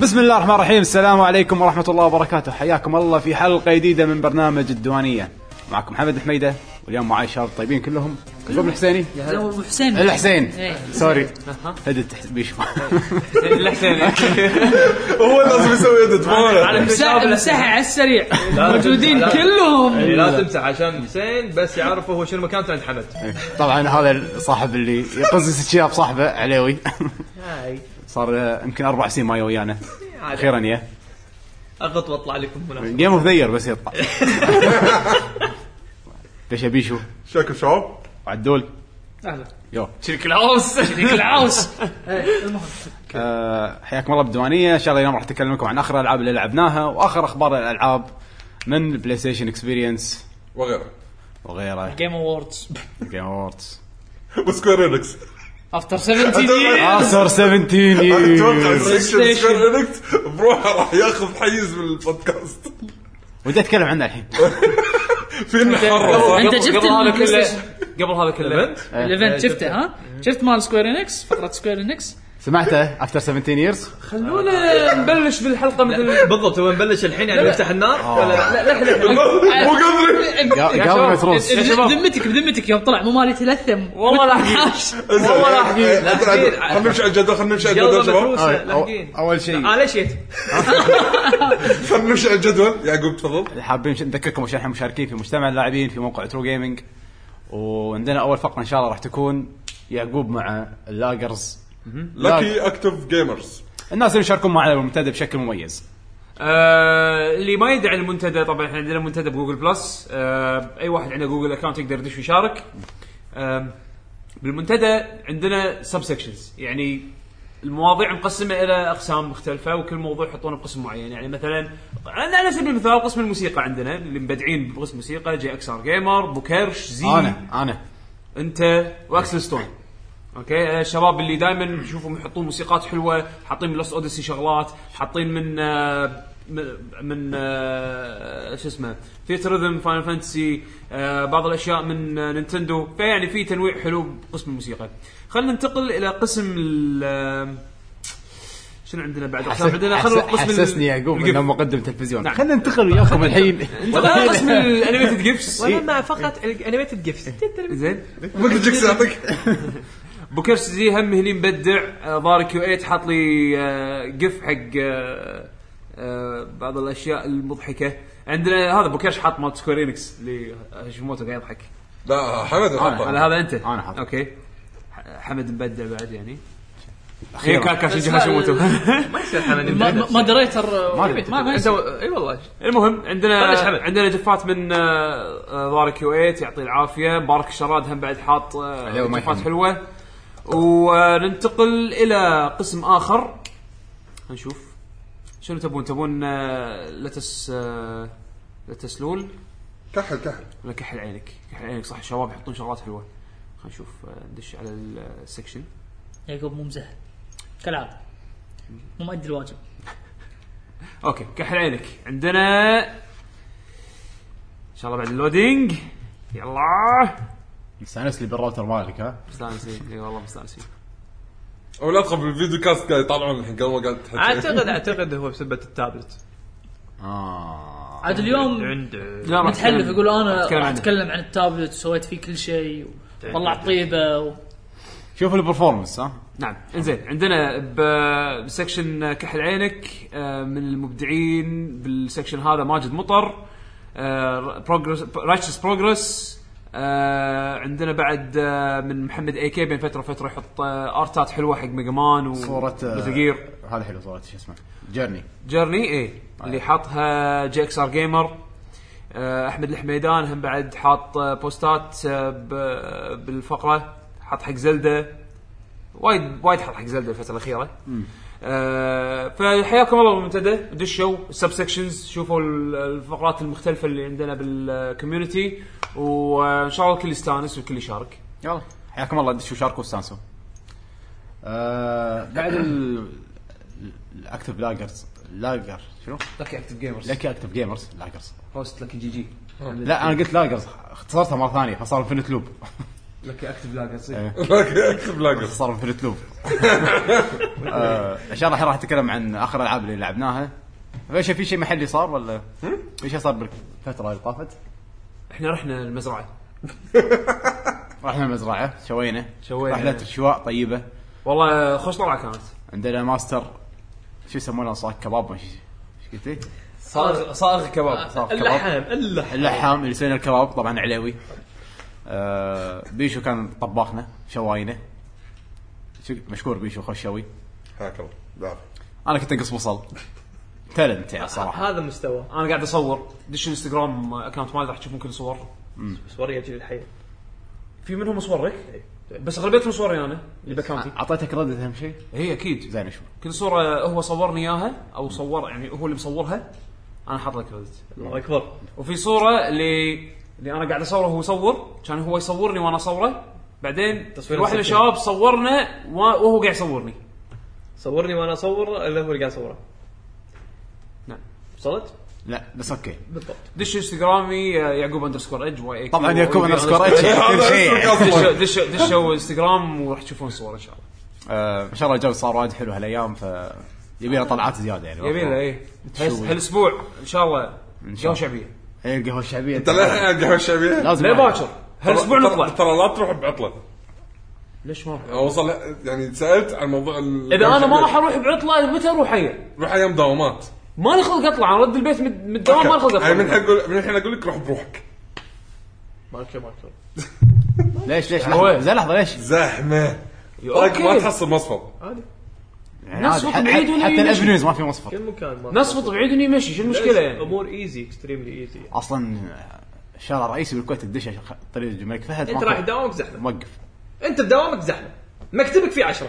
بسم الله الرحمن الرحيم. السلام عليكم ورحمة الله وبركاته. حياكم الله في حلقة جديدة من برنامج الديوانية. معكم محمد الحميدة، واليوم معاي شباب طيبين كلهم. كلهم الحسيني. الحسين سوري هدت بيشو الحسين هو لازم يسوي هدت على مساحة على السريع موجودين كلهم. لا تمسح عشان حسين بس يعرف هو شنو مكانته عند حمد. طبعا هذا صاحب اللي يقصص الشياب صاحبه عليوي. صار يمكن 4 سنين ما ويانا. اخيرا يا اغط واطلع لكم مناسبة جيم اوف ذير بس يطلع. ليش بيشو شكل شباب وعدول اهلا يو شريك العوس حياكم الله بالديوانيه. ان شاء الله اليوم راح اتكلم لكم عن اخر الالعاب اللي لعبناها واخر اخبار الالعاب من البلاي ستيشن اكسبيرينس وغيره جيم اووردز وسكوير انكس افتر 17 اتوقع سكوير انكس بروحه راح ياخذ حيز من البودكاست. ودي اتكلم عنه الحين. في الحرة انت جبت قبل هذا كله الايفنت شفته ها؟ شفت مال سكوير انكس فقرة سكوير انكس سمعته افتر 17 years. خلونا نبلش بالحلقه مثل بالضبط. هو نبلش الحين يعني نفتح النار لا مو قدري قبل ما تروس بذمتك يوم طلع مو مالي تلثم والله راح خلينا نمشي على الجدول شباب. اول شيء ليش جيت خلينا نمشي على الجدول. يعقوب تفضل. حابين نذكركم عشان احنا مشاركين في مجتمع اللاعبين في موقع ترو جيمنج، وعندنا اول فقره ان شاء الله راح تكون يعقوب مع اللاجرز لاكي اكتيف جيمرز، الناس اللي يشاركون معنا بالمنتدى بشكل مميز. اللي ما يدعي المنتدى طبعا احنا عندنا منتدى بجوجل بلس. اي واحد عنده جوجل اكاونت يقدر يدش ويشارك. بالمنتدى عندنا سب سيكشنز، يعني المواضيع مقسمه الى اقسام مختلفه وكل موضوع يحطونه بقسم معين. يعني مثلا على سبيل المثال قسم الموسيقى عندنا اللي مبدعين بقسم الموسيقى جي اكس ار جيمر، بوكيرش، زي انا انت واكسل ستون. اوكي الشباب اللي دائما نشوفهم يحطون موسيقات حلوه، حاطين من لوست اوديسي شغلات، حاطين من شو اسمه ثياتر ريذم فاينل فانتسي، بعض الاشياء من نينتندو. فيعني في تنويع حلو بقسم الموسيقى. خلينا ننتقل الى قسم شنو عندنا بعد؟ عندنا خلينا قسم حسسني يعقوب انه مقدم تلفزيون. خلينا ننتقل وياكم الحين قسم الانيميتد جيفز. وانا فقط الانيميتد جيفز زين ممكن جيكس يعطيك بوكرش زي هم هني مبدع. ضار كيو 8 حاط لي قف حق بعض الاشياء المضحكه. عندنا هذا بوكرش حاط مال سكوير انكس اللي هاشيموتو قاعد يضحك. لا حمد هذا انت انا حاط. اوكي حمد مبدع بعد يعني اخيرا كاش هاشيموتو ما يصير حمد مودريتر ما اي والله. المهم عندنا جفات من ضار كيو 8 يعطي العافيه. مبارك الشراد هم بعد حاط جفات حلوه. وننتقل الى قسم اخر نشوف شنو تبون لتسلول كحل ولا كحل عينك صح. الشباب يحطون شغلات حلوه. خلينا نشوف ندش على السكشن. يعقوب مو مزهل كلام مو مؤدي الواجب. اوكي كحل عينك عندنا ان شاء الله بعد اللودينج. يلا مستانس لي بالراوتر مالك ها؟ مستانس اي والله مستانس. او لا تخاف بالفيديو كاست قاعد يطلعون الحين قبل ما قاعد تحكي. اعتقد هو بسبب التابلت. عاد اليوم متحلف يقول انا اتكلم عن التابلت وسويت فيه كل شيء وطلع طيبه شوف البرفورمانس ها. نعم انزين عندنا بسكشن كحل عينك من المبدعين بالسكشن هذا ماجد مطر، رايتشس بروجرس. عندنا بعد من محمد اي كي بين فتره يحط ارتات حلوه حق ميجامان وصوره مثقير. هذا حلو صوره شو اسمه جيرني ايه اللي حاطها جي اكس ار جيمر. احمد الحميدان هم بعد حاط بوستات بالفقره. حط حق زلدة وايد حط حق زلدة الفتره الاخيره. فحياكم الله بالمنتدى. دشوا السب سيكشنز شوفوا الفقرات المختلفه اللي عندنا بالكوميونتي وان شاء الله الكل يستانس والكل يشارك. يلا حياكم الله دشوا شاركوا واستانسوا. بعد الاكتيف لاجر شنو لكي اكتيف جيمرز لاجرز هوست لكي جي لا انا قلت لاجرز اختصرتها مره ثانيه فصار فينت لوب. لك اكتب لاقه تصير اكتب لاقه صار في التلوب. ان شاء الله راح نتكلم عن اخر الالعاب اللي لعبناها. في شيء محلي صار ولا في شيء صار بالفتره اللي طافت؟ احنا رحنا المزرعه رحنا المزرعه شوينا رحله شواء طيبه والله خوش طلعه كانت. عندنا ماستر شو يسمونه صاج كباب ايش قلتي صاغ كباب اللحام اللي يسوي الكباب طبعا علوي. بيشو كان طباخنا شواينه مشكور بيشو خوش شوي هاكل لا انا كنت انقص بصل تالنت يعني صراحه هذا مستوى. انا قاعد اصور دش الانستغرام اكونت مالي راح تشوفون كل صور صوري اجل الحي في منهم مصورك بس غالبيه مصوري انا اللي باكونتي. اعطيتك ردت اهم شيء هي اكيد زين شو كل صوره هو صورني اياها او صور يعني هو اللي مصورها انا حاط لك ردت. الله اكبر. وفي صوره اللي انا قاعد اصوره هو يصور كان هو يصورني وانا اصوره بعدين واحد من الشباب صورنا وهو قاعد يصورني صورني وانا اصور اللي هو اللي قاعد يصوره. نعم وصلت لا بس اوكي بالضبط. دش انستغرامي يعقوب_edge طبعا يعقوب_edge كل شيء دشوا انستغرام وراح تشوفون صور ان شاء الله. ما شاء الله الجو صار وايد حلو هالايام يبي له طلعات زياده يعني يبي له ايه هالاسبوع ان شاء الله قهوه شعبيه. ايه القهوه الشعبيه انت لا القهوه الشعبيه لازم لا باكر هالاسبوع نطلع. ترى لا تروح بعطله. ليش ما اوصل يعني سالت عن موضوع اذا انا ما راح اروح بعطله متى اروح روح ايام دوامات ما نخلق اطلع ارد البيت من الدوام ما نخلق اطلع. من الحين اقول لك روح بروحك ماكو ليش زين لحظه ليش زحمه ما تحصل مصفر عادي نصفط بعيد حتى الافنيوز ما في مصفر كل مكان نصفط بعيد يمشي شو المشكله يعني امور ايزي اكستريملي ايزي اصلا الشارع الرئيسي بالكويت الدش طريق الملك فهد انت رايح دوامك زحمه موقف انت بدوامك زحمه مكتبك فيه 10.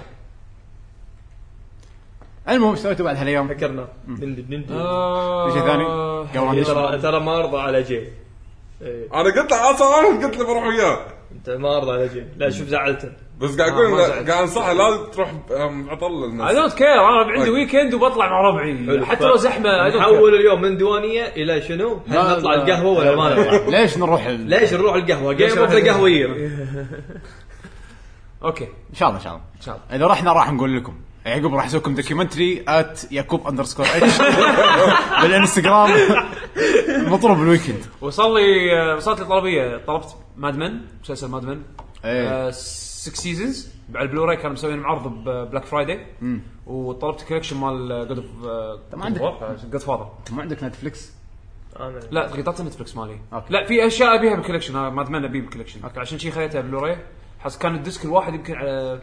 المهم سويته بعد هالايام فكرنا شيء ثاني ترى ما ارضى على جي. انا قلت له اصلا قلت له بروح وياه انت ما ارضى على جي لا شوف زعلته بس قاعد اقول قاعد انصحه لازم تروح عطل الناس. I don't care انا عندي ويكند وبطلع مع ربعي حتى لو زحمه نحول اليوم من ديوانيه الى شنو هل نطلع القهوه ولا ما نطلع ليش نروح القهوه جيم اوف ذا قهوير. اوكي ان شاء الله اذا رحنا راح نقول لكم يعقوب راح يسويكم دوكيومنتري @يعقوب_edge بالانستغرام مطلوب الويكند. وصلت لي طلبيه طلبت مادمن مسلسل مادمن 6 سيزونز على البلوراي كانوا مسوين معرض ببلاك فرايداي وطلبت كولكشن مال جود فاذر. ما عندك نتفليكس؟ لا قطعت نتفليكس مالي لا في اشياء ابيها بالكولكشن مادمن ابي بالكولكشن عشان شيء خليتها بلوراي حس كان الديسك الواحد يمكن على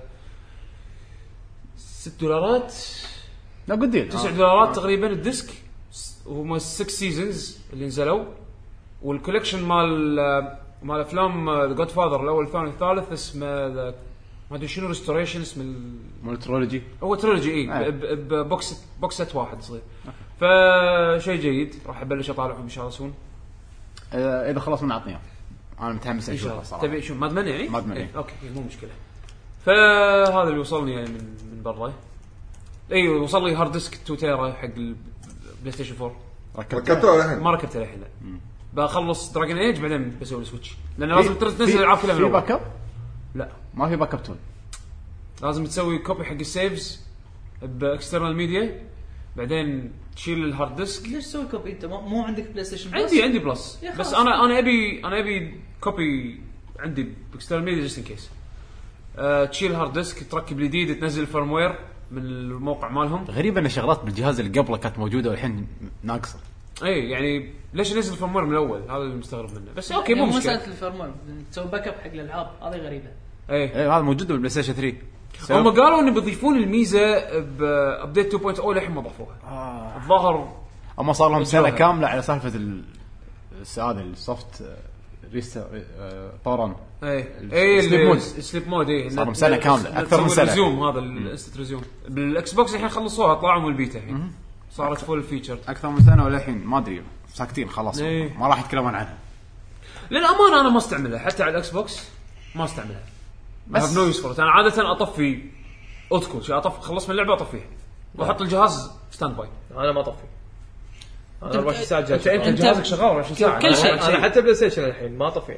$6 لا قدير $9 تقريبا الديسك وهم 6 سيزونز اللي نزلوا والكولكشن مال افلام ذا جود فاذر الاول الثاني الثالث اسمه ما ادري شنو ريستوريشن اسم مال ترولوجي هو ترولوجي بوكسات واحد صغير فشيء جيد راح ابلش اطالعهم ان شاء الله سون اذا خلاص نعطيهم انا متحمس اشوفه صراحه. تبي شو مادمن يعني اوكي مو مشكله. فهذا اللي وصلني يعني من برا. ايوه وصل لي هارد ديسك 2 تيرا حق البلاي ستيشن 4 ركبته الحين ما ركبته الحين لا بخلص دراجون ايج بعدين بسوي سويتش لان لازم تنزل الالعاب كلها في باك اب لا ما في باك اب تول لازم تسوي كوبي حق السيفز باكسترنال ميديا بعدين تشيل الهارد ديسك. ليش تسوي كوبي انت مو عندك بلاي ستيشن بلس؟ عندي بلس بس انا ابي كوبي عندي باكسترنال ميديا جست ان كيس. تشيل هارد ديسك تركب الجديد تنزل فيرموير من الموقع مالهم. غريب ان شغلات بالجهاز اللي قبله كانت موجوده والحين ناقصه. اي يعني ليش نزل الفيرموير من الاول هذا اللي مستغرب منه بس اوكي مو مشكله مساله الفيرموير تسوي باك اب حق الالعاب هذه غريبه. اي هذا موجود بالبلاي ستيشن 3 هم قالوا انه بيضيفون الميزه بابديت 2.0 للحين ما ضافوها الظاهر اما صار لهم سنه كامله على سالفه هذا السوفت ريست طوران اي سليب مود اي صار لهم سنه كامله اكثر من سنه ريزوم هذا الانستنت ريزوم بالاكس بوكس الحين خلصوها طلعوا من البيتا الحين صارت فول فيتشر اكثر من سنه ولا الحين ما ادري ساكتين خلاص ما راح يتكلمون عنها للامانه انا ما استعملها حتى على الاكس بوكس ما استعملها بس نو يوسفول انا عاده اطفي اولد سكول شيء اطفي خلص من اللعبه اطفيها واحط الجهاز ستاند باي انا ما اطفي انا 24 ساعه انت جهازك شغال 24 ساعه كل شيء انا حتى بلاي ستيشن الحين ما اطفيه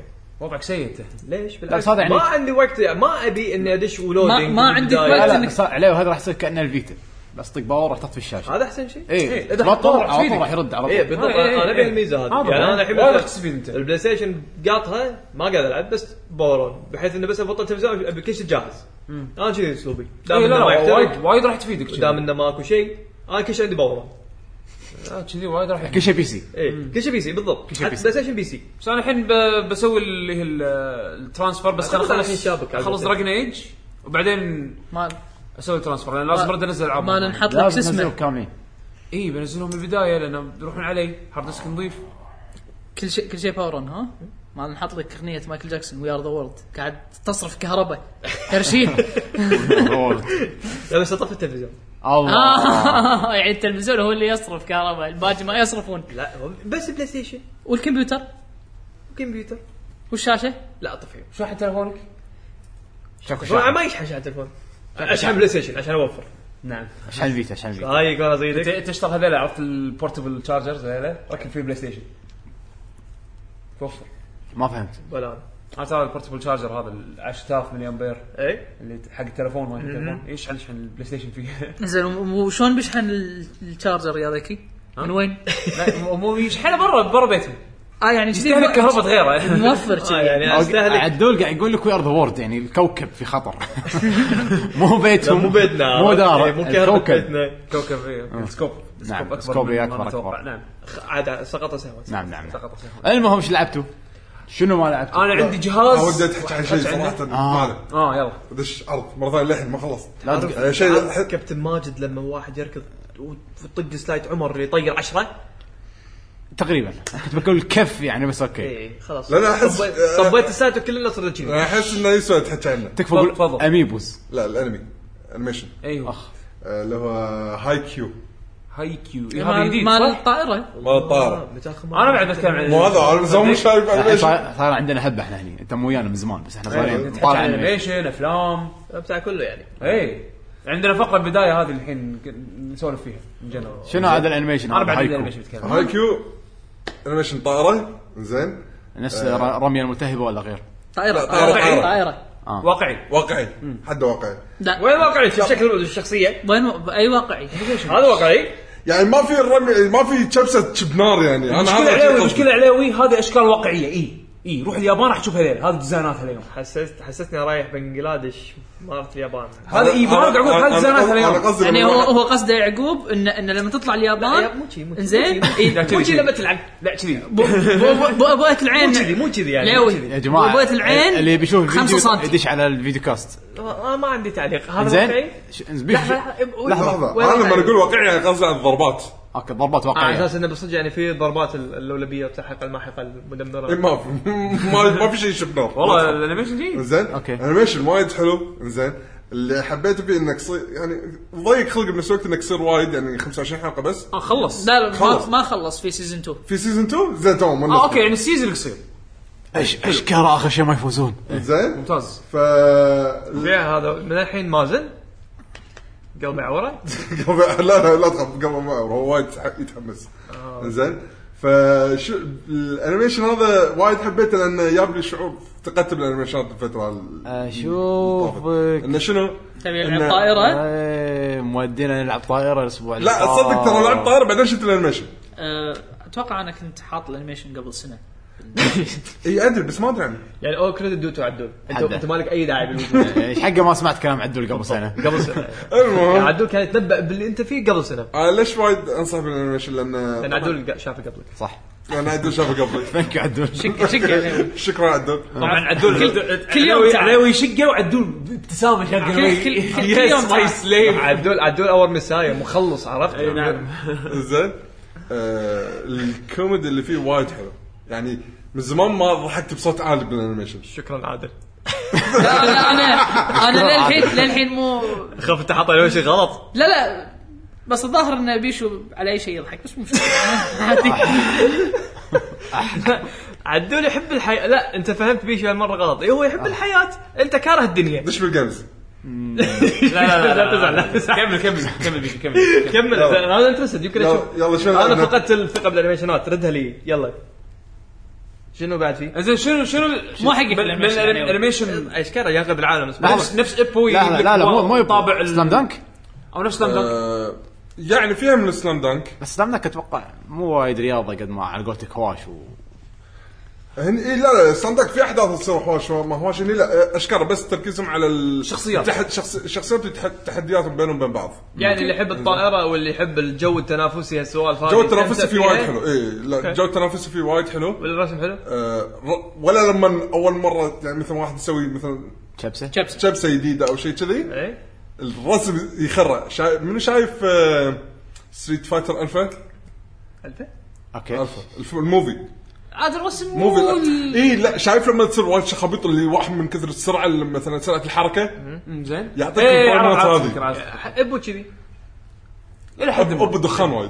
وضعك سيء انت. ليش بالعكس يعني ما عندي وقت ما ابي اني ادش ولودينج ما عندي وقت انك صار عليه وهذا راح يصير كأنه الفيتا بس طق باور راح تطفي الشاشه هذا احسن شيء اذا ما طور راح يرد على طول بالضبط انا ابي الميزه هذه يعني انا الحين تستفيد انت البلاي ستيشن قاطها ما قاعد العب بس باورون بحيث انه بس ابطل التلفزيون ابي كل شيء جاهز انا كذي اسلوبي وايد راح تفيدك دام انه ماكو شيء انا كل شيء عندي باورون كذي وايد راح كل شيء بي سي كل شيء بي سي بالضبط بلاي ستيشن بي سي بس انا الحين بسوي اللي هي الترانسفير بس خلص دراجون ايج وبعدين ما اسوي ترانسفير لان لازم ارد انزل العاب ما نحط لك اسمه كاملين بنزلهم من البدايه لان بيروحون علي هارد ديسك نظيف كل شيء باورون ها ما نحط لك اغنيه مايكل جاكسون وي ار ذا وورلد قاعد تصرف كهرباء ترشيد لا بس طفي التلفزيون الله يعني التلفزيون هو اللي يصرف كهرباء الباقي ما يصرفون لا بس بلاي ستيشن والكمبيوتر والشاشه لا طفي شاحن تلفونك ما يشحن شاحن تلفون اشحن بلاي ستيشن عشان اوفر نعم اشحن فيتا هاي يكون زيدك تشتري هذول عرفت البورتبل تشارجرز هذول ركب فيه بلاي ستيشن توفر ما فهمت ولا هذا البورتبل تشارجر هذا 10000 ملي امبير اي اللي حق التليفون ما التليفون يشحن البلاي ستيشن فيه زين وشلون بيشحن التشارجر يا ذكي من وين لا مو يشحنه برا بيتهم يعني يستهلك كهرباء غيره موفر شيء يعني استهلك عدول قاعد يقول لك وي ار ذا وورد يعني الكوكب في خطر مو بيتهم مو بيتنا مو دار مو كوكب السكوب سكوب اكبر نعم عاد سقط سهوا نعم المهم ايش لعبتوا شنو ما لعبتوا انا عندي جهاز ودي احكي عن شيء صراحه ما يلا دش ارض مره ثانيه للحين ما خلصت شيء كابتن ماجد لما واحد يركض وطق سلايد عمر اللي يطير 10 تقريبا كنت بقول الكف يعني بس اوكي اي خلاص لا انا احس طبيت السايت وكلنا صرنا كذي انا احس انه يسوى تحكي عنه تكفى قول اميبوس لا الانمي انيميشن ايوه اللي هو هاي كيو هذا جديد مال الطائره انا بعد اتكلم عن مو هذا انا زوم شايف صار عندنا هبه احنا هني انت مو ويانا من زمان بس احنا صايرين طالع انيميشن افلام بتاع كله يعني عندنا فقره البدايه هذه الحين نسولف فيها من جنرال شنو هذا الانيميشن انا بعد الانيميشن بتكلم هاي كيو انيميشن طائره زين نفس رميه الملتهبه ولا غير طائره واقعي حد واقعي وين واقعي شكل الشخصيه وين اي واقعي هذا واقعي يعني ما في الرمي ما في كبسه شبنار يعني انا هذا مشكله عليوي هذه اشكال واقعيه روح اليابان راح تشوف هذه ديزايناتها اليوم حسستني رايح بنجلاديش ما رحت اليابان هذا ما اقعد اقول هذه ديزايناتها اليوم يعني هو قصده يعقوب ان لما تطلع اليابان زين مو كذي لما تلعب لا كذي بوقت العين مو كذي يعني يا جماعه بوقت العين اللي بيشوف فيديو يدش على الفيديو كاست ما عندي تعليق هذا زين لحظه انا لما اقول واقعي يعني قصدي على الضربات اوكي ضربات واقعيه على اساس انه بصدق يعني في ضربات اللولبيه وتحقق الماحقه المدمره ما في شيء شبنار والله الانيميشن جيد زين انيميشن وايد حلو زين اللي حبيته فيه انك يعني ضيق خلق بنفس الوقت انك تصير وايد يعني 25 حلقه بس خلص لا ما خلص في سيزون 2 في سيزون 2 زين تمام اوكي يعني السيزون قصير اشكره اخر شيء ما يفوزون زين ممتاز هذا من الحين مازن قلبي عوره لا تخاف قلبه ما هو وايد يتحمس زين فشو الانيميشن هذا وايد حبيته لانه جاب لي شعور تقتل الانيميشنات الفتره اشوف انه شنو تبي نلعب طائره مودينا نلعب طائره الاسبوع لا تصدق ترى لعب طائره بعدين شفت الانيميشن اتوقع انا كنت حاط الانيميشن قبل سنه اي ادري بس ما ادري يعني او كريدت دوتو عدول انت مالك اي داعي بالوجود ايش حقه ما سمعت كلام عدول قبل سنه المهم عدول كان يتنبأ باللي انت فيه قبل سنه ليش وايد انصح بالانيميشن لان عدول شافه قبلك صح انا عدول شافه قبلي ثانك يو عدول شكرا عدول طبعا عدول كل يوم عليوي يشقه وعدول بابتسامه شغله كل يوم ماي سليف عدول اول مسايه مخلص عرفت نعم زين الكوميدي اللي فيه وايد حلو يعني من زمان ما ضحكت بصوت عالي بالانيميشن شكرا عادل انا للحين مو خاف انت حاطه له شيء غلط لا بس الظاهر انه بيشو على اي شيء يضحك بس مو عدول يحب الحياه لا انت فهمت بيشو المره غلط هو يحب الحياه انت كاره الدنيا دش بالجيمز لا كمل هذا انترست يمكن اشوف يلا شوف انا فقدت الثقه بالانيميشنات ردها لي يلا شنو بعد فيه؟ زين شنو مو حقك الانيميشن اشكره ياخذ العالم نفس ابو لا مو طابع سلام دانك او نفس سلام دانك يعني فيها من السلام دانك، بس سلام دانك اتوقع مو وايد رياضه قد ما على قولتك هواش هني لا سلام دانك في احداث تصير هواش ما هواش هني لا اشكره بس تركيزهم على الشخصيات الشخصيات تحدياتهم بينهم وبين بعض. يعني اللي يحب الطائره واللي يحب الجو التنافسي هالسوالف هذه جو التنافسي فيه وايد حلو. ايه لا الجو التنافسي فيه وايد حلو والرسم حلو. ولا لما اول مره يعني مثلا واحد يسوي مثلا شبسه جديده او شيء كذي الرسم يخرع. من شايف ستريت فايتر الفا اوكي الموفي عاد الرسم موفي اي لا شايف لما تصير وايد شخابيط اللي واحد من كثر السرعه مثلا سرعه الحركه زين يعطيك البرامات هذه ابو كذي الى حد ابو دخان وايد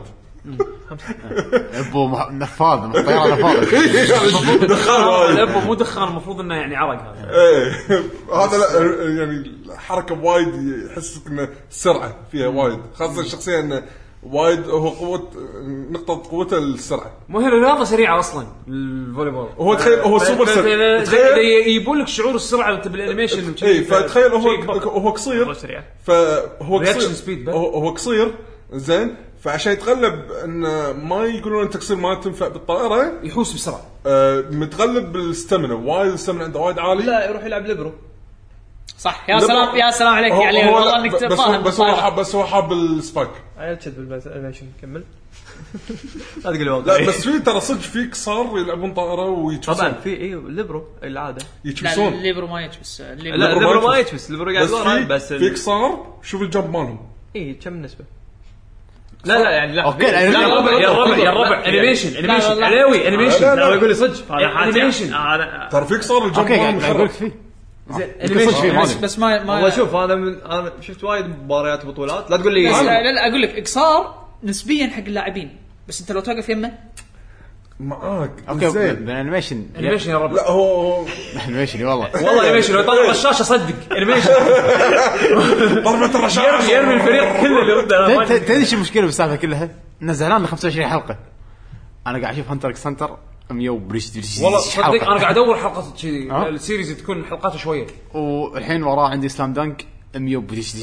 ابو نفاض طياره نفاض دخان وايد ابو مو دخان المفروض انه يعني عرق هذا هذا لا يعني حركه وايد يحسسك انه السرعه فيها وايد خاصه الشخصيه انه وايد هو نقطة قوته السرعة. مو هي رياضة سريعة أصلاً الفوليبول. هو تخيل هو سوبر سريع. تخيل يجيبون لك شعور السرعة أنت بالأنيميشن. إيه فتخيل هو قصير. فهو قصير. هو قصير زين فعشان يتغلب إن ما يقولون أنت قصير ما تنفع بالطائرة. يحوس بسرعة. متغلب بالستامينا وايد الستامينا عنده وايد عالي. لا يروح يلعب ليبرو. صح يا سلام يا سلام عليك يعني والله انك تفهم بس هو حاب السباك عيلتشد بالانيميشن كمل لا تقول والله لا بس في ترى صدق فيك صار يلعبون طائره ويتشبسون طبعا في ايه ليبرو العاده يتشبسون الليبرو ما يتشبس الليبرو ما يتشبس الليبرو قاعد بس فيك صار شوف الجمب مالهم ايه كم نسبه لا يعني لا اوكي يا الربع انيميشن علوي انيميشن لا يقول لي صدق انيميشن ترى فيك صار الجمب مالهم اقول لك فيه بس ما والله شوف انا شفت وايد مباريات وبطولات لا تقول لي لا اقول لك اقصار نسبيا حق اللاعبين بس انت لو توقف يمه معاك اوكي بالانيميشن يا رب لا هو انيميشن والله انيميشن يطلع الشاشه صدق انيميشن ضربه الرشاش يرمي الفريق كله اللي قدامه. تدري شو المشكله بالسالفه كلها نزلنا 25 حلقه انا قاعد اشوف هانتر اكس هانتر 100 وبريش والله صدق انا قاعد ادور حلقه كذي السيريز تكون حلقاته شويه والحين وراه عندي سلام دانك 100 وبريش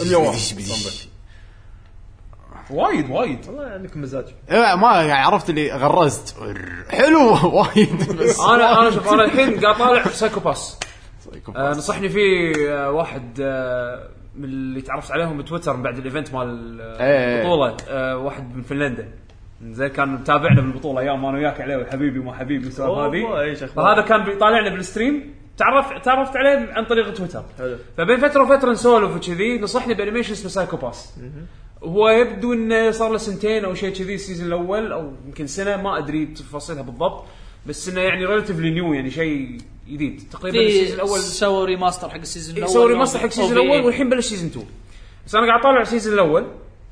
وايد والله عندكم مزاج ما يعني عرفت اللي غرزت حلو وايد بس انا شوف انا الحين قاعد طالع سايكوباس نصحني فيه واحد من اللي تعرفت عليهم بتويتر بعد الايفنت مال البطوله واحد من فنلندا زين كان متابعنا بالبطوله ايام انا وياك عليه حبيبي وما حبيبي السالفه هذه فهذا كان بيطالعنا بالستريم تعرفت عليه عن طريق تويتر فبين فتره وفتره نسولف وكذي نصحني بانيميشن اسمه سايكوباس هو يبدو انه صار له سنتين او شيء كذي السيزون الاول او يمكن سنه ما ادري تفاصيلها بالضبط بس انه يعني ريلاتيفلي نيو يعني شيء جديد تقريبا السيزون الاول سووا ريماستر حق السيزون الاول سووا ريماستر حق السيزون الاول والحين بلش سيزون 2 بس انا قاعد اطالع السيزون الاول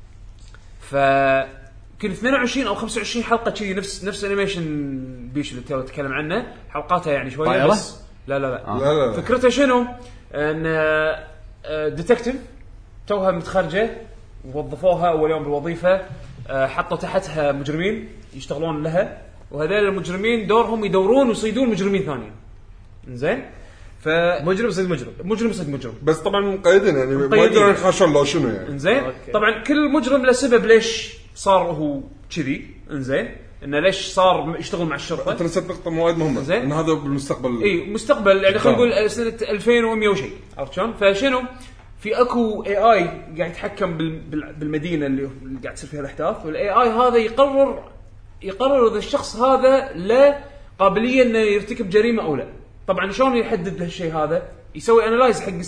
كل 22 او 25 حلقه كذي نفس انيميشن بيش اللي تو تتكلم عنه حلقاتها يعني شويه بس لا فكرتها شنو ان ديتكتيف توها متخرجه ووظفوها اول يوم بالوظيفه حطوا تحتها مجرمين يشتغلون لها وهذول المجرمين دورهم يدورون ويصيدون مجرمين ثانيين زين مجرم صيد مجرم بس طبعا مقيدين يعني ما يقدرون يحاشون لو شنو يعني زين طبعا كل مجرم له سبب ليش صار هو كذي انزين انه ليش صار يشتغل مع الشرطه انت نسيت نقطه وايد مهمه ان هذا بالمستقبل مستقبل يعني خلينا نقول سنه 2100 وشيء عرفت شلون فشنو في اكو اي قاعد يتحكم بالمدينه اللي قاعد تصير فيها الاحداث والاي هذا يقرر اذا الشخص هذا له قابليه انه يرتكب جريمه او لا طبعا شلون يحدد هالشيء هذا يسوي انالايز حق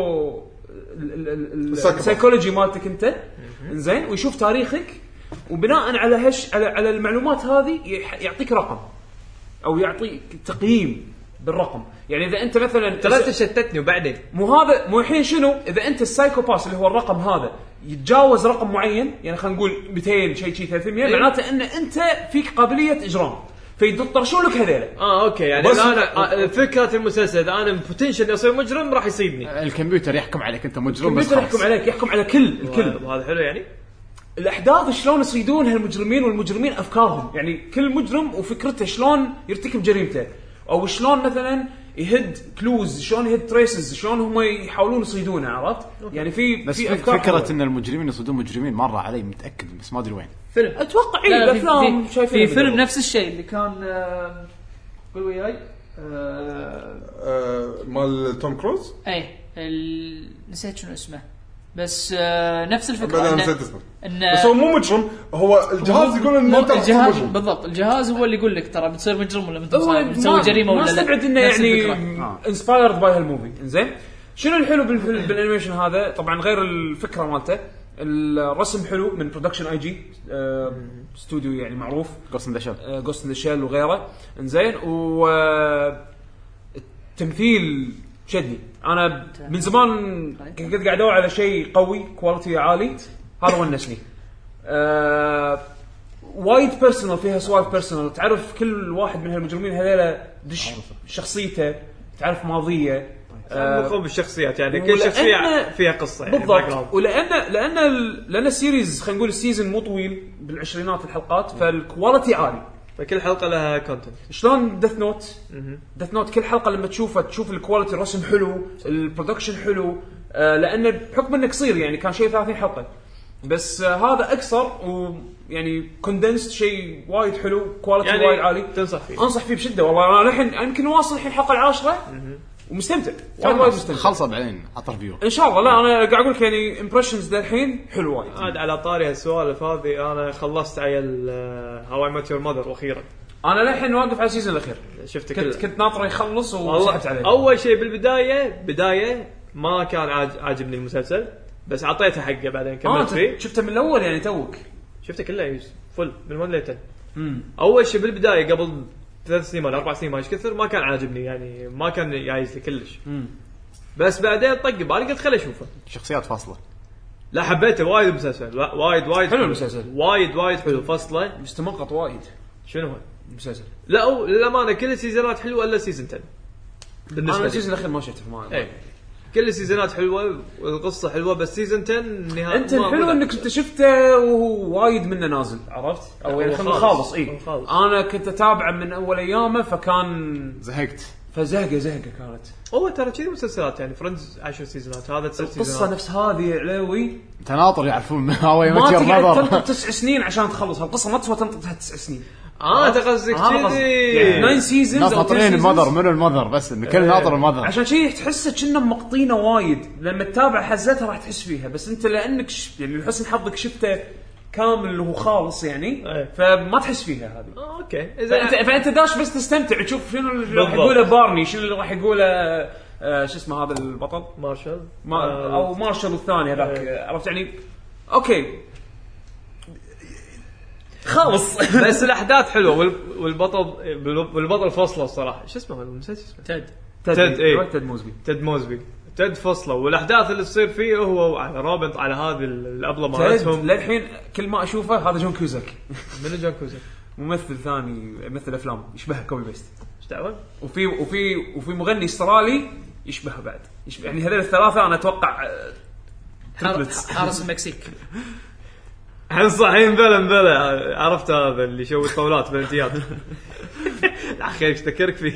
السايكولوجي مالتك انت انزين ويشوف تاريخك وبناء على على المعلومات هذه يعطيك رقم او يعطيك تقييم بالرقم يعني اذا انت مثلا ثلاثه شتتني وبعدين مو الحين شنو اذا انت السايكوباث اللي هو الرقم هذا يتجاوز رقم معين يعني خلينا نقول 200 شيء 300 معناته ان انت فيك قابليه اجرام فيطرشون لك هذول اوكي يعني انا فكره المسلسل اذا انا بوتنشل اصير مجرم راح يصيبني الكمبيوتر يحكم عليك انت مجرم بس يحكم على الكل وهذا حلو يعني الاحداث شلون يصيدون هالمجرمين والمجرمين افكارهم يعني كل مجرم وفكرته شلون يرتكب جريمته او شلون مثلا يهد كلوز، شلون يهد تريسز، شلون هم يحاولون يصيدونها، عرفت؟ يعني في بس في فكره ان المجرمين يصيدون مجرمين مره علي متاكد، بس ما ادري وين. فيلم اتوقع الافلام شايفين في فيلم نفس الشيء اللي كان قول وياي مال توم كروز. نسيت شنو اسمه، بس نفس الفكره. انا نسيت اسمه. بس هو مو مجرم، هو الجهاز يقول ان انت الجهاز بالضبط، الجهاز هو اللي يقول لك ترى بتصير مجرم ولا بتسوي جريمه ولا لا. ما استبعد انه يعني انسبايرد باي هالموفي. انزين شنو الحلو بالانيميشن هذا؟ طبعا غير الفكره مالته، الرسم حلو من برودكشن اي جي استوديو يعني معروف، Ghost in the Shell وغيره. انزين والتمثيل شدني. انا من زمان كنت قاعد ادور على شيء قوي كواليتي عالي، هذا ونسني. وايد بيرسونال، فيها سوالف بيرسونال، تعرف كل واحد من هالمجرمين هذيلا دش شخصيته، تعرف ماضيه مخوب بالشخصيات، يعني كل شخصيه فيها قصه يعني بالضبط. ولان السيريز خلينا نقول السيزون مو طويل بالعشرينات الحلقات، فالكواليتي عالي، فكل حلقه لها كونتنت. شلون ديث نوت كل حلقه لما تشوفها تشوف الكواليتي، الرسم حلو، البرودكشن حلو، لان بحكم انه قصير يعني كان شيء 30 حلقه بس، هذا اكثر ويعني كوندنسد شيء وايد حلو، كواليتي يعني وايد عالي، انصح فيه بشده والله. انا الحين يمكن واصل الحين الحلقه العاشرة ومستمتع وايد مستمتع. خلصه بعدين اطر فيو ان شاء الله. لا انا قاعد اقول لك يعني امبريشنز للحين حلو وايد. عاد على طاري السوالف هذه، انا خلصت عيل هاو اي ميت يور ماذر واخيرا. انا الحين واقف على السيزون الاخير، شفت كنت ناطر يخلص وسحبت عليه. اول شيء بدايه ما كان عاجبني المسلسل، بس عطيته حقه بعدين كملت فيه. شفته من الاول يعني توك شفته كله فل من وين ليته. اول شيء بالبدايه قبل 3 سنين ولا 4 سنين ما ايش كثر ما كان عاجبني، يعني ما كان جايز لي كلش. بس بعدين طق بالي قلت خلي اشوفه. شخصيات فاصله، لا حبيته وايد المسلسل، وايد حلو المسلسل، وايد حلو. فصله مستمقط وايد. شنو هو المسلسل؟ لا للامانه كل السيزونات حلوه الا سيزون 10 بالنسبه لي. السيزون الاخير ما شفته معاه. كل السيزونات حلوه والقصه حلوه، بس سيزون 10 نهايه انت الحلو انك انت شفته وهو وايد منه نازل، عرفت؟ او يعني خالص. انا كنت اتابعه من اول ايامه، فكان زهقت، فزهقه كانت. هو ترى كذي مسلسلات يعني فريندز 10 سيزونات، هذا 9 سيزونات، القصه نفس هذه علاوي تناطر يعرفون هواي ما تقدر تنطر 9 سنين عشان تخلص هالقصه، ما تسوى تنطر 9 سنين. تقصدك كذي يعني 9 سيزونز ناطرين المذر من المذر، بس ان كل ناطر المذر، عشان شيء تحسه كنا مقطينه وايد. لما تتابع حزتها راح تحس فيها، بس انت لانك يعني لحسن حظك شفته كامل اللي هو خالص يعني فما تحس فيها هذه. اوكي فانت داش بس تستمتع تشوف شنو اللي راح يقوله بارني، شنو اللي راح يقوله شو اسمه هذا البطل مارشال او مارشال الثاني هذاك، عرفت يعني. اوكي خلص بس الاحداث حلوه والبطل فصله الصراحه. شو اسمه المسلسل؟ تيد موزبي تيد فصله، والاحداث اللي تصير فيه هو رابط على هذه الابله مالتهم. للحين كل ما اشوفه هذا جون كوزاك. من جون كوزاك؟ ممثل ثاني يمثل افلام يشبهه كوبي بيست. ايش دعوه؟ وفي مغني استرالي يشبهه بعد، يعني هذول الثلاثه انا اتوقع حارس المكسيك. صحيح بلا عرفت هذا اللي يسوي الطاولات بالامتياز. اخي تذكرك فيه.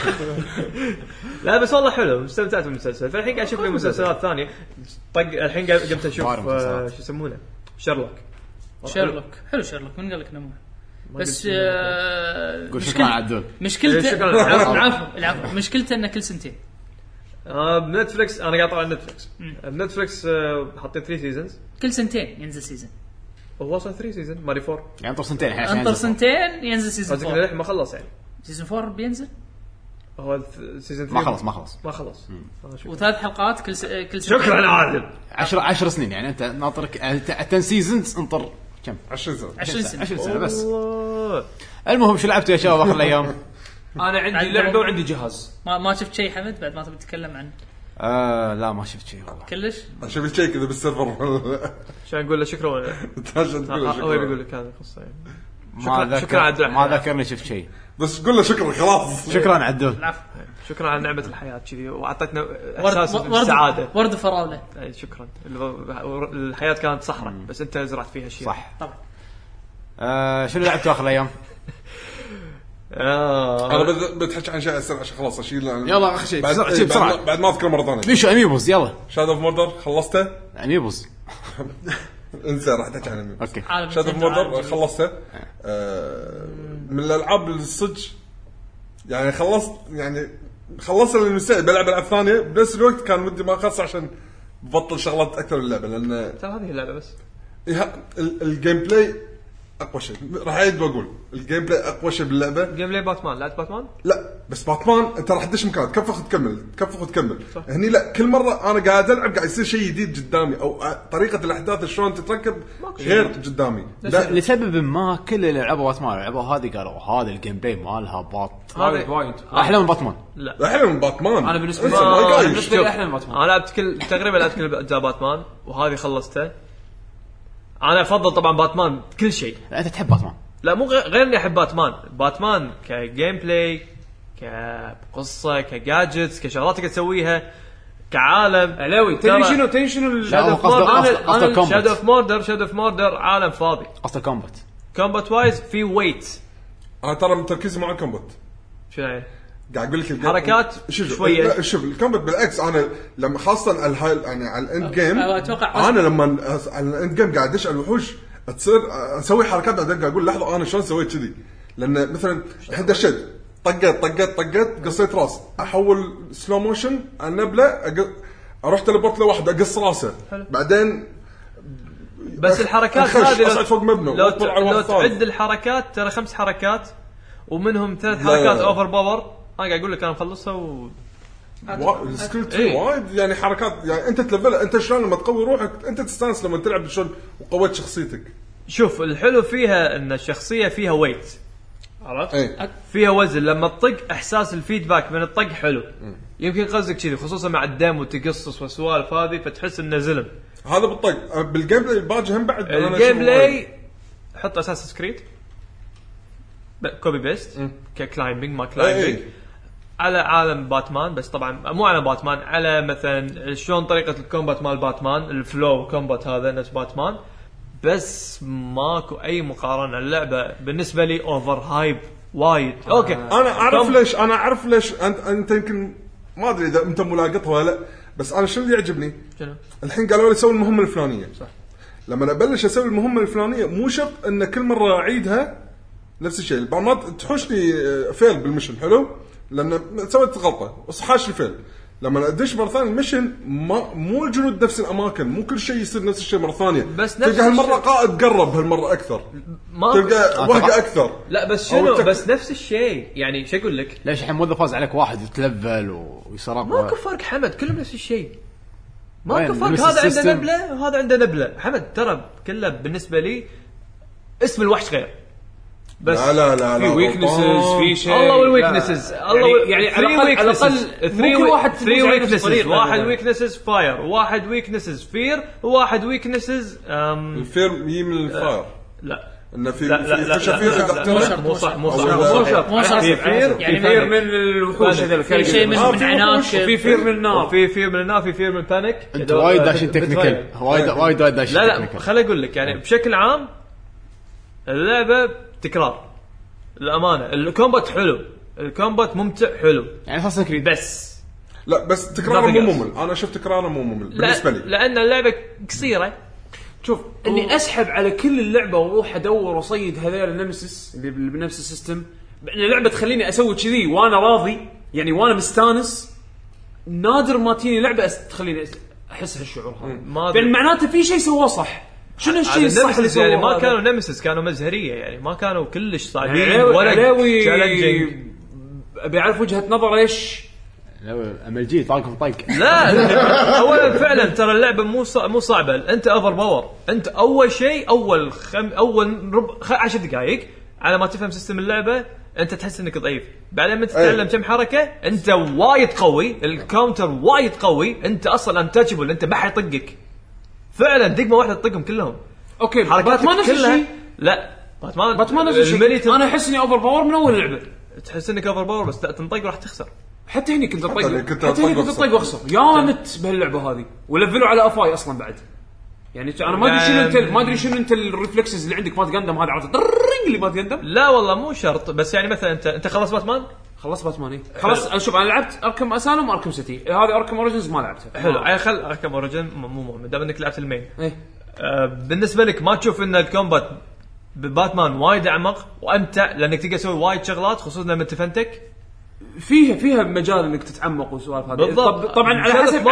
لا بس والله حلو، استمتعت بالمسلسل. فالحين قاعد اشوف لي مسلسلات ثانيه. الحين قمت اشوف شو يسمونه شيرلوك. حلو شيرلوك، من قال لك انه بس قول شكرا عدول. مشكلته العفو مشكلته انه كل سنتين. بنتفليكس انا قاعد طالع نتفليكس حاطين 3 سيزونز كل سنتين ينزل سيزون. هو صار 3 سيزون ماري 4 يعني انطر سنتين ينزل سيزون 4. الحين ما خلص يعني سيزون 4 بينزل. هو سيزون 3 ما خلص وثلاث حلقات كل شكرا عادل. 10 سنين يعني انت ناطرك 10 سيزونز انطر كم 20 سنه بس. المهم شو لعبتوا يا شباب اخر الايام؟ انا عندي لعبه وعندي جهاز. ما شفت شيء حمد بعد ما تبي تتكلم عنه؟ لا ما شفت شيء والله كلش. شفت شيء كذا بالسيرفر. شو نقول له شكرا هو يقول لك هذا قصه يعني. شكرا عدول. ما ذكرني شفت شيء، بس قول له شكرا خلاص. شكرا عدول. شكرا على نعمه الحياه كذي، وعطيتنا احساس بالسعاده. ورد فراوله. شكرا. الحياه كانت صحراء بس انت زرعت فيها شيء صح طبعا. شنو لعبتوا اخر الايام؟ انا بتحكي عن شيء اسرع عشان خلاص اشيل يلا اخر شيء بسرعه بعد ما اذكر مره ثانيه. ليش اميبوز؟ يلا شادو اوف موردر خلصته. اميبوز انسى راح تحكي عن اميبوز. اوكي شادو اوف موردر خلصته. من الالعاب الصدق يعني خلصت المستعد بلعب العاب ثانيه بنفس الوقت كان ودي ما اخلص عشان ببطل شغلات اكثر من اللعبه لان ترى هذه اللعبه بس الجيم بلاي اقوى شيء. راح اعيد واقول الجيم بلاي اقوى شيء باللعبه. جيم بلاي باتمان لعبت باتمان؟ لا بس باتمان انت راح تدش مكان تكفخ وتكمل هني لا كل مره انا قاعد العب قاعد يصير شيء جديد قدامي او طريقه الاحداث شلون تتركب غير قدامي. لسبب ما كل اللي لعبوا باتمان لعبوا هذه قالوا هذا الجيم بلاي مالها باط وايد احلى من باتمان. لا احلى من باتمان. انا بالنسبه لي احلى من باتمان. انا لعبت تقريبا لعبت كل اجزاء باتمان وهذه خلصتها. انا افضل طبعا باتمان كل شيء. لا انت تحب باتمان؟ لا مو غير اني احب باتمان كجيم بلاي كقصه كجادجتس كشغلات تسويها كعالم علاوي. تدري شنو شادو اوف موردر عالم فاضي اصلا كومبات وايز في ويت. انا ترى تركيزي مع الكومبات شو يعني قاعد اقول لك الحركات شويه. لا شوف الكومبات بالعكس انا لما خاصه يعني على الاند جيم انا لما على الاند جيم قاعد ادش على الوحوش تصير اسوي حركات بعدين قاعد اقول لحظه انا شلون سويت كذي لان مثلا الحين دشيت طقت قصيت راس احول سلو موشن النبله اروح تلبورت لواحد اقص راسه بعدين بس الحركات هذه اصعد فوق مبنى لو تعد الحركات ترى 5 حركات ومنهم 3 حركات اوفر باور. انا قاعد اقول لك انا مخلصها السكيل تري وايد يعني حركات يعني انت تلفل انت شلون لما تقوي روحك انت تستانس لما تلعب شلون وقويت شخصيتك. شوف الحلو فيها ان الشخصيه فيها ويت عرفت فيها وزن لما تطق احساس الفيدباك من الطق حلو. يمكن قصدك كذي خصوصا مع الدم وتقصص والسوالف هذه فتحس انه زلم. هذا بالطق بالجيم بلاي باجي هم بعد الجيم بلاي حط اساس سكريت كوبي بيست ككلايمبينج ما كلايمبينج على عالم باتمان بس طبعا مو على باتمان على مثلا شلون طريقه الكومبات مال باتمان الفلو كومبات هذا نفس باتمان بس ماكو اي مقارنه. اللعبه بالنسبه لي اوفر هايب وايد. اوكي انا اعرف ليش انت يمكن ما ادري اذا انت ملاقطها ولا لا بس انا شو اللي يعجبني الحين قالوا لي سوي المهمه الفلانيه صح. لما ابلش اسوي المهمه الفلانيه مو شرط ان كل مره اعيدها نفس الشيء. بعض تحوشني فيل بالمشن حلو لان سويت غلطه وصحاش الفيل. لما ادش مره ثانيه المشن مو الجنود نفس الاماكن مو كل شيء يصير نفس الشيء مره ثانيه. تلقى هالمره قائد قرب هالمره اكثر تلقى وهقه اكثر. لا بس شنو بس نفس الشيء يعني شو اقول لك ليش الحين مو فاز عليك واحد يتلفل ويصرف ماكو فرق حمد كلهم نفس الشيء ماكو فرق. هذا عنده نبله وهذا عنده نبله حمد ترى كله بالنسبه لي اسم الوحش غير بس لا في ويكنسز في شيء الله والويكنسز الله يعني على الاقل 3 ويكنسز واحد ويكنسز فاير واحد ويكنسز فير وواحد ويكنسز الفير من الفاير لا انه في شفير مو صح يعني فير من الوحوش هذول في شيء من عناك في فير من النار في فير من النار في فير من بانيك. انت وايد داشين تكنيكال وايد داشين. لا خليني اقول لك يعني بشكل عام اللعبه تكرار الامانه. الكومبات حلو الكومبات ممتع حلو يعني خاصه كريد بس لا بس تكراره مو ممل. انا شفت تكراره مو ممل بالنسبه لي لان اللعبه قصيره. شوف اني اسحب على كل اللعبه واروح ادور وصيد هذول النمسيس اللي بنفس السيستم ان اللعبه تخليني اسوي كذي وانا راضي يعني وانا مستانس. نادر ما تجيني لعبه تخليني احس هالشعور هذا يعني معناته في شيء سواه صح. شنو الشيء الصح اللي يعني ما كانوا نمسيس كانوا مزهريه يعني ما كانوا كلش صعبين ولا تشالنجينج. ابي اعرف وجهه نظر ايش املجي طاق لا اولا فعلا ترى اللعبه مو صعبه. انت اوفر باور انت اول شيء اول 10 دقائق على ما تفهم سيستم اللعبه انت تحس انك ضعيف. بعدين ما تتعلم كم حركه انت وايد قوي. الكاونتر وايد قوي. انت اصلا انتاجبل انت ما حيطقك فعلا دقمه واحده تطقهم كلهم. اوكي باتمان نفس الشيء. لا باتمان نفس الشيء. انا احس اني اوفر باور من اول لعبه. تحس انك اوفر باور بس تنطق راح تخسر. حتى هني كنت اطق واخسر يا مت بهاللعبه هذه ولفلوا على افاي اصلا بعد يعني انا ما ادري شنو انت الريفلكسز اللي عندك مات غاندم هذا عرفت اللي مات غاندم. لا والله مو شرط، بس يعني مثلا انت خلص باتمان خلاص شوف انا لعبت اركم اسالم واركم سيتي، هذه اركم اوريجنز ما لعبتها. حلو يعني خل اركم اوريجن مو مهم دام انك لعبت المين. ايه بالنسبه لك ما تشوف ان الكومبات بباتمان وايد اعمق وامتع لانك تقدر تسوي وايد شغلات خصوصا لما تفنتك فيها مجال انك تتعمق وسوالف هذه. طبعا على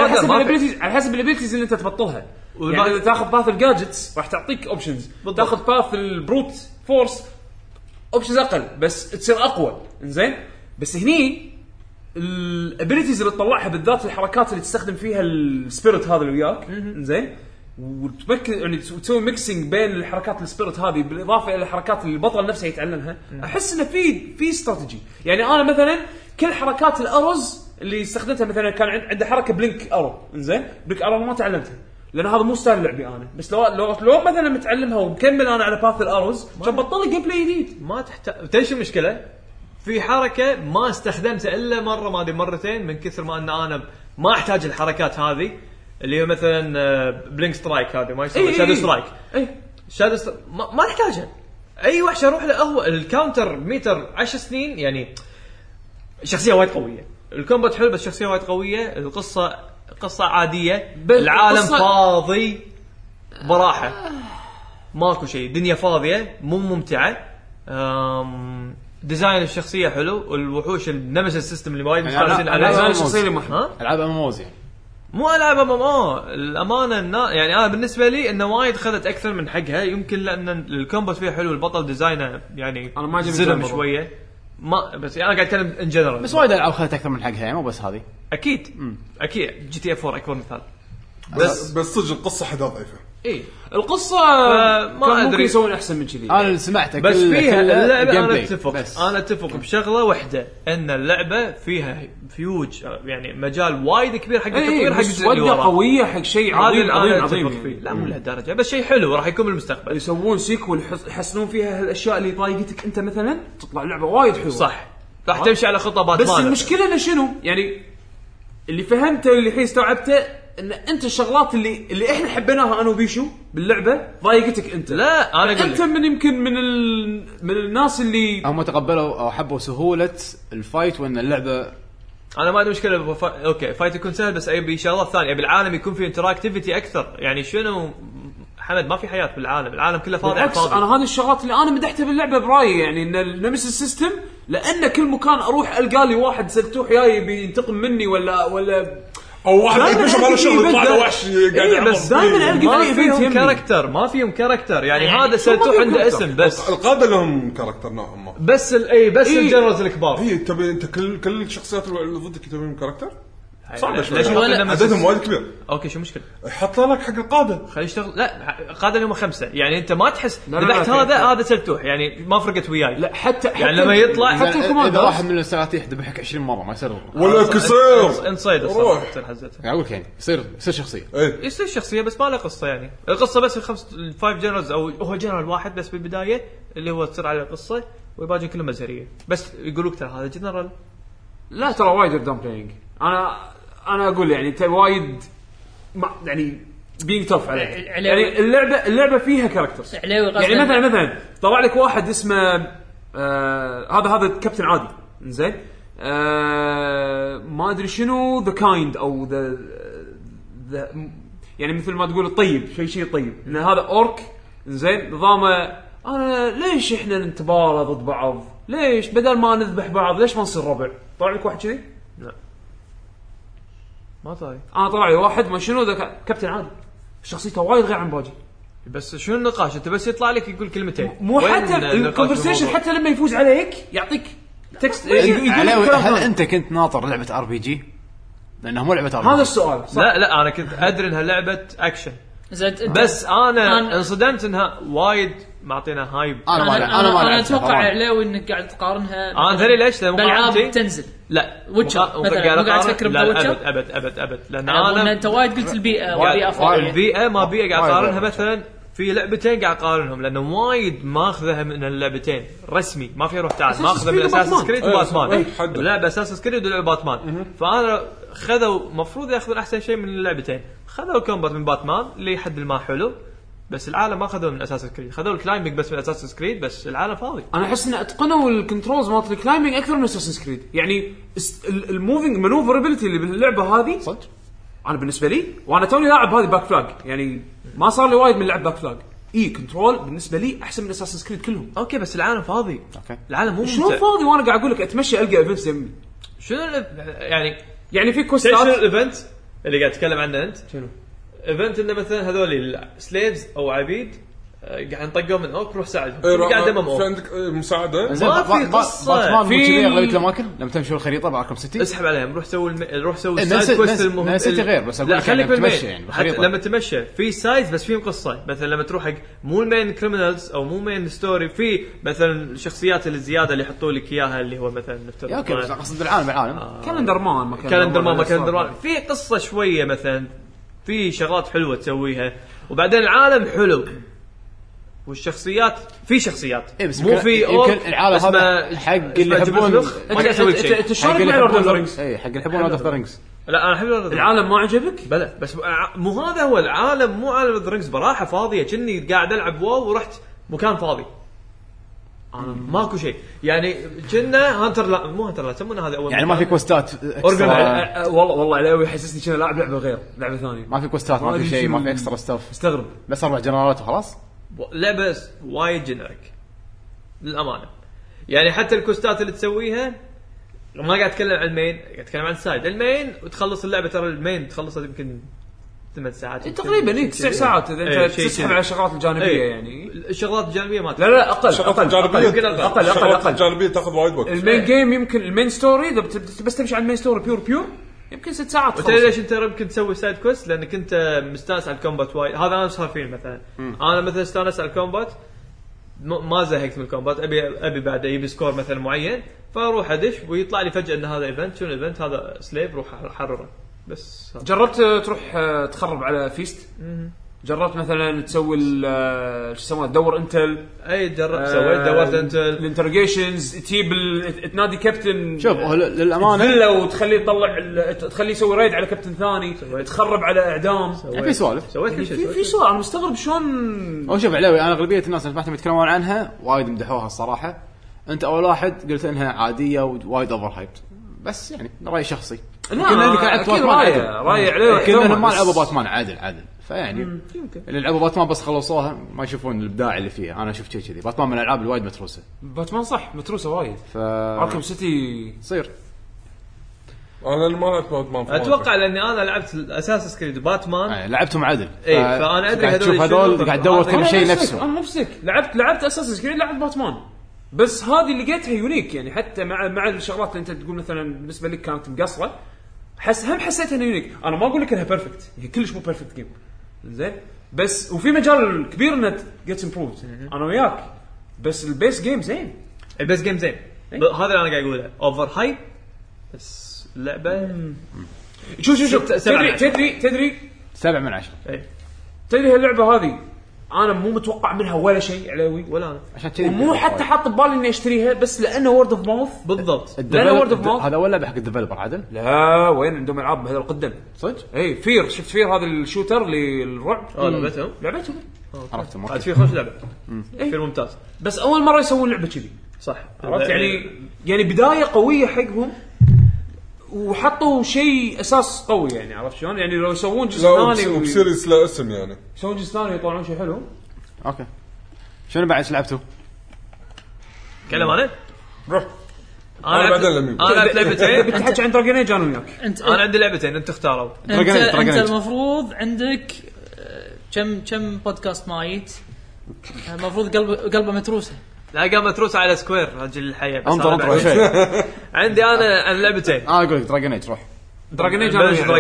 حسب الابيلتيز اللي انت تبطلها. يعني اذا تاخذ باث الجادجتس راح تعطيك اوبشنز، تاخذ باث البروت فورس اوبشنز اقل بس تصير اقوى. انزين بس هني الابيلتيز اللي تطلعها بالذات الحركات اللي تستخدم فيها السبيريت هذا اللي وياك. انزين وتمكن يعني تسوي ميكسينج بين الحركات السبيريت هذه بالاضافه الى الحركات اللي البطل نفسه يتعلمها. احس انه في استراتيجي. يعني انا مثلا كل حركات الارز اللي استخدمتها مثلا كان عنده حركه بلينك ارو. انزين بلينك ارو ما تعلمتها لان هذا مو ستايل لعبي انا، بس لو مثلا متعلمها ومكمل انا على باث الارز عشان بطل جيم بلاي جديد. ما تحتاج تيش المشكله في حركه ما استخدمتها الا مره ما ادري مرتين من كثر ما ان انا ما احتاج الحركات هذه اللي هي مثلا بلينك سترايك هذه ما يسمى شادو سترايك. شادو ما نحتاجها. اي وحش اروح له هو الكاونتر ميتر 10 سنين. يعني شخصيه وايد قويه، الكومبات حلو بس شخصيه وايد قويه، قصه عاديه، العالم فاضي براحه ماكو شيء، دنيا فاضيه مو ممتعه. ديزاين الشخصيه حلو والوحوش النمسيس سيستم اللي وايد مختلفين على ديزاين الشخصيه اللي محمد العاب اموزي مو العاب الامانه يعني انا بالنسبه لي انه وايد خذت اكثر من حقها. يمكن لان الكومبات فيها حلو، البطل ديزاينه يعني انا ما زلم شويه ما بس يعني انا قاعد اتكلم ان جنرال. بس وايد العاب خذت اكثر من حقها يعني مو بس هذه. اكيد جي تي اف 4 اكبر مثال. بس صدق القصه حدا ضعيفه. ايه القصه ما ادري يسوون احسن من كذي. انا سمعته بس فيها اللعبه انا اتفق بشغله واحده ان اللعبه فيها فيوج يعني مجال وايد كبير حق التطوير حق ودة قويه حق شيء عظيم فيه. لا مو لهالدرجه بس شيء حلو راح يكون بالمستقبل. يسوون سيكول يحسنون فيها هالاشياء اللي ضايقتك انت مثلا تطلع لعبه وايد حلوه صح راح تمشي على خطه باتمان. بس المشكله انه شنو يعني اللي فهمته اللي الحين استوعبته ان انت الشغلات اللي احنا حبيناها انا وبيشو باللعبه ضايقتك انت. لا انا اقول انت من يمكن من الناس اللي هم تقبلوا او حبوا سهوله الفايت وان اللعبه. انا ما عندي مشكله اوكي فايت يكون سهل بس ابي شغلات ثانيه بالعالم يكون فيه انتراكتيفيتي اكثر. يعني شنو حمد ما في حياه بالعالم كله فاضي. بالعكس انا هذه الشغلات اللي انا مدحتها باللعبه برايي يعني ان النمسيس سيستم لان كل مكان اروح القى لي واحد سلتوح جاي بينتقم مني ولا او واحد يبش على شغل يطلع له وحش قاعد بس دائما القى فيهم كاركتر ما فيهم كاركتر يعني هذا سلتوح عنده اسم بس القاده لهم كاركتر نوعا ما بس الجنرالز الكبار. تبي انت كل الشخصيات اللي ضدك تبيهم كاركتر صعب شوي عددهم وايد كبير. اوكي شو مشكله يحط لك حق القاده خليه يشتغل. لا قاده اليوم 5 يعني انت ما تحس ذبحت هذا سلتوح يعني ما فرقت وياي. لا حتى يعني لما يطلع حتى اذا واحد من السلاتيح ذبحك 20 مره ما يصير ولا كسر انصيد تصير حزتها. يعني اقول يعني يصير شخصيه يصير شخصيه بس ما له قصه. يعني القصه بس الفايف جنرالز او هو جنرال واحد بس بالبدايه اللي هو تصير على القصه ويباجي كلهم مزهريه بس يقولوك ترى هذا جنرال. لا ترى وايد قدام بلاينج انا اقول يعني انت وايد يعني بينج توف عليه. يعني اللعبه فيها كاركترز يعني مثلا طلع لك واحد اسمه هذا كابتن عادي. زين ما ادري شنو ذا كايند او ذا يعني مثل ما تقول الطيب شيء طيب ان هذا اورك. زين نظامه انا ليش احنا نتبارى ضد بعض ليش بدل ما نذبح بعض ليش ما نصير ربع. طلع لك واحد كذي لا ما طاي انا طلع لي واحد ما شنو ذا كابتن عادي شخصيته وايد غير عن باجي. بس شنو النقاش انت بس يطلع لك يقول كلمتين مو حتى الكونفرسيشن حتى لما يفوز عليك يعطيك تكست هل انت كنت ناطر لعبه ار بي جي لانها مو لعبه ار بي جي؟ هذا السؤال صح. لا انا كنت ادري انها لعبه اكشن بس انا انصدمت انها وايد معطينا هايب. انا اتوقع عليه انك قاعد تقارنها انا ادري ليش بالعاب تنزل. لا ويتشر مثلا قاعد تفكر بويتشر ابد لان انا انت وايد قلت البيئه ما بيئه قاعد اقارنها مثلا في لعبتين قاعد اقارنهم لانه وايد ماخذها من اللعبتين رسمي ما في روح تعال ماخذها من اساس سكريت وباتمان. لعبه اساس سكريت ولعبه باتمان فانا خذوا مفروض ياخذون احسن شيء من اللعبتين. خذوا الكومبات من باتمان اللي حد ما حلو، بس العالم ما خذوه من اساس سكريد. خذوا الكلايمبينج بس من اساس سكريد، بس العالم فاضي. انا احس ان اتقنوا الكنترولز مالت الكلايمبينج اكثر من اساسن كريد. يعني الموفينج مانوفرابيلتي اللي باللعبه هذه صدق انا بالنسبه لي، وانا توني لاعب هذه باك فلاج، يعني ما صار لي وايد من لعب باك فلاج. كنترول بالنسبه لي احسن من اساسن كريد كلهم. اوكي بس العالم فاضي. اوكي العالم مو شلون فاضي وانا قاعد اقول لك اتمشى القى ايفنتس يمي؟ شنو يعني في كوستات. شنو الايفنت اللي قاعد تتكلم عنه انت؟ شنو ايفنت؟ انه مثلا هذول السليفز او عبيد قاعد نطقهم من اوك روح ساعدهم. قاعد امام في عندك مساعده. ما في قصه في اغلبيه الاماكن لما تمشي الخريطه باركم سيتي اسحب عليهم روح سوي السايد كويست المهم. سيتي غير بس اقول خليك تمشي يعني لما تمشي في سايدز بس فيهم قصه. مثلا لما تروح حق مو المين كريمنالز او مو مين ستوري، في مثلا الشخصيات الزياده اللي يحطوا لك اياها اللي هو مثلا نفترض اوكي بس اقصد العالم كالندر مان ما في قصه شويه مثلا، في شغلات حلوه تسويها، وبعدين العالم حلو والشخصيات في شخصيات مو في يمكن العالم هذا حق اللي يحبون ما قاعد اسوي شيء. انت شلون مع لورد اوف ذا رينجز؟ اي حق اللي يحبون لورد اوف ذا رينجز. لا انا احب العالم ما عجبك؟ بلا بس مو هذا هو العالم، مو عالم لورد رينجز براحه فاضيه. كني قاعد العب واو ورحت مكان فاضي ماكو شيء. يعني كنا هانتر لا مو هانتر لا تسمونه هذا اول يعني ما في كوستات والله عليوي يحسسني كنا لاعب لعبه غير لعبه ثانيه. ما في كوستات ما في شيء ما في اكسترا ستاف. استغرب بس 4 جنرالات وخلاص. لعبه وايد جنريك للامانه. يعني حتى الكوستات اللي تسويها ما قاعد اتكلم عن المين، قاعد اتكلم عن السايد. المين وتخلص اللعبه، ترى المين تخلصها يمكن 8 ساعات تقريبا 9 ساعات اذا انت تسحب على الشغلات الجانبيه. يعني الشغلات الجانبيه ما لا اقل اقل الجانبيه تاخذ وايد وقت. المين جيم يمكن المين ستوري اذا بس تمشي على المين ستوري بيور يمكن 6 ساعات. وتدري ليش انت يمكن تسوي سايد كويست؟ لانك انت مستانس على الكومبات وايد. هذا انا صار فيه مثلا انا مثلا استانس على الكومبات، ما زهقت من الكومبات، ابي بعد يبي سكور مثلا معين، فاروح ادش ويطلع لي فجاه ان هذا ايفنت. شنو الايفنت هذا؟ سليب روح حرره. بس جربت تروح تخرب على فيست؟ جربت مثلا تسوي شو يسمونه تدور انتل؟ اي جربت سويت دورت انتل الانترجيشنز، تجيب تنادي كابتن شوف للامانه فيلا وتخليه يطلع تخليه يسوي ريد على كابتن ثاني، تخرب على اعدام. في سوالف سويت كل شيء في سؤال انا مستغرب شلون. او شوف علاوي انا اغلبيه الناس اللي سمعتهم يتكلمون عنها وايد مدحوها الصراحه. انت اول واحد قلت انها عاديه ووايد اوفر هايبت، بس يعني راي شخصي. كنا اللي لعبت راي عليه كنا ما لعبوا باتمان عادل فيعني اللي لعبوا باتمان بس خلصوها ما يشوفون الابداع اللي فيها. انا شفت شيء كذي. باتمان من الالعاب الوايد متروسه. باتمان صح متروسه وايد. اركم سيتي صير انا ما لعبت باتمان اتوقع لاني انا لعبت اساس سكريد باتمان لعبتهم عدل. فانا ادري هذول قاعد تدور كل شيء نفسه. انا نفسك لعبت اساس سكريد، لعبت باتمان، بس هذه اللي لقيتها يونيك. يعني حتى مع الشغلات اللي انت تقول مثلا بالنسبه لك كانت مقصره، حسيتها انها يونيك. انا ما اقول لك انها بيرفكت، هي كلش مو بيرفكت جيم زين، بس وفي مجال كبير انها جيتس امبروفد انا وياك، بس البيس جيم زين. البيس جيم زين هذا اللي انا قاعد اقوله. اوفر هايب بس اللعبه شوف تدري 7 من 10. تدري هاللعبه هذه انا مو متوقع منها ولا شيء علوي ولا انا عشان كذي ومو حتى حاط ببالي اني اشتريها، بس لانه وورد اوف ماوث. بالضبط لانه وورد اوف ماوث. هذا ولا بحق الديفلوبر عدل؟ لا وين عندهم العاب بهذا القدم صدق. اي فير، شفت فير هذا الشوتر للرعب. لعبتهم عرفتهم عاد في خوش لعبه فير ممتاز، بس اول مره يسوون لعبه كذي صح. عرفت يعني بدايه قويه حقهم وحطوا شيء اساس قوي. يعني عرفت شلون؟ يعني لو يسوون جزء ثاني وبسيريس لا اسم يعني يسوون جزء ثاني يطلعون شيء حلو. اوكي شنو بعد لعبتوا؟ كلام انا روح انا لعبت لعبتين. بتحكي عن دراجون ايج انا وياك. انا عندي لعبتين انت اختاروا. انت المفروض عندك كم بودكاست مايت المفروض قلبه متروسه. لا قام متروسه على سكوير رجل الحياه. بس انطر شوي. عندي انا لعبتين. اقول لك دراجون ايج. روح دراجون ايج.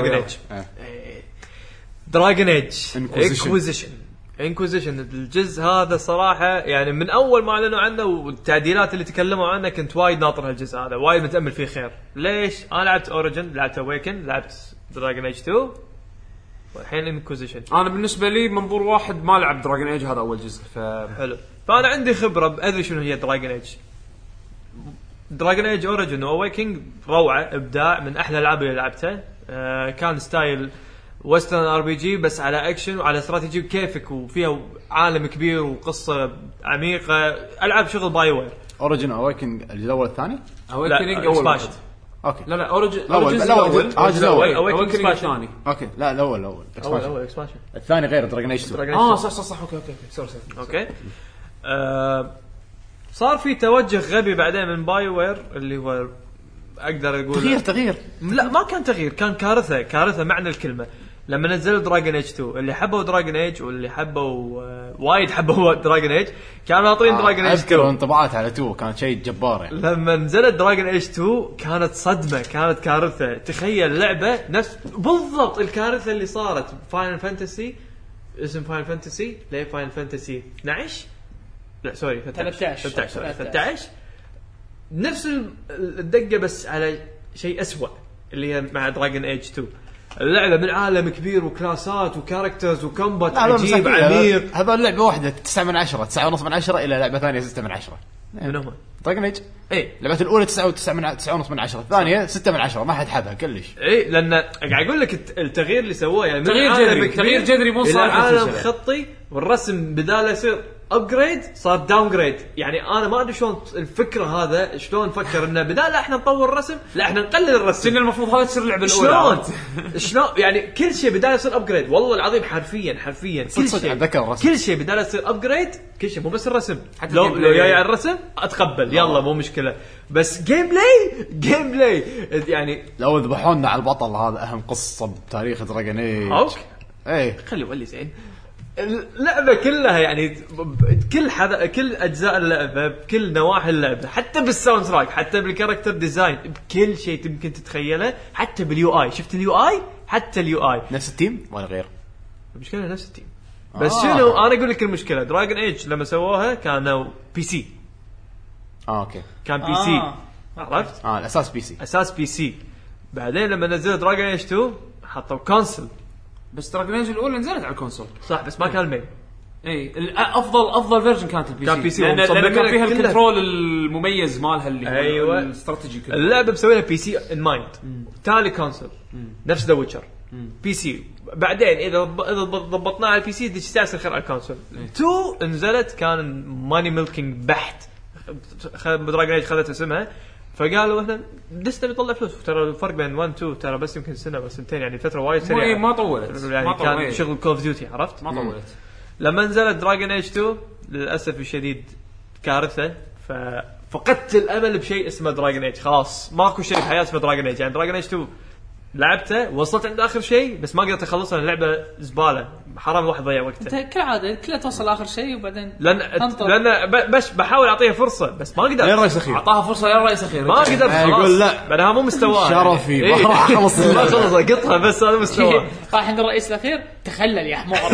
دراجون ايج انكوزيشن الجزء هذا صراحه يعني من اول ما اعلنوا عنه والتعديلات اللي تكلموا عنها كنت وايد ناطر هالجزء هذا، وايد متامل فيه خير. ليش؟ انا لعبت اوريجن، لعبت اويكن، لعبت دراجون ايج 2 والحين انكوزيشن. انا بالنسبه لي منظور واحد ما لعب دراجون ايج هذا اول جزء حلو، فانا عندي خبره ادري شنو هي دراجون ايج. دراجون ايج اوريجن واويكن روعه ابداع، من احلى الالعاب اللي لعبتها. كان ستايل ويسترن ار بي جي بس على اكشن وعلى استراتيجي كيفك وفيها عالم كبير وقصه عميقه. العاب شغل باي وير. اوريجن اويكن الاول الثاني اويكنينج اول واحد. اوكي لا اوريجن الاول اويكنينج الثاني. اوكي لا الاول اكسبانشن. الثاني غير دراجون ايج 2. صح اوكي سوري اوكي. صار في توجه غبي بعدين من باي وير اللي هو اقدر اقول تغيير لا ما كان تغيير، كان كارثه معنى الكلمه. لما نزل دراجون ايج 2 اللي حبوا دراجون ايج واللي حبوا وايد حبوا دراجون ايج كانوا ناطرين دراجون ايج 2. انطباعات على 2 كانت شيء جبار يعني. لما نزلت دراجون ايج 2 كانت صدمه، كانت كارثه. تخيل لعبه نفس بالضبط الكارثه اللي صارت فاينل فانتسي. اسم فاينل فانتسي ليه فاينل فانتسي 12 لا سوري 13 نفس الدقه بس على شيء أسوأ اللي هي مع دراجون ايج 2. اللعبه من عالم كبير وكلاسات وكاركترز وكومبات عجيب عميق. هذا اللعبه واحده 9 من 10 9.5 من 10 الى لعبه ثانيه 6 من 10. منهم دراجون ايج اي لعبه الاولى 9.9 من 9.5 من 10 الثانيه 6 من 10 ما حد حبها كلش. اي لان قاعد اقول لك التغيير اللي سووه يعني تغيير جذري مو صار عالم خطي والرسم بداله يصير ابجريد صار داون جريد. يعني انا ما ادري شلون الفكره هذا شلون فكر انه بدال احنا نطور الرسم لا احنا نقلل الرسم. كنا المفروض هذا تصير اللعبه الاولى شلون يعني كل شيء بدال يصير ابجريد. والله العظيم حرفيا كل شيء بدال يصير ابجريد. كل شيء مو بس الرسم لو جاي على الرسم اتقبل يلا مو مشكله بس جيم بلاي يعني لو ذبحونا على البطل هذا اهم قصه بتاريخ دراجون ايج. ايه خلي ولي زين اللعبة كلها يعني كل أجزاء اللعبة بكل نواحي اللعبة حتى بالساوند تراك حتى بالكاركتر ديزاين بكل شيء تمكن تتخيله حتى باليو آي. شفت اليو آي حتى اليو آي نفس التيم ولا غير؟ المشكلة نفس التيم بس شنو أنا أقول لك المشكلة دراجون ايج لما سووها كانوا بي سي. أوكي كان بي سي عرفت؟ الأساس بي سي بعدين لما نزلوا دراجون ايج 2 حطوا كونسل. بس دراجون ايج الاولى نزلت على الكونسول صح بس ما كان المين. اي افضل فيرجن كانت البي سي لأن كان فيها الكنترول المميز مالها اللي أيوة. الاستراتيجي اللعبه مسويها بي سي ان مايند تالي كونسول نفس ذا ويتشر بي سي. بعدين اذا ضبطناه على البي سي دي تستعسل خير على الكونسول. 2 نزلت كان ماني ميلكينج بحت. دراجون ايج خذت اسمها فقالوا احنا لسه بيطلع فلوس. ترى الفرق بين 1 2 ترى بس يمكن سنه بس سنتين يعني فتره وايد سريعه ما طولت يعني ما كان شغل كول اوف ديوتي عرفت ما طولت. لما نزلت دراجون ايج 2 للاسف الشديد كارثه. ففقدت الامل بشيء اسمه دراجون ايج. خلاص ماكو شيء بحياتي اسمه دراجون ايج. يعني دراجون ايج 2 لعبته وصلت عند اخر شيء بس ما قدرت اخلصها. اللعبه زباله حرام الواحد ضيع وقته. انت كالعاده كلها توصل اخر شيء وبعدين لان بس بحاول اعطيها فرصه بس ما قدرت. اعطاها فرصه يا رئيس اخير ما قدرت خلاص. يقول لا بعدها مو مستواه شرفي ما راح اخلص ما خلص اقطها بس هذا مستواه. راح عند الرئيس الاخير تخلل يا حمار.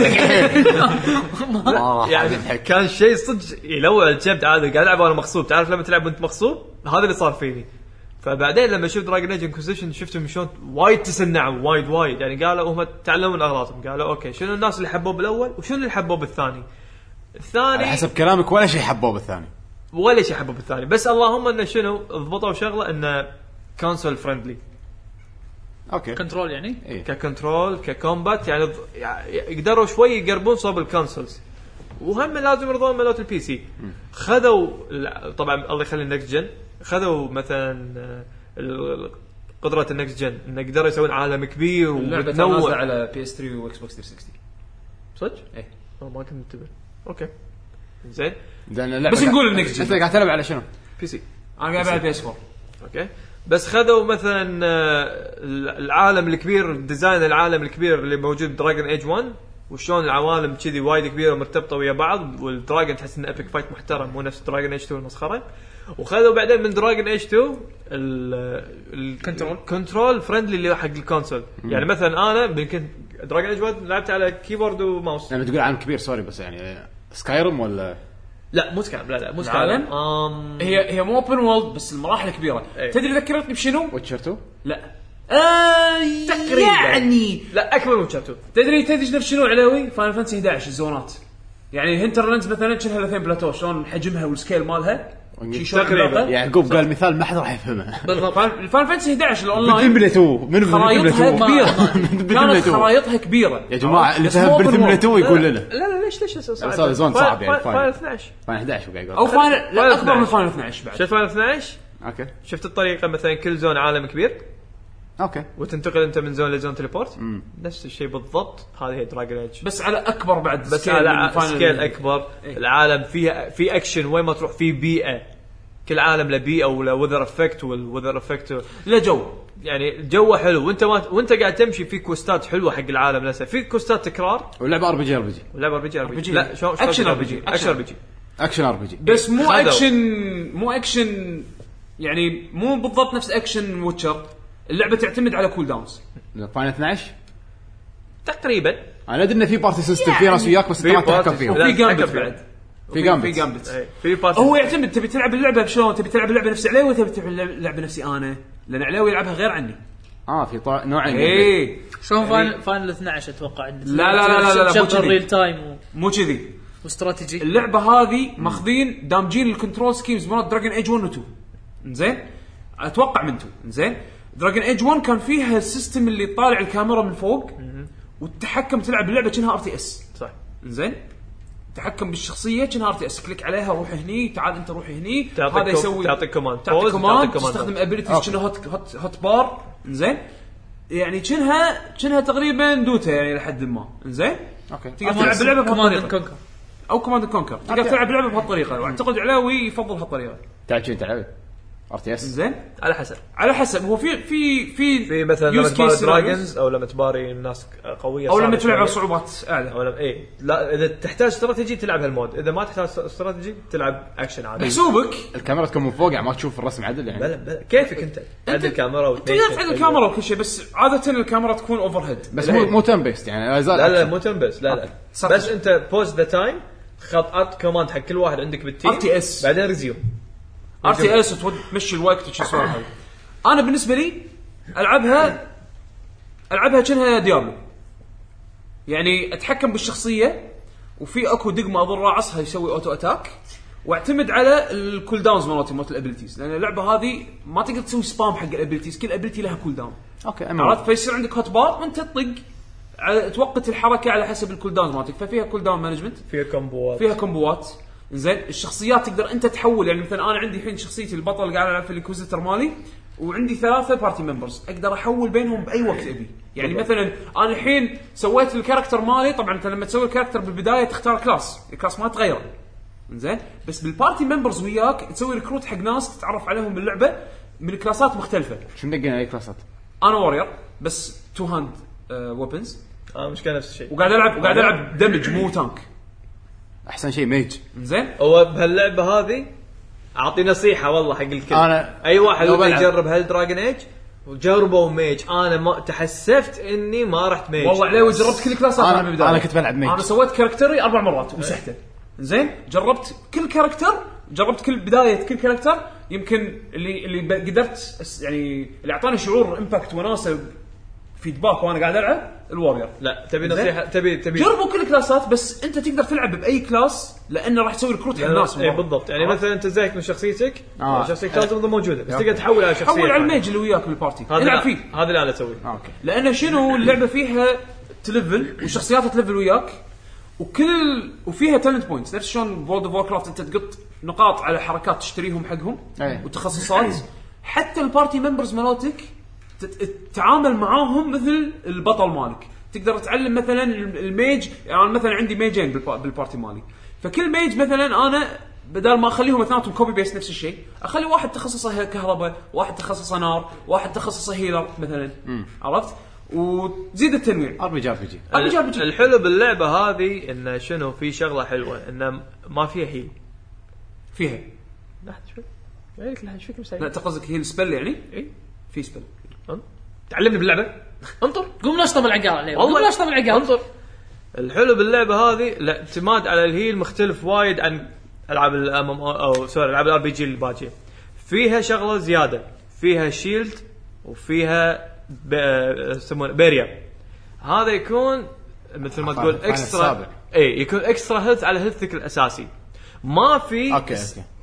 يعني كان شيء صدق يلوع الجبد. عادي قاعد العب وانا مغصوب. تعرف لما تلعب وانت مغصوب هذا اللي صار فيني. فبعدين لما شفت دراجون ايج انكوزيشن شفتهم شلون وايد تسنعوا وايد يعني قالوا هم تعلموا من اغلاطهم. قالوا اوكي شنو الناس اللي حبوه بالاول وشنو اللي حبوه بالثاني. على حسب كلامك ولا شيء حبوه بالثاني بس اللهم انه شنو ضبطوا شغله انه كونسول فريندلي. اوكي كنترول يعني إيه؟ ككنترول ككومبات يعني يقدروا شوي يقربون صوب الكونسولز. وهم لازم يرضون ملوت البي سي. خذوا طبعا الله يخلي النكست جن خذوا مثلا قدرة النكست جن انه يقدروا يسوون عالم كبير ومتنوع على بي اس 3 واكس بوكس 360. صدق؟ ايه ما كنت منتبه. اوكي زين بس نقول النكست جن انت قاعد تلعب على شنو؟ بي سي. انا قاعد العب بي اس 4. اوكي بس خذوا مثلا العالم الكبير ديزاين العالم الكبير اللي موجود بدراجون ايج 1 وشلون العوالم كذي وايد كبيره ومرتبطه ويا بعض والدراجون تحس انه ابيك فايت محترم مو نفس دراجون ايج 2 المسخره. وخذوا بعدين من دراجون ايج 2 الكنترول فريندلي اللي حق الكونسول. يعني مثلا انا يمكن دراجون ايج 1 لعبت على كيبورد وماوس. لما تقول عالم كبير سوري بس يعني سكايرم ولا لا مو سكايرم لا مو سكايرم. هي مو اوبن وورلد بس المراحل كبيره. تدري ذكرتني بشنو؟ ويتشر 2 لا تقريبا يعني لا اكبر من ويتشر 2. تدري نفس شنو علاوي فاينل فانتسي 11 الزونات. يعني هنترلاندز مثلا كلها 2 بلاتو شلون حجمها والسكيل مالها تقريبا. يعقوب قال مثال ما حد راح يفهمه. بالضبط. الفان فانتسي 11 الاونلاين من خرايطها كبيره، كانت خرايطها كبيره يا جماعه اللي فهم بالفيلم يقول لنا لا ليش صار زون صعب يعني فاينل 12 فاينل 11 وقاعد او فاينل لا اكبر من فاينل 12 بعد. شفت فاينل 12 اوكي شفت الطريقه مثلا كل زون عالم كبير اوكي وتنتقل انت من زون لزون تليبورت نفس الشيء بالضبط. هذه هي دراجون ايج بس على اكبر بعد بس على سكيل اكبر. العالم فيها في اكشن وين ما تروح في بيئه كل عالم له بيئه ولا وذر افكت والوذر افكت له جو يعني الجو حلو وانت قاعد تمشي في كوستات حلوه حق العالم نفسه في كوستات تكرار ولعبه ار بي جي ولعبه ار بي جي لا شو اكشن ار بي جي اكشن ار بي جي بس مو اكشن يعني مو بالضبط نفس اكشن ويتشر. اللعبه تعتمد على كول داونز. فاينل 12 تقريبا انا ادري ان في بارتي سيستم في ناس وياك بس ما تحكم فيهم في جامبت بعد في جامبت في بارتي هو يعتمد تبي تلعب اللعبه بشلون تبي تلعب اللعبه نفس علاوي تبي تلعب اللعبه نفسي انا لان علاوي يلعبها غير عني في نوعين ايه شلون فاينل 12 اتوقع لا شغل ريل تايم مو كذي واستراتيجي. اللعبه هذه ماخذين دامجين الكنترول سكيمز مال دراجون ايج 1 و 2 زين اتوقع من 2 زين. دراجون ايج 1 كان فيها السيستم اللي طالع الكاميرا من فوق والتحكم تلعب اللعبه كأنها ار تي اس صح زين. تحكم بالشخصيه كأنها ار تي اس كليك عليها روح هني تعال انت روح هني هذا يسوي تعطيك كوماند تستخدم ابيليتيز كأنها هوت بار زين يعني كأنها تقريبا دوتا يعني لحد ما زين. اوكي تقدر تلعب اللعبه بهالطريقه او كوماند كونكر تقدر تلعب اللعبه بهالطريقه واعتقد علاوي يفضل هالطريقه تلعب ار تي اس زين على حسب هو في مثلا لما تباري دراجونز او لما تباري الناس قويه او لما تلعب على صعوبات اعلى او اي لا اذا تحتاج استراتيجي تلعب هالمود اذا ما تحتاج استراتيجي تلعب اكشن عادي. محسوبك الكاميرا تكون من فوق يعني ما تشوف الرسم عدل يعني بلا كيفك انت عدل الكاميرا وتنيف عدل الكاميرا وكل شيء بس عاده الكاميرا تكون اوفر هيد بس مو تيرن بيست يعني لا مو تيرن بيست لا بس انت بوز ذا تايم خط كوماند حق كل واحد عندك بالتيم RTS بعدين ريزيوم RTS تمشي الوقت وشي سوالف. انا بالنسبه لي العبها كأنها ديابلو يعني اتحكم بالشخصيه وفي اكو دقمه اضر راسها يسوي اوتو اتاك واعتمد على الكول داونز مالت الابيليتيز لان اللعبه هذه ما تقدر تسوي سبام حق الابيليتيز كل ابيليتي لها كول داون اوكي عرفت فيصير عندك هوت بار وانت تطق توقت الحركه على حسب الكول داون مالتك ففيها كول داون مانجمنت فيها كومبوات زين. الشخصيات تقدر انت تحول يعني مثلا انا عندي الحين شخصيتي البطل اللي قاعد العب في الانكوزيتور مالي وعندي 3 بارتي ممبرز اقدر احول بينهم باي وقت ابي يعني مثلا انا الحين سويت الكاركتر مالي طبعا انت لما تسوي الكاركتر بالبدايه تختار الكلاس ما تغير زين بس بالبارتي ممبرز وياك تسوي ريكروت حق ناس تتعرف عليهم باللعبه من كلاسات مختلفه. شو ندقنا اي كلاسات؟ انا وورير بس 2 هاند ويبنز مش كان نفس الشيء وقاعد العب دمج مو تانك احسن شيء ميج زين. هو بهاللعبه هذه اعطي نصيحه والله حق الكل أنا اي واحد يبغى يجرب هالدراجون ايج وجربوا ميج انا ما تحسفت اني ما رحت ميج والله عليه وجربت كل كلاسات انا كنت بلعب ميج انا سويت كاركتري 4 مرات ومسحته زين. جربت كل كاركتر جربت كل بدايه كل كاركتر يمكن اللي قدرت يعني اللي اعطاني شعور امباكت وناسه فيدباك وانا قاعد العب الوارير. لا تبي نصيحه تبي جربوا كل كلاسات بس انت تقدر تلعب باي كلاس لانه راح تسوي ريكروت حق الناس اي بالضبط يعني مثلا انت زيك من شخصيتك شخصيتك لازم موجوده بس تقدر تحول على شخصيه حول على الميج اللي وياك بالبارتي العب فيه هذا اللي انا اسويه لانه شنو اللعبه فيها تلفل والشخصيات تلفل وياك وفيها تالنت بوينتس نفس شلون وورلد اوف واركرافت انت تقط نقاط على حركات تشتريهم حقهم وتخصصات حتى البارتي ممبرز مالتك تتعامل معاهم مثل البطل مالك. تقدر تعلم مثلا الميج يعني مثلا عندي ميجين بالبارتي مالي فكل ميج مثلا انا بدل ما اخليهم اثنيناتهم كوبي بيست نفس الشيء اخلي واحد تخصصه كهرباء واحد تخصصه نار واحد تخصصه هيلر مثلا عرفت وتزيد التنويع ار بي جي الحلو باللعبه هذه انه شنو في شغله حلوه انه ما فيها هيل فيها لحظه شوي يعني شوي لا تقصدك هيل سبل يعني اي في سبل تعلمني باللعبه انطر قوم نشطب العقال عليه والله نشطب العقال انطر. الحلو باللعبه هذه الاعتماد على الهيل مختلف وايد عن العاب الام او العاب الار بي جي الباقيه فيها شغله زياده فيها شيلد وفيها يسمونه بارير هذا يكون مثل ما تقول اكسترا يكون اكسترا هيلث على هيلثك الاساسي ما في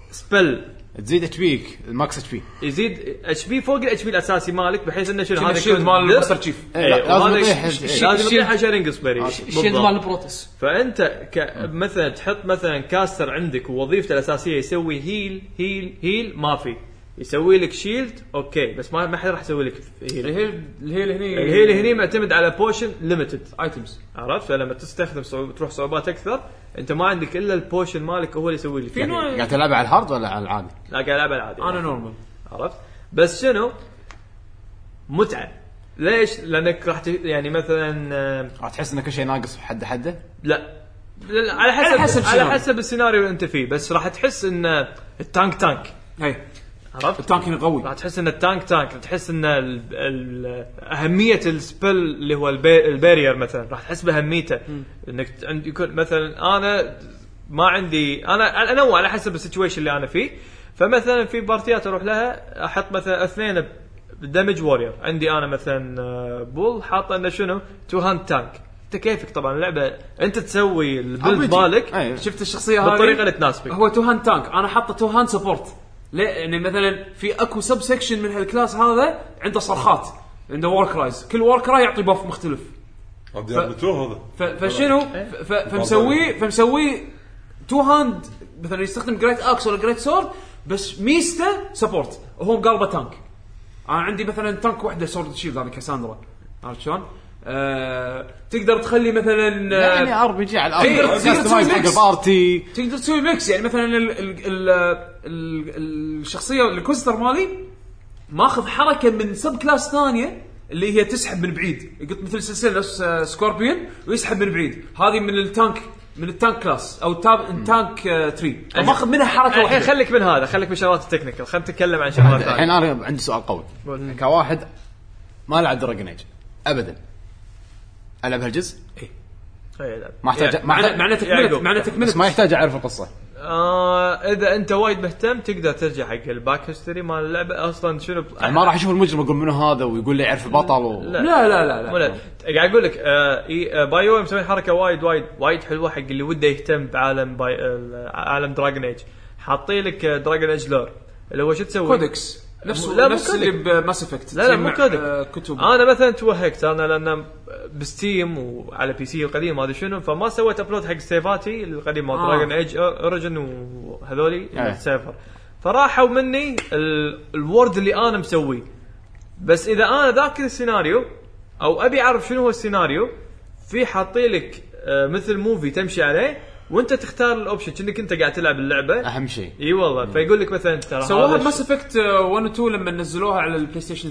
سبل تزيد اتش بيك الماكس اتش بي يزيد اتش بي فوق الاتش بي الاساسي مالك بحيث انه شنو هذا الشيلد مال الماستر تشيف لازم لازم يطيح عشان ينقص بري الشيلد مال البروتس. فانت مثلا تحط مثلا كاستر عندك ووظيفته الاساسيه يسوي هيل ما في يسوي لك شيلد اوكي بس ما حد راح يسوي لك الهيل هني معتمد على بوشن ليميتد ايتمز عرفت. فلما تستخدم تروح صعوبات اكثر انت ما عندك الا البوشن مالك هو اللي يسوي لك. قاعد تلعب على الهارد ولا على العادي؟ لا قاعد العب على العادي انا نورمال عرفت. بس شنو متعه ليش؟ لانك راح يعني مثلا راح تحس ان كل شيء ناقص حده لا على حسب السيناريو اللي انت فيه. بس راح تحس ان التانك هي عرفت التانك قوي راح تحس ان التانك تحس ان اهميه السبل اللي هو البارير مثلا راح تحس باهميته انك يكون مثلا انا ما عندي انا انوع على حسب السيتويشن اللي انا فيه. فمثلا في بارتيات اروح لها احط مثلا اثنين دامج وورير عندي انا مثلا بول حاطه انه شنو تو هاند تانك. انت كيفك طبعا اللعبه انت تسوي البيلد بالك شفت الشخصيه هذه بالطريقه اللي تناسبك. هو تو هاند تانك انا حاطه تو هاند سبورت ليه؟ يعني مثلا في اكو سب سيكشن من هالكلاس هذا عنده صرخات عنده وور كرايز كل وور كراي يعطي باف مختلف هذا فشنو فمسوي تو هاند مثلا يستخدم جريت اكس ولا جريت سورد بس ميسته سبورت وهو مقلبه تانك. انا عندي مثلا تانك واحده سورد شيلد انا كاساندرا عرفت شلون تقدر تخلي مثلا يعني ار بي جي على الكاستمايز حق البارتي تقدر تسوي ميكس. يعني مثلا الشخصيه الكوستر مالي ماخذ حركه من سب كلاس ثانيه اللي هي تسحب من بعيد يقط مثل سلسله سكوربيون ويسحب من بعيد. هذه من التانك كلاس او تانك تري ماخذ منها حركه واحده. خليك من هذا خليك من شغلات التكنيكال خلينا نتكلم عن شغلات ثانيه. الحين انا عندي سؤال قوي كواحد ما لعب دراجون ايج ابدا العب هالجزء ما احتاج معنى تكمله ما يحتاج اعرف القصه. اذا انت وايد مهتم تقدر ترجع حق الباك هيستوري مال اللعبه اصلا شنو يعني ما راح اشوف المجرم يقول منو هذا ويقول لي يعرف البطل لا قاعد اقول لك بايو مسوي حركه وايد حلوه حق اللي وده يهتم بعالم عالم دراجون ايج. حاطين لك دراجون ايج لور اللي هو شو تسوي كودكس نفس اللي بماس افكت. لا مو كتب. انا مثلا توهقت انا لان بستيم وعلى بي سي القديم ما ادري شنو فما سويت ابلود حق سيفاتي القديم مال دراجون ايج اوريجن وهذولي السيرفر فراحوا مني الورد اللي انا مسويه. بس اذا انا ذاكر السيناريو او ابي اعرف شنو هو السيناريو في حاطي لك مثل موفي تمشي عليه وانت تختار الاوبشن كأنك انت قاعد تلعب اللعبه اهم شيء. اي والله فيقول لك مثلا ترى سووها بماس افكت 1 و 2 لما نزلوها على البلاي ستيشن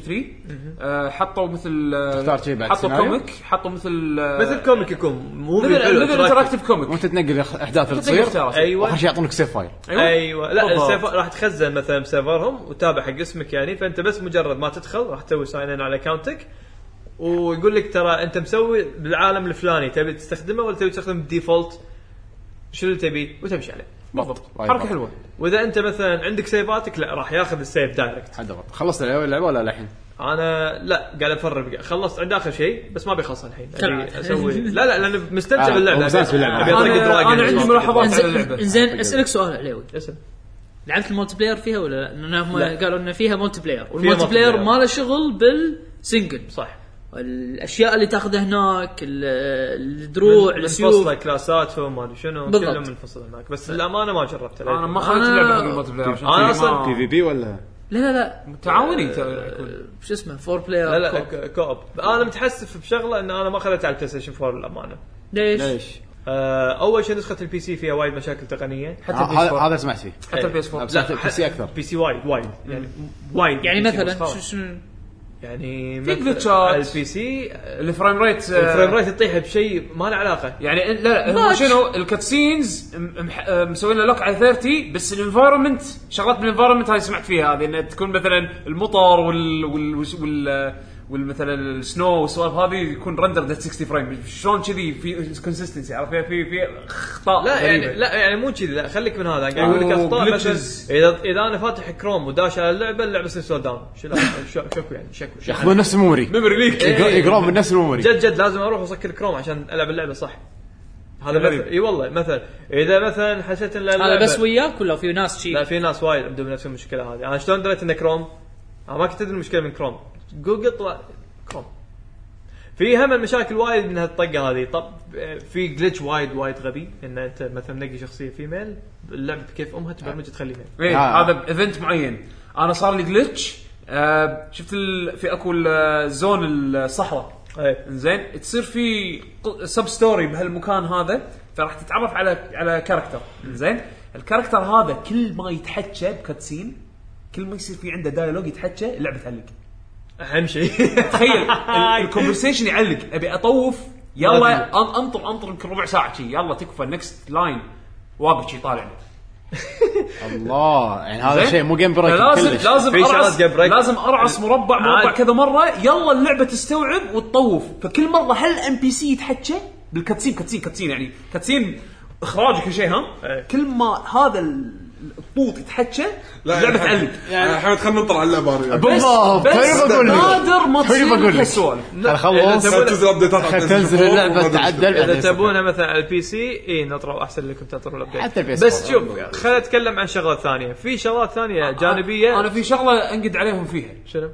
3 حطوا مثل حطوا كوميك حطوا مثل كوميك يكون موفي مثل انتراكتيف كوميك وانت تنقل احداث اللي تصير. ايوه اخر شيء يعطونك سيف فايل. ايوه لا السيف راح تخزن مثلا بسيرفرهم وتابع حق اسمك يعني فانت بس مجرد ما تدخل راح تسوي ساين ان على اكونتك ويقول لك ترى انت مسوي بالعالم الفلاني تبي تستخدمه ولا تبي تستخدم الديفولت شو اللي تبي وتمشي عليه. بالضبط حركه حلوه. واذا انت مثلا عندك سيفاتك لا راح ياخذ السيف دايركت. خلصت اللعبه ولا الحين؟ انا لا قاعد افرق خلصت عند اخر شيء بس ما بيخلص الحين اسوي لا لان مستمتع باللعبه. انا عندي ملاحظات على اللعبه. زين اسالك سؤال عليوي اسال لعبت المولتي بلاير فيها ولا لا؟ لانهم قالوا ان فيها مولتي بلاير والمولتي بلاير ما له شغل بالسنجل صح. الاشياء اللي تاخذها هناك الدروع السيوف منفصله كلاساتهم ما ادري شنو كلهم منفصل هناك بس الامانه ما جربت انا ما خليت اللعبه حق المولتي بلاير عشان انا اصلا بي في بي ولا لا تعاوني شو اسمه 4 بلاير لا كوب. انا متحسف بشغله ان انا ما خليتها على البلاي ستيشن 4 الامانه. ليش اول شيء نسخه البي سي فيها وايد مشاكل تقنيه حتى هذا سمعت فيه حتى البي اس 4 لا البي سي اكثر بي سي وايد يعني مثلا شو يعني في جلتشات البي سي الفريم ريت يطيح بشيء ما له علاقه يعني لا شنو الكاتسينز مسوين له لوك على 30 بس الانفايرمنت شغلات بالانفايرمنت هاي سمعت فيها هذه انها تكون مثلا المطر والمثلا السنو والسوالف هذه يكون رندر 60 فريم شلون كذي في كونسيستنسي عارف في اخطاء لا يعني مو كذي لا خليك من هذا قاعد اقول لك اخطاء مثلا اذا انا فاتح كروم وداش على اللعبه سلسله داون شكو ياخذون نفس الميموري ليك يقرون من نفس الميموري جد لازم اروح اسكر الكروم عشان العب اللعبه صح هذا مثلا اي والله مثلا اذا مثلا حسيت ان هذا بس وياك ولا في ناس شيء؟ لا في ناس وايد عندهم نفس المشكله هذه. انا شلون دريت ان كروم؟ انا ما كنت ادري المشكله من كروم، جوجل طلع كروم. في هم المشاكل وايد من هالطقه هذه. طب في جلتش وايد غبي ان انت مثلا نقي شخصيه فيميل اللعبه بكيف امها تبرمج تخليها هذا ايفنت معين. انا صار لي جلتش شفت في اكو الزون الصحراء زين تصير في سب ستوري بهالمكان هذا، فراح تتعرف على كاركتر زين. الكاركتر هذا كل ما يتحكى بكاتسين، كل ما يصير في عنده دايلوج يتحكى اللعبه تعلق. اهم شيء تخيل الكونفرسيشن يعلق. ابي اطوف يلا انطر يمكن ربع ساعه شي يلا تكفى نكست لاين واقف شي طالع الله. يعني هذا شيء مو جيم بريك، لازم ارعص مربع كذا مره يلا اللعبه تستوعب وتطوف. فكل مره هل ام بي سي يتحكى بالكاتسين يعني كاتسين اخراج كل شيء كل ما هذا الطوط يتحكى اللعبه تعلق. يعني الحين خلينا نطلع على اللعبه بالضبط. نادر ما تصير هالسؤال. خلص تنزل اللعبه تعدل. اذا تبونها مثلا على البي سي نطروا احسن لكم تنطروا الابديت. بس شوف خلينا نتكلم عن شغلات ثانيه. في شغلات ثانيه جانبيه انا في شغله انقد عليهم فيها. شنو؟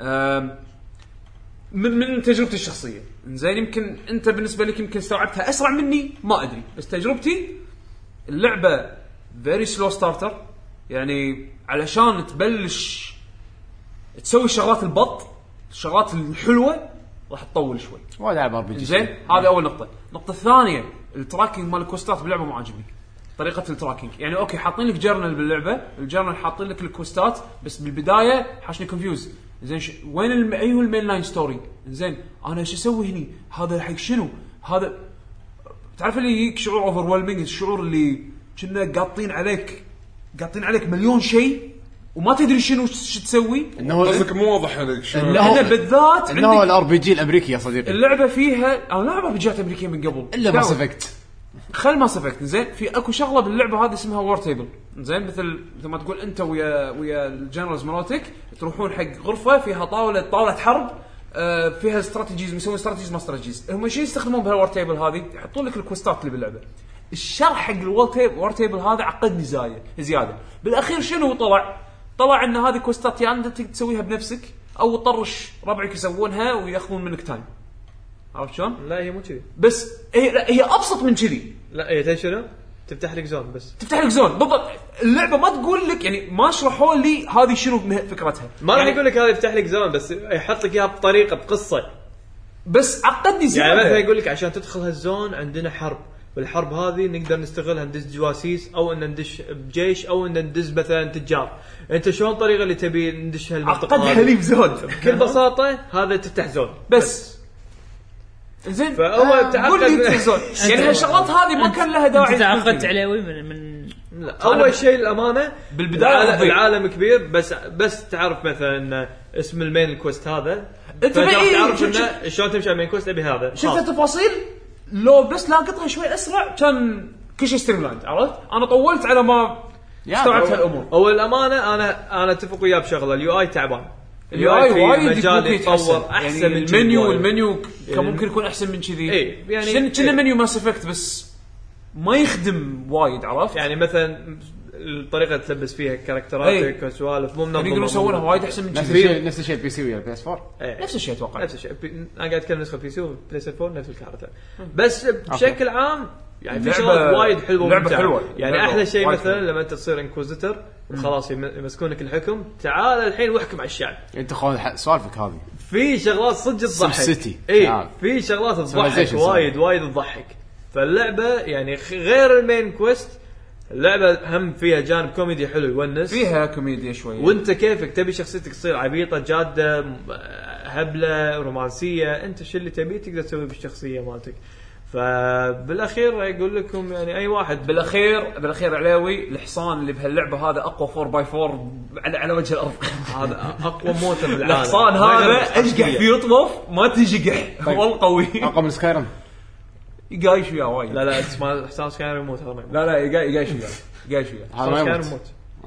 من تجربتي الشخصيه زين. يمكن انت بالنسبه لك يمكن استوعبتها اسرع مني ما ادري، بس تجربتي اللعبه very slow starter. يعني علشان تبلش تسوي شغلات البط الشغلات الحلوه راح تطول شوي وايد على ار بي جي زين. هذه اول نقطه. النقطه الثانيه التراكنج مال الكوستات باللعبه ما عجبني. طريقه التراكنج يعني اوكي حاطين لك جورنال باللعبه، الجورنال حاطين لك الكوستات بس بالبدايه حاشني كونفيوز زين. وين ايوه المين لاين ستوري زين. انا ايش اسوي هني؟ هذا حق شنو هذا؟ تعرف اللي يجيك شعور اوفرويلمينج، الشعور اللي كنا قاطين عليك مليون شيء وما تدري شنو تسوي. انه قصدك مو واضح عليك شنو. انه بالذات انه الار بي جي الامريكي يا صديقي. اللعبه فيها انا لعبه بجات امريكيه من قبل الا ما سفكت. خل ما سفكت زين. في اكو شغله باللعبه هذه اسمها وور تيبل زين. مثل ما تقول انت ويا الجنرالز مراتك تروحون حق غرفه فيها طاوله حرب فيها استراتيجيز مسوي استراتيجيز ما استراتيجيز. هم شيء يستخدمون بهالوور تيبل هذه يحطون لك الكوستات اللي باللعبه. الشرح حق الوور تيبل هذا عقدني زياده. بالاخير شنو طلع ان هذه كوستات يا انت تسويها بنفسك او تطرش ربعك يسوونها وياخذون منك تايم. عرفت شلون؟ لا هي مو كذي. بس هي ابسط من كذي. لا هي تنشنه تفتح لك زون. بس تفتح لك زون بالضبط. اللعبه ما تقول لك يعني ما شرحوا لي هذه شنو فكرتها. ما راح يقول لك هذا يفتح لك زون بس يحط لك اياها بطريقه بقصه. بس عقدني زياده. يعني مثلا يقول لك عشان تدخل هالزون عندنا حرب، والحرب هذه نقدر نستغلها ندز جواسيس او ان ندش بجيش او ان ندز مثلا تجار. انت شلون الطريقه اللي تبي ندش هالمنطقه؟ عقدها لي بزون بكل بساطه. هذا تفتح زون بس زين. فهو تعقد زون. يعني هالشغلات هذه ما كان لها داعي. تعقدت عليوي من لا. اول شيء الامانه بالبدايه العالم كبير بس تعرف مثلا اسم المين الكوست هذا انت تعرف انه شلون تمشي على المين كوست. ابي هذا شفت تفاصيل لو بس لاقطها شوي اسرع كان كل شيء ستريملايند. عرفت انا طولت على ما استوعبت هالامور. اول الامانه انا اتفق وياه بشغله. اليو اي تعبان. اليو اي وايد مجال يتطور احسن يعني من المنيو كان ممكن يكون احسن من كذي. يعني كنا منيو ماس افكت بس ما يخدم وايد. عرفت يعني مثلا الطريقه تلبس فيها كاركتراتك وسوالف مو منظمه. يقدرون يسوونها وايد احسن من كذي. نفس الشيء بي سي ويا بي اس 4 نفس الشيء اتوقع. نفس الشيء. انا قاعد اتكلم نسخه بي سي وبلاي ستيشن 4 نفس الكاركتر. بس بشكل عام يعني في شغلات وايد حلوه وممتعه. يعني احلى شيء مثلا لما انت تصير انكوزيتور وخلاص يمسكونك الحكم. تعال الحين واحكم على الشعب. انت خذ سوالفك هذه. في شغلات صدق تضحك. في شغلات تضحك وايد تضحك. فاللعبه يعني غير المين كويست اللعبه هم فيها جانب كوميدي حلو يونس. فيها كوميديا شويه. وانت كيفك تبي شخصيتك تصير عبيطه جاده هبله رومانسيه. انت شو اللي تبي تقدر تسوي بالشخصيه مالتك. فبالاخير يقول لكم يعني اي واحد بالاخير علاوي الحصان اللي بهاللعبه هذا اقوى 4x4 على وجه الارض. هذا اقوى موتر بالعالم. الحصان هذا اشقح في يطوف ما تنجقح. والله قوي اقوى من سكايرم. يقايش وياه وايد. لا اسمه حصان سكايرم يموت. لا يقايش وياه. هذا يموت.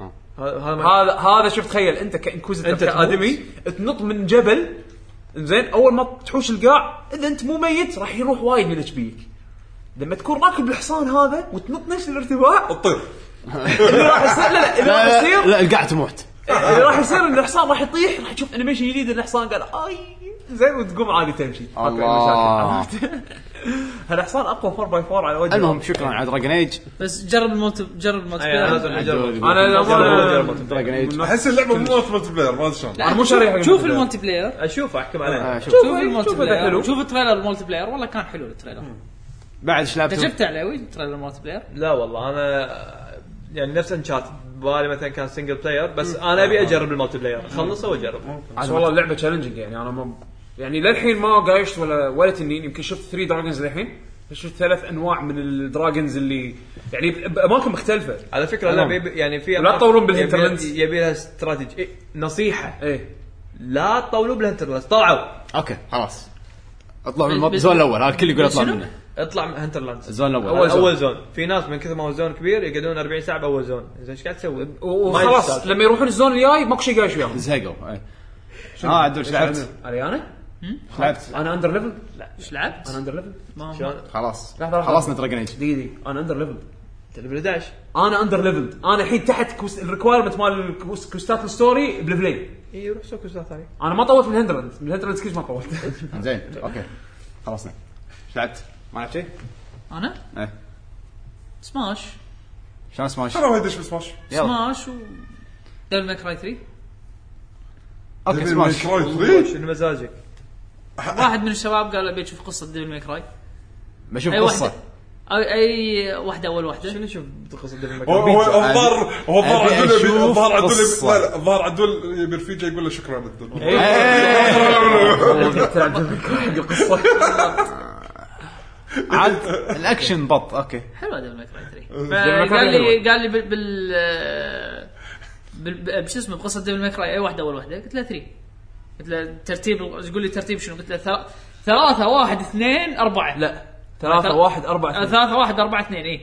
هذا شوف تخيل انت كانكوزيتور كادمي تنط من جبل زين. اول ما تحوش القاع اذا انت مو ميت راح يروح وايد من اتش بيك لما تكون راكب الحصان هذا وتنط نفس الارتفاع الطير اللي راح يصير لا راح يصير لا القاع تموت اللي راح يصير ان الحصان راح يطيح راح تشوف انيميشن جديد الحصان قال اي زين وتقوم عادي تمشي الله. هالحصان اقوى 4x4 على وجه المهم شكرا على دراجون ايج بس جرب المولتي انا احس اللعبه مو مالتي بلاير ما ادري شلون انا مو شاريها شوف المولتي بلاير اشوف احكم عليه شوف المولتي بلاير شوف التريلر المولتي بلاير والله كان حلو التريلر بعد ايش لعبت جبت عليه التريلر المولتي بلاير لا والله انا يعني نفس انشات بالي مثلا كان سنجل بلاير بس انا ابي اجرب المولتي بلاير اخلصه واجرب والله اللعبه تشالنجينج يعني انا ما يعني للحين ما قايشت ولا تنين يمكن شفت 3 دراجونز للحين شفت 3 انواع من الدراجونز اللي يعني باماكن مختلفه على فكره لا يعني في لا تطورون بالهنترلاندز يبي لها استراتيجي نصيحه ايه لا تطولوا بالهنترلاندز طلعوا اوكي خلاص اطلع من الزون الاول هذا الكل يقول اطلع منه اطلع من هنترلاندز الزون الاول اول زون في ناس من كثر ما هو زون كبير يقعدون 40 ساعه باول زون زين ايش قاعد تسوي وخلاص لما يروحون الزون الجاي ماكو شيء قايش وياهم زهقوا عدول ايش لعبت اريانا لعبت انا اندر ليفل لا ايش لعبت انا اندر ليفل شلون خلاص لحظة. خلصنا دراجون ايج دقيقه انا اندر ليفل ليفل 11 انا اندر ليفل انا الحين تحت الريكوايرمنت مال الكوستات الستوري بليفلين اي روح سوي كوستات ثانيه انا ما طولت من الهندرلاندز كيف ما طولت زين اوكي خلصنا ايش لعبت ما لعبت شيء انا ايه سماش شلون سماش انا وايد اسمه سماش سماش و ديفل ماي كراي 3 اوكي سماش شنو مزاجك واحد من الشباب قال ابي اشوف قصه ديفل ماي كراي بشوف أي قصه اي واحده اول واحده شنو شوف قصه ديفل ماي هو الظاهر عدول عدول يبي رفيجه يقول له شكرا عدول تلعب ديفل القصه عاد الاكشن بط اوكي حلوه ديفل ماي كراي 3 قال لي بش اسمه بقصه ديفل ماي كراي اي واحده اول واحده قلت له 3 قلت له ترتيب يقول لي ترتيب شنو قلت له 3 1 2 4 لا 3 1 4 3 1 4 2 اي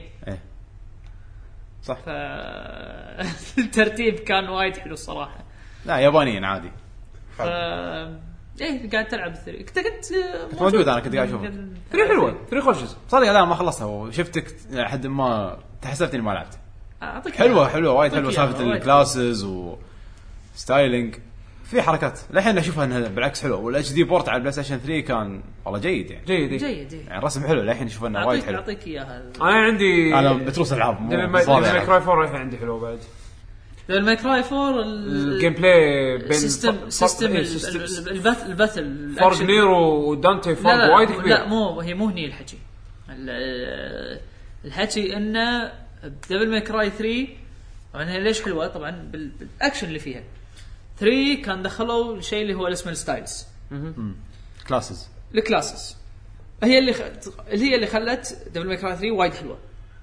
صح الترتيب كان وايد حلو الصراحه لا يابانيين عادي ايه قاعد تلعب 3 كنت موجود انا كنت قاعد اشوفه 3 حلوه 3 خوش صدق انا ما خلصتها وشفتك لحد ما تحسبت اني ما لعبت اعطيك حلوه وايد حلوه سالفه الكلاسز وستايلينج في حركات الحين اشوفها انها بالعكس حلوه والاتش دي بورت على البلاي ستيشن 3 كان والله جيد يعني جيد يعني الرسم حلو الحين اشوف انه وايد حلو اعطيك اياها انا عندي انا بتروس العاب ديفل ماي كراي 4 الحين عندي حلو بعد ديفل ماي كراي 4 الجيم بلاي بين سيستم البث فرق نيرو ودانتي فرق وايد كبير لا مو هني الحكي الحكي انه ديفل ماي كراي 3 طبعا هي ليش حلوه طبعا بالاكشن اللي فيها 3 كان دخلوا الشيء اللي هو اسمه الستايلز كلاسز الكلاسز هي اللي خلت ديفل ماي كراي 3 وايد حلوه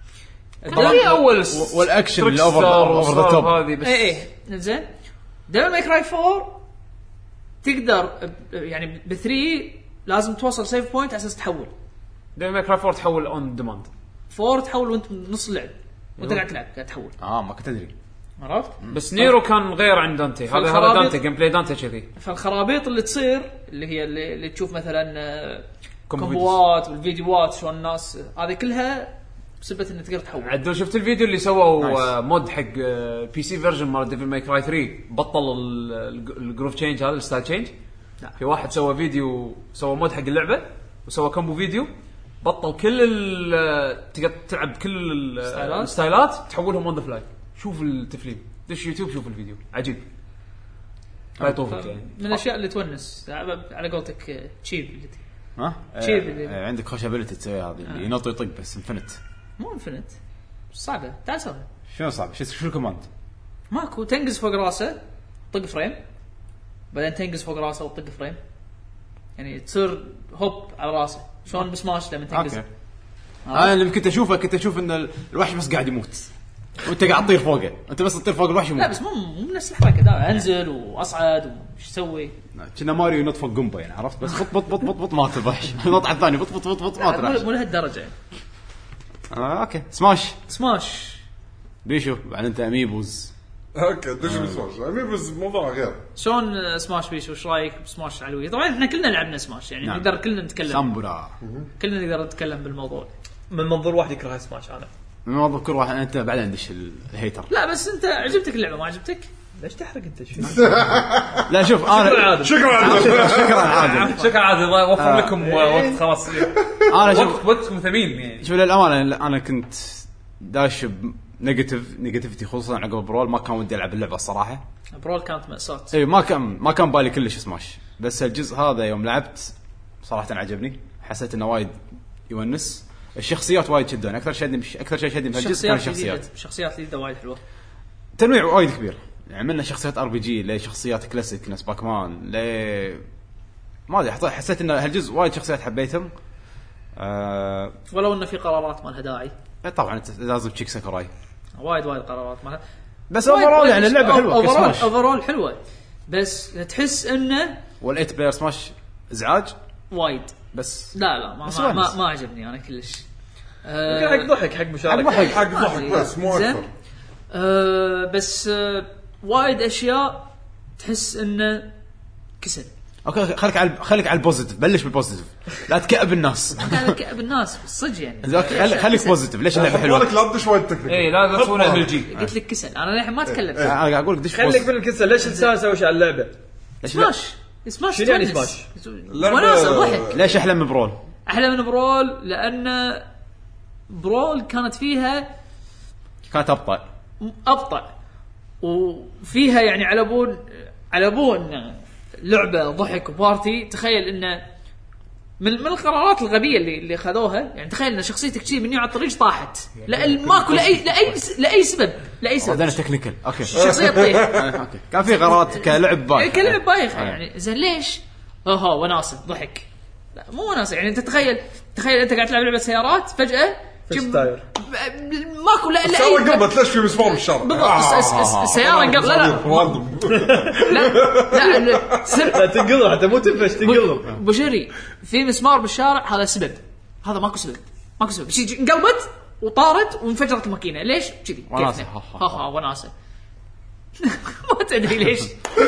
هي اول والاكشن اللي اوفر ذا توب هذه بس ايه زين ديفل ماي كراي 4 تقدر يعني ب 3 لازم توصل سيف بوينت على اساس تحول ديفل ماي كراي 4 تحول اون ديماند 4 تحول وانت نص اللعب وانت قاعد تلعب قاعد تحول ما كنت ادري عرفت بس نيرو كان غير عن دانتي هذا دانتي جيم بلاي دانتي كذي فالخرابيط اللي تصير اللي هي اللي تشوف مثلا كومبوات والفيديوهات شو الناس هذه كلها بسبب ان تقدر تحول عدل شفت الفيديو اللي سووا مود حق بي سي فيرجن مال ديفل ماي كراي 3 بطل الجروف تشينج هذا الستايل تشينج في واحد سوى فيديو سوى مود حق اللعبه وسوى كومبو فيديو بطل كل تقدر تلعب كل الستايلات تحولهم اون ذا فلاي شوف التفليم دش يوتيوب شوف الفيديو عجيب لا يطوفك يعني من الاشياء اللي تونس على قولتك تشيب اللي عندك خوش ابيلتي تسوي هذه اللي ينط ويطق بس انفنت مو انفنت صعبه تعال سوي شنو صعب شو الكوماند ماكو تنقز فوق راسه طق فريم بعدين تنقز فوق راسه وطق فريم يعني تصير هوب على راسه شلون بسماش لما تنقز انا اللي كنت اشوف ان الوحش بس قاعد يموت وانت قاعد تطير فوقه انت بس تطير فوق الوحش لا بس مو نفس الحركه ده انزل واصعد وش اسوي كنا ماريو ينط فوق قنبه يعني عرفت بس بط مات الوحش نط على الثاني بط مات مو لهالدرجه اوكي سماش بيشو بعد انت اميبوز اوكي دش بسماش اميبوز موضوع غير شلون سماش بيشو وش رايك بسماش علوي طبعا احنا كلنا لعبنا سماش يعني نقدر كلنا نتكلم سامبورا كلنا نقدر نتكلم بالموضوع من منظور واحد يكره سماش. انا من منظور كل واحد انت بعدين ندش الهيتر. لا بس انت عجبتك اللعبه ما عجبتك ليش تحرق انت شو؟ لا شوف انا شكرا عادل شكرا عادل وفر لكم وقت خلاص. انا شوف وقتكم ثمين يعني. شوف للامانه انا كنت داش نيجاتيفيتي خصوصا عقب برول. ما كان ودي العب اللعبه الصراحه. برول كانت مأساة. اي ما كان بالي كلش سماش. بس الجزء هذا يوم لعبت صراحه عجبني. حسيت انه وايد يونس. الشخصيات وايد شدوني. اكثر شيء شدني بهالجزء كان الشخصيات اللي وايد حلوه. تنويع وايد كبير. عملنا شخصيات ار بي جي لشخصيات كلاسيك ناس باكمان ما ادري. حسيت ان هالجزء وايد شخصيات حبيتهم. ولو انه في قرارات ما لها داعي. طبعا انت لازم تشيك ساكوراي وايد قرارات ما لها. بس اوفرول يعني اللعبه حلوه. اوفرول حلوه بس تحس انه والإيت بلاير سماش ازعاج وايد. بس لا ما عجبني انا كلش. حق ضحك حق مشاركه حق ضحك بس مو اكثر. بس وايد اشياء تحس انه كسل. اوكي خليك على البوزيتيف. بلش بالبوزيتيف لا تكئب الناس. قاعد تكئب الناس صدق يعني. خليك بوزيتيف. ليش اللعبه حلوه؟ لا تدش وايد تكنيك. اي لا تسوون ام جي. قلت لك كسل. انا الحين ما اتكلم. انا قاعد اقول لك دش خليك من الكسل. ليش السالفه وش على اللعبه؟ سماش شنو يعني سماش؟ وناسه ضحك. ليش احلى من برول؟ احلى من برول لان برول كانت فيها كانت ابطأ وفيها يعني على بون لعبه ضحك وبارتي. تخيل انه من القرارات الغبيه اللي خذوها. يعني تخيل ان شخصيتك شيء من على الطريق طاحت ماكو لاي سبب هذا تكنيكال. اوكي الشخصيه تطيح. اوكي كان في غلط كلعب بايخ يعني. زين ليش وناسه ضحك؟ لا مو وناسه يعني. انت تخيل انت قاعد تلعب لعبه سيارات فجاه ماكو لا السيارة قلبت. ليش في مسمار بالشارع؟ السيارة قلبت. لا تنقلب حتى مو تنفش تنقلب. بشري في مسمار بالشارع هذا سبب. هذا ماكو سبب. انقلبت وطارت وانفجرت الماكينة. ليش كذي؟ وناسة. ما تدري ليش.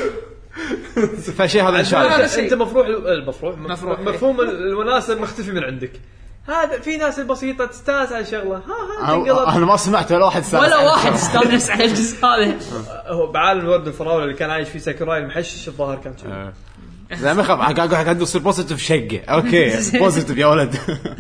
فشيء هذا إن شاء الله. أنت مفهوم الوناسة مختفي من عندك. هذا في ناس البسيطة تستانس على شغلة. أنا ما سمعت ولا واحد استانس على الجزء هذا. هو بعالم ورد الفراولة اللي كان عايش فيه ساكوراي المحشش الظاهر كان شيء. لا ما خاف. قاعد يصير بوزيتيف شقة. أوكي بوزيتيف يا ولد.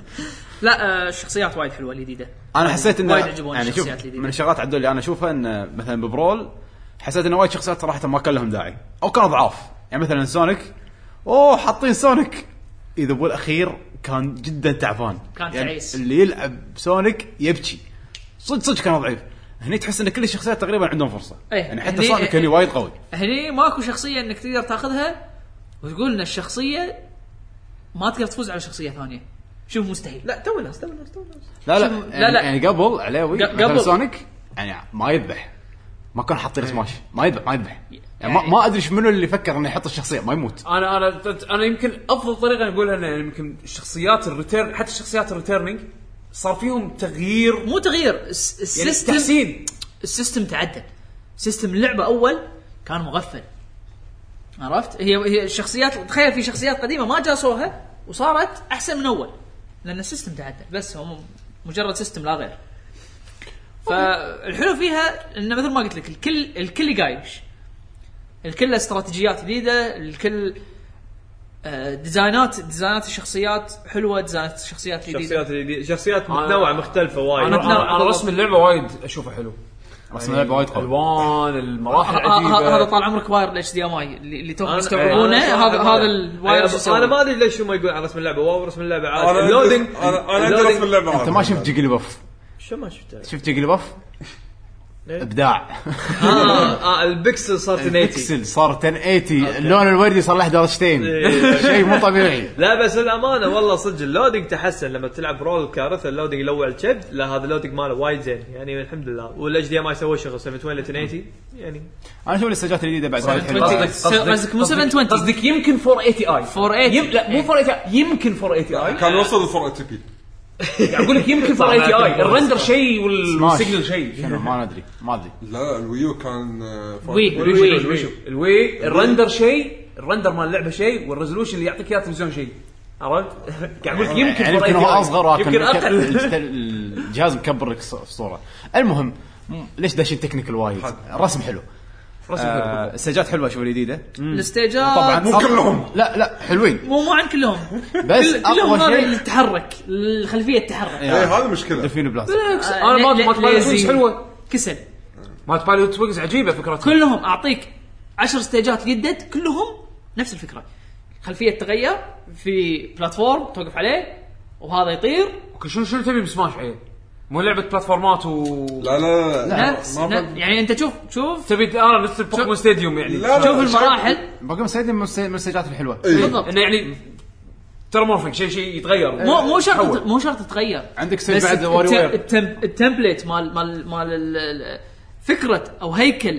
لا الشخصيات وايد حلوة الجديدة. أنا حسيت إنه يعني شوف من الشغلات عدول اللي أنا أشوفها إن مثلا ببرول حسيت إنه وايد شخصيات صراحة ما كان لهم داعي أو كانوا ضعاف. يعني مثلا سونيك حاطين سونيك إذا بقول أخير كان جدا تعبان. كان يعني تعيس. اللي يلعب سونيك يبكي صدق كان ضعيف. هني تحس ان كل الشخصيات تقريبا عندهم فرصه. يعني حتى سونيك هني وايد قوي. هني ماكو شخصيه انك تقدر تاخذها وتقول ان الشخصيه ما تقدر تفوز على شخصيه ثانيه. شوف مستحيل. لا تو ناس لا يعني قبل عليوي قبل سونيك يعني ما يذبح. ما كان حاطين سماش ما يذبح يعني ما ادري منو اللي فكر انه يحط الشخصيه ما يموت. انا يمكن افضل طريقه نقولها انه يمكن الشخصيات الريتيرن حتى الشخصيات الريتيرنينج صار فيهم تغيير. مو تغيير السيستم. تحسين السيستم تعدل. سيستم اللعبه اول كان مغفل. عرفت؟ هي الشخصيات تخيل في شخصيات قديمه ما جاسوها وصارت احسن من اول لان السيستم تعدل. بس هو مجرد سيستم لا غير. فالحلو فيها انه مثل ما قلت لك الكل قايش. الكل استراتيجيات جديده. الكل ديزاينات الشخصيات حلوه. ديزاينات الشخصيات جديده. شخصيات متنوعه مختلفه وايد. انا رسم اللعبه وايد اشوفه حلو. رسم اللعبه وايد قوي. الوان المراحل عجيبه. هذا طال عمرك واير الاتش دي ام اي اللي توهم يستوعبونه. هذا الواير. انا ما ادري ليش ما يقول على رسم اللعبه. واو رسم اللعبه عادي. اللودينج انا عندي رسم اللعبه. انت ما شفت جيجلي بف؟ شو ما شفته؟ شفت جيجلي بف؟ ابداع. البكسل صار 1080. البكسل صار 1080. اللون الوردي صار له درجتين. شيء مو طبيعي. لا بس الامانه والله صدق اللودينج تحسن لما تلعب رول كارثه. اللودينج يلوع الشب. لا هذا اللودينج ماله وايد زين يعني الحمد لله. والاتش دي ام اي سوى شغل 720 ل 1080 يعني. انا اشوف الاستجابات الجديده بعد وايد حلوه. قصدك مو 720 قصدك يمكن 480 لا مو 480 يمكن 480 كان وصل 480 بي. اقول لك يمكن 480 الرندر شيء والسيجنال شيء. ما ادري لا الويو كان الوي الرندر شيء. الرندر مال اللعبه شيء والريزولوشن اللي يعطيك اياه تلفزيون شيء. عرفت قاعد اقول يمكن يعني يمكن هو اصغر ولكن يمكن اقل الجهاز مكبر لك الصوره. المهم ليش داشين تكنيكال وايد؟ الرسم حلو، السجات حلوه شوي جديده. الاستيجات طبعا مو كلهم لا حلوين مو عن كلهم بس كلهم اقوى شيء التحرك الخلفيه التحرك هذا مشكله. دلفين بلاس. انا ما تبالي حلوه كسل ما تبالي تويجز عجيبه فكرتها. كلهم اعطيك 10 ستيجات جدد كلهم نفس الفكره. خلفيه تغير في بلاتفورم توقف عليه وهذا يطير. شنو تبي بسماش عيل مو لعبه بلاتفورمات لا نفس يعني انت شوف تبي نفس البوكيمون ستاديوم يعني شوف المراحل بوكيمون ستاديوم من السجات الحلوه بالضبط انه يعني ترى مورفينج شيء يتغير مو شرط تتغير. عندك ستيج بعد واري وير التمبليت مال فكره او هيكل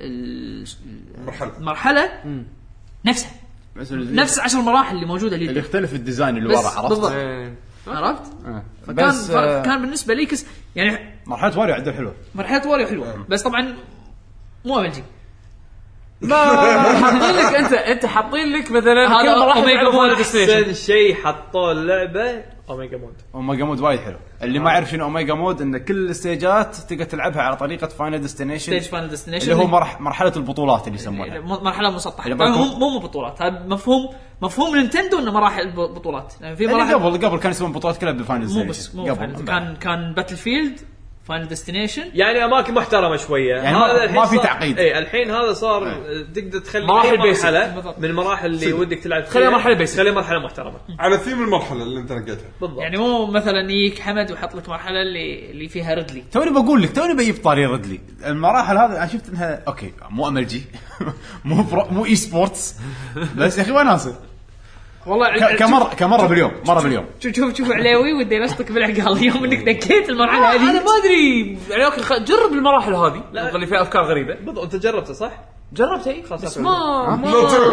المرحله نفسها نفس 10 مراحل اللي موجوده اللي يختلف الديزاين اللي ورا عرفت عرفت بس كان بالنسبه لي يعني مرحله واريو عدل حلوه مرحله واريو حلوه بس طبعا مو املجي ما حاطين لك انت حاطين لك مثلا هذا كل مراحل أوميجا فاينل احسن ديستنيشن شيء حطوا اللعبه اوميجا مود وايد حلو. اللي ما يعرف شنو اوميجا مود ان كل الستيجات تقدر تلعبها على طريقه فاينل ديستنيشن ستيج فاينل ديستنيشن اللي هو مرحله البطولات اللي يسمونها مرحله مسطحه. مو بطولات هذا مفهوم نينتندو انه مراحل بطولات يعني في مراحل قبل كان يسمون بطولات كلها بالفاينل ديستنيشن قبل كان باتل فيلد فاينل ديستنيشن يعني اماكن محترمه شويه يعني ما في تعقيد. اي الحين هذا صار تقدر تخلي مرحله من المراحل اللي ودك تلعب خليها مرحله بيس خليها مرحله محترمه على ثيم المرحله اللي انت لقيتها بالضبط. يعني مو مثلا يجيك حمد ويحط لك مرحله اللي فيها ريدلي. توني بقول لك توني بجيب طاري ريدلي. المراحل هذه انا شفت انها اوكي مو املجي مو اي سبورتس بس يا اخي وناسه والله كمره باليوم مره باليوم. شوف عليوي ودي نشطك بالعقال يوم انك دكيت المرحله هذه. انا ما ادري يعني اوكي جرب المراحل هذه اللي فيها افكار غريبه. بالضبط انت جربته صح؟ جربته اي خلاص بس ما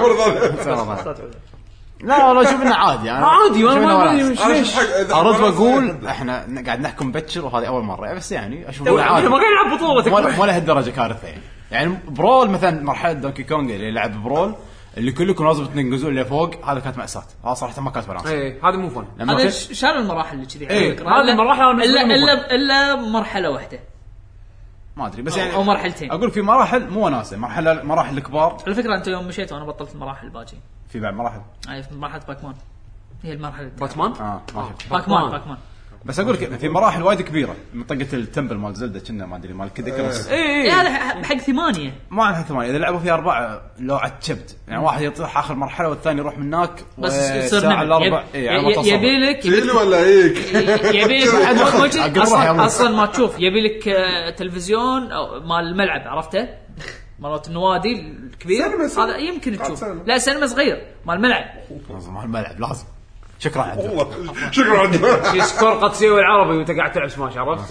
لا شوف انه عادي يعني عادي وانا ما ادري ارد واقول احنا قاعد نحكم بتشر وهذه اول مره بس يعني اشوف عادي ما قاعد نلعب بطوله ولا هالدرجه كارثه يعني برول مثلا مرحله دونكي كونغ اللي يلعب برول اللي كلكم لازم تنقزون اللي فوق هذا كانت مأساة. صراحه ما كانت بلانس. هذا مو فن. هذا شال المراحل اللي كذي هذه المراحل الا مرحله واحده ما ادري بس يعني او مرحلتين. اقول في مراحل مو وناسه مراحل الكبار. على فكره انت يوم مشيت وانا بطلت المراحل باجي في بعد مراحل في مرحله باكمان هي المرحله باتمان باكمان بس اقول لك في مراحل وايد كبيره منطقه التمبل مال زلدة كنا ما ادري مال كذا كروس هذا حق 8 ما عنها 8 اذا لعبوا فيها 4 لو عتشبت يعني واحد يطيح اخر مرحله والثاني يروح من هناك بس يصير الاربع يبيلك ولا هيك يبيلك اصلا ما تشوف يبيلك تلفزيون او مال الملعب عرفته مرات النوادي الكبير هذا يمكن تشوف لا سينما صغير مال الملعب مال الملعب لازم شكرا والله شكرا عندك في سكور قد سيوي العربي وانت قاعد تلعب سماش عرفت.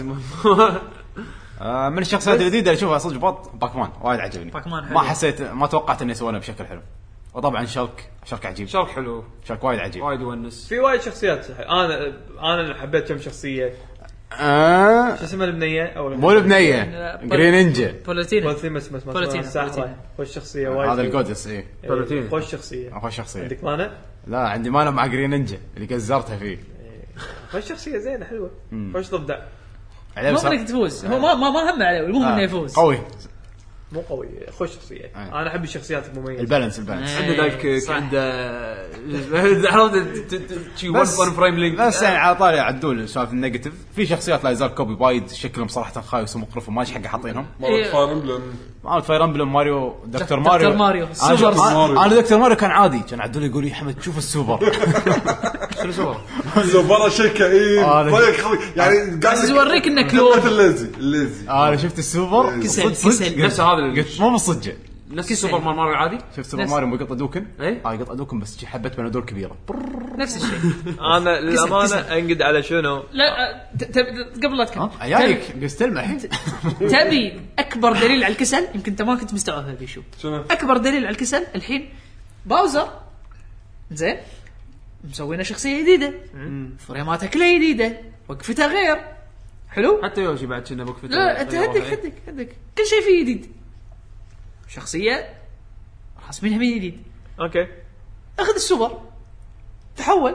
من الشخصيات الجديده اللي اشوفها صدق باكمان وايد عجبني. ما حسيت ما توقعت انه يسوونه بشكل حلو. وطبعا شارك عجيب شارك حلو شارك وايد عجيب وايد يونس في وايد شخصيات. انا حبيت كم شخصيه شو اسمها البنيه او مو البنيه جرين نينجا بوليتينا خوش شخصيه وايد هذا الجودس ايه خوش شخصيه عندك مانا لا عندي مانا مع جرين نينجا اللي قزرتها فيه خوش شخصيه زينه حلوه خوش ضفدع مو انك تفوز هو ما هم عليه المهم انه يفوز قوي مو قوي خوش شخصيه انا احب الشخصيات المميزه البالانس عنده دايف كيك عنده شي 1 فريم لينك بس يعني على طاري عدول سالفه النيجاتيف في شخصيات لا يزال كوبي وايد شكلهم صراحه خايس ومقرف وما حق حاطينهم فاير امبلم ماريو دكتور ماريو انا دكتور ماريو كان عادي كان عدول يقول لي حمد شوف السوبر شنو السوبر شيء كئيب يعني قاعد يوريك انك لو الليزي انا شفت السوبر كسل نفس هذا قلت مو بالصجه نفس سوبر ماريو عادي شفت سوبر ماريو يقطع دوكن يقطع دوكن بس حبت بنادول كبيره نفس الشيء انا للامانه انقد على شنو لا قبل لا تكمل عيالك بيستلم الحين تبي اكبر دليل على الكسل يمكن انت ما كنت مستوعبها بيشوف اكبر دليل على الكسل الحين باوزر زين مسوينا شخصيه جديده فريماتها كلها جديده وقفتها غير حلو حتى يوشي بعد كنا وقفته لا انت هدك كل شيء فيه جديد شخصيه رسمينها من جديد اوكي اخذ السوبر تحول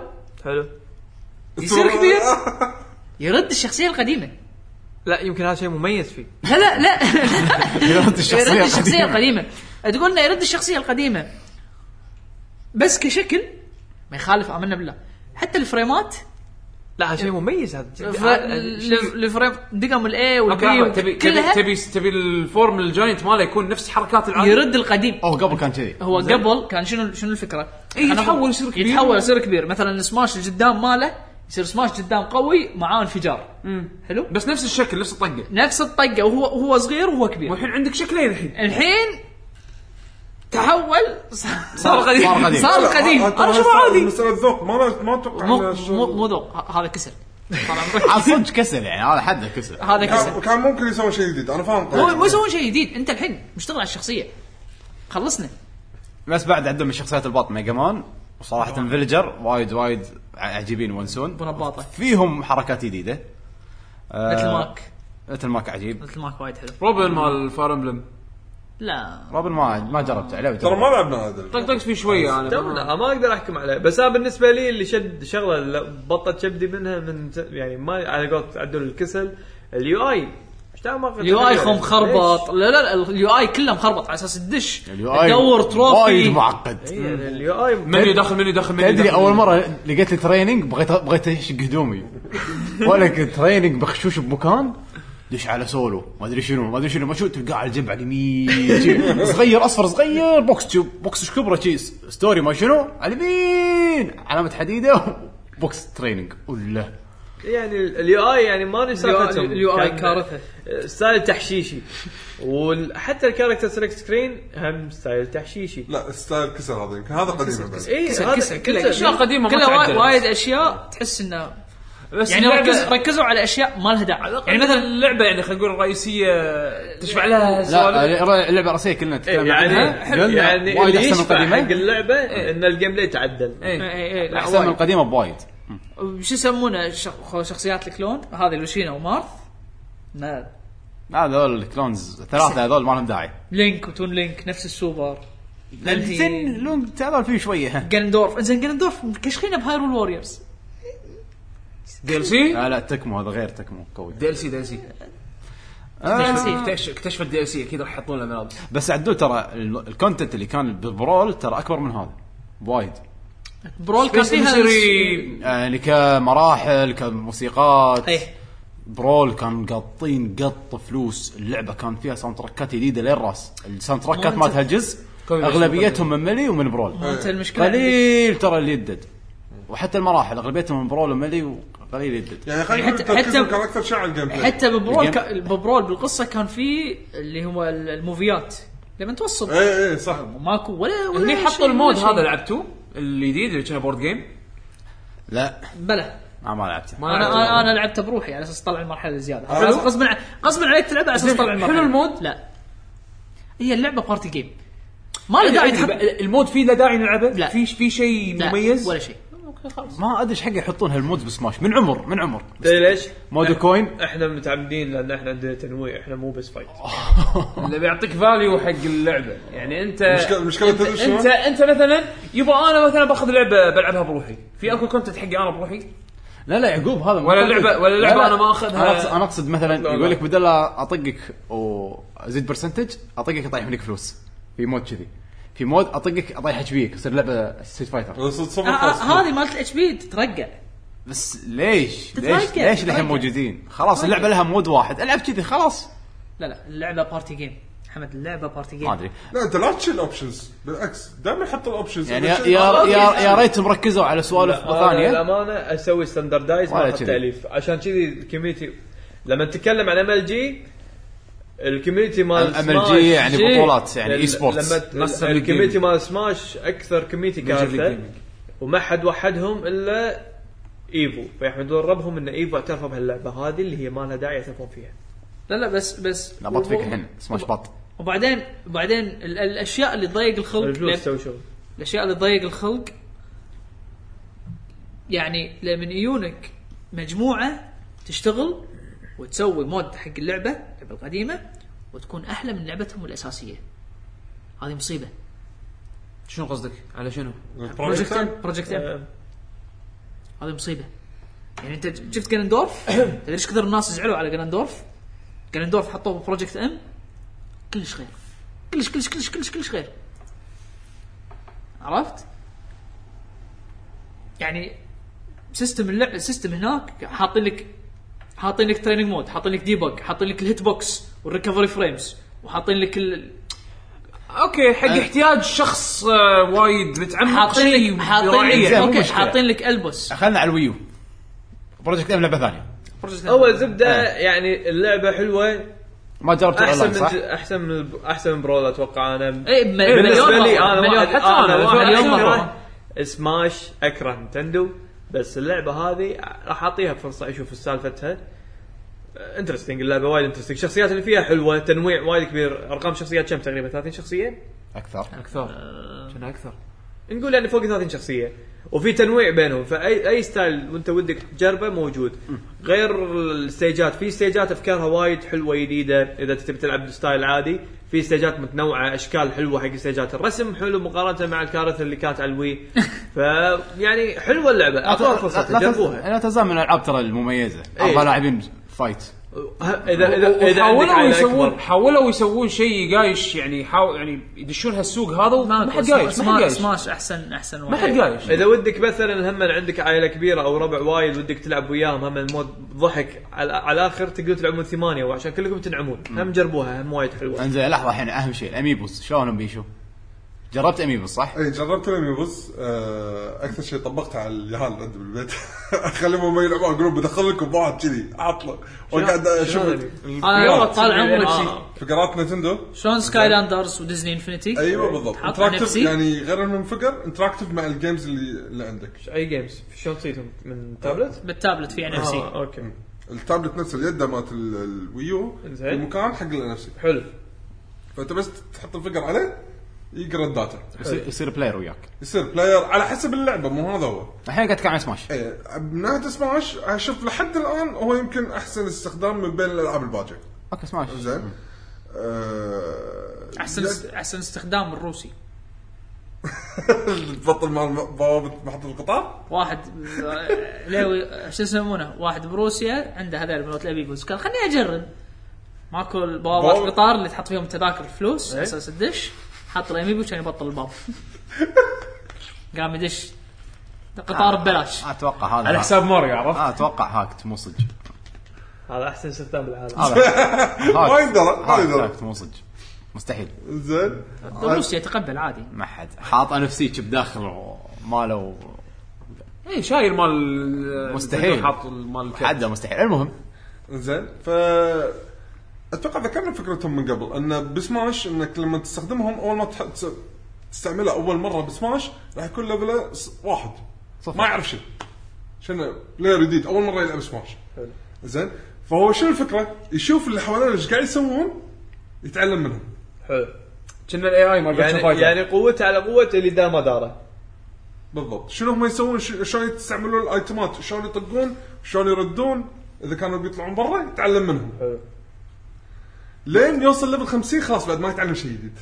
حلو يصير كبير يرد الشخصيه القديمه. لا يمكن هذا شيء مميز فيه. لا يرد الشخصيه القديمه. تقولنا يرد الشخصيه القديمه بس كشكل ما يخالف، آمنا بالله. حتى الفريمات لا هذا شيء مميز. هذا الفريم دقم الاي والبي تبي الفورم الجاينت ماله يكون نفس حركات العادي. يرد القديم. قبل كان كذي. هو قبل كان شنو الفكره؟ يتحول يصير كبير. مثلا السماش القدام ماله يصير سماش قدام قوي معاه انفجار. حلو بس نفس الشكل نفس الطقه وهو صغير وهو كبير. والحين عندك شكلين. الحين تحول صار قديم. انا شو عادي مسألة الذوق ما اتوقع مو ذوق. هذا كسر صدق كسر يعني. هذا حده كسر. هذا كسر. كان ممكن يسوي شيء جديد. انا فاهم. مو يسوون شيء جديد. انت الحين مشتغل على الشخصيه خلصنا. بس بعد عندهم الشخصيات الباط ميجا مان وصراحه فيلجر وايد عجيبين ونسون بنباطه فيهم حركات جديده. مثل ماك عجيب. مثل ماك وايد حلو. روبن مال فاير امبلم لا روبن ما جربت عليه. ترى ما لعبنا هذا. طقطق فيه شويه. انا ما اقدر احكم عليه. بس انا بالنسبه لي اللي شد شغله بطت شبدي منها من يعني ما على قولت عدل الكسل اليو اي. اليو اي مخربط. لا اليو اي كله مخربط على اساس الدش تدور تروفي وايد معقد. اليو اي من يدخل تدري اول مره لقيت لي تريننج بغيت اشق هدومي ولك تريننج بخشوش بمكان دش على سولو ما ادري شنو ما شو تلقى على الجنب على اليمين صغير اصفر صغير بوكس كبره شيء ستوري ما شنو على اليمين علامه حديده بوكس تريننج ولا يعني اليو اي يعني ما نسافتهم. اليو اي كارثه. ستايل تحشيشي وحتى الكاركتر سيلكت سكرين هم ستايل تحشيشي. لا ستايل كسر هذا يمكن هذا قديم بس. كسر كله اشياء قديمه كلها وايد اشياء تحس انه يعني ركزوا على اشياء ما لها داعي. يعني مثلا اللعبه يعني خلينا نقول الرئيسيه تشبع لها سوالف. لا اللعبه الرئيسيه كلنا نتكلم يعني وايد احسن من القديمه. حق اللعبه ان الجيم بلاي تعدل. احسن من القديمه بوايد. شو يسمونه شخصيات الكلون هذه لوشينا ومارث. هذول الكلونز ثلاثه هذول ما لهم داعي. لينك وتون لينك نفس السوبر. زين لون تعال فيه شويه. جندورف زين جندورف كشخينه بهايرول ووريرز دي ال سي. لا تكمو هذا غير تكمو قوي. دي ال سي اكتشف الدي ال سي اكيد راح يحطون له ملابس. بس عدول ترى الكونتنت اللي كان ببرول ترى اكبر من هذا وايد. برول كان فيها يعني كمراحل كموسيقات. برول كان قاطين قط فلوس. اللعبه كان فيها ساوند تراكات جديده للراس. الساوند تراكات مالت هالجزء اغلبيتهم من ملي ومن برول. المشكله قليل ترى اللي يدد. وحتى المراحل اغلبيتهم من برول وملي وقليل يدد. يعني حتى كان اكثر شيء على الجيم بلاي. حتى ببرول بالقصه كان في اللي هو الموفيات لما توصل. اي صح. ماكو ولا اللي حطوا المود هذا لعبتوه الجديد اللي كان بورد جيم. لا بلا ما لعبته. انا لعبته بروحي على اساس اطلع المرحله الزياده. غصبا عليك تلعب على اساس تطلع المرحله. حلو المود. لا هي اللعبه بارتي جيم ما له داعي تحط المود فيه له داعي نلعبه. في شيء مميز ولا شيء. ما ادري ايش حق يحطون هالمود بسماش من عمر ليش مود كوين. احنا متعمدين لان احنا عندنا تنويع. احنا مو بس فايت اللي بيعطيك فاليو حق اللعبه. يعني انت انت مثلا يبغى انا مثلا باخذ لعبه بلعبها بروحي في اكو كونتنت حقي انا بروحي. لا يعقوب هذا ولا اللعبه انا ما اخذها. انا اقصد مثلا يقول لك بدل اطقك وزيد برسنتج اطقك اطيح منك فلوس في مود كذي. في مود اطقك اطيح اتش بي يصير لعبه ستريت فايتر. هذه مالت الاتش بي تترقع. بس ليش الحين موجودين؟ خلاص اللعبه لها مود واحد العب كذي خلاص. لا اللعبه بارتي جيم حمد. اللعبه بارتي جيم ما ادري. لا انت لا تشيل اوبشنز بالعكس دائما يحط الاوبشنز. يعني يا ريت مركزوا على سوالف ثانيه. للامانه اسوي ستاندردايز مع التاليف عشان كذي الكوميونتي لما نتكلم عن ام ال جي الكوميونتي مال سماش يعني بطولات يعني اي سبورتس. لما الكوميونتي مال سماش اكثر كوميونتي كارثه وما حد وحدهم الا ايفو. فيحمدون ربهم ان ايفو اعترفوا بهاللعبه هذه اللي هي ما لها داعي يعترفون فيها. لا بس لا بط فيك الحين سماش بط. وبعدين الاشياء اللي تضيق الخلق. الاشياء اللي تضيق الخلق يعني لمن يجونك مجموعه تشتغل وتسوي مود حق اللعبه القديمه وتكون احلى من لعبتهم الاساسيه. هذه مصيبه. شنو قصدك على شنو؟ بروجكت هذه مصيبه. يعني انت شفت جانندورف تدري ايش كثر الناس زعلوا على جانندورف حطوه بروجكت ام كلش غير كلش غير. عرفت يعني سيستم اللعب السيستم هناك حاطين لك تريننج مود، حاطين لك ديبج، حاطين لك الهيت بوكس والريكفري فريمز، وحاطين لك اوكي حق احتياج شخص وايد متعمق شيء حاطين لك البوس. خلنا على الويو بروجكت ام لعبه ثانيه. اول زبده يعني اللعبه حلوه ما جربت اونلاين صح؟ احسن من برو اتوقع انا. بالنسبه لي انا مره سماش اكره نينتندو، بس اللعبه هذه راح اعطيها فرصه اشوف سالفتها. انترستينج اللعبه وايد انترستينج، الشخصيات اللي فيها حلوه، تنويع وايد كبير. ارقام شخصيات كم تقريبا 30 شخصيه اكثر كنا اكثر نقول يعني فوق 30 شخصيه، وفي تنويع بينهم. فاي ستايل وانت ودك تجربه موجود. غير الستيجات، في ستيجات افكارها وايد حلوه جديده اذا تبي تلعب ستايل عادي. في ستيجات متنوعه، اشكال حلوه حق ستيجات. الرسم حلو مقارنه مع الكارثه اللي كانت على الوي. فيعني حلوه اللعبه، اعطوها فرصه جربوها. انا تزامن الالعاب ترى المميزه 4 لاعبين فايت. اذا حاولوا يسوون شيء قايش يعني يعني يدشون هالسوق هذا وما حد قايش. سماش احسن ما حد قايش. اذا ودك مثلا هم عندك عائله كبيره او ربع وايد ودك تلعب وياهم هم المود ضحك على الاخر، تقدر تلعبون 8 وعشان كلكم تنعمون. هم جربوها هم وايد حلوه. انزين لحظه الحين اهم شيء الاميبوس شلونهم بيشو؟ جربت اميبوس صح؟ اي جربت الاميبوس. اكثر شيء طبقتها على اليهال عندي بالبيت. اخليهم ما يلعبون جروب بدخل لكم بعض كذي اعطله وقاعد اشوف طال عمرك فقرات نينتندو شلون سكاي لاندرز وديزني انفينيتي. ايوه بالضبط انتراكتيف يعني غير انهم فقر انتراكتيف مع الجيمز اللي عندك. اي جيمز شلون تصيدهم من تابلت؟ بالتابلت في NFC. اوكي التابلت نفس اليد مالت الويو المكان حق NFC حلو. فانت بس تحط الفقر عليه يقرا الداتا يصير بلاير وياك. يصير بلاير على حسب اللعبه مو هذا هو. الحين قاعد تكلم عن سماش. ايه من ناحيه سماش اشوف لحد الان هو يمكن احسن استخدام من بين الالعاب الباجه. اوكي سماش زين. احسن استخدام الروسي. تبطل مع بوابه محطه القطار. واحد لوي شو يسمونه واحد بروسيا عنده هذول مالت الابيبوس قال خليني اجرب. ماكو البوابات القطار اللي تحط فيهم تذاكر فلوس اساس الدش. حط الاميبو كان يبطل الباب. قام يدش قطار ببلاش. اتوقع هذا على حساب ماريو عرفت. اتوقع هاكت مو صدق. هذا احسن استخدام بالعالم. ما يقدر مو صدق مستحيل. زين روسيا يتقبل عادي. ما حد حاط NFC شيب داخل ماله. اي شايل مال مستحيل حاط المال حد مستحيل. المهم زين اتوقع ذكرنا فكرتهم من قبل ان بسماش انك لما تستخدمهم اول ما تستعملها اول مره بسماش راح يكون ليفله واحد صفر. ما يعرف شنو بلاير جديد اول مره يلعب سماش. زين فهو شنو الفكره يشوف اللي حواليه ايش قاعد يسوون يتعلم منهم. حلو كنا الاي ما يعني قوته على قوه اللي دام داره بالضبط. شنو هم يسوون شلون يستعملون الايتمات شلون يطقون شلون يردون اذا كانوا بيطلعون برا يتعلم منهم. حلو لين يوصل ليفل 50 خلاص بعد ما يتعلم شيء جديد.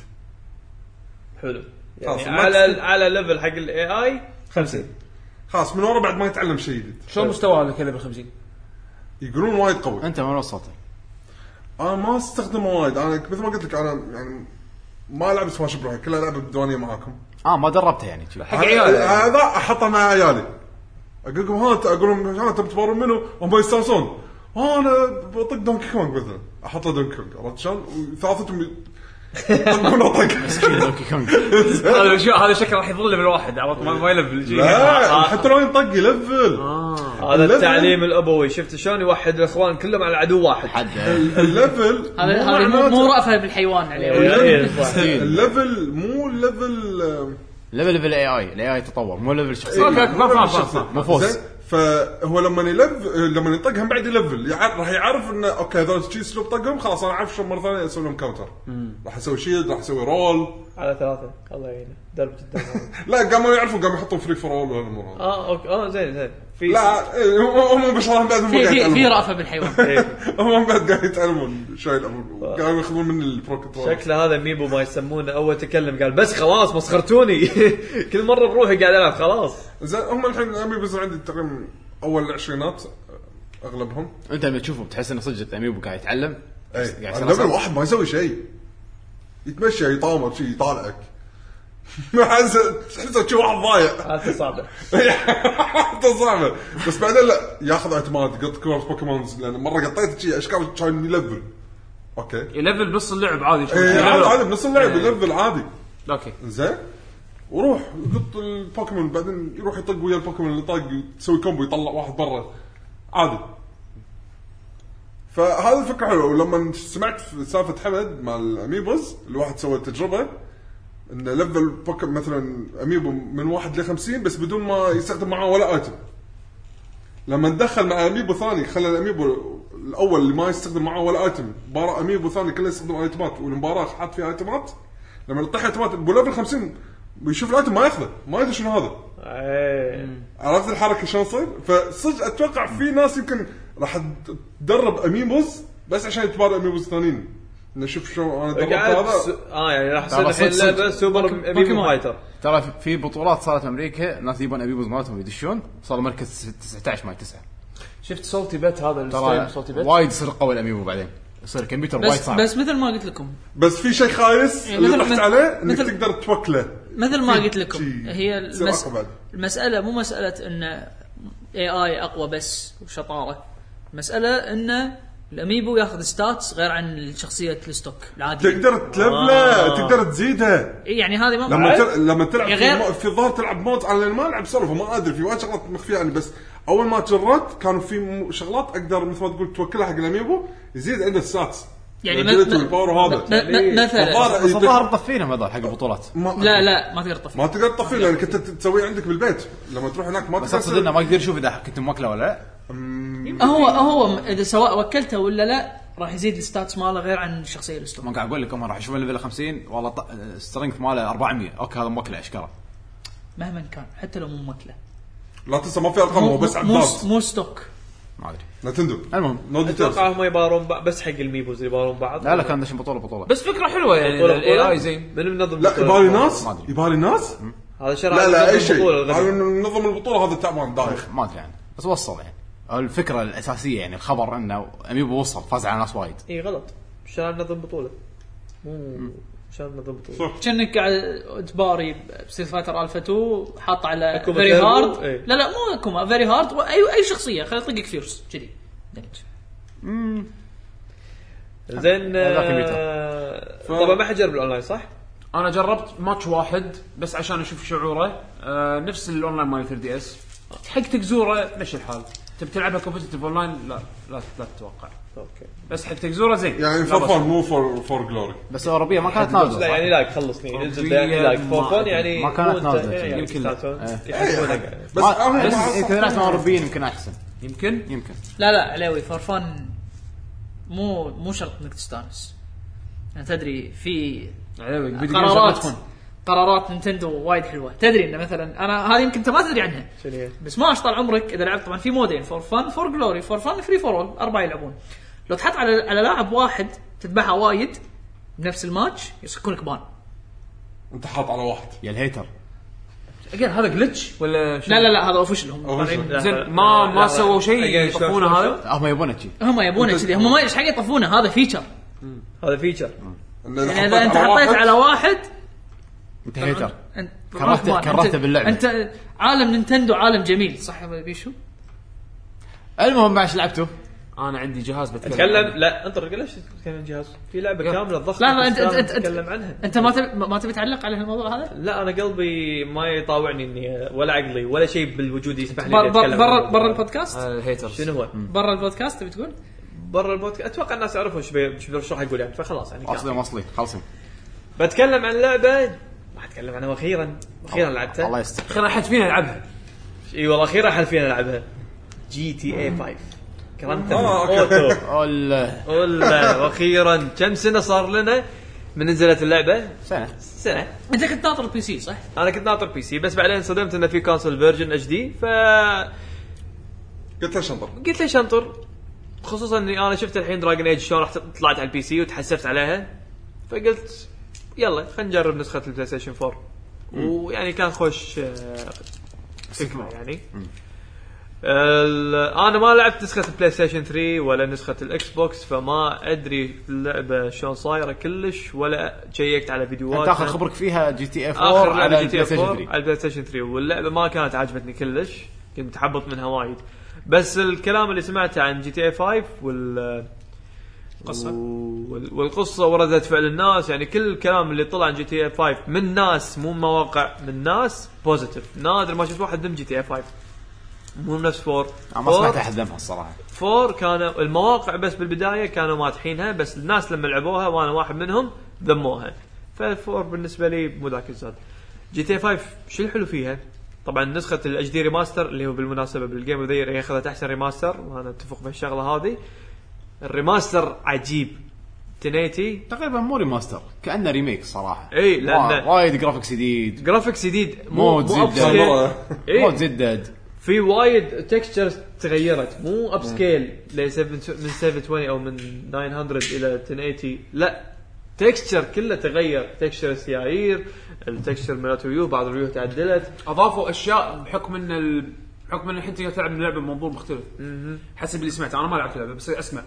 حلو يعني على ليفل حق الاي اي 50 خلاص من ورا بعد ما يتعلم شيء جديد. شو مستوى لك ليفل 50 يقولون وايد قوي. انت ما وصلت. انا ما استخدمه وايد. انا مثل ما قلت لك انا يعني ما العب سماش بروحي كلها العب بالديوانيه معاكم. ما دربتها يعني حق عيالي هذا احطه مع عيالي اقول لكم اقول لهم ها تبي تبارون منه هم يستانسون. انا بطق دونكي كونغ مثلا احط له دونكي كونغ عرفت شلون وثلاثتهم يطقون طق مسكين دونكي كونغ. هذا شكله راح يظل ليفل واحد عرفت ما يلفل. لا حتى لو ينطق يلفل. هذا التعليم الابوي. شفت شلون يوحد الاخوان كلهم على عدو واحد. الليفل هذا مو رأفة بالحيوان عليه. الليفل مو ليفل الاي اي تطور مو ليفل شخصي. ما فوز. فهو لما يطقهم بعد يلفل راح يعرف انه اوكي هذول شيء اسلوب طقهم خلاص انا عارف شو مره ثانيه اسوي لهم كاونتر. راح اسوي شيلد راح اسوي رول على 3 الله يعينه درب جدا. لا قاموا يعرفوا قاموا يحطون فري فور اول والامور اوكي زين لا هم بشرهم بعد هم قاعد في رأفة بالحيوان. هم بعد قاعد يتعلمون شوي قاعد ياخذون من البرو كنترول. شكله هذا ميبو ما يسمونه اول تكلم قال بس خلاص مسخرتوني. كل مره بروحي قاعد العب خلاص. زين هم الحين اميبو عندي تقريبا اول العشرينات اغلبهم. انت لما تشوفه بتحس انه صدق اميبو قاعد يتعلم. قاعد واحد ما يسوي شيء يتمشى يطامر شيء يطالعك. ما تحسه شيء واحد ضايع. هذا صعبه. هذا صعبه بس بعدين لا ياخذ اعتماد قط كورس بوكيمونز لان مره قطيت شيء اشكال كان يلفل. اوكي يلفل بنص اللعب عادي. عادي بنص اللعب يلفل عادي. اوكي زين وروح يقط البوكيمون بعدين يروح يطق ويا البوكيمون اللي طاق يسوي كومبو يطلع واحد برا عادي. فهذا الفكره حلوه. ولما سمعت سالفه حمد مع الاميبوز الواحد سوى تجربه ان ليفل بوكيمون مثلا اميبو من 1 ل 50 بس بدون ما يستخدم معه ولا ايتم. لما ندخل مع اميبو ثاني خلى الاميبو الاول اللي ما يستخدم معه ولا ايتم مباراه اميبو ثاني كله يستخدم ايتمات والمباراه حاط فيها ايتمات. لما نطيح ايتمات بليفل 50 بيشوف الايتم ما ياخذه ما يدري شنو هذا. عرفت الحركه شلون تصير؟ فصدق اتوقع في ناس يمكن راح تدرب اميبوز بس عشان يتبارى اميبوز ثانيين. نشوف شو انا دربت هذا يعني راح يصير الحين لعبه سوبر اميبو فايتر. ترى في بطولات صارت امريكا ناس يبون اميبوز مالتهم يدشون صار مركز 19 ما 9. شفت صوتي بيت هذا الستريم صوتي بيت وايد يصير قوي الاميبو بعدين يصير كمبيوتر وايد صعب. بس مثل ما قلت لكم بس في شيء خايس اللي رحت عليه انك تقدر توكله مثل ما قلت لكم. هي المسألة مو مسألة ان AI اقوى بس وشطارة. مسألة ان الاميبو ياخذ ستاتس غير عن شخصية الستوك العادي. تقدر تلفله تقدر تزيدها. يعني هذه ما لما تلعب في ظهر تلعب مود على ما العب سولف ما ادري في وايد شغلات مخفيه يعني. بس اول ما جربت كانوا في شغلات اقدر مثل ما تقول توكلها حق الاميبو يزيد عنده ستاتس. يعني الباور هذا مثلا الظاهر مطفينهم هذول حق البطولات. لا ما تقدر تطفي. ما تقدر تطفي لان كنت تسوي عندك بالبيت لما تروح هناك ما تقدر. بس اقصد انه ما يقدر يشوف اذا كنت موكله ولا لا. هو اذا سواء وكلته ولا لا راح يزيد الستاتس ماله غير عن الشخصيه الستوك. ما قاعد اقول لكم راح يشوف الليفل 50 والله سترينث ماله 400 اوكي هذا موكله اشكره مهما كان حتى لو مو موكله. لا تنسى ما في ارقام هو بس عداد مو ستوك ما ادري نتندو. المهم اتوقع هم يبارون بس حق الميبوز اللي يبارون بعض. لا كان دش بطوله بس فكره حلوه يعني الاي اي زين من منظم. لا يبالي ناس هذا شرع. لا اي شيء هذا نظم البطوله هذا تعبان دايخ ما ادري يعني بس وصل يعني الفكره الاساسيه يعني الخبر انه اميبو وصل فاز على ناس وايد. اي غلط شرع نظم بطوله مو شرع نظم بطوله. كأنك قاعد تباري ستريت فايتر الفا 2 حاط على فيري هارد. لا مو كوما فيري هارد اي شخصيه خلي يطقك فيرس كذي زين. طبعا ما حجرب الاونلاين صح؟ انا جربت ماتش واحد بس عشان اشوف شعوره. نفس الاونلاين مال 3DS حق تكزوره مش الحال. تبي تلعبها كومبيتيتيف اونلاين لا تتوقع. اوكي بس حق تكزوره زين يعني فور مو فور جلوري. بس اوروبيه ما كانت نازله. لا يعني لايك خلصني انزل لايك فور يعني ما كانت نازله يمكن بس انت ناس اوروبيين يمكن احسن يمكن لا عليوي فور فن مو شرط انك تستانس. يعني تدري في قرارات نينتندو وايد حلوه. تدري ان مثلا انا هذه يمكن انت ما تدري عنها بس ما اشطال عمرك اذا لعبت. طبعا في مودين فور فن فور جلوري فور فن فري فور اول 4 يلعبون. لو تحط على لاعب واحد تذبحه وايد بنفس الماتش يسكونك بان. انت حاط على واحد يا الهيتر اجل هذا جلتش ولا لا هذا اوفيشال. هم زين ما سووا شيء يطفونه. هذا هم يبونه كذي هم ما ايش حق يطفونه. هذا فيتشر يعني اذا انت حطيت على واحد انت هيتر كرهته باللعبه. انت عالم نينتندو عالم جميل صح يا بيشو. المهم ما لعبته انا عندي جهاز بتكلم. لا انت ليش تتكلم عن جهاز في لعبه كامله ضخمه. لا انت تتكلم عنها. انت ما تبي تعلق على الموضوع هذا. لا انا قلبي ما يطاوعني اني ولا عقلي ولا شيء بالوجود يسمح لي اتكلم برا البودكاست. شنو هو برا البودكاست تبي تقول برا البودكاست؟ اتوقع الناس يعرفوا ايش بيرشح يقول يعني فخلاص يعني اصلي خلصين. بتكلم عن لعبه ما اتكلم عنها اخيرا لعبتها. الله يستر اخيرا حد فينا يلعبها. اي والله اخيرا حد فينا يلعبها. GTA 5 كرنت اوتو ولا واخيرا كم سنه صار لنا من نزلت اللعبه؟ سنه. انت كنت ناطر البي سي صح؟ انا كنت ناطر بي سي بس بعدين صدمت انه في كونسول فيرجن اتش دي ف قلت له شنطر خصوصا اني انا شفت الحين دراجون ايج شلون راح طلعت على البي سي وتحسفت عليها فقلت يلا خلينا نجرب نسخه البلاي ستيشن 4 ويعني كان خوش فكره يعني انا ما لعبت نسخه البلاي ستيشن 3 ولا نسخه الاكس بوكس فما ادري اللعبه شلون صايره كلش ولا شيكت على فيديوهات. انت اخر خبرك فيها جي تي اف 4 على جي تي اف 4 على البلاي ستيشن 3 واللعبه ما كانت عجبتني كلش كنت متحبط منها وايد بس الكلام اللي سمعته عن جي تي اف 5 والقصه وردة فعل الناس يعني كل الكلام اللي طلع عن جي تي اف 5 من ناس مو مواقع من ناس بوزيتيف نادر ما شفت واحد ذم جي تي اف 5 مو نفس 4 ما سمعت احد ذمها الصراحه 4 كانوا المواقع بس بالبدايه كانوا مادحينها بس الناس لما لعبوها وانا واحد منهم ذموها ف4 بالنسبه لي مو ذاك الزاد. جي تي 5 شو الحلو فيها طبعا نسخه الاتش دي ريماستر اللي هو بالمناسبه بالجيم اوف ذا يير هي اخذت احسن ريماستر وانا اتفق بالشغله هذه الريماستر عجيب 1080 تقريبا مو ريماستر كأنه ريميك صراحه اي لان وايد جرافيكس جديد مو مود زدد في وايد تكستشرز تغيرت مو اب سكيل من 720 او من 900 الى 1080 لا تكستشر كله تغير تكستشر السيايير التكستشر مالت ريو بعض الريو تعدلت اضافوا اشياء بحكم ان الحين تقدر تلعب اللعبه بمنظور مختلف حسب اللي سمعت انا ما لعبت اللعبه بس اسمع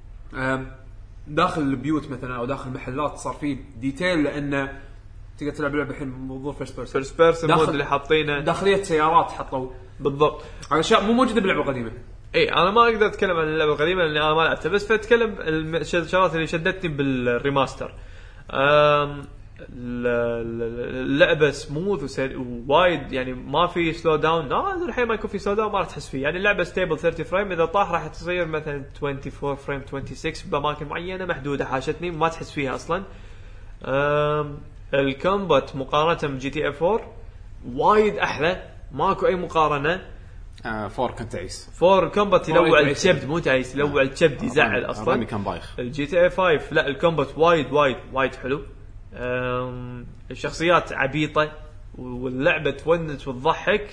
داخل البيوت مثلا او داخل المحلات صار فيه ديتيل لانه تقدر تلعب اللعبه الحين بمنظور فيرست بيرسون المود اللي حاطينه داخليه سيارات حطوا بالضبط هذا اشياء مو موجوده باللعبه القديمه. اي انا ما اقدر اتكلم عن اللعبه القديمه لان انا ما لعبتها بس فاتكلم الشغلات اللي شدتني بالريماستر. اللعبه سموث ووايد يعني ما في سلو داون لا الحين ما يكون في سلو داون ما راح تحس فيه يعني اللعبه ستيبل 30 فريم اذا طاح راح تصير مثلا 24 فريم 26 باماكن معينه محدوده حاشتني ما تحس فيها اصلا. الكومبات مقارنه بجي تي اف 4 وايد احلى ماكو اي مقارنه. 4 كنت تعيس 4 الكومبات يلوع الكبد مو تعيس يلوع الكبد يزعل اصلا رامي كان بايخ. الجي تي اف 5 لا الكومبات وايد حلو. الشخصيات عبيطه واللعبه تونس وتضحك.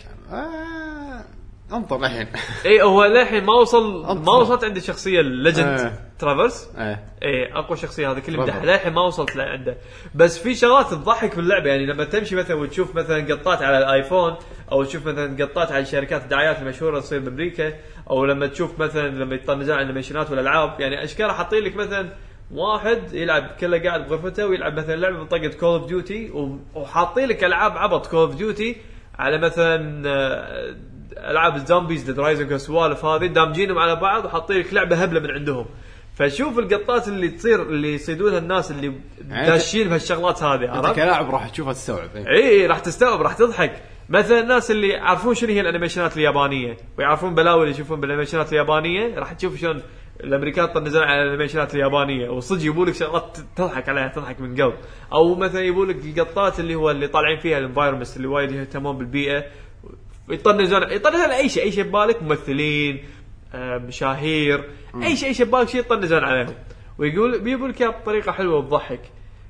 انطر الحين اي هو الحين ما وصلت عندي شخصيه الليجند ترافرس اي اقوى شخصيه هذا كل مدح الحين ما وصلت لعنده بس في شغلات تضحك باللعبه يعني لما تمشي مثلا وتشوف مثلا قطات على الايفون او تشوف مثلا قطات على شركات الدعايات المشهوره تصير بامريكا او لما تشوف مثلا لما يطنزون على الانيميشنات والالعاب يعني اشكال حاطين لك مثلا واحد يلعب كله قاعد بغرفته ويلعب مثلا لعبه بطاقه كول اوف ديوتي وحاطين لك العاب عبط كول اوف ديوتي على مثلا العاب الزومبيز ديد رايزنج والسوالف هذه دامجينهم على بعض وحاطين لك لعبه هبله من عندهم فشوف القطات اللي تصير اللي يصيدونها الناس اللي داشين بهالشغلات هذه انت كلاعب راح تشوفها تستوعب اي راح تستوعب راح تضحك مثلا الناس اللي يعرفون شنو هي الانيميشنات اليابانيه ويعرفون بلاوي اللي يشوفون بالانيميشنات اليابانيه راح تشوف شلون الامريكان طنزون على الانيميشنات اليابانيه وصدق يبولك شغلات تضحك عليها تضحك من قلب او مثلا يبولك القطات اللي هو اللي طالعين فيها الانفايرمنت اللي وايد يهتمون بالبيئه يطنزون اي شيء ببالك ممثلين مشاهير اي شيء ببالك شيء يطنزون عليهم ويقول بيقولك بطريقه حلوه وتضحك.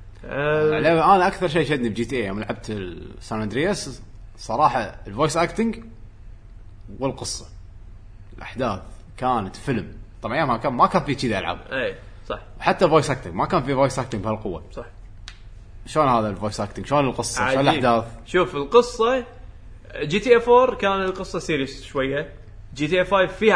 انا اكثر شيء شدني بجي تي اي يوم لعبت سان اندرياس صراحه الفويس اكتنج والقصه الاحداث كانت فيلم طبعا ايامها ما كان في كذا العاب اي صح حتى الفويس اكتنج ما كان في فويس اكتنج بهالقوه صح. شلون هذا الفويس اكتنج شلون القصه شلون الاحداث شوف القصه جي تي اف 4 كان القصه سيريس شويه جي تي اف 5 فيها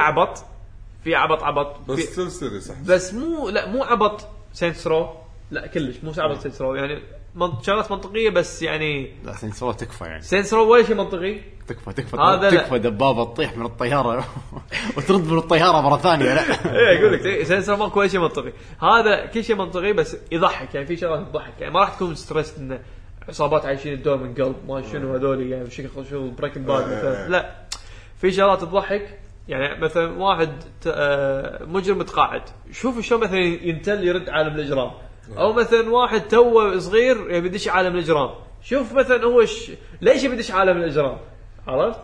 عبط بس سيريس بس مو عبط سينسرو لا كلش مو عبط سينسرو يعني شغلات منطقيه بس يعني لا سينسرو تكفى يعني سينسرو ولا شيء منطقي تكفى دبابه تطيح من الطياره وترد من الطياره مره ثانيه لا ايه اقول لك سينسرو ماكو ولا شيء منطقي هذا كل شيء منطقي بس يضحك يعني في شغلات تضحك يعني ما راح تكون ستريس انه عصابات عايشين الدور من قلب ما شنو هذول يعني شو بريكنج باد مثلا لا في شغلات تضحك يعني مثلا واحد مجرم متقاعد شوف شلون مثلا ينتل يرد عالم الاجرام او مثلا واحد توه صغير يبي يدش عالم الاجرام شوف مثلا هو ليش يبي يدش عالم الاجرام عرفت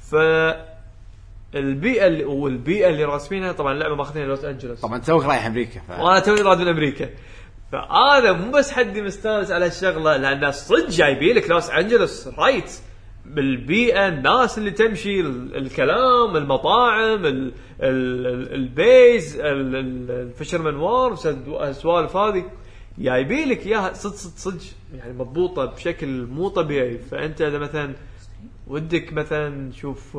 البيئه اللي راسمينها طبعا اللعبه ماخذينها لوس انجلوس طبعا توك رايح امريكا وانا توي راد من امريكا فانا مو بس حدي مستانس على الشغله لان الناس صدق جايبين لك لوس انجلوس رايت بالبيئه، الناس اللي تمشي، الكلام، المطاعم، البيز، الفشرمان وارز، السوالف هذه جايبيلك اياها صدق يعني مضبوطه بشكل مو طبيعي. فانت اذا مثلا ودك مثلا تشوف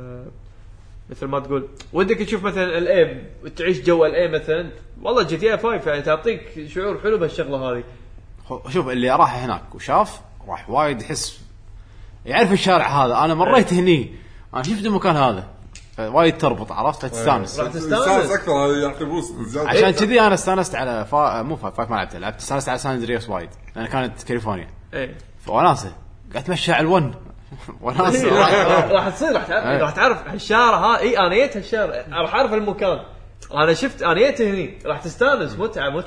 مثل ما تقول ودك تشوف مثلا الايم وتعيش جو الايم مثلا، والله جي تي اي 5 يعني تعطيك شعور حلو بهالشغله هذه. شوف اللي راح هناك وشاف راح وايد يحس يعرف الشارع هذا، انا مريت هني، انا شفت المكان هذا، وايد تربط، عرفت؟ تستانس، راح تستانس اكثر، يعطي بوست زياده. عشان كذي انا استانست على مو فايف ما لعبت استانست على سان اندرياس وايد لان كانت كاليفورنيا. ايه فوناسه قاعد اتمشى على الون وناسه راح تصير راح تعرف هالشارع ها. اي انا جيت هالشارع، راح اعرف المكان، انا شفت انا جيت هني، راح تستانس. متعه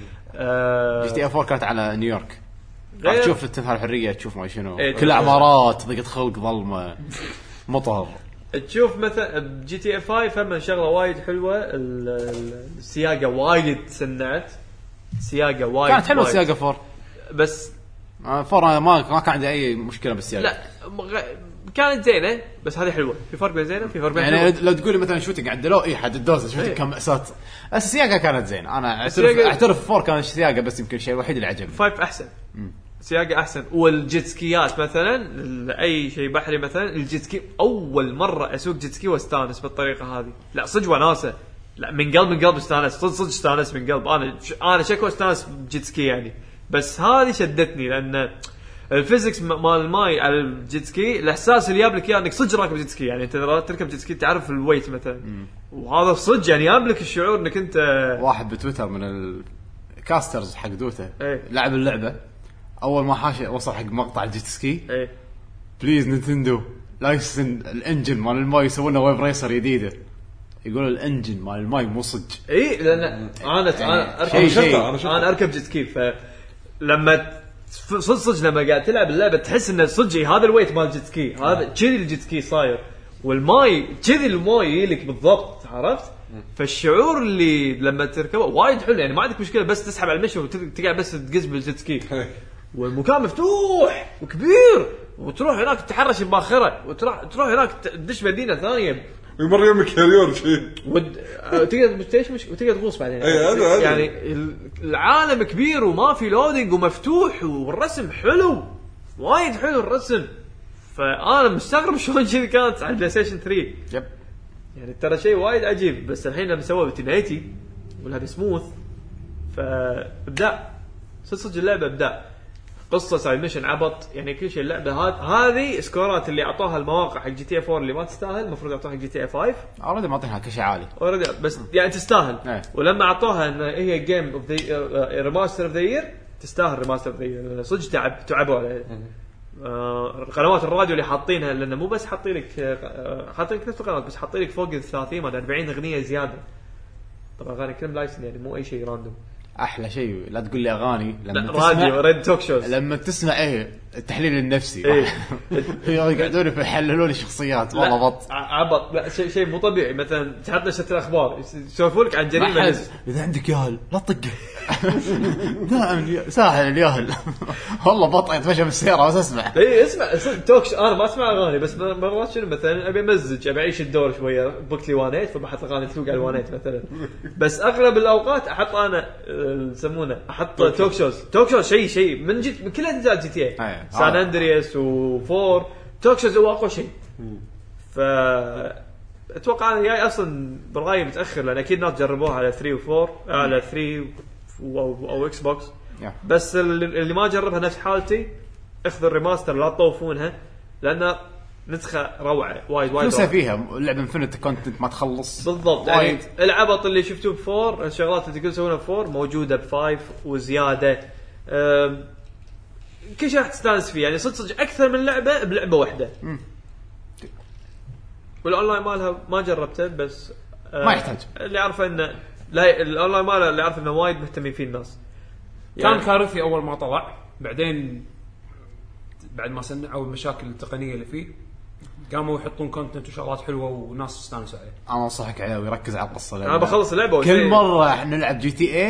جي تي اي 4 كانت على نيويورك، راح تشوف التمثال الحريه، تشوف ما شنو كل عمارات ضيقه خلق ظلمه مطر. تشوف مثلا جي تي اي 5 هم شغله وايد حلوه، السياقه وايد سنعت، سياقه وايد كانت حلوه السياقه 4 بس 4 ما كان عندي اي مشكله بالسياقه. لا كانت زينه، بس هذه حلوه. في فرق بين زينه في فرق بين يعني لو تقولي مثلا شوتنج عدلوا اي حد الدوزه شوتنج كان مأساة، بس السياقه كانت زين. انا اعترف 4 كان السياقه بس يمكن الشيء الوحيد اللي عجبني. 5 احسن، سياقه احسن. والجيتسكيات مثلا اي شيء بحري مثلا، الجيتسكي اول مره اسوق جيتسكي واستانس بالطريقه هذه، لا صدق وناسه، لا من قلب استانس، صدق استانس من قلب. انا شكو استانس بجيتسكي يعني، بس هذه شدتني لان الفيزكس مال الماي على الجيتسكي، الاحساس اللي جاب لك اياه انك صدق راكب جيتسكي، يعني انت تركب جيتسكي تعرف الويت مثلا، وهذا صدق يعني جاب لك الشعور انك انت. واحد بتويتر من الكاسترز حق دوتا لعب اللعبه، اول ما حاش وصل حق مقطع الجيتسكي بليز نينتندو لايسن الانجن مال الماي يسوون ويب ريسر جديده، يقولوا الانجن مال الماي مو صدق. اي لان انا اركب جيتسكي، فلما صدق لما قاعد تلعب اللعبه تحس ان صدق هذا الويت مال جيتسكي، هذا كذي الجيتسكي صاير، والماي كذي الماي لك بالضبط، عرفت؟ فالشعور اللي لما تركبه وايد حلو، يعني ما عندك مشكله بس تسحب على المشي وتقعد بس تقز بالجيتسكي، والمكان مفتوح وكبير، وتروح هناك تحرش الباخره، وتروح هناك تدش مدينه ثانيه، يمر يومك كاريور شيء تقدر تمشي وتقدر تغوص بعدين. يعني العالم كبير وما في لودينج ومفتوح، والرسم حلو وايد حلو الرسم. فانا مستغرب شلون كذي كانت على بلاي ستيشن 3. يعني ترى شيء وايد عجيب، بس الحين لما سووا بتنايتي والهذا سموث، فابداع صدق اللعبه ابداع. قصه سايد ميشن عبط، يعني كل شيء اللعبه هذه سكورات اللي اعطوها المواقع حق جي تي اي 4 اللي ما تستاهل، المفروض يعطوها حق جي تي اي 5 اوريدي معطينها كل شيء عالي اوريدي، بس يعني تستاهل. ولما اعطوها ان هي جيم اوف ذا ريماستر اوف ذا يير، تستاهل ريماستر اوف ذا يير صدق. تعبوا على قنوات الراديو اللي حاطينها، لانه مو بس حاطين لك نفس القنوات، بس حاطين لك فوق ال 30 ما 40 اغنيه زياده. طبعا اغاني كلهم لايسن، يعني مو اي شيء راندوم. احلى شيء لا تقول لي اغاني لما راديو ريد توك شوز، لما تسمع التحليل النفسي يقعدون يحللون الشخصيات، والله بط عبط. لا شيء مو طبيعي. مثلا تحط نشرة الاخبار يسولفوا لك عن جريمه، اذا عندك ياهل لا تطقه دائما ساحل الياهل والله بط يتمشى بالسياره بس اسمع. اي اسمع توك. انا ما اسمع اغاني، بس مرات شنو مثلا ابي امزج، ابي اعيش الدور شويه، بوقت لي وانيت فبحط اغاني تلوق على الوانيت مثلا. بس اغلب الاوقات احط انا يسمونه احط توك شوز شيء من كل اجزاء جي تي اي، سان اندرياس و4 توك شوز هو اقوى شيء. ف اتوقع انا جاي اصلا بالغايه متاخر، لان اكيد ناس جربوها على 3 و4 على 3 او اكس بوكس، بس اللي ما جربها نفس حالتي اخذ الريماستر لا تطوفونها، لان نسخه روعه وايد فلوسها فيها اللعبه انفنت كونتنت ما تخلص بالضبط. يعني العبط اللي شفتوه ب4، الشغلات اللي تقدر تسوونها ب4 موجوده ب5 وزياده. كل شيء راح تستانس فيه، يعني صدق اكثر من لعبه بلعبه واحده. والاونلاين مالها ما جربته، بس ما يحتاج. اللي اعرفه انه لا، الاونلاين مالها اللي اعرف انه وايد مهتمين فيه الناس. يعني كان كارثي اول ما طلع، بعدين بعد ما سمعوا المشاكل التقنيه اللي فيه قاموا يحطون كونتنت وشغلات حلوه وناس استانسوا عليه. انا انصحك عليه ويركز على القصه. انا بخلص اللعبه كل مره احنا نلعب جي تي اي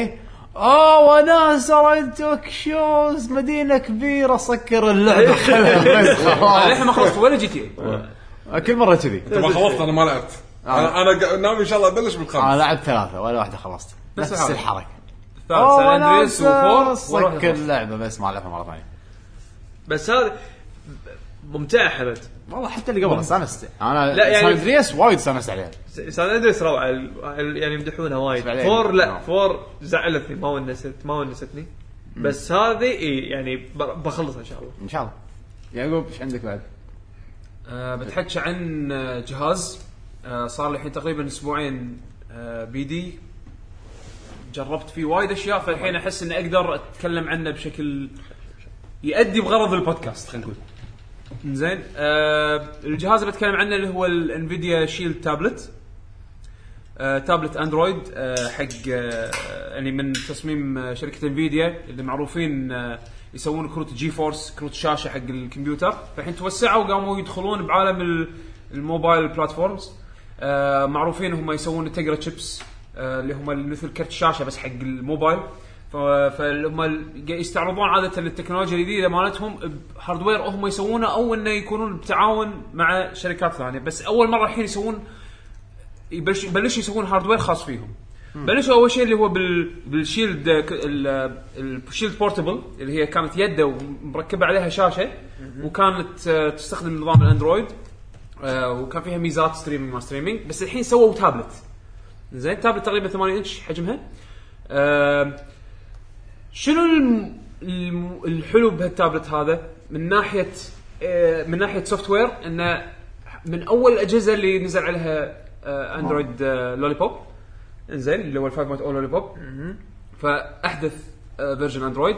وناسا توك شوز مدينه كبيره سكر اللعبه الحين ما خلصت ولا جي تي كل مره كذي. انت ما خلصت؟ انا ما لعبت. انا ناوي ان شاء الله ابلش بالخامس. انا لعبت 3 ولا واحده خلصت بس الحركه سان اندريس و4 سكر اللعبه بس ما لعبها مره ثانيه. بس هذا ممتع حمد والله حتى اللي قبل استانست انا. لا يعني سان اندريس وايد استانست عليها. سان اندريس روعه يعني يمدحونها وايد. فور لا فور زعلتني ما ونستني بس هذه يعني بخلصها ان شاء الله. ان شاء الله. يعقوب ايش عندك بعد؟ بتحكي عن جهاز صار لي الحين تقريبا اسبوعين بيدي. جربت فيه وايد اشياء فالحين احس اني اقدر اتكلم عنه بشكل يؤدي بغرض البودكاست خلينا نقول. زين الجهاز اللي بتكلم عنه اللي هو الانفيديا شيلد تابلت. تابلت اندرويد حق يعني من تصميم شركه انفيديا اللي معروفين يسوون كروت جي فورس كروت شاشه حق الكمبيوتر. فالحين توسعوا وقاموا يدخلون بعالم الموبايل بلاتفورمز. معروفين هم يسوون تقرا تشيبس اللي هم مثل كرت شاشه بس حق الموبايل. فهم يستعرضون عاده التكنولوجيا الجديده مالتهم بهاردوير هم يسوونه او انه يكونون بالتعاون مع شركات ثانيه. بس اول مره الحين يسوون يبلش يسوون هاردوير خاص فيهم. بلشوا اول شيء اللي هو بالشيلد الشيلد بورتبل اللي هي كانت يده ومركبه عليها شاشه وكانت تستخدم نظام الاندرويد وكان فيها ميزات ستريمينج ما ستريمينج. بس الحين سووا تابلت. زين تابلت تقريبا 8 انش حجمها. شنو الحلو بهالتابلت هذا من ناحيه سوفت وير انه من اول الاجهزه اللي نزل عليها اندرويد لوليبوب. انزين اللي هو 5.0 لوليبوب فاحدث فيرجن اندرويد.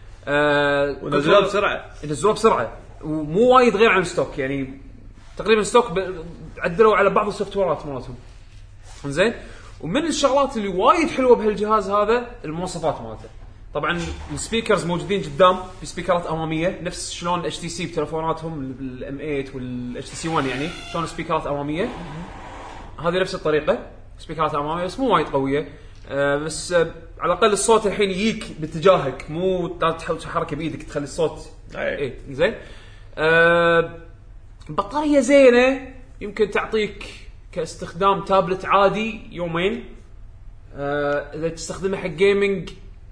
ونزلوه بسرعه ومو وايد غير عن ستوك يعني تقريبا ستوك عدلوا على بعض السوفت ويرات مالتهم. انزين ومن الشغلات اللي وايد حلوه بهالجهاز هذا المواصفات مالته. طبعا السبيكرز موجودين قدام في سبيكرات اماميه نفس شلون اتش تي سي بتلفوناتهم بالام 8 والاتش تي سي 1 يعني شلون سبيكرات اماميه. هذه نفس الطريقه سبيكرات اماميه بس مو وايد قويه. بس على الاقل الصوت الحين يجيك باتجاهك مو تحاول تحرك بايدك تخلي الصوت اي زين. البطاريه زينه يمكن تعطيك كاستخدام تابلت عادي يومين. اذا تستخدمه حق جيمنج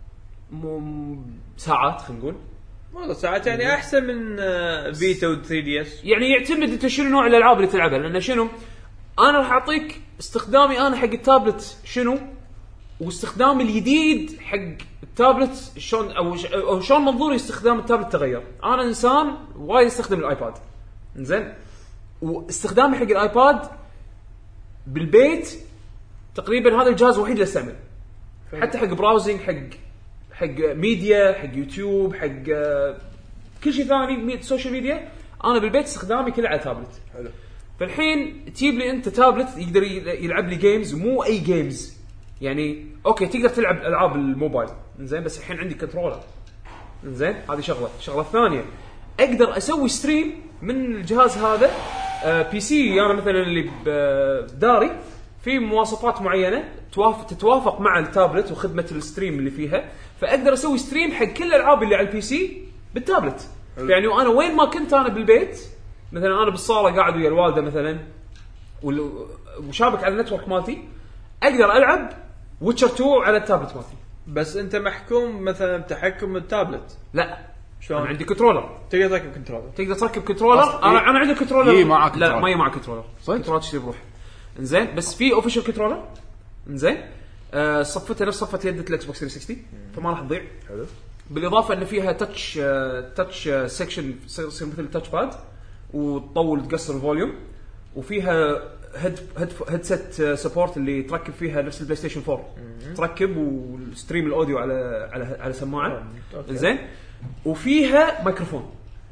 ساعات خلينا نقول والله ساعات يعني احسن من فيتا و 3 دي اس. يعني يعتمد انت شنو نوع الالعاب اللي تلعبها لان شنو انا راح اعطيك استخدامي انا حق التابلت شنو واستخدامي الجديد حق التابلت شلون او شلون منظوري استخدام التابلت تغير. انا انسان وايد استخدم الايباد زين واستخدامي حق الايباد بالبيت تقريبا هذا الجهاز الوحيد اللي استعمله حتى حق براوزنج حق ميديا حق يوتيوب حق كل شيء ثاني سوشيال ميديا. انا بالبيت استخدامي كله على تابلت. حلو. فالحين تجيب لي انت تابلت يقدر يلعب لي جيمز مو اي جيمز يعني اوكي تقدر تلعب العاب الموبايل زين بس الحين عندي كنترولر زين. هذه الشغله الثانيه اقدر اسوي ستريم من الجهاز هذا. بي سي انا مثلا اللي بداري في مواصفات معينه تتوافق مع التابلت وخدمه الستريم اللي فيها فاقدر اسوي ستريم حق كل الالعاب اللي على البي سي بالتابلت. يعني وانا وين ما كنت انا بالبيت مثلا انا بالصاله قاعد ويا الوالده مثلا وشابك على النتورك مالتي اقدر العب ويتشر 2 على التابلت مالتي. بس انت محكوم مثلا بتحكم التابلت لا شلون عندي كنترولر تقدر تركب كنترولر. انا عندي كنترولر معك لا ما معك كنترولر كنترولر تشتري بروح انزين بس في اوفيشال كنترولر انزين صفته نفس صفه يد الاكس بوكس 360 فما راح تضيع. حلو. بالاضافه ان فيها تاتش سيكشن يصير مثل التاتش باد وتطول تقصر الفوليوم وفيها هيدسيت سبورت اللي تركب فيها نفس البلاي ستيشن 4 تركب وستريم الاوديو على سماعه زين. وفيها ميكروفون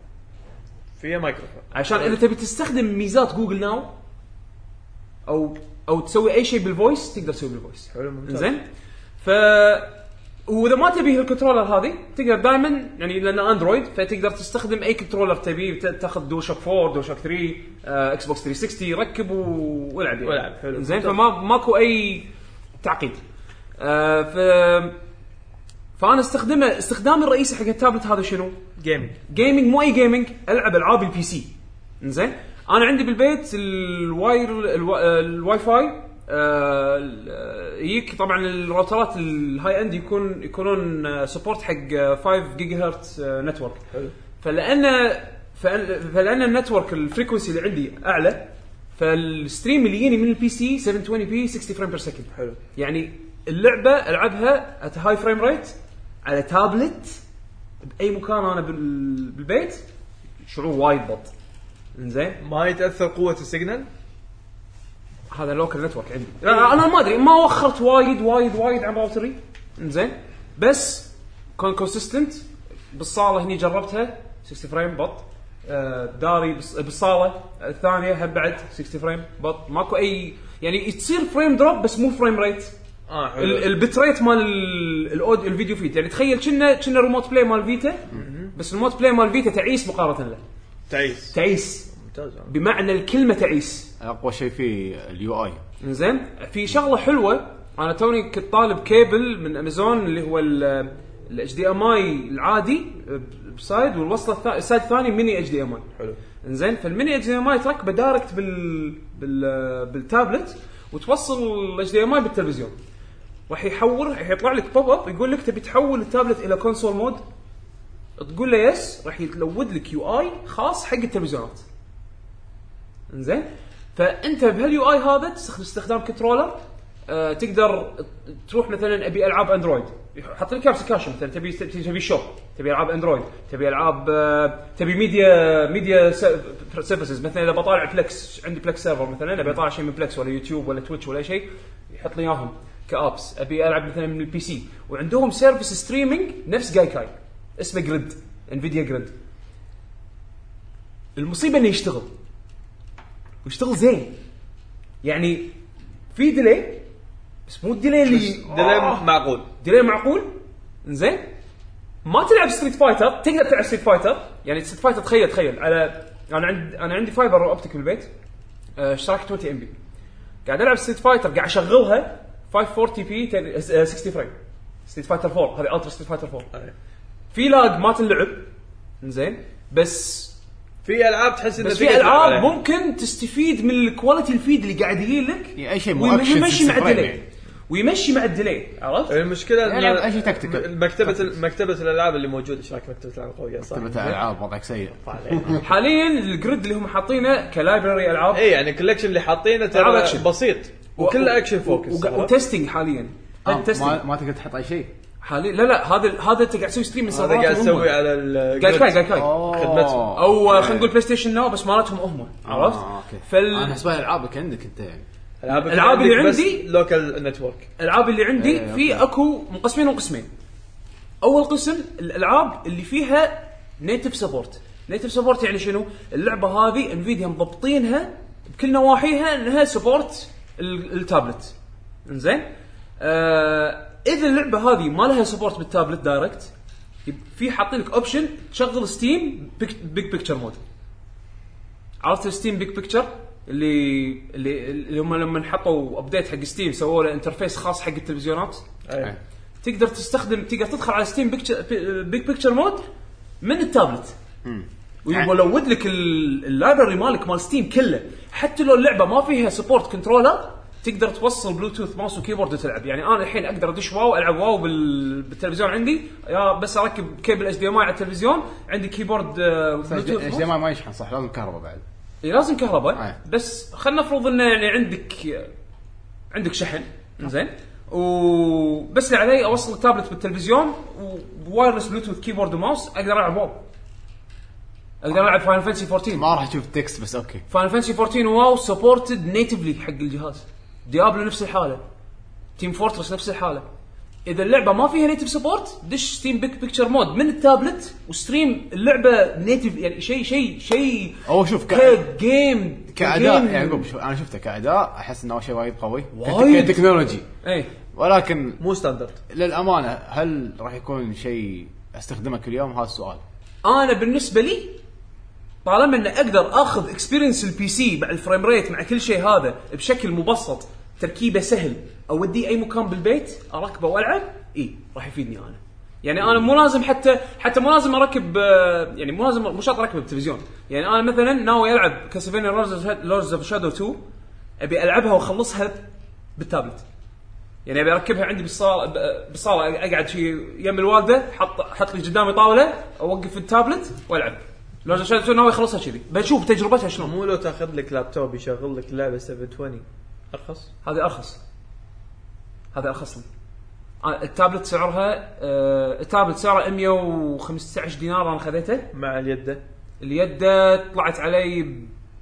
عشان اذا تبي تستخدم ميزات جوجل ناو او تسوي اي شيء بالفويس تقدر تسوي بالفويس. حلو زين. واذا ما تبي الكنترولر هذه تقدر دائما يعني لان اندرويد فتقدر تستخدم اي كنترولر تبي تاخذ دولشوك 4 دولشوك 3 اكس بوكس 360 ركب والعب حلو. زين فما ماكو اي تعقيد. ف فانا استخدامي الرئيسي حق التابلت هذا شنو؟ جيمنج مو اي جيمنج، العب العاب البي سي. انزين انا عندي بالبيت الواي فاي يجيك طبعا الراوترات الهاي اند يكونون سبورت حق 5 جيجا هرتز نتورك. فلان النتورك الفريكونسي اللي عندي اعلى، فالستريم اللي يجيني من البي سي 720 بي 60 فريم بير سكند. حلو. يعني اللعبه العبها ات هاي فريم ريت على تابلت باي مكان انا بالبيت، شعور وايد بط. انزين ما يتاثر قوه السيجنال، هذا لوكال نتورك عندي. انا ما ادري، ما وخرت وايد عن راوتري. انزين بس كان كونسيستنت. بالصاله هني جربتها 60 فريم بط، داري بالصاله الثانيه هم بعد 60 فريم بط، ماكو اي يعني تصير فريم دروب بس مو فريم ريت. البت ريت مال الفيديو فيد، يعني تخيل كنا ريموت بلاي مال فيتا، بس الريموت بلاي مال فيتا تعيس مقارنه له. تعيس ممتاز، بمعنى الكلمه تعيس. اقوى شيء فيه اليو اي. زين في شغله حلوه، انا توني كنت طالب كيبل من امازون اللي هو الاتش دي ام اي العادي بسايد، والوصله السايد الثاني ميني اتش دي ام اي. حلو. انزين فالميني اتش دي ام اي تركبه دايركت بالتابلت، وتوصل الاتش دي ام اي بالتلفزيون، راح يطلع لك بوب اب يقول لك تبي تحول التابلت الى كونسول مود، تقول له يس، راح يلود لك يو اي خاص حق التلفزيونات. انزين فانت بهاليو اي هذا تستخدم استخدام كنترولر. تقدر تروح مثلا ابي العاب اندرويد، يحط لك ابلكيشن مثلا تبي شوب، تبي العاب اندرويد، تبي العاب تبي ميديا سيرفيسز. مثلا اذا بطالع فليكس، عندي فليكس سيرفر مثلا، ابي اطالع شيء من فليكس ولا يوتيوب ولا تويتش ولا شيء، يحط لي اياهم كابس. ابي العب مثلا من البي سي، وعندهم سيرفيس ستريمينج نفس جايكاي اسمه جريد، انفيديا جريد. المصيبه انه يشتغل زين، يعني في ديلي بس مو الديلي اللي ديلي معقول. انزين ما تلعب ستريت فايتر، تقدر تلعب ستريت فايتر. يعني ستريت فايتر تخيل على انا عندي فايبر اوبتيك بالبيت، اشتراك 20 ام بي، قاعد العب ستريت فايتر، قاعد اشغلها 540 بي 60 فريم. ستريت فايتر 4 هذه الترا ستريت فايتر 4 في لاج ما تلعب. انزين بس في العاب تحس ان في العاب ممكن تستفيد من الكواليتي الفيد اللي قاعد يجي لك، اي شيء ويمشي مع الديلي، ويمشي مع الديلي. عرفت المشكله يعني اي شيء تكتيكال. مكتبه الالعاب اللي موجوده، ايش رايك مكتبه الالعاب قويه صح؟ مكتبه الالعاب وضعك سيء حاليا. الجريد اللي هم حاطينه كلايبراري العاب، اي يعني كولكشن اللي حاطينه ترى بسيط وكله اكشن فوكس وتستنج حاليا. ما تقدر تحط اي شيء حاليا. لا هذا انت قاعد تسوي ستريم من سيرفرات، قاعد تسوي على الجاي خدمتهم، او خلينا نقول بلاي ستيشن ناو بس مالتهم هم. عرفت؟ انا حسبها العابك عندك انت، يعني الالعاب اللي عندي لوكال نتورك. الالعاب اللي عندي في اكو قسمين. اول قسم الالعاب اللي فيها نيتيف سبورت. يعني شنو؟ اللعبه هذه انفيديا مضبطينها بكل نواحيها انها سبورت التابلت. انزين اذا اللعبه هذه ما لها سبورت بالتابلت دايركت، في حاطين لك اوبشن تشغل ستيم بيج بيكتشر مود. عرفت الستيم بيج بيكتشر اللي هم لما حطوا ابديت حق ستيم سووا له انترفيس خاص حق التلفزيونات. تقدر تدخل على ستيم بيج بيكتشر مود من التابلت، ويولود لك اللايبرري مالك مال ستيم كله. حتى لو اللعبه ما فيها سبورت كنترولر، تقدر توصل بلوتوث ماوس وكيبورد وتلعب. يعني انا الحين اقدر ادش واو العب واو بالتلفزيون عندي، يا بس اركب كيبل اتش دي ام اي على التلفزيون، عندي كيبورد بلوتوث. اتش دي ام اي ما يشحن صح؟ لازم كهرباء بعد. لازم كهرباء. بس خلينا نفرض انه يعني عندك شحن. زين وبس علي اوصل التابلت بالتلفزيون ووايرلس بلوتوث كيبورد وماوس، اقدر العب واو، اقدر العب فاينل فانتسي 14. ما راح اشوف تكست بس اوكي. فاينل فانتسي 14 واو سبورتد نيتيفلي حق الجهاز. ديابلو نفس الحاله، تيم فورترس نفس الحاله. اذا اللعبه ما فيها نيتيف سبورت، دش ستيم بيكتشر مود من التابلت وستريم اللعبه نيتيف. يعني شيء او شوف جيم كاداء. يعني شوف انا شفته كاداء، احس انه شيء وايد قوي كتكنولوجي. ولكن مو ستاندرد للامانه. هل راح يكون شيء استخدمه كل يوم؟ هذا السؤال. انا بالنسبه لي طالما ان اقدر اخذ اكسبيرينس البي سي مع الفريم ريت مع كل شيء هذا بشكل مبسط، تركيبه سهل، اوديه اي مكان بالبيت اركبه والعب، راح يفيدني انا. يعني انا مو لازم حتى مو لازم اركب يعني مو شرط اركب التلفزيون. يعني انا مثلا ناوي العب كاسلفينيا لورز اوف شادو 2 ابي العبها واخلصها بالتابلت. يعني ابي اركبها عندي بالصاله اقعد شي يم الوالده حط لي قدامي طاوله اوقف التابلت والعب لورز اوف شادو 2 ناوي اخلصها كذي بشوف تجربتها شلون. مو لو تاخذ لك لابتوب يشغل لك لعبه 720 ارخص. هذا ارخص لي. التابلت سعرها التابلت سعره 115 دينار انا خذيته مع اليد طلعت علي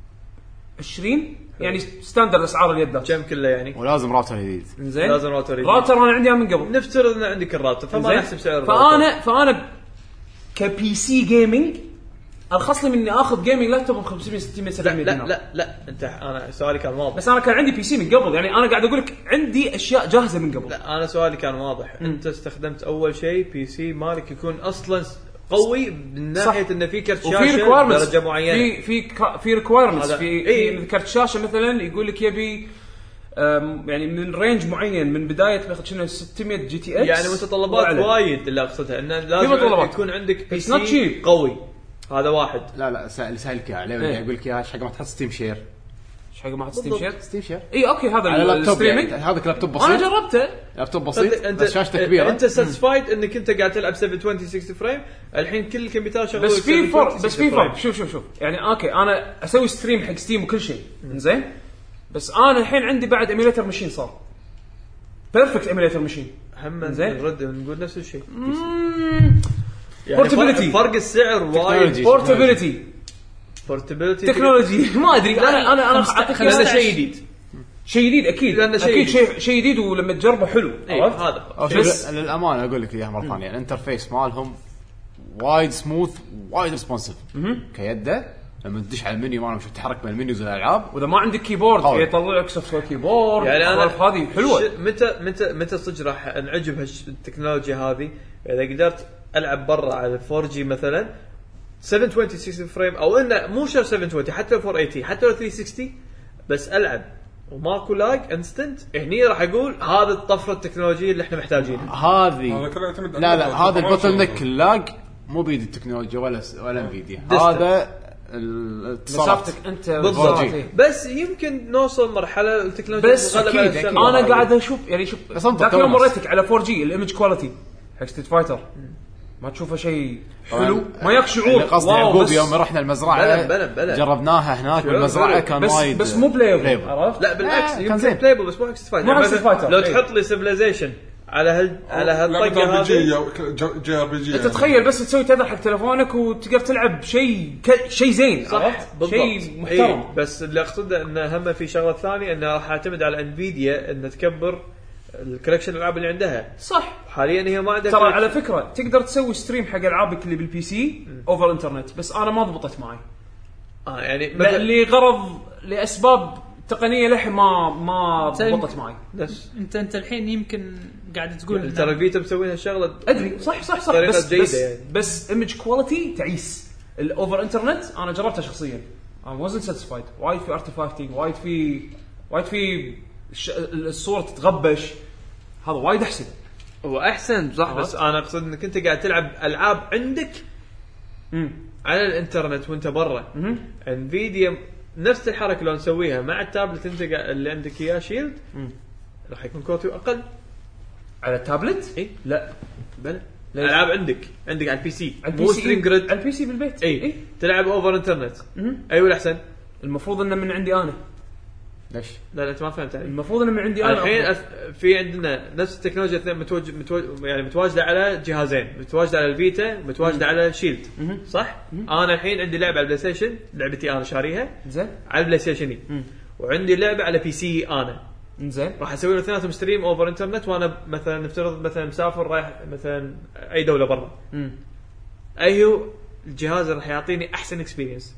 20 يعني ستاندرد اسعار اليدات كم كله يعني. ولازم راوتر جديد. زين لازم راوتر انا عندي من قبل. نفترض ان عندك الراوتر فما نحسب سعر فانا كبي سي جيمنج ارخص لي من اني اخذ جيمنج لابتوب ب 500 600 700 دينار. لا انت انا سؤالي كان واضح. بس انا كان عندي بي سي من قبل. يعني انا قاعد اقول لك عندي اشياء جاهزه من قبل. لا انا سؤالي كان واضح. انت استخدمت اول شيء بي سي مالك يكون اصلا قوي من ناحيه انه في كرت شاشه درجه معينه. في ريكوايرمنتس في كرت شاشه مثلا يقول لك يبي يعني من رينج معين من بدايه شنو 600 جي تي اكس. يعني متطلبات وايد اللي اقصدها انه لازم يكون عندك بي سي قوي. هذا واحد. لا سائلك عليه يقول لك يا ايش حق ما تحط ستيم شير. ايش حق ما تحط ستيم شير اي اوكي هذا الستريمينج هذاك لابتوب بسيط. انا جربته لابتوب بسيط بس شاشته كبيره. انت ساتسفايد انك انت قاعد تلعب 720 60 فريم الحين كل الكمبيوتر شغال. بس في فرق شوف يعني اوكي انا اسوي ستريم حق ستيم وكل شيء زين. بس انا الحين عندي بعد ايميليتر ماشين صار بيرفكت ايميليتر ماشين هم زين نرد نقول نفس الشيء. بورتابيلتي فرق السعر وايد. بورتابيلتي تكنولوجي ما ادري انا اعطيك هذا شيء جديد اكيد شيء جديد ولما تجربه حلو. هذا بس للامانه اقول لك اياها مره ثانيه الانترفيس مالهم وايد سموث وايد ريسبونسيف كيده. لما تدش على المنيو مالهم شوف تحرك بين المنيوز الالعاب واذا ما عندك كيبورد يطلع لك سوفت كيبورد. يعني انا هذه حلوه. متى صدق راح انعجب هالتكنولوجيا هذه اذا قدرت العب برا على 4G مثلا 720 60 فريم او انه مو شرط 720 حتى 480 حتى 360 بس العب وماكو لاج انستنت. هني راح اقول هذا الطفره التكنولوجيه اللي احنا محتاجينها. هذه لا هذا البوتل نيك اللاج مو بيد التكنولوجيا ولا انفيديا. هذا مسافتك انت بالضبط. بس يمكن نوصل مرحله التكنولوجيا بس اكيد انا قاعد اشوف يعني شوف ذاك يوم مريتك على 4G الايمج كواليتي حق ستريت فايتر ما تشوفه شيء حلو ما ياك شعور. قصدي يعقوب يوم رحنا المزرعه بلا. جربناها هناك بالمزرعه كان وايد بس مو بلايبل عرفت. لا بالعكس يمكن بلايبل بس مو ستريت فايتر. لو تحط لي سيفيلايزيشن على هالطقه هذه جي ار بي جي انت تتخيل بس تسوي تذر حق تلفونك وتقدر تلعب شيء زين صح شيء محترم. بس اللي اقصده انه هم في شغله ثانيه انه راح اعتمد على انفيديا ان تكبر الكولكشن الالعاب اللي عندها. صح حاليا هي ما عندها. ترى على فكره تقدر تسوي ستريم حق العابك اللي بالبي سي اوفر انترنت بس انا ما ضبطت معي. يعني اللي غرض لاسباب تقنيه لحين ما ضبطت معي. بس انت الحين يمكن قاعد تقول ترى الفيتا مسوينها الشغله ادري صح بس ايمج كواليتي تعيس. الاوفر انترنت انا جربتها شخصيا انا وزنت ساتسفايد. وايد في ارتفاكتنج وايد في الصوره تتغبش. هذا وايد احسن. هو احسن صح بس انا اقصد انك انت قاعد تلعب العاب عندك على الانترنت وانت برا. انفيديا نفس الحركه لو نسويها مع التابلت انت اللي عندك اياه شيلد راح يكون كوتي اقل على التابلت. اي لا بل العاب عندك على البي سي مو ستريم جريد على البي سي بالبيت. اي تلعب اوفر انترنت. اي ولا احسن المفروض انه من عندي انا. ليش لا انت ما فهمت علي. المفروض انه من عندي انا الحين في عندنا نفس التكنولوجيا اثنين يعني متواجده على جهازين متواجده على الفيتا متواجده على شيلد صح. انا الحين عندي لعبه على البلاي ستيشن لعبتي انا شاريها زين على البلاي ستيشن وعندي لعبه على بي سي انا زين راح اسوي له اثنيناتهم ستريم اوفر انترنت وانا مثلا نفترض مثلا مسافر رايح مثلا اي دوله برا. ايهو الجهاز راح يعطيني احسن اكسبيرينس.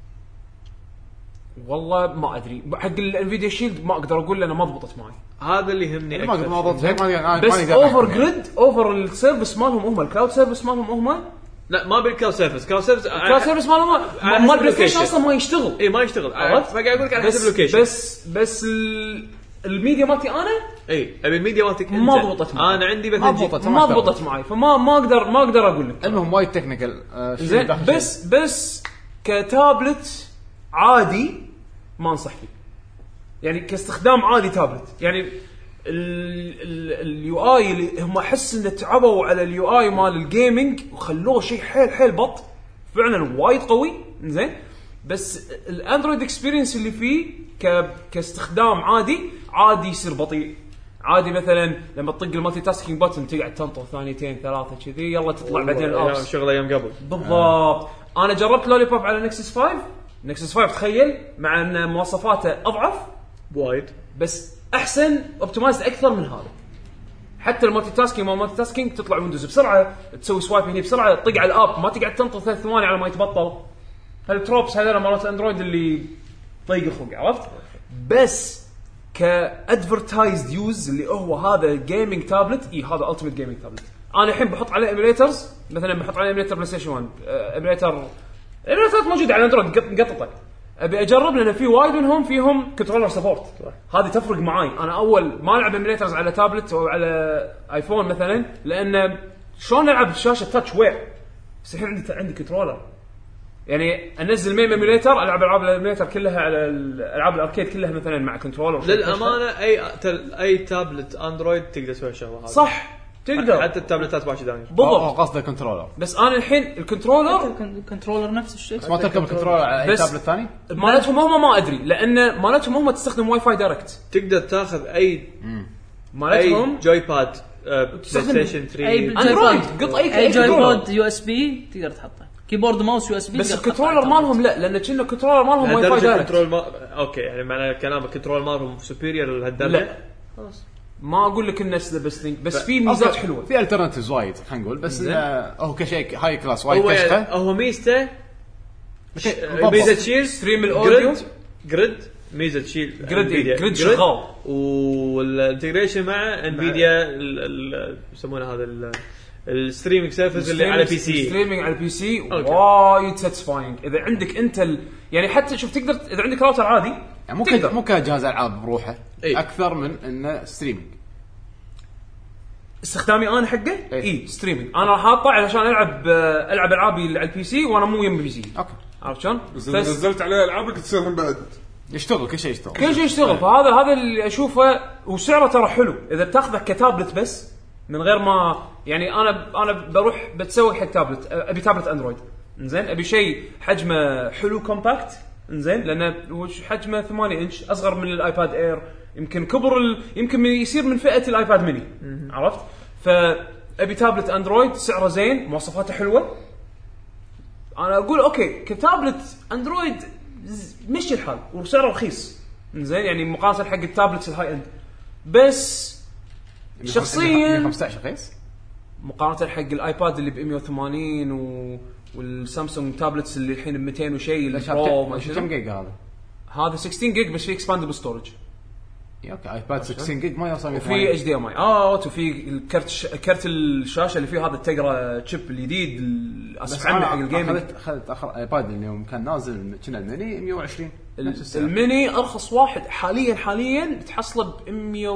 والله ما ادري حق الانفيديا شيلد ما اقدر اقول انا ما ضبطت معي. هذا اللي يهمني ما ضبط زين بس اوفر جريد اوفر السيرفيس مالهم الكلاود سيرفيس مالهم لا ما بالكلاود سيرفيس كلاود سيرفيس مالهم مال بلاي ستيشن اصلا ما يشتغل. اي ما يشتغل. فقاعد اقول لك على حسب اللوكيشن بس الميديا مالتي انا اي ابي الميديا مالتك ما ضبطت معي. انا عندي ما ضبطت معي فما اقدر اقول لك. المهم وايد تكنيكال زين بس كتابلت عادي ما انصح فيه يعني كاستخدام عادي تابلت يعني اليو اي اللي هم احس ان تعبوا على اليو اي مال الجيمنج وخلوه شيء حيل بط فعلا وايد قوي. زين بس الاندرويد اكسبيرينس اللي فيه كاستخدام عادي يصير بطيء عادي. مثلا لما تطق المالتي تاسكينج بوتن تقعد تنطر ثانيتين ثلاثه كذي يلا تطلع بعدين الابس شغل ايام قبل بالضبط. انا جربت لوليبوب على نكسس 5 تخيل مع ان مواصفاته اضعف وايد بس احسن اوبتمايز اكثر من هذا. حتى المالتي تاسكينج تطلع ويندوز بسرعه تسوي سوايب هنا بسرعه تطق على الاب ما تقعد تنطر 3 ثواني على ما يتبطل. هالتروبس هذول مالت اندرويد اللي طيق خلق عرفت. بس كادفرتايزد يوز اللي هو هذا جيمنج تابلت هذا التيمت جيمنج تابلت. انا الحين بحط عليه ايميليترز مثلا بحط عليه ايميليتر بلاي ستيشن 1 ايميليترات موجوده على اندرويد مقططه ابي اجرب لان في وايد منهم فيهم كنترولر سبورت. هذه تفرق معاي. انا اول ما العب ايميليترز على تابلت او على ايفون مثلا لان شلون العب شاشه تاتش وير بس الحين عندي كنترولر يعني انزل ميم ايميليتر العب العاب الايميليتر كلها على الالعاب الاركيد كلها مثلا مع كنترولر. للامانه اي تابلت اندرويد تقدر تسوي الشغله هذه صح تقدر حتى التابلتات ماشي داني بالضبط قصده كنترولر. بس انا الحين الكنترولر نفس الشيء ما تركب الكنترولر على اي تابلت ثاني مالتهم هم ما ادري لان مالتهم هم تستخدم واي فاي دايركت تقدر تاخذ اي مالتهم جوي باد بلاي ستيشن 3 اندرويد قط اي جوي باد يو اس بي تقدر تحطه كيبورد ماوس يو اس بي بس الكنترولر مالهم لا لان كنا الكنترولر مالهم واي فاي دايركت اوكي يعني معنى كلامك الكنترول مالهم سوبيريور لهالدرجه لا خلاص ما اقول لك الناس بس بس في ميزات حلوه في الترناتيفز وايد خلينا نقول بس هو كشيء هاي كلاس وايد كشخه هو ميزته ميزه تشيل ستريم الاوديو جريد ميزه تشيل جريد شغال والانتجريشن مع انفيديا يسمونه هذا الستريمينج سيرفيس اللي على بي سي ستريمينج على البي سي وايد ساتسفاينج اذا عندك انت يعني حتى شوف تقدر اذا عندك راوتر عادي يعني مو كجهاز العاب بروحه اكثر من انه ستريمينج استخدامي انا حقه ستريمينج انا حاطه علشان العب العابي على البي سي وانا مو يم بي سي اوكي عرفت شلون بس نزلت عليه العابك تصير بعد يشتغل كل شيء يشتغل فهذا اللي اشوفه وسعره ترى حلو اذا بتاخذه كتابلت بس من غير ما يعني انا بروح بتسوي حق تابلت ابي تابلت اندرويد زين ابي شيء حجمه حلو كومباكت زين لان حجمه 8 انش اصغر من الايباد اير يمكن يمكن يصير من فئه الايباد ميني عرفت. فابي تابلت اندرويد سعره زين مواصفاته حلوه انا اقول اوكي كتابلت اندرويد مشي الحال وسعره رخيص زين يعني مقارنه حق التابلتس الهاي اند بس شخصيا 15 رخيص مقارنه حق الايباد اللي ب 180 والسامسونج تابلتس اللي الحين ب 200 وشيء البرو ما كم جيجا هذا 16 جيج بس في اكسباندبل ستورج. اوكي ايباد 16 جيج ما يوصل وفي اتش دي ام اي وفي الكرت الشاشه اللي فيه هذا التقرا شيب الجديد الاسف عنه حق الجيمنج. اخذت اخر ايباد اللي يوم كان نازل كنا الميني 120 الميني ارخص واحد حاليا تحصله ب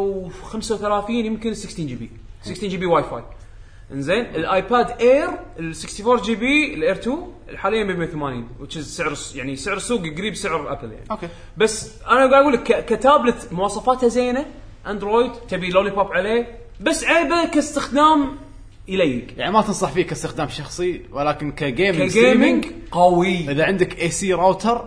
135 يمكن 16 جي بي واي فاي انزين. الايباد اير ال 64 جي بي الاير 2 حاليا ب 180 which is سعر يعني سعر السوق قريب سعر ابل يعني. اوكي بس انا قاعد اقول لك كتابلت مواصفاتها زينه اندرويد تبي لوليبوب عليه بس عيبه كاستخدام يليق يعني ما تنصح فيه كاستخدام شخصي ولكن كجيمنج قوي. اذا عندك اي سي راوتر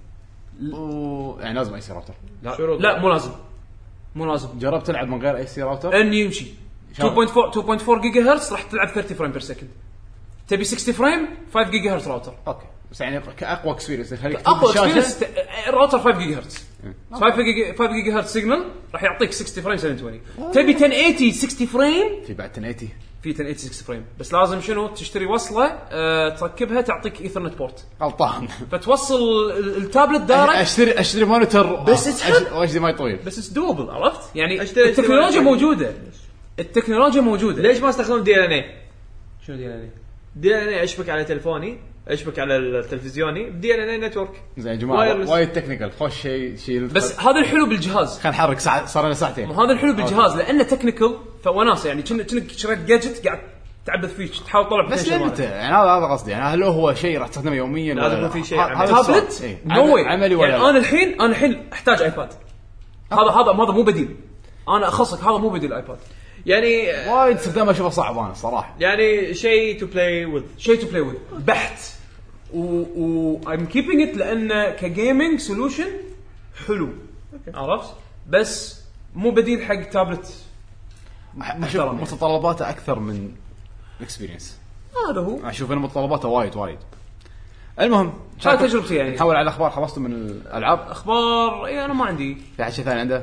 يعني لازم اي سي راوتر لا مو لازم جربت تلعب من غير اي سي راوتر ان يمشي 2.4 جيجا هرتز راح تلعب 30 فريم بير سكند. تبي 60 فريم 5 جيجا هرتز راوتر اوكي بس يعني كاقوى اكسبيرينس يخليك اقوى اكسبيرينس الراوتر 5 جيجا هرتز 5 جيجا هرتز سيجنال راح يعطيك 60 فريم 720. تبي 1080 60 فريم في بعد 1080 في 1080 60 فريم بس لازم شنو تشتري وصله تركبها تعطيك ايثرنت بورت غلطان فتوصل التابلت دايركت. اشتري مونيتور بس واجد ما يطول بس دوبل عرفت يعني التكنولوجيا موجوده ليش ما استخدم دي ان اي؟ شنو دي ان اي؟ دي ان اي اشبك على تلفوني اشبك على التلفزيوني بدي ان نتورك. زين يا جماعه وايد تكنيكال خوش شيء بس هذا الحلو بالجهاز. خلينا نحرك ساعه صار لنا ساعتين. وهذا الحلو بالجهاز لانه تكنيكال فوناسه يعني كأنك شريت جادجت قاعد تعبث فيه تحاول تطلع بس انت يعني هذا قصدي يعني هل هو شيء راح تستخدمه يوميا لازم يكون في شيء تابلت نوي عملي ولا يعني انا الحين احتاج ايباد. هذا مو بديل. انا اخصك هذا مو بديل ايباد يعني وايد استخدامه اشوفه صعب انا صراحه يعني شيء تو بلاي وذ بحت و I'm keeping it لأنه كجيمينج سولوشن حلو عرفت بس مو بديل حق تابلت محترم متطلباته أكثر من اكسبيرينس. هذا هو أشوف إن متطلباته وايد. المهم هاي تجربتي يعني. نحول على الأخبار. خلصتوا من الألعاب؟ أخبار أنا ما عندي. في حد شيء ثاني عنده؟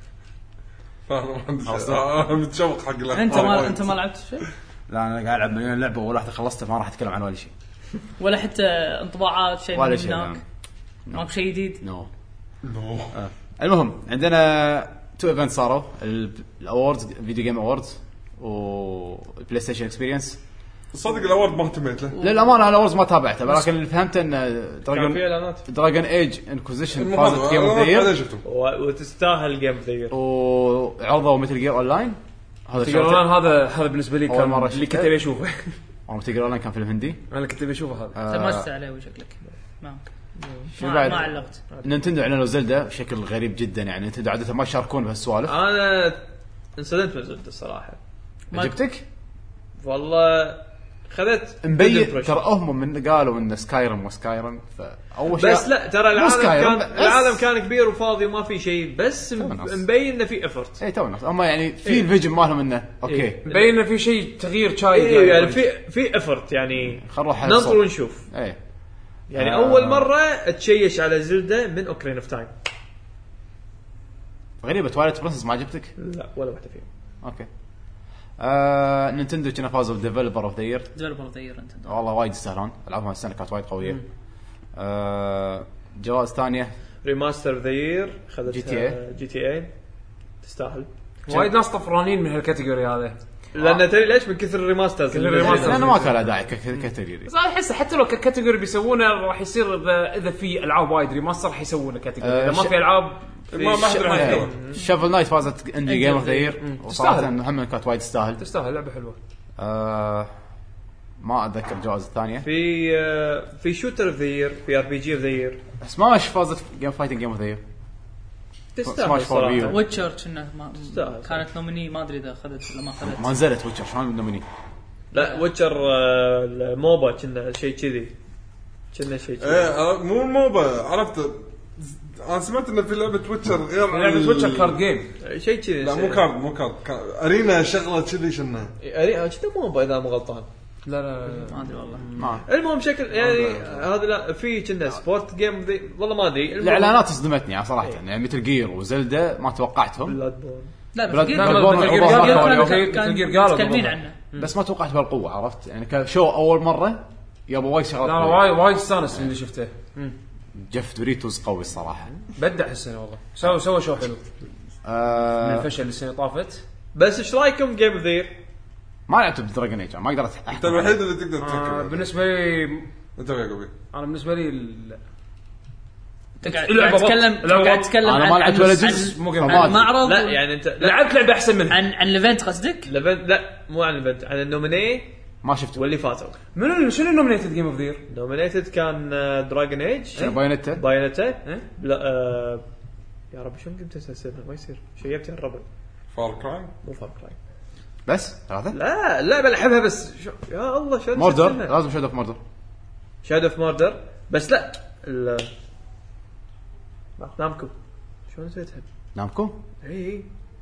متشوق حق الأخبار. أنت ما لعبت شيء؟ لا أنا قاعد ألعب مليون لعبة ولا واحدة خلصتها ما راح أتكلم عن ولا شيء. ولا حتى انطباعات شيء ولا من شيء هناك. ماكو شيء جديد. نو. المهم عندنا 2 ايفنت صاروا الاووردز فيديو جيم اووردز والبلاي ستيشن اكسبيرينس. صدق الاورد ما اهتميت له للامانه الاووردز ما تابعته لكن اللي فهمته ان دراجون ايج انكوزيشن فازت جيم اوف ذا يير وتستاهل جيم اوف ذا يير وعرضوا مثل جير اون لاين. هذا بالنسبه لي كان اللي كنت ابي اشوفه. مثل جير اون لاين كان فيلم هندي انا كنت ابي اشوفه هذا تمست عليه وشكلك ما علقت. نينتندو اعلنوا زلدة بشكل غريب جدا يعني نينتندو عاده ما يشاركون بهالسوالف. انا انسدنت من زلدة الصراحه. عجبتك؟ والله خذت مبين ترى هم من قالوا ان سكايرم فاول شيء بس لا ترى العالم كان كبير وفاضي وما في شيء بس مبين انه في افورت. اي تو هم يعني في الفيجن مالهم انه اوكي مبين انه في شيء تغيير شاي يعني في افورت يعني ننظر ونشوف. اي يعني اول مره تشيش على زلدة من اوكرين اوف تايم. غريبه تواليت برنسس ما عجبتك؟ لا ولا واحده فيهم. اوكي نينتندو كنا فازوا ديفلوبر اوف ذا يير نينتندو والله وايد يستاهلون العابهم السنه كانت وايد قويه. جوائز ثانيه ريماستر اوف ذا يير خذت جي تي اي تستاهل. وايد ناس طفرانين من هالكاتيجوري هذا لأن ترى ليش من كثر الريماسترز لأنه ما كان داعي كاتيجوري. صار احس حتى لو كاتيجوري بيسوونه راح يصير اذا في العاب وايد ريماستر راح يسوونه كاتيجوري. اذا ما في العاب ما حد شافل نايت فازت اندي جيم اوف ذا يير وصراحه هم كانت وايد تستاهل لعبه حلوه. ما اتذكر الجوائز الثانيه. في شوتر اوف ذا يير في ار بي جي اوف ذا يير سماش فازت جيم فايتنج جيم اوف ذا يير. تستاهل صراحه. ويتشر كانت نوميني ما ادري اذا اخذت ولا ما اخذت. ما نزلت ويتشر شلون نوميني؟ لا ويتشر الموبا كنا شيء كذي ايه مو الموبا عرفت. انا سمعت ان في لعبه ويتشر غير لعبه ويتشر كارد جيم شيء كذي. لا مو كارد ارينا شغله كذي شنها ارينا كذا موبا اذا مو غلطان. لا ما ادري والله. المهم شكل يعني هذا لا في كنا سبورت جيم والله ما ادري. الاعلانات صدمتني صراحه يعني مثل جير وزلدة ما توقعتهم. لا بس جير قالوا عنه بس ما توقعت بهالقوه عرفت يعني كشو اول مره يابا وايد شغلات. لا وايد استانس اللي شفته. جيف دوريتوز قوي الصراحه بدع السنه والله سوى شو حلو. من الفشل السنه طافت. بس ايش رايكم جيم اوف ذا يير؟ ما لعبت بدراجون ايج ما قدرت انت الوحيد اللي تقدر تفكر. بالنسبه لي انت يا قبي انا بالنسبه لي قاعد تتكلم انا ما لعبت ولا جزء معرض. لا يعني انت لعبت لعبه احسن منها. عن الايفنت قصدك؟ لا مو عن الايفنت عن النوميني ما شفت واللي فاتوا. شنو نومينيتد جيم اوف ذا يير؟ نومينيتد كان دراجون ايج بايونيتا لا يا رب شو قمت اساسا ما يصير شيبتي على الربع. فار كراي مو فار كراي بس هذا لا بلعبها بس يا الله شو موردر لازم شادو اوف موردر بس لا نامكو شو نسيتها نامكو اي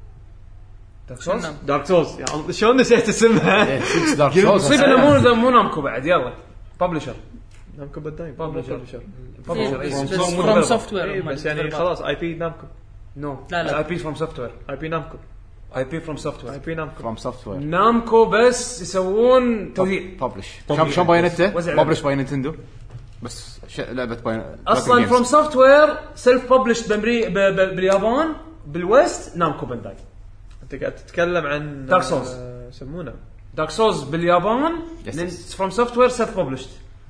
دارك سولز يا الله شلون نسيت اسمها. مصيبه مو نامكو بعد يلا ببلشر نامكو بدايم ببلشر فروم سوفت وير بس يعني خلاص اي بي نامكو لا اي بي فروم سوفت وير اي بي نامكو اي بي فروم سوفت وير اي بي نامكو فروم سوفت وير نامكو بس يسوون توزيع ببلش شلون باينته ببلش باي نينتندو بس لعبه باين اصلا فروم سوفت وير سيلف ببلش باليابان بالويست نامكو بانداي. انت قاعد تتكلم عن دارك سولز يسمونه دارك سولز باليابان فروم سوفت وير سيلف ببلشت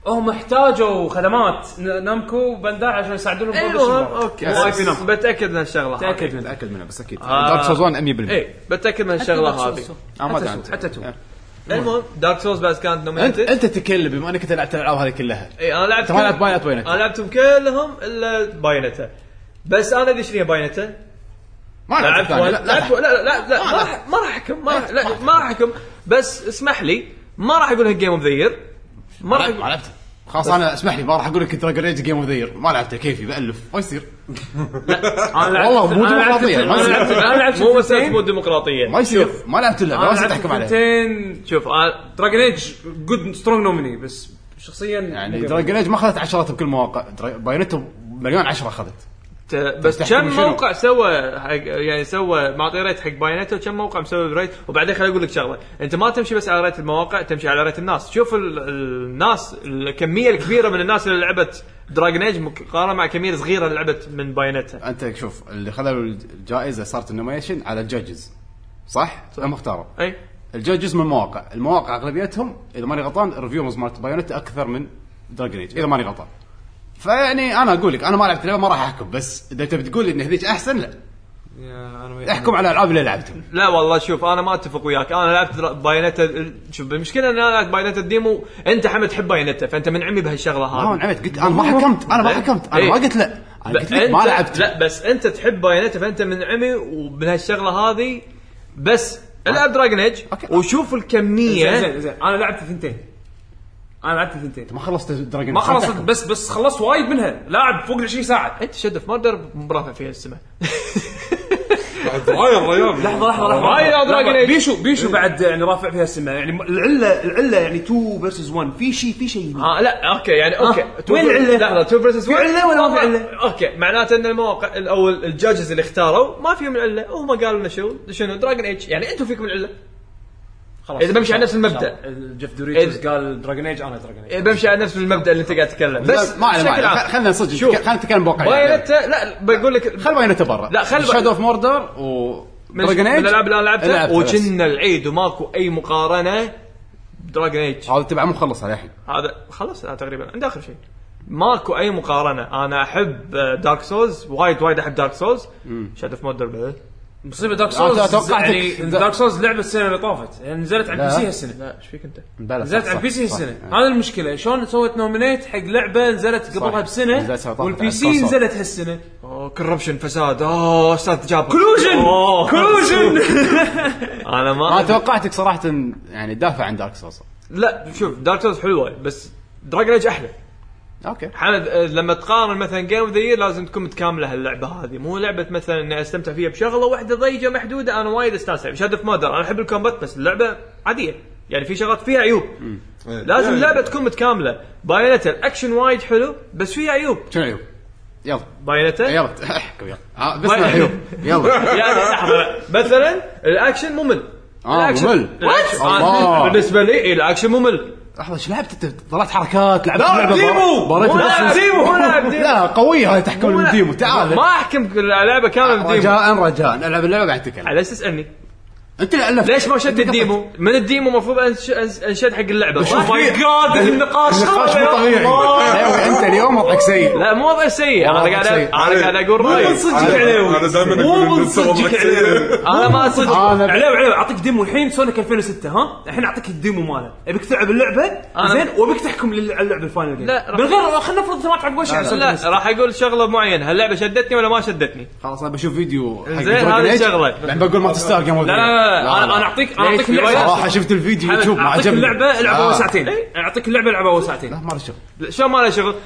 هم احتاجوا خدمات نامكو بانداي عشان يساعدونهم اوكي بتاكد من الشغله تاكد منها بس اكيد دارك سولز 1 100%. اي بتاكد من الشغله هذه حتى تو المهم دارك سولز بس كانت نومينتد. انت تتكلم بما انك لعبت الالعاب هذه كلها. اي انا لعبت باينتا انا لعبتهم كلهم الا باينتا بس انا ادري شنو هي باينتا ما لعبت لا ما راح احكم ما راح احكم بس اسمح لي ما راح اقول جيم اوف ذا يير ما لعبت خلاص انا اسمح لي ما راح اقول لك دراجون ايج جيم اوف ذا يير ما لعبته كيفي بألف ما يصير. انا والله مو ديمقراطيه انا لعبت مو مسألة مو ديمقراطيه ما يصير ما لعبت اللعبه ما تحكم عليها. شوف دراجون ايج جود سترونج نوميني بس شخصيا يعني دراجون ايج ما اخذت عشرات بكل مواقع باينته مليون 10 اخذت بس كم موقع سوى يعني سوى معطي ريت حق باينته وكم موقع مسوي ريت. وبعدين خليني اقول لك شغله انت ما تمشي بس على ريت المواقع تمشي على ريت الناس. شوف الناس الكميه الكبيره من الناس اللي لعبت دراجون ايج مقارنه مع كميه صغيره اللي لعبت من باينته. انت شوف اللي خذوا الجائزه صارت النوميشن على الجادجز صح هم اختاروا اي الجادجز من المواقع اغلبيتهم اذا ماني غلطان ريفيوز مالت باينته اكثر من دراجون ايج اذا ماني غلطان. فيعني انا اقول لك انا ما لعبت اللعبه ما راح احكم بس اذا انت بتقول ان هذيك احسن لا احكم على الالعاب اللي لعبتهم. لا والله شوف انا ما اتفق وياك. انا لعبت باينتا شوف المشكله ان انا لعبت باينتا الديمو انت حمد تحب باينتا فانت منعمي بهالشغله هذه. ما نعمت قلت انا ما حكمت انا ما قلت لا انا قلت لك ما لعبت. لا بس انت تحب باينتا فانت منعمي وبهالشغله هذه بس العب دراجون ايج وشوف الكميه. زين انا لعبت ثنتين ما خلصت دراجون ما خلصت بس خلصت وايد منها لاعب فوق 20 ساعه. انت شدف ما درب مرافع فيها السماء لحظه بيشو بعد يعني رافع فيها السماء يعني العله يعني 2 versus 1 في شيء لا اوكي يعني اوكي وين العله؟ لا 2 versus 1 في عله ولا ما في عله؟ اوكي معناته ان المواقع او الجاجز اللي اختاروا ما فيهم العله وهم قالوا لنا شنو دراجون ايج يعني انتم فيكم العله خلاص. اذا بمشي على نفس المبدا جيف دوريتوس قال دراجون ايج انا دراجون ايج بمشي على نفس المبدا اللي انت قاعد تتكلم بس ما خلينا نصدق خلينا نتكلم بواقعيه. باينته لا بقول لك خل باينته برا لا خل شادو اوف موردر ودراجون ايج الالعاب اللي لعبتها وكنا العيد وماكو اي مقارنه. دراجون ايج هذا تبع مخلص على الحين هذا خلص تقريبا عند اخر شيء ماكو اي مقارنه. انا احب دارك سولز وايد احب دارك سولز شادو اوف موردر بعد مصيبه دارك سولز يعني دارك سولز لعبه السنه اللي طافت يعني نزلت على البي سي هالسنه. لا ايش فيك انت نزلت على البي سي هالسنه هذا المشكله شلون سويت نومينيت حق لعبه نزلت قبلها بسنه والبي سي نزلت هالسنه. كوربشن فساد استاذ جاب كلوجن انا ما توقعتك صراحه يعني دافع عن دارك سولز. لا شوف دارك سولز حلوه بس دراجون ايج احلى. اوكي حمد لما تقارن مثلا جيم اوف ذا يير لازم تكون متكامله هاللعبه هذه مو لعبه مثلا اني استمتع فيها بشغله واحده ضيقه محدوده. انا وايد استانس شادو اوف مودر انا احب الكومبات بس اللعبه عاديه يعني في شغلات فيها عيوب لازم اللعبه تكون متكامله. باينته الاكشن وايد حلو بس فيها عيوب. شنو عيوب؟ يلا باينته يلا احكوا يلا بس عيوب يلا يعني لحظه مثلا الاكشن ممل. ممل بالنسبه لي الاكشن ممل. لحظه ايش لعبت انت؟ طلعت حركات لعبت لعبه ديمو لا قويه هاي تحكم الديمو تعال ما احكم اللعبه كامله بالديمو رجاء العب اللعبه بعد تتكلم على اساس اني انت اللي ليش ما شد الديمو من الديمو المفروض انشد حق اللعبه. ماي جاد النقاش مو طبيعي. انت اليوم وضعك سيء. لا مو وضع سيء انا قاعد اقول رايي صدق عليوي انا دائما اقول صدق عليوي انا ما صدق عليوي اعطيك ديمو الحين سونيك 2006 ها الحين اعطيك الديمو ماله ابيك تلعب اللعبه زين وابيك تحكم اللعبه الفاينل جيم من غير خلينا نفرض ما تعرف وش لا راح اقول شغله معينه هاللعبه شدتني ولا ما شدتني. خلاص انا بشوف فيديو زين هذه الشغله بعدين بقول ما تستاهل جيم. لا انا اعطيك اللعبه صراحه شفت الفيديو يوتيوب ما اعطيك عجبني. اللعبه العبها ساعتين اعطيك اللعبه العبها ساعتين. لا ما له شغل شو ما له شغل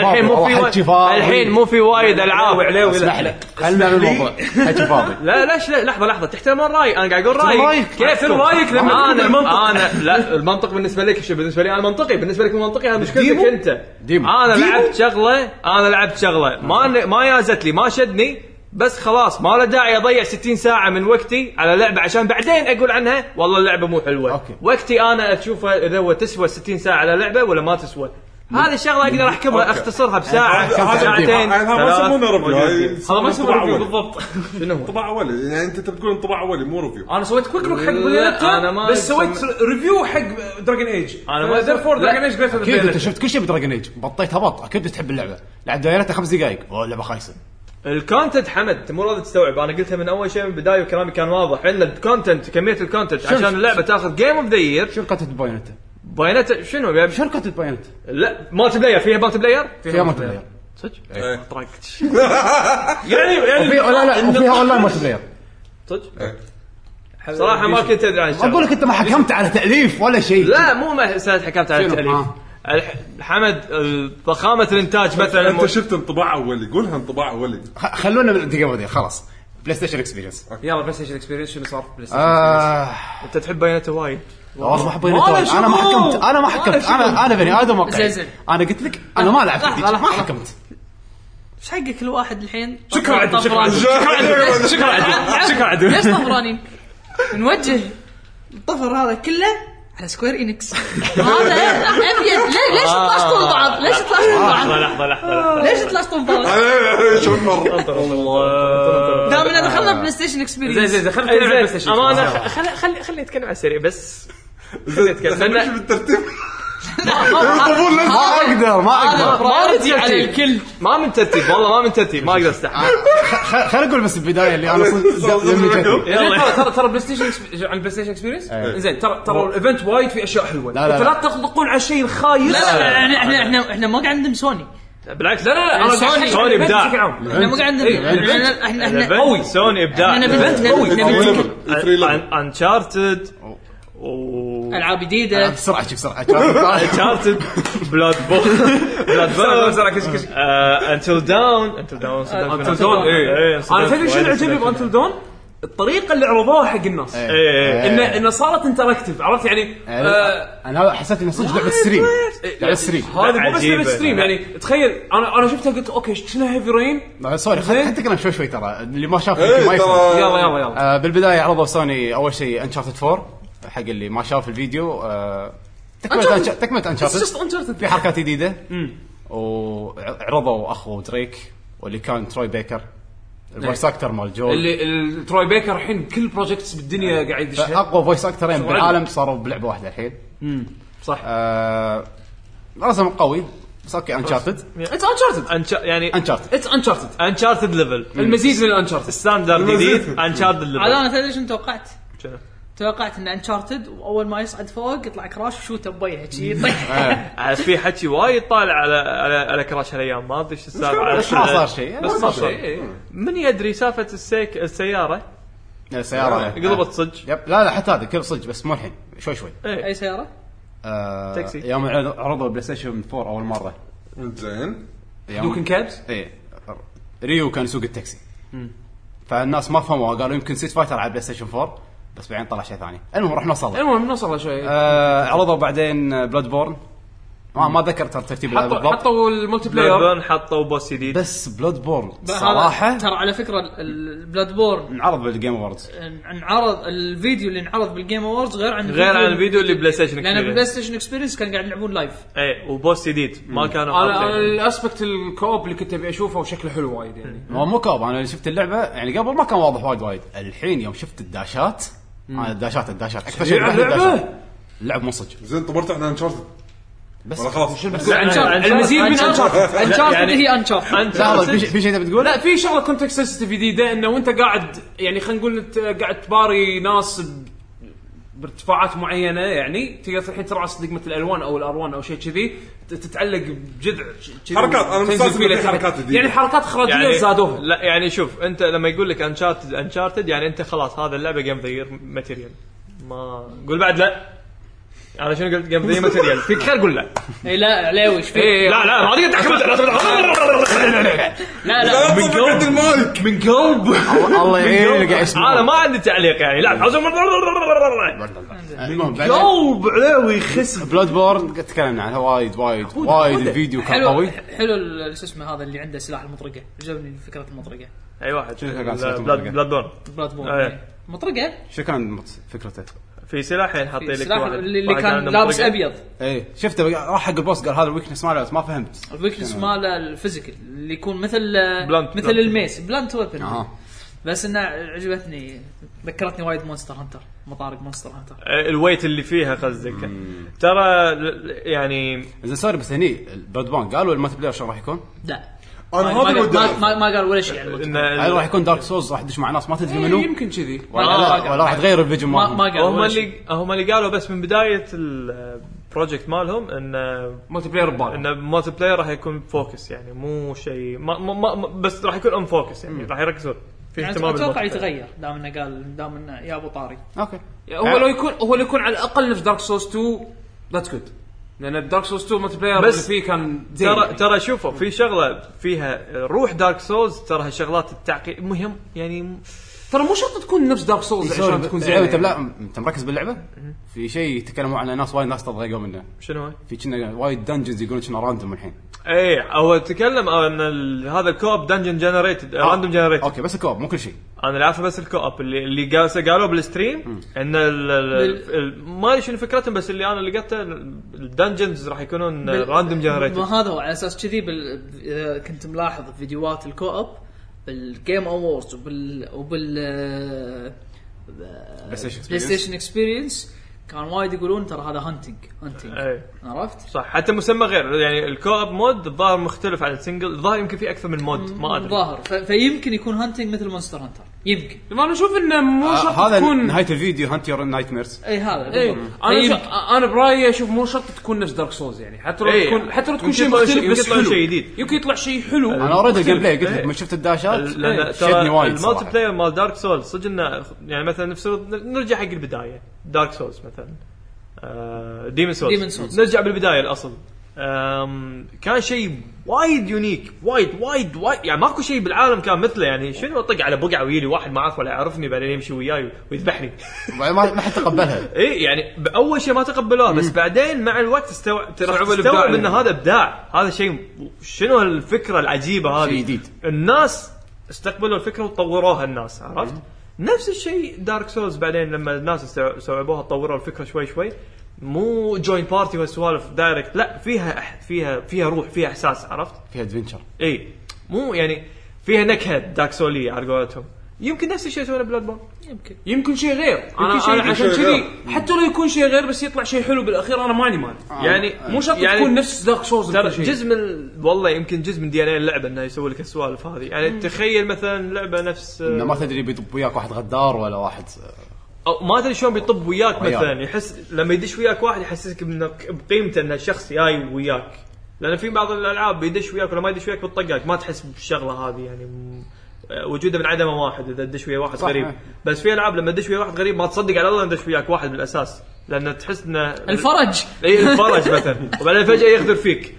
الحين مو فاضي. في وايد العاب عليوي اسمح لي خلنا بالموضوع حكي فاضي. لا ليش لحظه تحترم الراي. انا قاعد اقول رايي كيف رايك لما انا لا المنطق بالنسبه لك شو بالنسبه لي انا منطقي بالنسبه لك منطقي هذا مشكلتك انت. انا لعبت شغله ما يازت لي ما شدني بس خلاص ما له داعي اضيع 60 ساعه من وقتي على لعبه عشان بعدين اقول عنها والله اللعبه مو حلوه. وقتي انا اشوفها اذا هو تسوى 60 ساعه على لعبه ولا ما تسوى. هذه الشغله اقدر احكمها اختصرها بساعه ساعتين. هذا ما يسمونه ريفيو، هذا ما يسمونه ريفيو بالضبط. انطباع اولي، يعني انت تقول انطباع اولي مو ريفيو. انا سويت كويك لوك حق بلينتا بس سويت ريفيو حق دراجون ايج. انا ما ديرفور دراجون ايج جريتر اكيد انت شفت كل شيء بدراجون ايج بطيتها بط. اكيد تحب اللعبه. لعب دايرتها 5 دقائق اللعبه خايسه. الكونتنت حمد انت مو راضي تستوعب. انا قلتها من اول شيء من البدايه وكلامي كان واضح ان الكونتنت كميه الكونتنت عشان اللعبه تاخذ جيم اوف ذا يير. شو كانت باينته شنو يعني شركه باينته؟ لا مالتي بلاير فيها مالتي بلاير فيها مالتي بلاير صدق طرقت يعني لا وفيها اونلاين مالتي بلاير صدق صراحه ما كنت ادري عن الشغله. اقول لك انت ما حكمت على تاليف ولا شيء. لا مو ما حكمت على التاليف. حمد ضخامه الانتاج مثلا انت شفت انطباع اولي قولها انطباع اولي. خلونا دقيقه ودي خلاص بلاي ستيشن اكسبيرينس. يلا بلاي ستيشن اكسبيرينس شنو صار بلاي ستيشن؟ انت تحب بياناته وايد والله ما حبيت. انا ما حكمت انا بني ادم واقعي. انا قلت لك انا ما لعبت ما حكمت. ايش حقك الواحد الحين؟ شكرا عدل ليش طفرانين؟ نوجه الطفر هذا كله على سكوير إنكس. هذا أبيض. ليش تطلعوا بعض؟ ليش تطلعوا بعض؟ شو المره دامنا دخلنا بلاي ستيشن اكسبيرينس. زين دخلت بلاي ستيشن. امانه خلي اتكلم على السريع بس. خلي اتكلم بالترتيب. ما اقدر ما ارضي على الكل. ما من ترتيب والله ما من ترتيب ما اقدر استحمل. خليني اقول بس البدايه اللي انا ترى بلاي ستيشن عن البلاي ستيشن اكسبيرينس. زين ترى الايفنت وايد في اشياء حلوه. انت لا تطلقون على الشيء الخايس. لا احنا ما قاعد ندم سوني. بالعكس لا انا سوني ابداع. احنا ما قاعد احنا قوي سوني ابداع. نبي انشارتد العاب جديده بسرعه انشارتد بلاد بورن انتل داون انا تدري شنو عجبني بانتل دون الطريقه اللي عرضوها حق الناس. انه صارت انتراكتيف عرفت يعني. انا حسيت انه صدق لعبه ستريم. هذا مو بس لعبه ستريم يعني تخيل انا شفتها قلت اوكي شنو هيفي رين. سوري حتى كنا شوي ترى اللي ما شاف ما يفهم. يلا بالبدايه عرضوا سوني اول شيء انشارتد 4 حق اللي ما شاف الفيديو. تكملت انشارتد في حركات جديده. وعرضوا اخو دريك واللي كان تروي بيكر الفويس اكتر مال جو. اللي تروي بيكر الحين كل بروجكتس بالدنيا قاعد يدش اقوى فويس اكترين بالعالم صاروا بلعبه واحده الحين. صح. رسم قوي بس اوكي انشارتد يعني انشارتد ليفل المزيد من الانشارتد ستاندرد جديد انشارتد ليفل. انا تدري شنو توقعت ان انشارتد واول ما يصعد فوق يطلع كراش وشوت بيه شيء يطيح. في حكي وايد طالع على كراش هالايام ما ادري ايش السالفه بس ما صار شيء. من يدري سالفه السياره قلبت صج. لا حتى هذا كل صج بس مو الحين شوي اي سياره تاكسي يوم عرضوا بلاي ستيشن 4 اول مره. زين دوكن كابس ريو كان يسوق التاكسي. فالناس ما فهموا قالوا يمكن سيت فايتر على بلاي ستيشن 4 بس بعدين طلع شيء ثاني. المهم راح نوصل شوي. عرضوا بعدين بلاد بورن ما ذكرت ترتيب بالضبط. حطوا الملتي بلاير حطوا بوس جديد بس بلاد بورن صراحه ترى على فكره البلاد بورن انعرض بالجيم اووردز. انعرض الفيديو اللي انعرض بالجيم اووردز غير عن الفيديو اللي بلاي ستيشن لان بالبلاي ستيشن اكسبيرينس كان قاعد يلعبون لايف. وبوس جديد ما كانوا انا الاسبكت الكوب اللي كنت ابي اشوفه وشكله حلو وايد يعني. مو كوب. انا شفت اللعبه يعني قبل ما كان واضح وايد. الحين يوم شفت الداشات الداشات اكثر شيء اللعب مو صدق. زين طبرت عن انشارتد بس خلاص المزيد من انشارتد هي انشارتد. في شيء تبي تقول؟ لا في شغله كونتكست سنسيتيف جديده انه وانت قاعد يعني خلينا نقول قاعد تباري ناس بارتفاعات معينه يعني تقدر الحين ترعس نجمه الالوان او الار1 او شيء كذي تتعلق بجذع حركات. انا مستانس بالحركات دي يعني حركات خراجيه يعني زادوها. لا يعني شوف انت لما يقول لك انشارتد يعني انت خلاص هذا اللعبه جيم ذير ماتيريال. ما قول بعد لا انا شنو قلت جيم ذير ماتيريال فيك خير قول لا. اي لا عليوش في لا ما تقدر تحكم. لا من قلب الله يعينك قاعد اسمع. انا ما عندي تعليق يعني لا قلب عليوي خس. بلاد بورن تكلمنا عنها وايد الفيديو كان قوي حلو. شو اسمه هذا اللي عنده سلاح المطرقه عجبني فكره المطرقه. اي واحد بلاد بورن مطرقه شو كان فكرته؟ في سلاحين حاطين لك واحد اللي كان لابس ابيض. اي شفته راح حق البوس قال هذا الويكنس ماله بس ما فهمت. الويكنس ماله الفيزيكال اللي يكون مثل الميس بلانت ويبن. بس انه عجبتني ذكرتني وايد مونستر هانتر مطارق مونستر هانتر الويت اللي فيها قصدك ترى يعني اذا صار بس هني بلاد بون قالوا المالتي بلاير شو راح يكون؟ لا انا ما قال ولا شيء يعني راح يكون دارك سولز راح تدش مع ناس ما تدري منو يمكن كذي ولا راح تغير الفيجن ما قالوا هم اللي قالوا بس من بدايه البروجكت مالهم ان مالتي بلاير ببال ان مالتي بلاير راح يكون فوكس يعني مو شيء ما بس راح يكون فوكس يعني راح يركزون في يعني اتوقع يتغير دام انه يا ابو طاري اوكي هو لو يكون على الاقل نفس دارك سولز 2 ذاتس جود لان دارك سولز 2 مالتي بلاير اللي فيه كان ترى شوفوا في شغله فيها روح دارك سولز ترى هالشغلات التعقيد مهم يعني ترى مو شرط تكون نفس دارك سولز عشان تكون زين انت لا انت مركز باللعبه في شيء يتكلموا عنه ناس وايد ناس تضايقوا منه شنو في كنا وايد دنجنز يقولون كنا راندوم الحين اي هو تكلم ان هذا الكوب دنجن جنريتد راندوم جنريتد اوكي بس الكوب مو كل شيء انا اللي عارفه بس الكوب اللي قالوا بالستريم ان ما ادري شنو فكرتهم بس اللي انا لقيته الدنجنز راح يكونون راندوم جنريتد هذا هو على اساس كذي كنت ملاحظ فيديوهات الكوب بالجيم اووردز وبال بلاي ستيشن اكسبيرينس كان وايد يقولون ترى هذا هانتينج عرفت صح حتى مسمى غير يعني الكوب مود الظاهر مختلف عن السنجل الظاهر يمكن في اكثر من مود ما ادري الظاهر فيمكن يكون هانتينج مثل مونستر هانتر يمكن ما انا اشوف انه مو شرط هذا تكون نهايه الفيديو هانتر نايت ميرز هذا انا برايي اشوف مو شرط تكون نفس دارك سولز يعني حتى لو تكون شيء مختلف بس حلو شيء جديد يمكن يطلع شيء حلو انا اوريدي الجيم بلاي قلت لك ما شفت الداشات شدني وايد المالتي بلاير مال دارك سولز صدقنا يعني مثلا نرجع حق البدايه دارك سولز مثلا ديمون سولز نرجع بالبدايه الاصل كان شيء وايد يونيك وايد يعني ماكو شيء بالعالم كان مثله يعني شنو اطق على بقعه ويلي واحد ما اعرف ولا يعرفني بعدين يمشي وياي ويذبحني ما حد تقبلها اي يعني باول شيء ما تقبلوها بس بعدين مع الوقت استوعب ان هذا ابداع هذا شيء شنو الفكره العجيبه هذه جديد الناس استقبلوا الفكره وطوروها الناس عرفت نفس الشيء دارك سولز بعدين لما الناس استوعبوها طوروا الفكره شوي مو جوين بارتي والسوالف دايركت لا فيها روح فيها احساس عرفت فيها ادفنتشر اي مو يعني فيها نكهه دارك سوليه على قولتهم يمكن نفس الشيء يسوونه بلاد بون يمكن شيء غير انا عشان كذي حتى لو يكون شيء غير بس يطلع شيء حلو بالاخير انا ماني يعني مو شرط يعني تكون نفس دارك سولز جزء من والله يمكن جزء من دي ان اي اللعبه انه يسوي لك السوالف هذه يعني تخيل مثلا لعبه نفس ما تدري بيطب وياك واحد غدار ولا واحد أو ما أدري شلون بيطب وياك مثلا يحس لما يدش وياك واحد يحسسك بقيمته إن الشخص جاي وياك لأن في بعض الألعاب بيدش وياك ولا ما يدش وياك بتطقك ما تحس بالشغلة هذه يعني وجوده من عدم واحد إذا دش ويا واحد غريب بس في ألعاب لما دش ويا واحد غريب ما تصدق على الله إن دش وياك واحد بالأساس لأن تحس إنه الفرج الفرج مثلا وبعدين فجأة يغدر فيك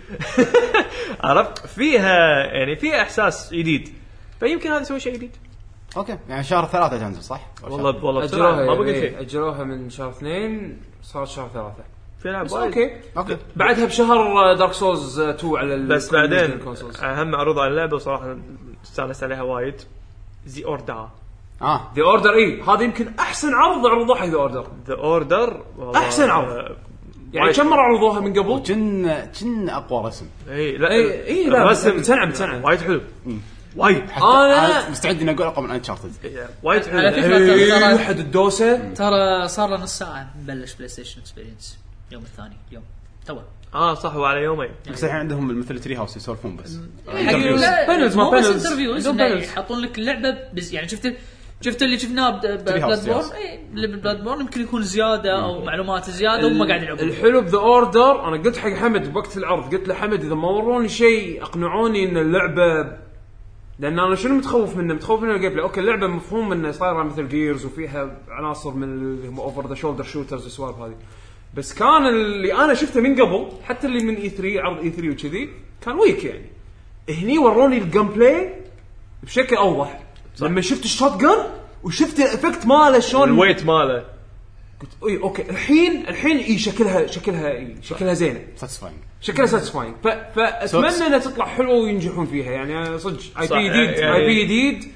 عرفت فيها يعني فيها إحساس جديد فيمكن هذا يسوي شيء جديد اوكي يعني شهر 3 تنزل صح والله أجروها ما بقى شيء اجروها من شهر 2 صار شهر 3 في لعب اوكي بعدها بشهر دارك سولز 2 على بس بعدين اهم عروض على اللعبه صراحه استانست عليها وايد زي اوردر ذا اوردر هذا يمكن احسن عرض عرضوه حق ذا اوردر احسن عرض يعني كم مره عرضوها من قبل كنا اقوى رسم لا رسم تنعم وايد حلو وايد انا مستعد اني اقول اقوى من انشارتد وايد حلو على فكره واحد الدوسه ترى صار له نص ساعه نبلش بلاي ستيشن اكسبيرينس اليوم الثاني اليوم تو صح وعلى يومين بس الحين عندهم مثل تري هاوس يسولفون بس بانلز ما بانلز يحطون لك اللعبه يعني شفت اللي شفناه بلاد بورن اللي بلاد بورن يمكن يكون زياده او معلومات زياده وما قاعد يلعبون الحلو بذا اوردر انا قلت حق حمد بوقت العرض قلت له حمد اذا ما وروني شيء اقنعوني ان اللعبه لان انا شنو متخوف منه الجيم بلاي اوكي اللعبه مفهوم انه صايره مثل جيرز وفيها عناصر من اللي هم اوفر ذا شولدر شوترز والسوالف هذه بس كان اللي انا شفته من قبل حتى اللي من E3 عرض E3 وكذي كان ويك يعني هني وروني الجيم بلاي بشكل اوضح لما شفت الشوت جن وشفت الافكت ماله شلون الويت ماله قلت اوكي الحين شكلها زينه شكلها ساتسفاينج فاتمنى انها تطلع حلوه وينجحون فيها يعني صدق اي بي جديد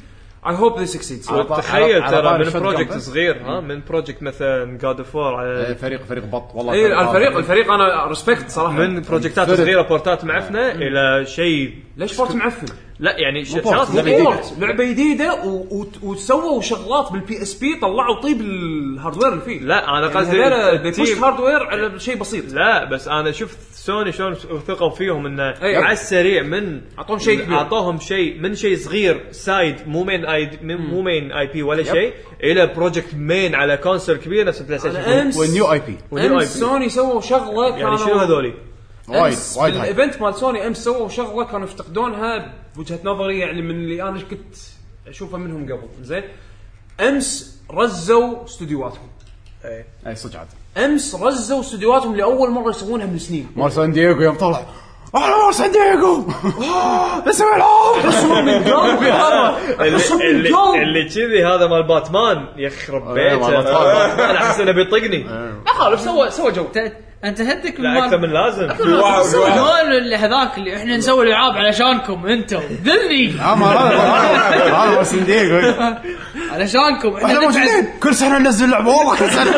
اي هوب ذي سكسيدز. تخيل ترى من بروجكت صغير من بروجكت مثلا جاد اوف وور على فريق بط والله. الفريق انا ريسبكت صراحه من بروجكتات صغيره بورتات معفنه الى شيء. ليش بورت معفن؟ لا يعني لعبه جديده وسووا شغلات بالبي اس بي طلعوا طيب الهاردوير اللي فيه. لا انا قصدي بيبوش هاردوير على شيء بسيط. لا بس انا شفت سوني شلون وثقوا فيهم انه على السريع من اعطوهم شيء من شيء صغير سايد مو مين اي بي ولا شيء الى بروجكت مين على كونسول كبير نفس بلاي ستيشن والنيو اي بي. سوني سووا شغله يعني شنو هذولي وايد الايفنت مال سوني امس سووا شغله كانوا يفتقدونها بوجهه نظري يعني من اللي انا كنت اشوفه منهم قبل. زين امس رزوا استديوهاتهم. اي صدق عاد امس رزوا استديوهاتهم لاول مره يسوونها من سنين. مال سان دييغو يوم طلع مال سان دييغو اسمه العاب اسمه من قلبي اللي كذي هذا مال باتمان يخرب بيته. انا احس انه بيطقني. خالف سوى جو. انت هدك من اكثر من لازم. اللي هذاك اللي احنا نسوي الالعاب علشانكم انتم ذلني. ما سان دييغو علشانكم احنا موجودين كل سنه ننزل لعبه والله كل سنه.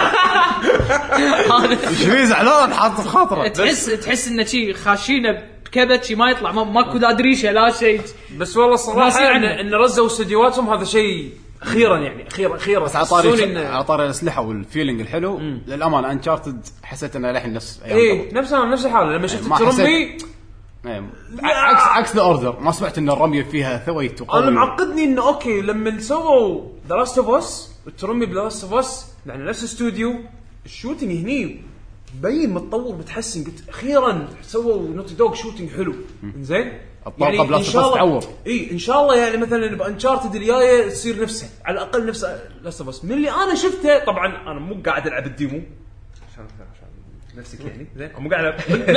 شوي زعلان حاط بخاطره. تحس انه شيء خاشينه بكبت شيء ما يطلع ماكو دادريشه لا شيء. بس والله الصراحه ان رزوا استديوهاتهم هذا شيء اخيرا يعني اخيرا. بس على طاري الاسلحه والفيلينج الحلو للامانه انشارتد حسيت انه الحين نفس نفس الحاله لما شفت ترمي عكس ذا اوردر ما سمعت ان الرميه فيها ثويت وقوي. انا معقدني انه اوكي لما سووا ذا لاست اوف اس الترمي بذا لاست اوف اس يعني نفس استوديو الشوتينج هني بين متطور بتحسن. قلت اخيرا سووا نوتي دوغ شوتينج حلو. زين يعني ان شاء الله ان شاء الله يعني مثلا بانشارتد الجايه تصير نفسها على الاقل نفس لاست اوف اس من اللي انا شفته. طبعا انا مو قاعد العب الديمو عشان نفسك يعني زين مو قاعد من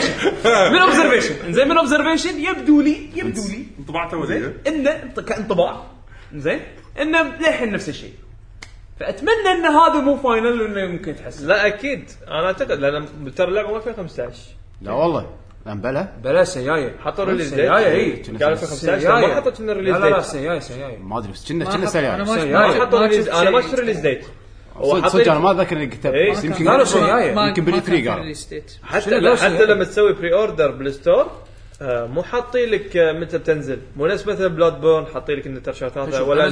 اوبزرفيشن زين من اوبزرفيشن يبدو لي انطباعته زين انه كانطباع زين انه للحين نفس الشيء. فاتمنى ان هذا مو فاينل وانه ممكن يتحسن. لا اكيد انا اعتقد لان ترى اللعبه 2015. لا والله بلا سيايه حطوا ريليز ديت. سيايه قالوا 2015 ما حطوا كنا ريليز ديت. لا سيايه ما ادري بس كنا سيايه ما حطوا ريليز. انا ما شفت ريليز ديت. صدق انا ما ذاكر اني كتبت بس يمكن قالوا سيايه يمكن بري 3 قالوا حتى لما تسوي بري اوردر بالستور مو حاطين لك متى بتنزل. مو نفس مثلا بلاد بورن حاطين لك ان ترشيحاتها ولا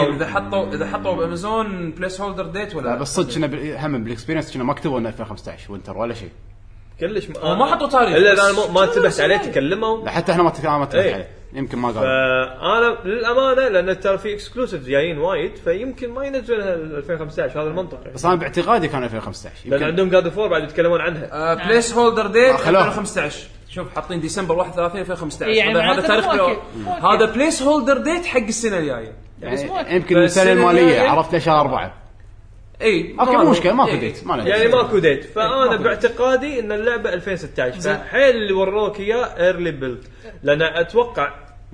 اذا حطوا بامازون بليس هولدر ديت ولا. بس صدق كنا هم بالاكسبيرينس كنا مكتوب انه 2015 وينتر ولا شيء كلش ما حطوا تاريخ الا انا ما انتبهت عليه. تكلموا حتى احنا ما انتبهت عليه يمكن ما قالوا. انا للامانه لان ترى في اكسكلوسيف جايين وايد فيمكن ما ينزلونها 2015 هذا المنطق. بس انا باعتقادي كان 2015 يمكن لان عندهم جاد اوف وور بعد يتكلمون عنها. بليس هولدر ديت 2015 شوف حاطين ديسمبر 31 2015 يعني هذا تاريخ هذا بليس هولدر ديت حق السنه الجايه يعني يمكن السنه الماليه عرفت ليش 4 اي اوكي مو مشكله ماكو ديت يعني ماكو ديت. فانا باعتقادي ان اللعبه 2016 فحيل اللي وروك اياه ايرلي بيلد لان اتوقع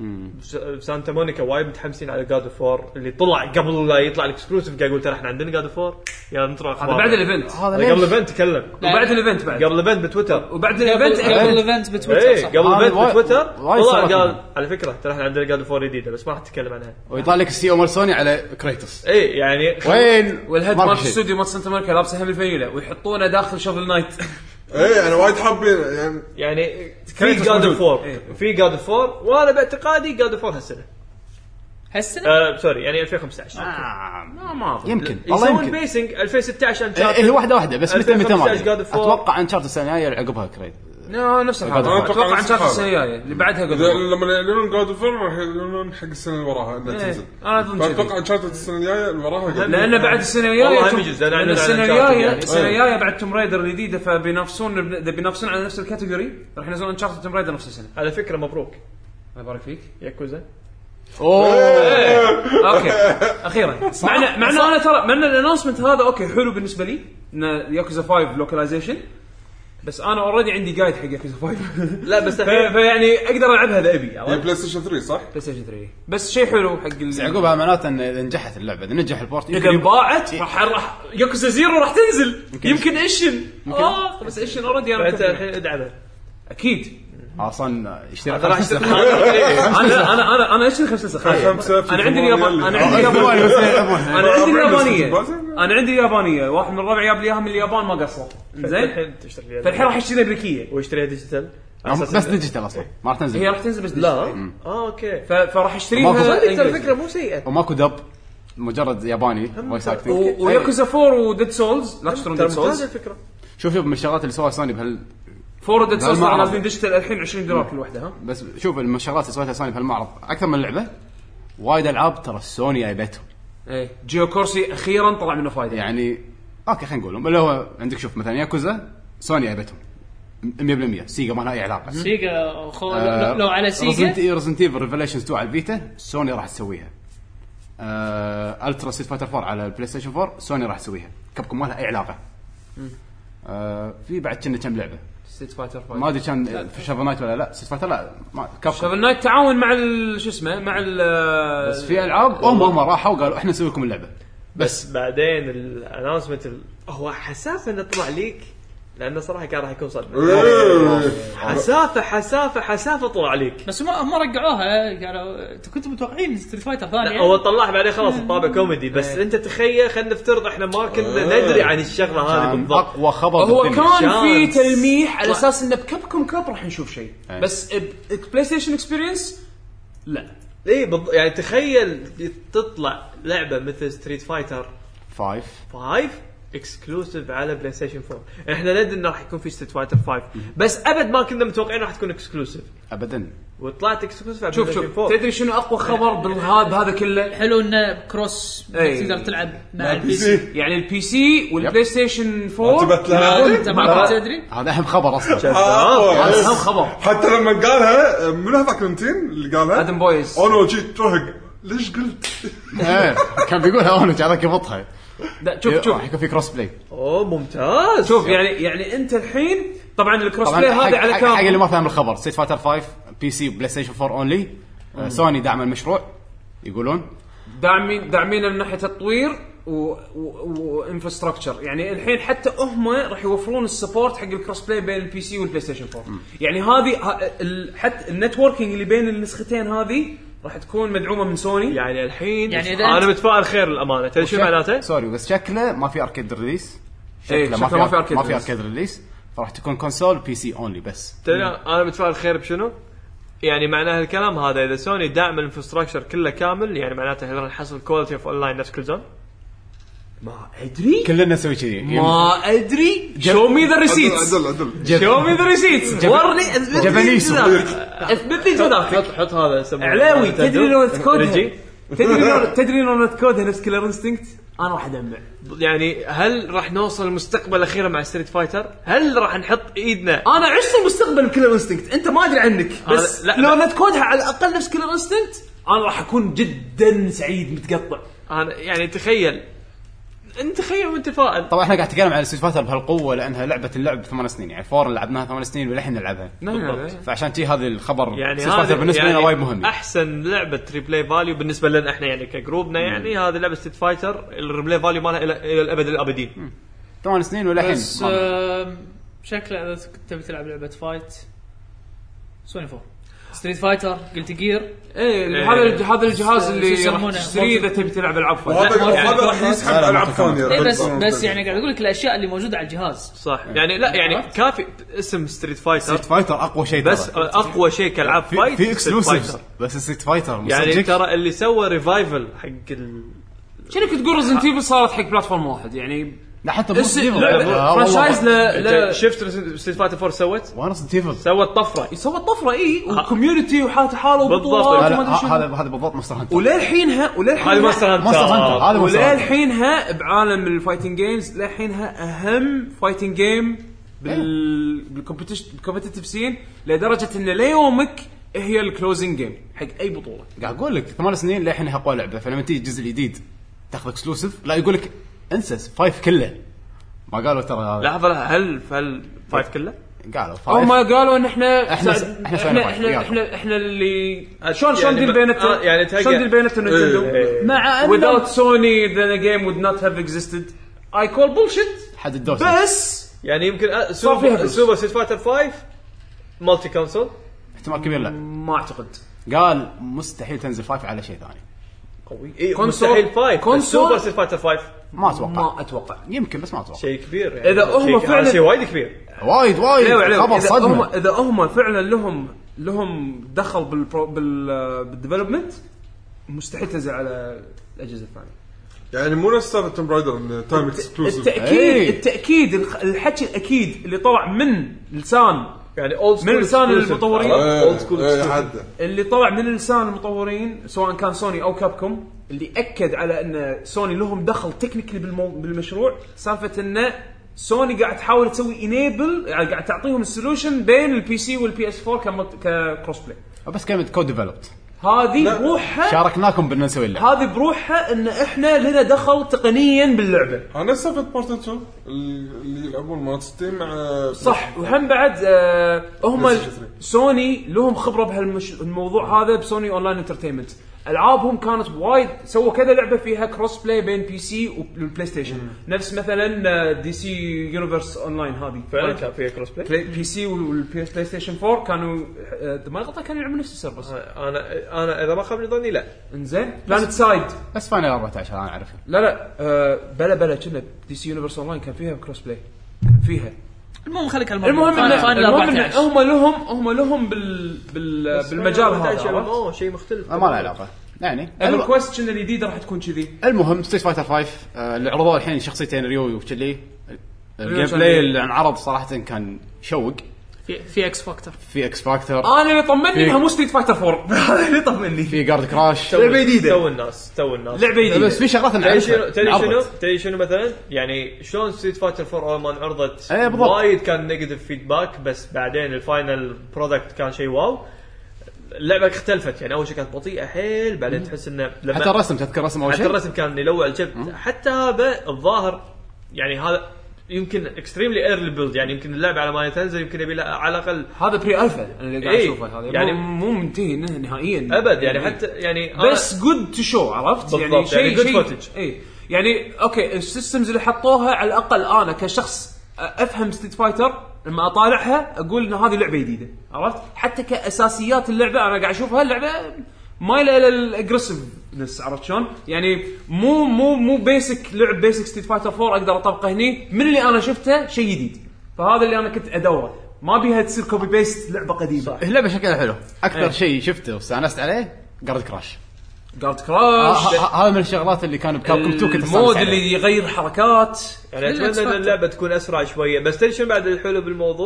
سانتا مونيكا وايد متحمسين على جاد اوف وور اللي طلع قبل لا يطلع الاكسكلوسيف. قاعد يقول ترى احنا عندنا جاد اوف وور يا نطرق هذا بعد الايفنت. قبل الايفنت تكلم وبعد الايفنت قبل الايفنت بتويتر وبعد الايفنت بتويتر قبل الايفنت بتويتر طلع قال على فكره ترى احنا عندنا جاد اوف وور جديده بس ما راح نتكلم عنها. ويطلع لك السي او مال سوني على كريتوس يعني وين والهيد مال الاستوديو مال سانتا مونيكا لابسه هم الفيله ويحطونه داخل شوفل نايت. انا وايد حابين يعني في جاد اوف وور في جاد اوف وور وانا باعتقادي جاد اوف وور هالسنه سوري يعني 2015 ما يمكن والله يمكن بيسنج 2016 انشارتد هي واحده بس متى ما اتوقع انشارتد السنه الجايه عقبها كريد نفس الحاجه. اتوقع انشارتد السنه الجايه اللي بعدها لما يعلنون جاد اوف وور راح يعلنون حق السنه اللي وراها انها تنزل. انا اتوقع انشارتد السنه الجايه اللي وراها لان بعد السنه الجايه السنه الجايه بعد توم رايدر الجديده فبينافسون على نفس الكاتيجوري راح ينزلون انشارتد توم رايدر نفس السنه. على فكره مبروك الله يبارك فيك ياكوزا. اوكي اخيرا معنا انا ترى من الانونسمنت هذا اوكي حلو بالنسبه لي ان ياكوزا 5 لوكاليزيشن بس انا اوريدي عندي جايد حق ياكوزا 5 لا بس فيعني اقدر العبها اذا ابي. بلاي ستيشن 3 صح؟ بلاي ستيشن 3 بس شيء حلو حق يعقوبها معناته ان اذا نجحت اللعبه اذا نجح البورت اذا باعت راح ياكوزا 0 راح تنزل يمكن ايشن بس ايشن اوريدي انا الحين ادعمه اكيد اصلا يشتري راح خمسة. انا اشتري 5 نسخ. انا عندي اليابان انا عندي اليابانيه واحد من الربع جاب لي اياها من اليابان ما قصر زين. فالحين راح اشتري امريكيه واشتريها ديجيتال بس ديجيتال اصلا ما راح تنزل. هي راح تنزل بس لا اوكي فراح اشتريها. الفكره مو سيئه وماكو دب مجرد ياباني فويس اكتنج. وياكوزا 4 وديد سولز لا تشترون ديد سولز. الفكره شوف من الشغلات اللي سواها سوني بهال 4 ديد سولز نازلين ديجيتال الحين $20 كل وحده. ها بس شوف من الشغلات اللي سويتها سوني بهالمعرض اكثر من لعبه وايد العاب ترى سوني جايبتهم. ايه جيو كورسي اخيرا طلع منه فايده يعني اوكي خلينا نقولهم اللي هو عندك شوف مثلا ياكوزا سوني جايبتهم 100%. سيجا ما لها اي علاقه. سيجا لو على سيجا ريزنت ايفل ريفيليشنز 2 على الفيتا سوني راح تسويها. الترا ستريت فايتر 4 على البلاي ستيشن 4 سوني راح تسويها. كابكم ما لها اي علاقه. في بعد كم لعبه ستريت فايتر 5 ما ادري كان في شافل نايت ولا لا. ستريت فايتر لا كابكم شافل نايت تعاون مع شو اسمه مع بس في العاب هم راحوا وقالوا احنا نسوي لكم اللعبه بس بعدين الاناونسمنت هو حساسه انه طلع ليك لانه صراحه كان راح يكون صدمه. حسافه طلع عليك بس ما رجعوها. قالوا انتوا كنتوا متوقعين ستريت فايتر ثاني. هو طلعها بعدين خلاص الطابع كوميدي بس انت تخيل خلينا نفترض احنا ما كنا ندري عن الشغله هذه بالضبط. اقوى خبر هو كان في تلميح على اساس انه بكبكم كاب راح نشوف شيء بس بلاي ستيشن اكسبيرينس لا ايه يعني تخيل تطلع لعبه مثل ستريت فايتر 5 اكسكلوسيف على بلاي ستيشن 4. احنا ندري انه راح يكون في ستريت فايتر 5 بس ابد ما كنا متوقعين راح تكون اكسكلوسيف ابدا وطلعت اكسكلوسيف على شوف بلاي ستيشن 4. تدري شنو اقوى خبر بهذا كله حلو انه كروس تقدر تلعب مع البي سي. يعني البي سي والبلاي ستيشن 4 انت ما تدري هذا اهم خبر اصلا. هذا اهم خبر. حتى لما قالها من هذاك النتين اللي قالها ادم بويز انا جيت ترهق ليش قلت كان بيقولها انا هذاك يبطها. شوف يكون في كروس بلاي. ممتاز. شوف يعني انت الحين طبعا الكروس بلاي هذا على كام حق اللي ما فاهم الخبر ستريت فايتر 5 بي سي وبلاي ستيشن 4 اونلي. سوني دعم المشروع يقولون داعمين من ناحيه التطوير وانفراستراكشر. يعني الحين حتى هم راح يوفرون السبورت حق الكروس بلاي بين البي سي والبلاي ستيشن 4. يعني هذه حتى النتوركينج اللي بين النسختين هذه راح تكون مدعومه من سوني. يعني الحين يعني انا متفائل خير الامانه. تدري شو معناته؟ سوري بس شكله ما في اركيد ريليس. شكله ما في اركيد ريليس فراح تكون كونسول بي سي اونلي بس. انا متفائل خير بشنو يعني معناه الكلام هذا اذا سوني دعم الانفراستراكشر كله كامل يعني معناته هل نحصل كواليتي اوف اونلاين نفس كل زون. ما ادري كلنا نسوي كذي ما ادري. شو مي ذا ريسيتس شو مي ذا ريسيتس ورني جابانيس اثبت لي جدارك. حط هذا اسمه علاوي. تدري لو تكودها تدري لو تكودها نفس كيلر انستنكت انا راح ادمع. يعني هل راح نوصل المستقبل الاخير مع ستريت فايتر؟ هل راح نحط ايدنا انا عشت المستقبل بكيلر انستنكت انت ما ادري عنك بس لو نتكودها على الاقل نفس كيلر انستنكت انا راح اكون جدا سعيد متقطع. انا يعني تخيل وانت فائل. طبعا احنا قاعد نتكلم على ستريت فايتر بهالقوه لانها لعبه اللعب 8 سنين يعني 4 لعبناها 8 سنين وللحين نلعبها فعشان تي هذا الخبر يعني ستريت فايتر بالنسبه لنا وايد مهم. احسن لعبه ريبلاي فاليو بالنسبه لنا احنا يعني كجروبنا يعني هذه لعبه ستريت فايتر الريبلاي فاليو مالها الى الابد الابدين 8 سنين وللحين. بس شكله اذا كنت بتلعب لعبه فايت سوني 4 ستريت فايتر قلت جير هذا الجهاز اللي راح تشتريه اذا تبي تلعب العاب هذا راح يسحب العاب ثانيه. بس يعني قاعد اقول لك الاشياء اللي موجوده على الجهاز صح يعني لا يعني كافي اسم ستريت فايتر اقوى شيء بس اقوى شيء كالعاب فايت في اكسكلوسيف بس ستريت فايتر يعني ترى اللي سوى ريفايفل حق شنو كنت تقول ريزنت ايفل صارت حق بلاتفورم واحد يعني لا حتى فرانشايز لا شفت ستريت فايتر 4 سوت سوت طفره اي وكوميونتي وحالته حاله وبطولات هذا بالضبط مونستر هانتر وللحينها هذا مونستر هانتر وللحينها بعالم الفايتنج جيمز للحينها اهم فايتنج جيم بالكومبتيتيف سين لدرجه ان ليومك هي الكلوزنج جيم حق اي بطوله. قاعد اقول لك 8 سنين للحين اقوى لعبه فلما تيجي الجزء الجديد تاخذ اكسكلوسيف لا يقول لك انسى 5 كله ما قالوا ترى لحظه هل 5 كله قالوا او ما قالوا ان احنا اللي شلون دي البيانات يعني شلون دي البيانات نينتندو مع without Sony then the game would not have existed I call bullshit حد الدوس بس يعني يمكن سوبر ستريت فايتر 5 مالتي كونسول احتمال كبير لا. ما اعتقد. قال مستحيل تنزل 5 على شيء ثاني. قوي. إيه كونسول. مستحيل 5 كونسول. سوبر ستريت فايتر 5 ما اتوقع يمكن بس ما اتوقع شيء كبير يعني. إذا هم فعلا شيء وايد كبير وايد خبر صدمه. اذا هم فعلا لهم دخل بالديفلوبمنت مستحيل تنزل على الاجهزه الثانيه. يعني مو نفس توم برايدر تايم اكسكلوسيف. التاكيد الحكي الاكيد اللي طلع من لسان يعني اولد من لسان المطورين اولد سكول اللي طلع من لسان المطورين سواء كان سوني او كابكوم اللي اكد على ان سوني لهم دخل تكنيكلي بالمشروع. سالفه ان سوني قاعد تحاول تسوي انيبل يعني قاعد تعطيهم السولوشن بين البي سي والبي اس 4 ككروس بلاي. بس كلمه كود ديفلوبت هذه بروحها شاركناكم بدنا نسوي اللعبه. هذه بروحها ان احنا لنا دخل تقنيا باللعبه. انا سالفه بارتنتو اللي يلعبون مال ستيم مع صح. وهم بعد هم سوني لهم خبره بهالموضوع هذا بسوني اونلاين انترتينمنت. العابهم كانت وايد سووا كذا لعبه فيها كروس بلاي بين بي سي والبلاي ستيشن. نفس مثلا دي سي يونيفرس اونلاين هذه فعلا كان فيها كروس بلاي بي سي والبلاي ستيشن 4 كانوا ما غلطان كانوا يلعبون نفس السيرفس. انا اذا ما خاب ظني لا انزين بلانت سايد بس فاينل 14 انا اعرفها. لا بلا كنا دي سي يونيفرس اونلاين كان فيها كروس بلاي كان فيها. المهم خليك المهم هم لهم بالمجال هذا شيء مختلف ما له علاقه يعني. الكويستشن الجديده راح تكون كذي. المهم ستريت فايتر 5 اللي عرضوه الحين شخصيتين ريو وكذي. الجيم بلاي اللي انعرض صراحه كان يشوق. في اكس فاكتور انا اللي طمني انها مو ستريت فايتر 4 هذا اللي طمني. في جارد كراش لعبه جديده تو الناس لعبه جديده بس في شغلات تدري شنو مثلا يعني شلون ستريت فايتر 4 اول ما انعرضت وايد كان نيجاتيف فيدباك بس بعدين الفاينل برودكت كان شيء واو. اللعبه اختلفت يعني اول شيء كانت بطيئه حيل بعدين تحس انه حتى الرسم تذكر رسم اول شيء الرسم كان يلوع الجبت حتى هذا الظاهر يعني هذا يمكن اكستريملي ايرلي بيلد يعني يمكن اللعبه على ما تنزل يمكن يبي على الاقل هذا بري الفا اللي قاعد اشوفه هذا يعني مو منتهي نهائيا ابد يعني حتى يعني بس جود تو شو عرفت يعني شيء اي يعني اوكي السيستمز اللي حطوها على الاقل انا كشخص افهم ستريت فايتر لما اطالعها اقول ان هذه لعبه جديده عرفت. حتى كاساسيات اللعبه انا قاعد اشوفها اللعبه مايله الى الاجريسيفنس عرفت شلون يعني مو بيسك لعب بيسك ستريت فايتر 4 اقدر اطبقه هني من اللي انا شفته شيء جديد. فهذا اللي انا كنت ادوره ما بيها تصير كوبي بيست لعبه قديمه. اللعبه شكلها حلو اكثر شيء شفته واستانست عليه جارد كراش هذا من الشغلات اللي كانوا بكابكوم 2 كنت المود اللي يغير حركات يعني اتمنى ان اللعبه تكون اسرع شويه. بس تدري شنو بعد الحلو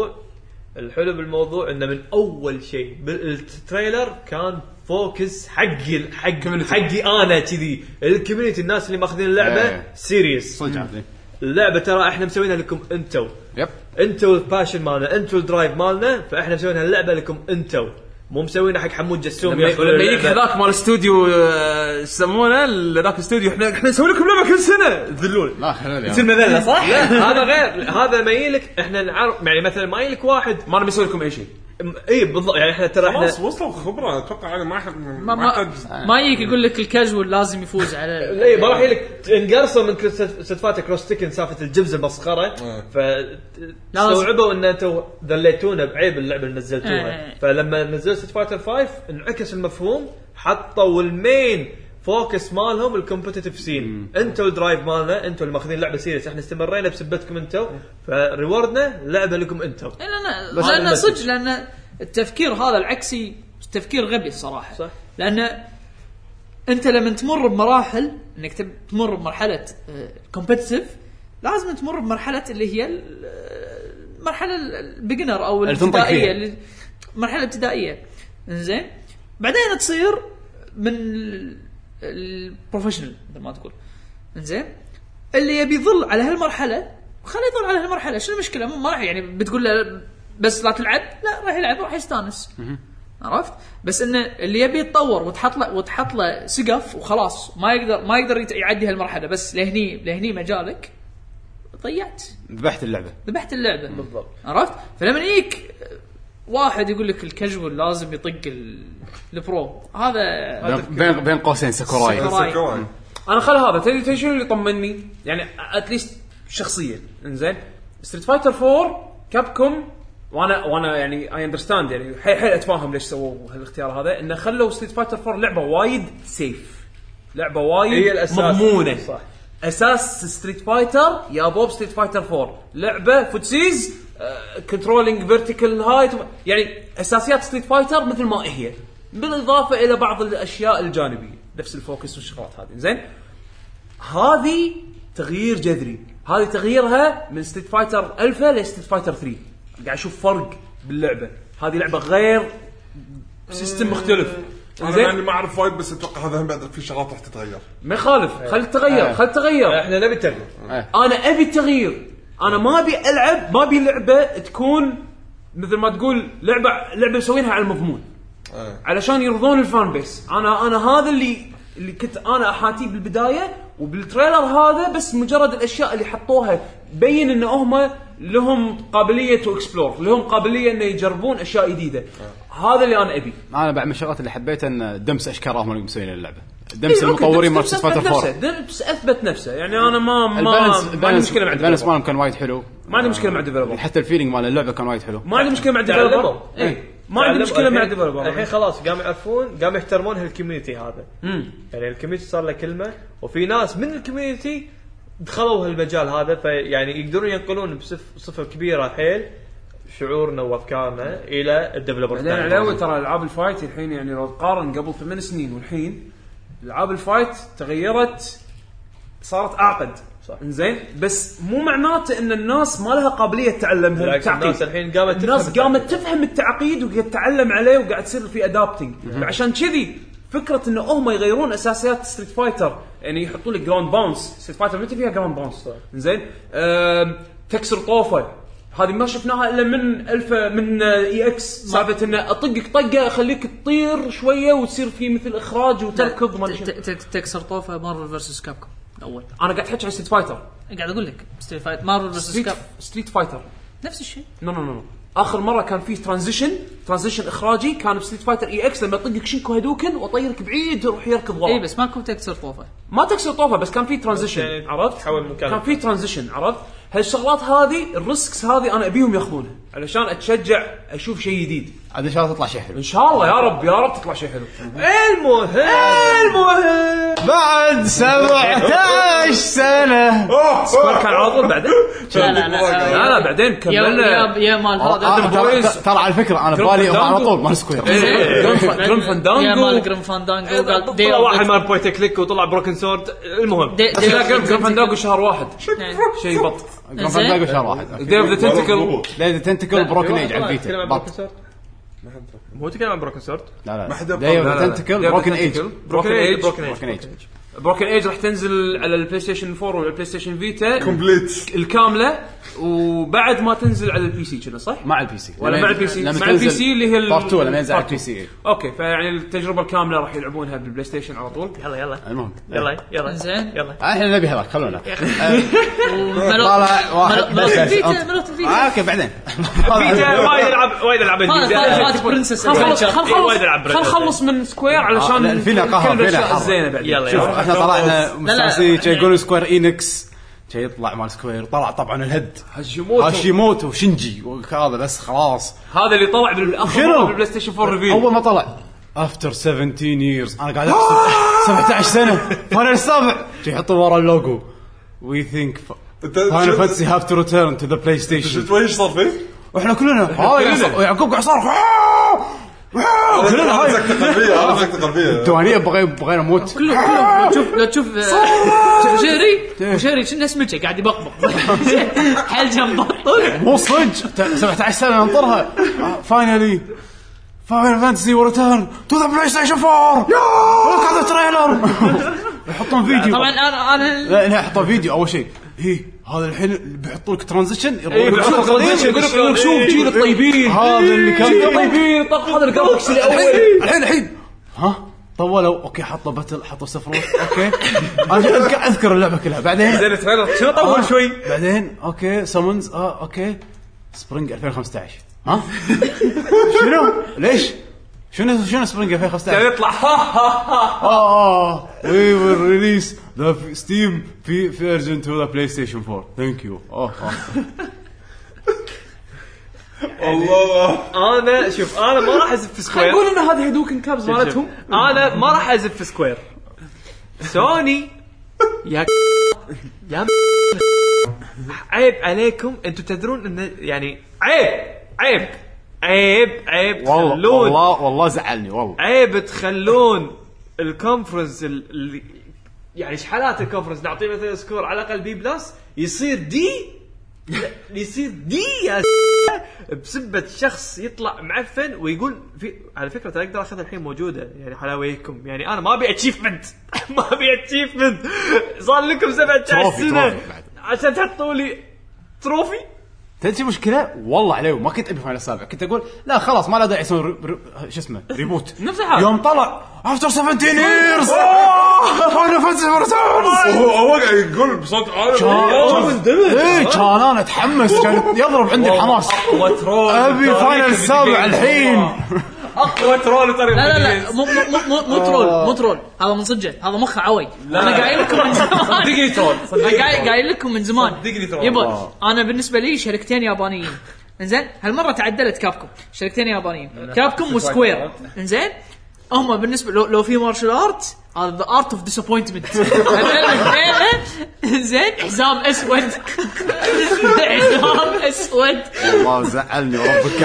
بالموضوع انه من اول شيء بالتريلر كان فوكس حقي انا كذي الكوميونتي الناس اللي ماخذين اللعبه سيريس صدق. اللعبه ترى احنا مسوينها لكم انتو الباشن مالنا انتو الدرايف مالنا فاحنا مسوينها اللعبه لكم انتو مو مسوينها حق حمود جسوم. لما يجيك هذاك مال استوديو يسمونه ذاك الاستوديو احنا نسوي لكم لعبه كل سنه تذلون لا خلينا تصير مذله صح. هذا غير هذا ما يجيلك احنا نعرف يعني مثلا ما يجيلك واحد ما نبي نسوي لكم اي شيء اي بالضبط يعني احنا ترى احنا وصلوا خبره اتوقع انا ما يجيك يقول لك الكاجوال لازم يفوز على لا ما راح يجيك انقرصوا من ستفات كروس تيكن سالفه الجبز المسخره فاستوعبوا ان انتم ذليتونا بعيب اللعبه اللي نزلتوها. فلما نزلت ستفايتر 5 انعكس المفهوم حطوا المين فوكس مالهم الكومبيتيتيف سين. انتوا الدرايف مالنا انتوا اللي ماخذين لعبه سيريس احنا استمرينا بسبتكم انتوا فريوردنا لعبه لكم انتوا. لان صدق لان التفكير هذا العكسي تفكير غبي الصراحه صح. لان انت لما تمر بمراحل انك تمر بمرحله كومبيتيتيف لازم تمر بمرحله اللي هي المرحله البيجنر او الابتدائيه المرحله الابتدائيه زين بعدين تصير من البروفيشنال مثل ما تقول زين اللي يبي يظل على هالمرحله خليه يظل على هالمرحله. شنو المشكله ما راح يعني بتقول له بس لا تلعب لا راح يلعب راح يستانس عرفت. بس انه اللي يبي يتطور وتحط له سقف وخلاص ما يقدر يعدي هالمرحله بس لهني مجالك ضيعت ذبحت اللعبه بالضبط عرفت. فلما يجيك واحد يقول لك الكاجوال لازم يطق البرو هذا بين قوسين ساكوراي. انا خل هذا تدري شنو اللي طمني يعني اتليست شخصيا انزين ستريت فايتر 4 كابكوم وانا يعني اي اندرستاند يعني حيل اتفاهم ليش سووا هالاختيار هذا، انه خلوا ستريت فايتر 4 لعبه وايد سيف، لعبه وايد مضمونه. صح. اساس ستريت فايتر يا بوب ستريت فايتر 4 لعبه فوتسيز كنترولينج فيرتيكال هايت، يعني اساسيات ستريت فايتر مثل ما هي، بالاضافه الى بعض الاشياء الجانبيه نفس الفوكس والشغلات هذه. زين هذه تغيير جذري، هذه تغييرها من ستريت فايتر الفا لستريت فايتر 3. قاعد اشوف فرق باللعبه، هذه لعبه غير سيستم مختلف. انا يعني ما اعرف وايد بس اتوقع هذا هم بعد في شغلات راح تتغير. ما يخالف، خل تتغير خل تتغير، احنا نبي التغيير. انا ابي التغيير، انا ما ابي العب، ما ابي لعبه تكون مثل ما تقول لعبه مسوينها على المضمون علشان يرضون الفان بيس. انا هذا اللي كنت انا احاتيه بالبدايه، وبالتريلر هذا بس مجرد الاشياء اللي حطوها بين ان هم لهم قابليه تو اكسبلور، لهم قابليه ان يجربون اشياء جديده. هذا اللي انا ابي. انا بعد من الشغلات اللي حبيت ان دمس اشكالهم اللي مسوين اللعبه، دمس المطورين مال ستريت فايتر 4 دمس اثبت نفسه. يعني انا ما عندي مشكله مع البالانس مالهم كان وايد حلو، ما عندي مشكله مع الديفلوبر، حتى الفيلينج مال اللعبه كان وايد حلو، ما عندي مشكله مع الديفلوبر. ما عندي مشكله مع الديفلوبر. الحين خلاص قاموا يعرفون، قاموا يحترمون هالكوميونتي هذا. يعني الكوميونتي صار له كلمه، وفي ناس من الكوميونتي دخلوا هالمجال هذا، فيعني يقدرون ينقلون بصفه كبيره حيل شعورنا وافكارنا الى الديفلوبر. لان ترى العاب الفايت الحين يعني لو تقارن قبل 8 سنين والحين، العاب الفايت تغيرت، صارت اعقد. انزين بس مو معناته ان الناس ما لها قابليه تعلم هالتعقيد. الناس الحين قامت تفهم التعقيد وقاعد تتعلم عليه وقاعد تصير في ادابتنج. عشان كذي فكره انه هم يغيرون اساسيات ستريت فايتر، يعني يحطوا لك جراوند باونس. ستريت فايتر متى فيها جراوند باونس؟ انزين تكسر طوفه، هذه ما شفناها الا من الفا من اي اكس. سالفه انه اطقك طقه اخليك تطير شويه وتصير في مثل اخراج وتركض ما تكسر طوفه. مارفل فيرسس كابكوم اول. انا قاعد احكي عن ستريت فايتر، قاعد اقول لك ستريت فايتر مارفل فيرسس كاب ستريت فايتر نفس الشيء. نو اخر مره كان فيه ترانزيشن اخراجي كان بستريت فايتر اي اكس، لما يطقك شينكو هادوكن واطيرك بعيد يروح يركض ورا. اي بس ماكو تكسر طوفه، ما تكسر طوفه، بس كان فيه ترانزيشن. عرفت؟ كان فيه ترانزيشن. عرفت هالشغلات هذه، الريسكس هذه انا ابيهم ياخذونها علشان اتشجع اشوف شيء جديد. عاد ان شاء الله تطلع شيء حلو ان شاء الله، يا رب تطلع شيء حلو. المهم بعد 17 سنه سكوير كان عاطل بعدين. لا بعدين كملنا يا مال هذا. ترى على فكره انا ببالي على طول مال سكوير. جريم فاندانجو يا مال جريم فاندانجو قال طلع واحد مال بوينت كليك وطلع بروكن سورد. المهم جريم فاندانجو شهر واحد شيء بط. جريم فاندانجو شهر واحد. ديف ذا تنتكل بروكن ايج على الفيتا بط. هو تكلم عن بروكن سورد. لا ديف تنتكل بروكن ايج. بروكن ايج راح تنزل على البلاي ستيشن 4 والبلاي ستيشن فيتا كومبليت الكامله، وبعد ما تنزل على البي سي كذا صح؟ مع البي سي ولا مع البي سي؟ مع البي سي اللي هي بارت 2 لما ينزل على البي سي. اوكي فيعني التجربه الكامله راح يلعبونها بالبلاي ستيشن على طول. يلا المهم يلا زين احنا نبي هذاك خلونا طالع واحد بس اوكي بعدين وايد العاب خل نخلص من سكوير علشان فينا قهوه زينه بعد. يلا احنا طلعنا مستانسين يقولون سكوير إينكس شيء يطلع مال سكوير. طلع طبعا الهد هاشيموتو وشينجي وهذا بس خلاص. هذا اللي طلع بالبلاي ستيشن 4 ريفيل اول ما طلع افتر 17 years. انا قاعد احسب 17 سنه فانا السابع يحطوا ورا اللوجو وي ثينك فانا فانتسي هاف تو ريتيرن تو ذا بلاي ستيشن. شفت وين صار فيه واحنا كلنا ويعقوب قاعد صار كلنا هاي سكتة قلبية الديوانية بغينا موت كلهم لا تشوف شيري شنو اسمه قاعد يبقبق حل جنبطل مو صدق 17 سنة ننطرها. فاينالي فاينل فانتسي وريتيرن تو ذا بلاي ستيشن 4 لوك ات ذا تريلر. يحطون فيديو طبعا انا لا يحطون فيديو اول شيء هذا الحين بيحطوا لك ترانزيشن يقول لك شوف جيل الطيبين هذا اللي كان طيبين طب هذا الجرافيكس الاول الحين طولوا اوكي حطوا باتل حطوا سفروت اوكي انا اذكر اللعبه كلها بعدين زين تريلر شنو طول شوي بعدين اوكي سامونز اوكي سبرينج 2015 شنو ليش شنو سبرينج 2015 يطلع وي ويل ريليس ذا ستيم في فيرجن تو ذا بلاي ستيشن 4 ثانك يو الله انا شوف انا ما راح ازف سكوير. نقول ان هذه هدوكن كابز مالتهم. انا ما راح ازف سكوير. سوني يا عيب عليكم انتم تدرون ان يعني عيب والله زعلني والله. عيب تخلون الكونفرنس اللي يعني شحالات الكونفرنس نعطيه مثلا سكور على الاقل بي بلس يصير دي يا بسبة شخص يطلع معفن ويقول في على فكرة تقدر اخذ الحين موجودة يعني حلاويكم يعني انا ما ابي اتشيفمنت صار لكم 17 سنة عشان تحطوا لي تروفي. تنسي مشكلة والله عليه ما كنت أبي فاينل السابع كنت أقول لا خلاص ما له داعي يسوون شو اسمه ريبوت نفس الحال يوم طلع after 17 years فاينل فانتسي هو قاعد يقول بصوت عالي كان أنا أتحمس كان يضرب عندي الحماس أبي فاينل السابع الحين اقوى ترول طريق. لا مو ترول هذا من صدق هذا مخه عوي. انا قايل لكم من زمان دقيقه ترول قايل لكم من زمان يبا انا بالنسبه لي شركتين يابانيين انزين هالمره تعدلت كابكوم شركتين يابانيين كابكوم وسكوير انزين هم بالنسبه لو في مارشال ارت هذا ذا ارت اوف ديسابوينتمنت زين حزام اسود والله زعلني وربك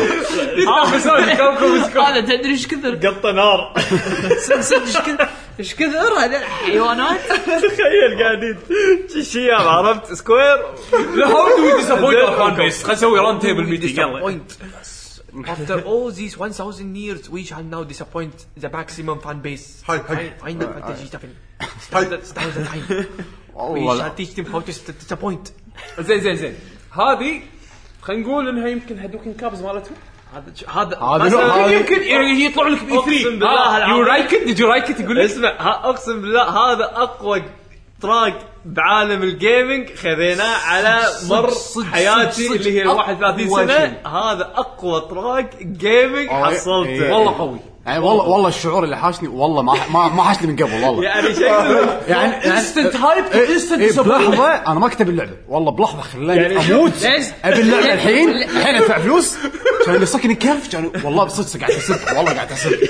والله هذا تدري ايش كثر قطه نار ايش كثر هذا حيوانات تخيل قاعدين شياب عرفت سكوير لا هاو دو ديسابوينت فان بيس خلينا نسوي ران تيبل ميتنج يلا. After all these 1000 years, we shall now disappoint the maximum fan base. Final Fantasy 7. Stand the time. We shall teach them how to disappoint. زين هذه خلينا نقول انها يمكن هدوكن كابز مالتهم. هذا يمكن يعني يطلع لك بي 3. اقسم بالله you like it يقول لك اسمع اقسم بالله هذا اقوى تراك بعالم الجيمنج خذيناه على مر حياتي اللي هي 31 سنة. هذا أقوى تراك جيمنج حصلته والله قوي يعني والله الشعور اللي حاشني والله ما حاشني من قبل والله يعني شكله يعني instant hype instant بلحظة أنا ما أكتب اللعبة والله بلحظة خلاني يعني أموت أبي اللعبة الحين أدفع فلوس كان اللي صكني كيف كان والله بصدق قاعد أحسب والله قاعد أحسب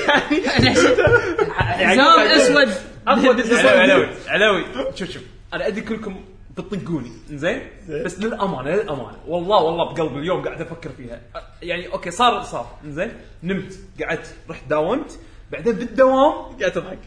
حزام أسود أقوى علاوي شوف انا ادري كلكم بتطقوني زين بس للامانه والله بقلبي اليوم قاعد افكر فيها يعني اوكي صار زين نمت قعدت رحت داومت بعدين بالدوام قاعد تضحك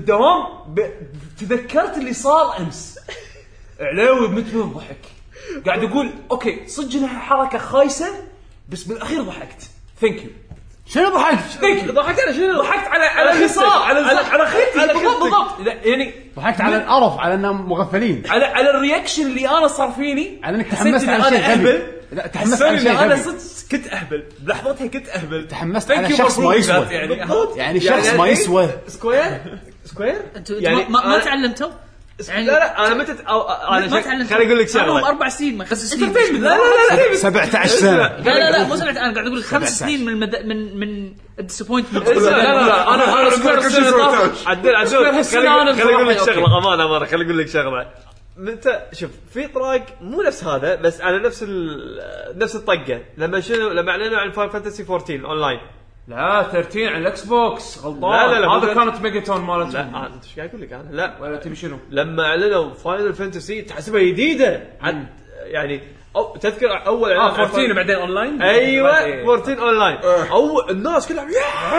تذكرت اللي صار امس علاوي بمت من الضحك قاعد اقول اوكي صدق انها حركه خايسه بس بالاخير ضحكت ثانك يو شنو ضحكت ضحكت انا شنو ضحكت على خصال على خيتي بالضبط يعني ضحكت على القرف على انهم مغفلين على الرياكشن اللي انا صار فيني على انك تحمست على شيء غبي لا تحمست على شيء انا صدق كنت اهبل بلحظتها كنت اهبل تحمست على شخص ما يسوى يعني شخص ما يسوى سكوير يعني ما تعلمتوا يعني لا انا متى انا خليني اقول لك شغله 4 سنين ما 5 سنين لا 17 سنه لا مو 7 انا قاعد اقول 5 سنين من الديسابوينتمنت لا انا عدل خليني اقول لك شغله امانه خليني اقول لك شغله متى شوف في طراق مو نفس هذا بس على نفس الطقه لما اعلنوا عن فاينل فانتسي 14 اونلاين لا 13 على الاكس بوكس غلطان لا هذا كانت ميجاتون مالتهم لا انت ايش قاعد اقول لك انا لا ولا تبي شنو لما اعلنوا فاينل فانتسي تحسبها جديده يعني تذكر اول 14 وبعدين اونلاين ايوه 14 اونلاين اول الناس كلها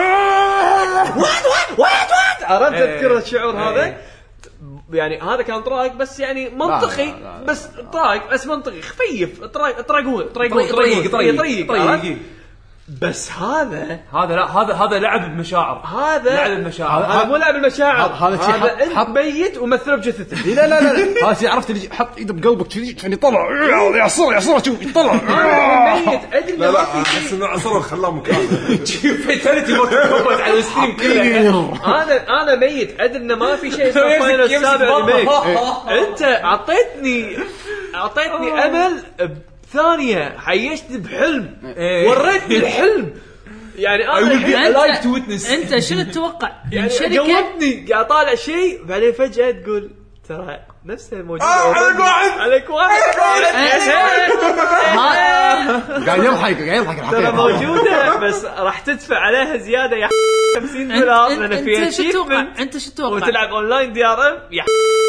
وات عرفت تذكر الشعور هذا يعني هذا كان طراق بس يعني منطقي بس طراق بس منطقي خفيف طريق بس هذا هذا لعب بمشاعر هذا مو لعب المشاعر هذا انت ميت ومثله بجثته لا هذا شيء عرفت اللي حط ايده بقلبك كذي كان يطلع يعصر شوف يطلع ميت ادري لا احس انه عصر خلاه مكان فيتاليتي موت على الستريم كله انا ميت ادري انه ما في شيء اسمه فاينل السابع ريميك انت اعطيتني امل ثانية حيشت بحلم وريتني الحلم يعني انت شنو تتوقع يعني شركة قومتني قاعد طالع شيء بعدين فجأة تقول ترى نفسه موجود عليك واحد قاعد يضحك ترى موجوده بس راح تدفع عليها زياده يا $50 لان فيها اتشيفمنت. انت شو تتوقع وتلعب اونلاين DRM يا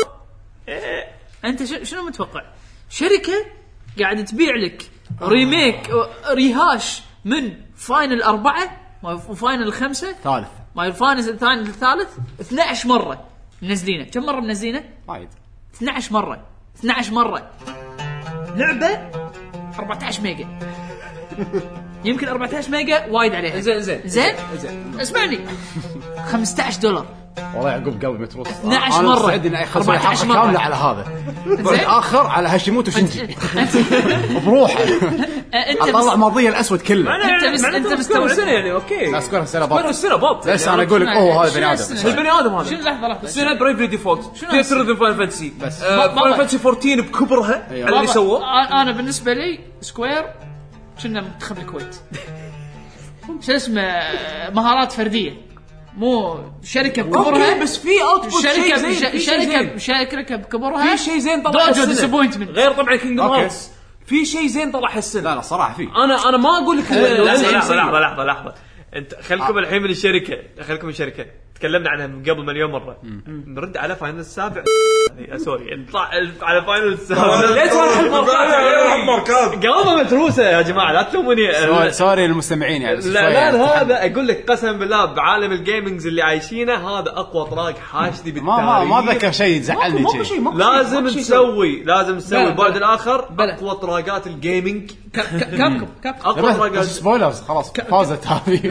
انت شنو متوقع؟ شركه قاعده تبيع لك ريميك ريهاش من فاينل 4 وفاينل 5 ثالث ما الفاينل الثاني الثالث 12 مره منزلينه. كم مره منزلينه؟ وايد 12 مره لعبه 14 ميجا. يمكن 14 ميجا وايد عليها. زين اسمعني $15 والله يعقوب قلبي متروس 12 مرة. سعيد اني اخذ حلقه كامله على هذا بالاخر على هاشيموتو شينجي بروحه اطلع ماضيه الاسود كله. انت مستوعب سنه يعني اوكي لا سكور السنه بط السنه بط ليش انا اقول لك اوه هذا بني ادم البني ادم هذا شنو لحظه السنه برايفلي ديفولت تيتر فاين فانتسي بس فاين فانتسي 14 بكبرها على اللي سووه. انا بالنسبه لي سكوير كنا منتخب الكويت شو اسمه مهارات فرديه مو شركه بكبرها بس في اوتبوت شركه بكبرها في شيء زين طلع السنه غير طبعا كينجدم هارتس في شيء زين طلع السنه. لا صراحه في انا ما اقول لك لحظه انت خلكم الحين من الشركه تكلمنا عنها من قبل مليون مره. نرد على فاينل السابع سوري على فاينل السابع ليش ماركات قلبه متروسه يا جماعه لا تلوموني. سوري للمستمعين يعني لا هذا اقول لك قسم بالله بعالم الجيمنجز اللي عايشينه هذا اقوى طراق حاشدي بالتاريخ. ما ذكر شيء يزعلني شيء. لازم نسوي البعد الاخر اقوى طراقات الجيمنج كابكم اقوى طراقات سبويلرز خلاص فازت هذه.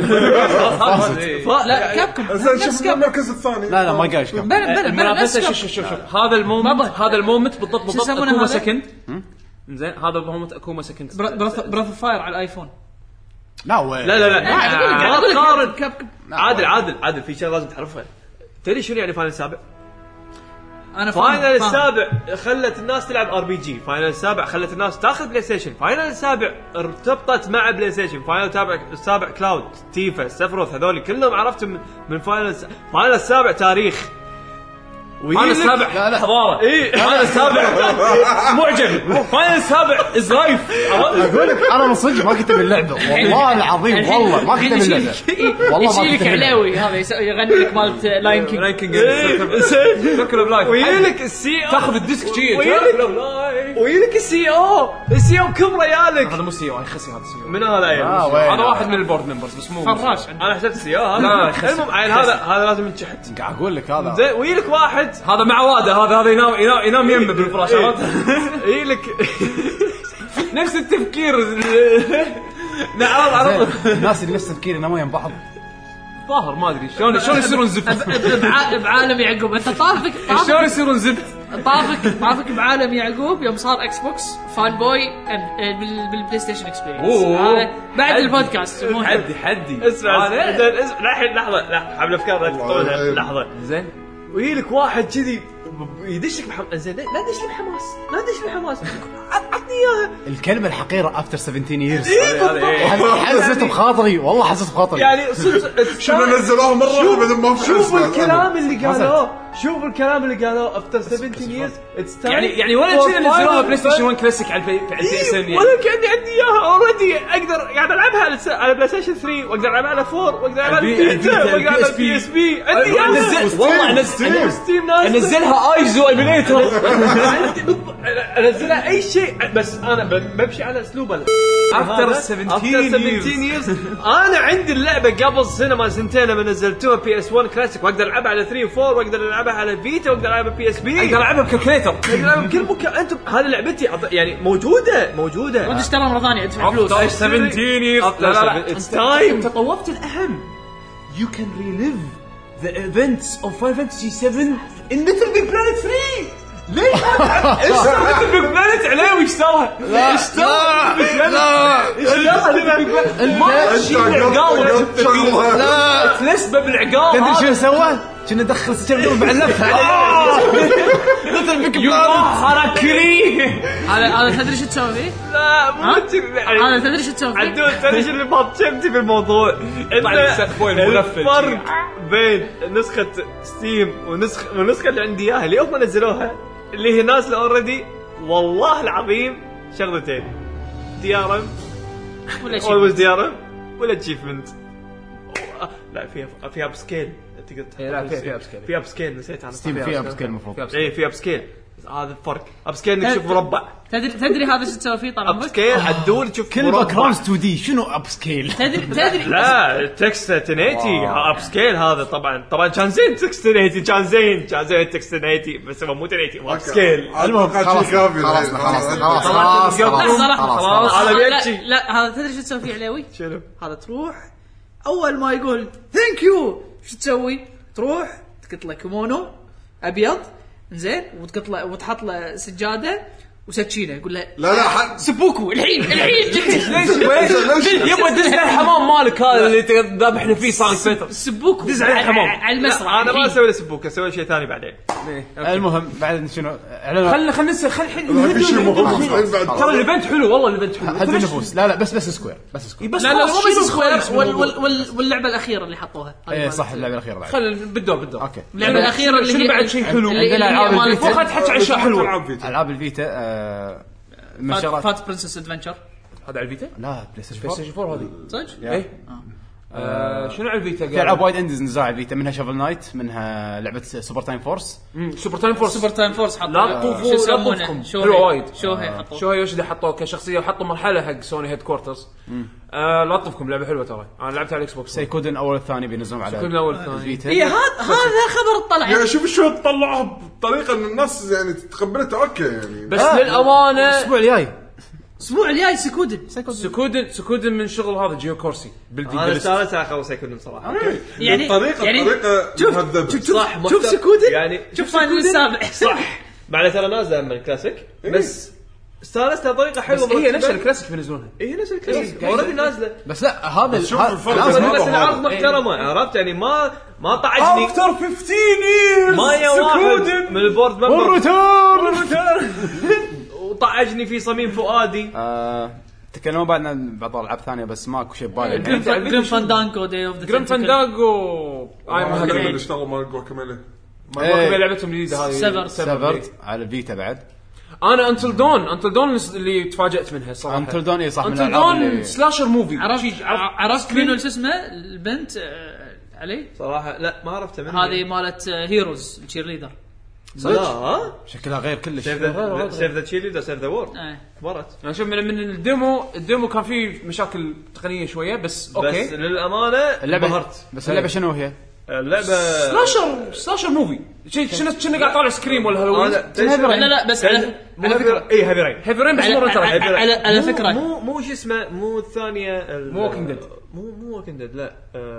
لا كابكم شوف المركز الثاني. لا ما قايش المنافسه شوف هذا المومنت بالضبط اكوما سكند. زين هذا المومنت اكوما سكند براث فاير على الايفون. لا قارن عادل في شيء لازم تعرفها. تدري شنو يعني فاينل السابع؟ انا فاينل السابع خلت الناس تلعب RPG. فاينل السابع خلت الناس تاخذ بلاي ستيشن. فاينل السابع ارتبطت مع بلاي ستيشن. فاينل السابع كلاود تيفا سفروث هذول كلهم عرفتهم من فاينل السابع تاريخ. فاينل السابع حضاره. فاينل السابع معجب. فاينل السابع از لايف. اقول لك انا من صدق ما كنت باللعبه والله العظيم والله ما كنت باللعبه والله ما كنت علاوي هذا يغني لك مالت لاين كينج سيركل اوف لايف ويلك السي او تاخذ الديسك شيء ويلك السي او كم ريالك. هذا مو سي او يخسي هذا سي او من هذا هذا واحد من البورد ممبرز بس مو فراش. انا حسبت السي او هذا. المهم هذا لازم ينشحت. قاعد اقول لك هذا زين ويلك واحد هذا مع واده هذا ينام يمه بالفراش. يلك نفس التفكير. نعم الناس اللي نفس تفكير ينامون يم بعض ظاهر ما ادري شلون يصيرون زبد بعالم يعقوب. انت طافك شلون يصيرون زبد طافك بعالم يعقوب يوم صار اكس بوكس فان بوي بالبلاي ستيشن اكسبيرينس. هذا بعد البودكاست حدي اسمع الحين لحظه حبل افكار لا تطولها لحظه. زين ويلك واحد كذي يدشك زين لا دش بحماس عطني اياها. الكلمه الحقيره افتر 17 years حسيت بخاطري والله حسيت بخاطري يعني شنو نزلوه مره بدون ما شوف الكلام اللي قالوه افتر 17 years يعني ولا شيء نزلوها بلاي ستيشن 1 كلاسيك على البي اس ان ولا كاني عندي اياها اوريدي اقدر قاعد العبها على بلاي ستيشن 3 واقدر العبها على 4 واقدر العبها على فيتا واقدر العبها على بي اس بي عندي والله انزلها ايزو ايميليتر انزلها اي شيء بس انا بمشي على اسلوبه. افتر 17 years انا عندي اللعبه قبل سنه ما سنتين لما نزلتوها بي اس 1 كلاسيك واقدر العبها على 3 و4 واقدر العبها على فيتا واقدر العبها بي اس بي اقدر العبها بكالكوليتر كل مكان. انتم هذه لعبتي يعني موجوده ودي اشتري مره ثانيه ادفع فلوس. 17 years لا اتس تايم. تطوفت الاهم you can relive the events of Final Fantasy 7 in Little Big Planet 3. ليه ايش سوى Little Big Planet علاوي ايش سوى لا تلسبه بالعقال. تدري شو سوى كنا ندخل سجل مع اللفه Little Big Planet حركري. هذا تدري شو تسوي فيه؟ لا مو هذا تدري شو تسوي فيه؟ عدول تدري شو اللي بطشمتي بالموضوع. الفرق بين نسخة ستيم والنسخة اللي عندي اياها اللي هم نزلوها اللي هي نازله اوريدي والله العظيم شغلتين ديارم ولا شيء اولويز ديارم ولا اتشيفمنت. لا فيها اب سكيل تقدر لا فيها اب سكيل في اب سكيل نسيت انا ستيم في اب سكيل المفروض اي في اب سكيل هذا الفرق اب سكيل انك تشوف مربع تدري هذا شو تسوي فيه طال اب عمرك سكيل عدول تشوف كل باك جراوند 2 دي شنو اب سكيل تدري لا تكست 1080 اب سكيل هذا طبعا كان زين تكست 1080 كان زين تكست 1080 بس هو مو 1080 اب سكيل المهم خلاص خلاص على بيتشي. لا هذا تدري شو تسوي فيه عليوي شنو هذا تروح اول ما يقول ثانك يو شو تسوي تروح تقط له كيمونو ابيض زين وتقط له وتحط له سجاده وسكينه يقول له لا سبوكو الحين يبغى دز على الحمام مالك هذا اللي ذابحنا فيه صار فتره سبوكو دز على الحمام على المسرح انا ما اسوي له سبوك اسوي شيء ثاني بعدين. المهم بعد شنو خلنا ننسى الحين في شيء مهم ترى الايفنت حلو والله الايفنت حلو هد النفوس لا بس سكوير بس لا مو بس سكوير سكوير واللعبه الاخيره اللي حطوها اي صح اللعبه الاخيره بعد خلنا بالدور اوكي اللعبه الاخيره اللي شنو هي بعد شيء حلو العاب فوق تحكي عن اشياء حلوه العاب الفيتا منشرات فات برنسس ادفنتشر هذا على الفيتا لا بلاي ستيشن 4 هذه صدق اي شنو على الفيتا في العاب وايد اندز نزاع على الفيتا منها شافل نايت منها لعبه سوبر تايم فورس سوبر تايم فورس حط لا تطوفوا حلو وايد شو هي حطوا شو هي وش اللي حطوه كشخصيه وحطوا مرحله حق سوني هيد كوارترز لا تطوفكم لعبه حلوه ترى انا لعبتها على الاكس بوكس سيكودن اول الثاني بينزلون على سيكودن اول الثاني الفيتا هي هذا خبر طلع يعني شوف شو تطلعها بطريقه ان الناس يعني تقبلته اوكي يعني بس للامانه الاسبوع الجاي الاسبوع الجاي سكودن من شغل هذا جيو كورسي انا استانست اخلص يكون صراحه يعني طريقه مهذبه صح شوف سكودن يعني شوف فاينل السابع صح مع ترى نازله من الكلاسيك بس استانست بطريقه حلوه بس هي نفس الكلاسيك بينزلونها هي نفس الكلاسيك اوريدي نازله بس لا هذا شوف الفرق بس العرض محترمه عرفت يعني ما طعجني افتر 15 years ما يا واحد من البورد ممبر وطعجني في صميم فؤادي. تكلموا بعد عن بعض الالعاب ثانيه بس ماكو شيء ببالي جريم فاندانجو داي اوف ذا جريم فاندانجو اللي اشتغلوا مال جواكاميلي لعبتهم الجديده هذه سيفرد على الفيتا بعد انا انتل دون اللي تفاجأت منها صراحه انتل دون اي صح من انتل دون سلاشر موفي عرفت منو شو اسمه البنت علي صراحه لا ما عرفته منه هذه مالت هيروز التشير ليدر لا شكلها غير كلش سيف ذا تشير سيف ذا وورد كبرت انا شوف من الديمو كان فيه مشاكل تقنيه شويه بس اوكي بس للامانه انبهرت بس اللعبه شنو هي اللعبه سلاشر موفي شنو قاعد طالع سكريم ولا هالوين لا بس على فكره اي هيفي رين بس مره ترى على فكره مو شو اسمه مو الثانيه مو ووكينج ديد مو ووكينج ديد لا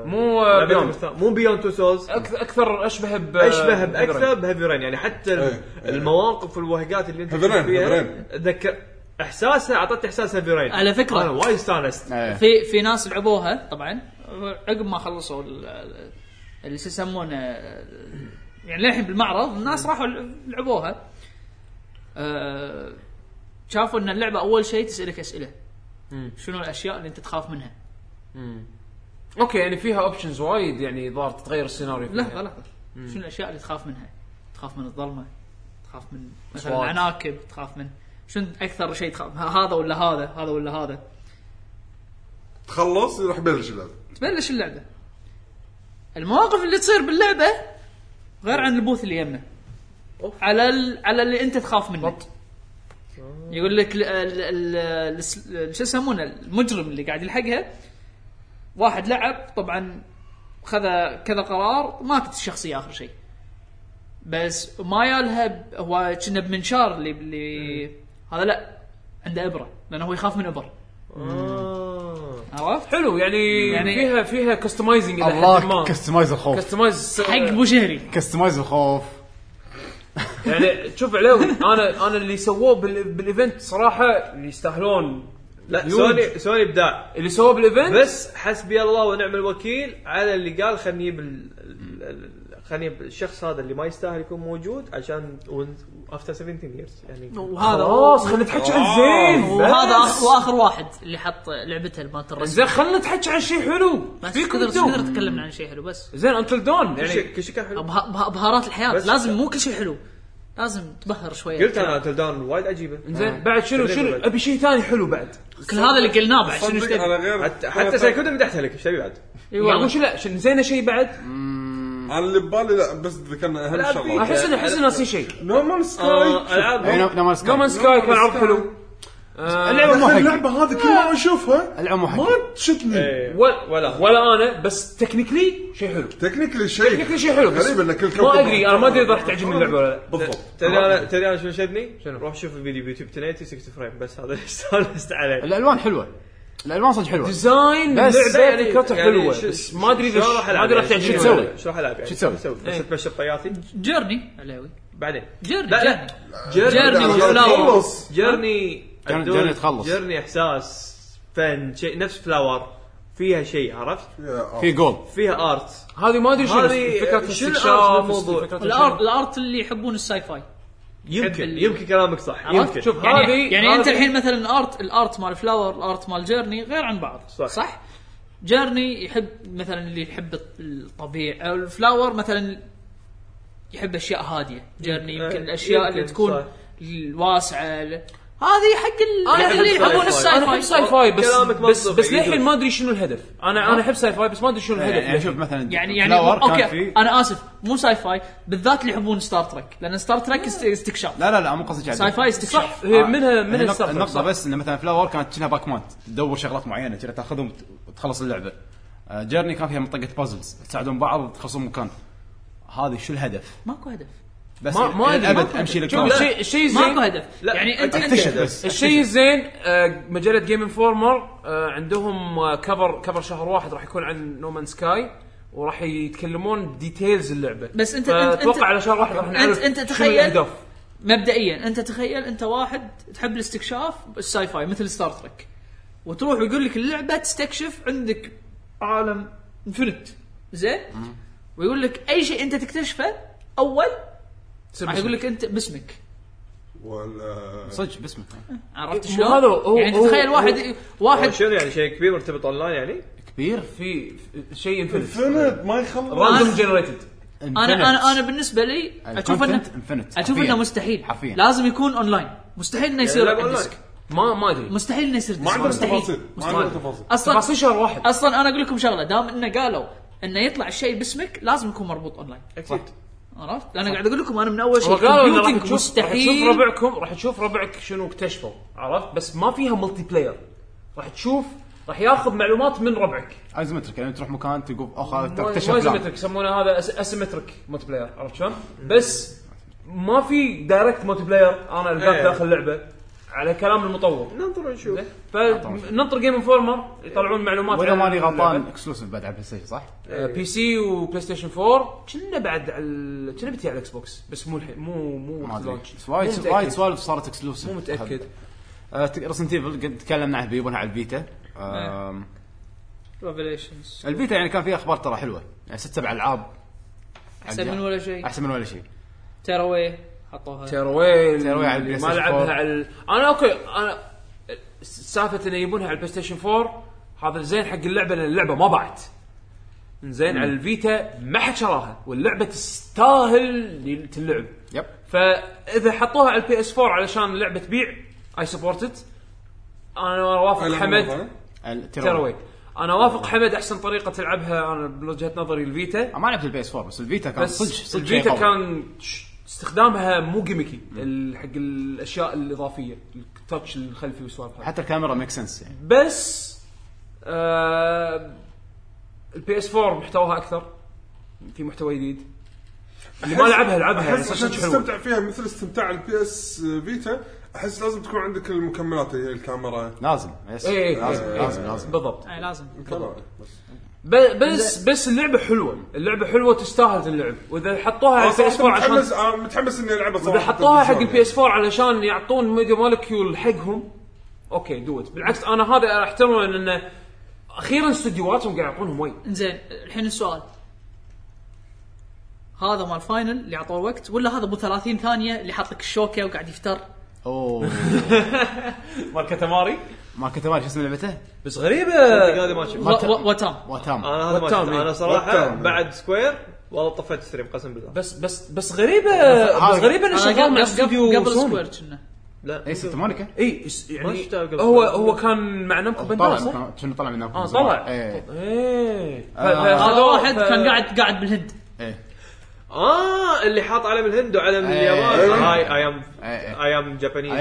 مو بيوند تو سولز اكثر اشبه باكثر بهيفي رين يعني حتى المواقف والوهقات اللي انت فيها اتذكر احساسها اعطت احساس هيفي رين على فكره انا وايد استانست في ناس لعبوها طبعا عقب ما خلصوا اللي يسمونه يعني للحين بالمعرض الناس راحوا لعبوها شافوا ان اللعبه اول شيء تسالك اسئله شنو الاشياء اللي انت تخاف منها اوكي يعني فيها اوبشنز وايد يعني ظهر تتغير السيناريو لا شنو الاشياء اللي تخاف منها تخاف من الظلمه تخاف من مثلا العناكب تخاف من شنو اكثر شيء تخاف هذا ولا هذا تخلص يروح تبلش اللعبه المواقف اللي تصير باللعبه غير عن البوث اللي يمنا على اللي انت تخاف منه يقول لك شو يسمونه المجرم اللي قاعد يلحقها واحد لعب طبعا خذ كذا قرار ماتت الشخصيه اخر شيء بس ما يالها هو كنا بمنشار اللي هذا لا عنده ابره لانه هو يخاف من ابر عرفت حلو يعني فيها كستمايزنج الى حد ما كستمايز الخوف كستمايز حق ابو شهري كستمايز الخوف يعني شوف علاوي انا اللي سووه بالايفنت صراحه اللي يستاهلون لا سوني ابداع اللي سووه بالايفنت بس حسبي الله ونعم الوكيل على اللي قال خلني الشخص هذا اللي ما يستاهل يكون موجود عشان after 17 years يعني وهذا خلاص خلينا نتحكي عن زين وهذا اخر واحد اللي حط لعبته مالت الرسم زين خلينا نتحكي عن شيء حلو نقدر نتكلم عن شيء حلو بس زين انتل دون يعني كل شيء كان حلو بهارات الحياه لازم مو كل شيء حلو لازم تبهر شويه. قلت انا تلدان وايد عجيبه. زين بعد شنو ابي شيء ثاني حلو بعد كل هذا اللي قلناه بعد شنو صدق انا غير حتى سايكودا مدحتها لك ايش تبي بعد؟ يقول شو لا شنو زين شيء بعد انا اللي ببالي لا بس ذكرنا اهم شغله. احس ناسي شيء. نومان سكاي العاب نومان سكاي كان عرض حلو. اللعبه مو حق اللعبه هذه كل ما اشوفها اللعبه مو حق ما تشتني ولا انا بس تكنيكلي شيء حلو. تكنيكلي شيء حلو غريب ان كل ما ادري انا ما ادري اذا راح تعجبني اللعبه ولا لا. بالضبط. تدري انا شو شدني؟ روح شوف الفيديو بيوتيوب 1080 60 فريم بس هذا استانست عليه. الالوان حلوه الالوان صدق حلوه ديزاين اللعبه يعني كرتها حلوه بس ما ادري اذا ما ادري راح تعجبني. شو تسوي؟ شو راح العب يعني؟ شو تسوي؟ بس تمشي بطياتي جيرني علاوي بعدين جيرني لا جيرني وفلاور جيرني تخلص جيرني احساس فن شيء نفس فلاور فيها شيء عرفت في جول فيها ارت هذه ما ادري شنو فكره الاستكشاف الموضوع. الارت اللي يحبون الساي فاي يمكن كلامك صح يمكن شوف يعني انت الحين مثلا الارت مال فلاور الارت مال جيرني غير عن بعض صح جيرني يحب مثلا اللي يحب الطبيعه الفلاور مثلا يحب اشياء هاديه جيرني يمكن الاشياء اللي تكون الواسعه هذه حق اللي يحبون الساي فاي بس للحين ما ادري شنو الهدف. انا احب ساي فاي بس ما ادري شنو الهدف. يعني شوف مثلا يعني اوكي انا اسف مو ساي فاي بالذات اللي يحبون ستار تريك لان ستار تريك استكشاف. لا مو قصدي ساي فاي استكشاف هي منها النقطه بس ان مثلا فلاور كانت كأنها باكمان تدور شغلات معينه كذا تاخذهم وتخلص اللعبه. جيرني كان فيها منطقه بازلز تساعدون بعض تخلصون مكان. هذه شو الهدف؟ ماكو هدف بس الابد امشي لك الشيء زين ماكو هدف يعني انت الشيء الزين مجله جيم انفورمر عندهم كفر شهر واحد راح يكون عن نومان سكاي وراح يتكلمون ديتيلز اللعبه. بس انت اتوقع على شهر واحد راح نعرف انت تخيل مبدئيا انت تخيل انت واحد تحب الاستكشاف الساي فاي مثل ستار تريك وتروح ويقول لك اللعبه تستكشف عندك عالم انفنت زين ويقول لك اي شيء انت تكتشفه اول راح يقول لك انت باسمك ولا صدق باسمك عرفت شلون يعني تخيل واحد شنو يعني شيء كبير مرتبط اونلاين يعني كبير في شيء انفنت ما يخلص راندوم جنريتد. انا بالنسبه لي اشوف انه مستحيل حرفيا. لازم يكون اونلاين مستحيل انه يصير ديسك ما ادري مستحيل انه يصير ما عنده تفاصيل اصلا شهر واحد اصلا انا اقول لكم شغله دام انه قالوا انه يطلع الشيء باسمك لازم يكون مربوط اونلاين اكيد عرفت انا قاعد اقول لكم انا من اول شيء كمبيوتنج مستحيل راح تشوف ربعك شنو اكتشفوا عرفت بس ما فيها ملتي بلاير راح ياخذ معلومات من ربعك ايزومتريك يعني تروح مكان تقول هذا تكتشف ايزومتريك يسمونه هذا اسيمتريك ملتي بلاير عرفت شلون بس ما في دايركت ملتي بلاير انا القاك داخل اللعبه على كلام المطور ننطر نشوف فننطر جيم انفورمر يطلعون معلومات ولا ماني غلطان اكسكلوسيف بعد على البلاي ستيشن صح بي سي وبلاي ستيشن 4 كنا بعد على كنا بتي على الاكس بوكس بس مو الحين مو وايد سوالف صارت اكسكلوسيف مو متاكد. ريزنت ايفل تكلمنا عنها بيبونها على الفيتا ريفيليشنز الفيتا يعني كان فيها اخبار ترى حلوه يعني 6-7 العاب احسن من ولا شيء تيراوي على البلاي ما لعبها على انا اوكي انا سالفه انه يبونها على البلاي ستيشن 4 هذا زين حق اللعبه لان اللعبه ما باعت زين على الفيتا ما حد شراها واللعبه تستاهل تلعب يب فاذا حطوها على البي اس 4 علشان اللعبه تبيع اي سبورتد انا وافق حمد تيراوي انا وافق حمد احسن طريقه تلعبها انا بوجهه نظري الفيتا ما لعبت البي اس 4 بس الفيتا كان صدق الفيتا كان استخدامها مو جيميكي حق الاشياء الاضافيه التاتش الخلفي والسوالف حتى الكاميرا ميك سنس يعني بس البي اس 4 محتواها اكثر في محتوى جديد اللي ما لعبها يعني عشان تستمتع فيها مثل استمتاع البي اس فيتا احس لازم تكون عندك المكملات هي الكاميرا لازم لازم بالضبط لازم بس اللعبه حلوه تستاهل اللعب واذا حطوها على البي اس 4 عشان متحمس اني العبها صراحه اذا حطوها حق البي اس 4 علشان يعطون ميديا مولكيول حقهم اوكي دوت بالعكس انا هذا احترم ان اخيرا استديوهاتهم قاعد يعطونهم وين زين الحين السؤال هذا مال فاينل اللي عطوه وقت ولا هذا ابو 30 ثانيه اللي حاط لك الشوكه وقاعد يفتر مال كتماري شو اسم لعبته بس غريبه هذه ما شفت واتام انا صراحه بعد سكوير والله طفيت ستريم قسم بالله. بس غريبه انه شغال مع استوديو قبل سكوير كنا. لا اي سانتا مونيكا يعني هو كان مع نامكو بانداي صح؟ شنو طلع من نامكو طلع هذا واحد كان قاعد بالهند. اللي حاط علم الهند وعلم اليابان. هاي اي ام جابانيز.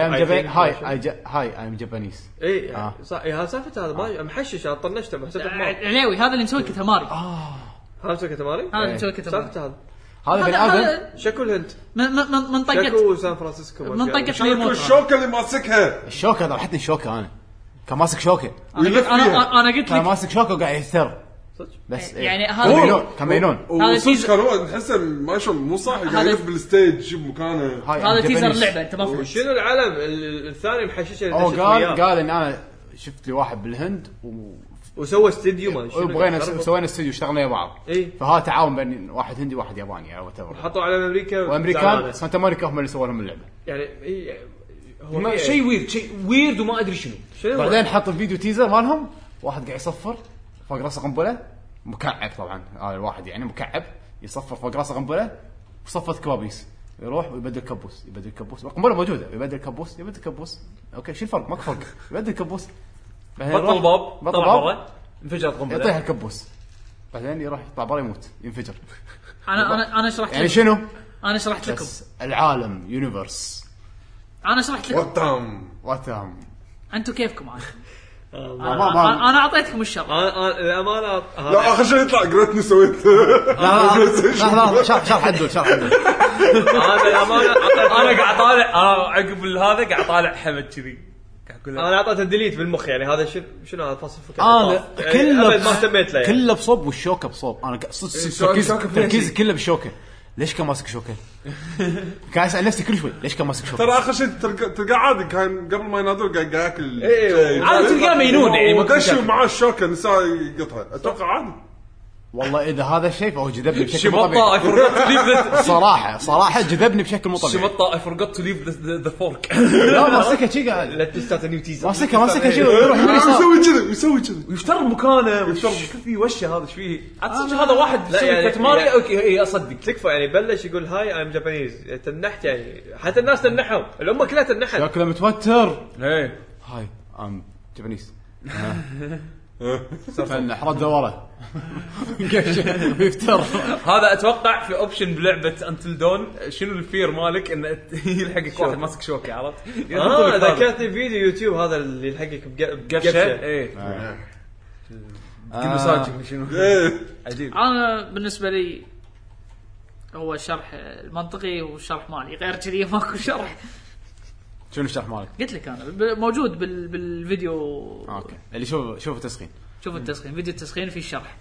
هاي اي ام جابانيز. اي صح. هذا سالفه هذا محشش. انا طنشته حسيته عليوي. هذا اللي مسوي كتماري. هذا مسوي كتماري. سالفه هذا بني ادم شكو الهند منطقه شكو سان فرانسيسكو منطقه ليموت. الشوكه اللي ماسكها الشوكه هذا حتى الشوكه انا كان ماسك شوكه. انا قلت كان لك ماسك شوكه وقاعد يستر بس يعني هذا كمينون هذا كان نحسه ما شو مو صح قاعد يلف بالستيج شوف مكانه. هذا تيزر اللعبه انت ما فهمت شنو العلم الثاني محششه. قال ان انا شفت لي واحد بالهند وسوى استديو ما شنو وبغينا سوينا استديو اشتغلنا مع بعض. فهذا تعاون بين واحد هندي وواحد ياباني او حطوا على امريكا وامريكان سانتا مونيكا هم اللي سووا لهم اللعبه. يعني هو شيء ويرد وما ادري شنو. بعدين حط الفيديو تيزر مالهم واحد قاعد يصفر فوق راسه قنبله مكعب. طبعا هذا الواحد يعني مكعب يصفر فوق راسه قنبله وصفت كوابيس يروح ويبدل كبوس القنبله موجوده يبدل كبوس اوكي شو الفرق؟ ماكو فرق. يبدل كبوس بطل باب برا انفجر قنبله يطيح الكبوس بعدين يروح يطلع برا يموت ينفجر. انا شرحت يعني شنو؟ انا شرحت لكم العالم يونيفرس. انا شرحت لكم واتام انتم كيفكم عاد. انا اعطيتكم الشرح. الامانه لا اخر شيء يطلع قريتني سويت لا شرح حدود هذا الامانه انا قاعد طالع عقب هذا قاعد طالع حمد كذي انا اعطيته ديليت بالمخ يعني هذا شنو هذا فاصل فكره. انا كله ما اهتميت له كله بصوب والشوكه بصوب. انا تركيز كله بالشوكه. ليش كان ماسك شوكه؟ كان اسال نفسي كل شوي ليش كان ماسك شوكه. ترى اخر شيء تلقى عادي كان قبل ما ينادون قاعد ياكل عادي تلقاه مينون يعني ودش معاه الشوكه نساء يقطها اتوقع عادي. والله اذا هذا الشيء فهو جذبني بشكل مو طبيعي. صراحه جذبني بشكل مو طبيعي. شمطه I forgot to leave the fork. لا ماسكها شي قاعد لا تستات نيو تيزر ماسكها شي يروح يسوي كذا ويفتر مكانه ويفتر في وشه. هذا ايش فيه؟ هذا واحد يسوي كتماري اوكي اي اصدق تكفى يعني بلش يقول هاي ايم جابانيز تنحت يعني حتى الناس تنحوا الامه كلها تنحت شكله متوتر. هاي ام جابانيز صرنا حرد ورا يفتر. هذا اتوقع في اوبشن بلعبه انتل دون. شنو الفير مالك انه يلحقك واحد ماسك شوكه عرفت. ذكرتني فيديو يوتيوب هذا اللي يلحقك بقفشه. ايه كل شنو عجيب. انا بالنسبه لي هو الشرح المنطقي والشرح مالي غير كذي ماكو شرح. شنو الشرح مالك؟ قلت لك انا موجود بالفيديو. اوكي اللي شوف التسخين. شوف التسخين فيديو التسخين في الشرح.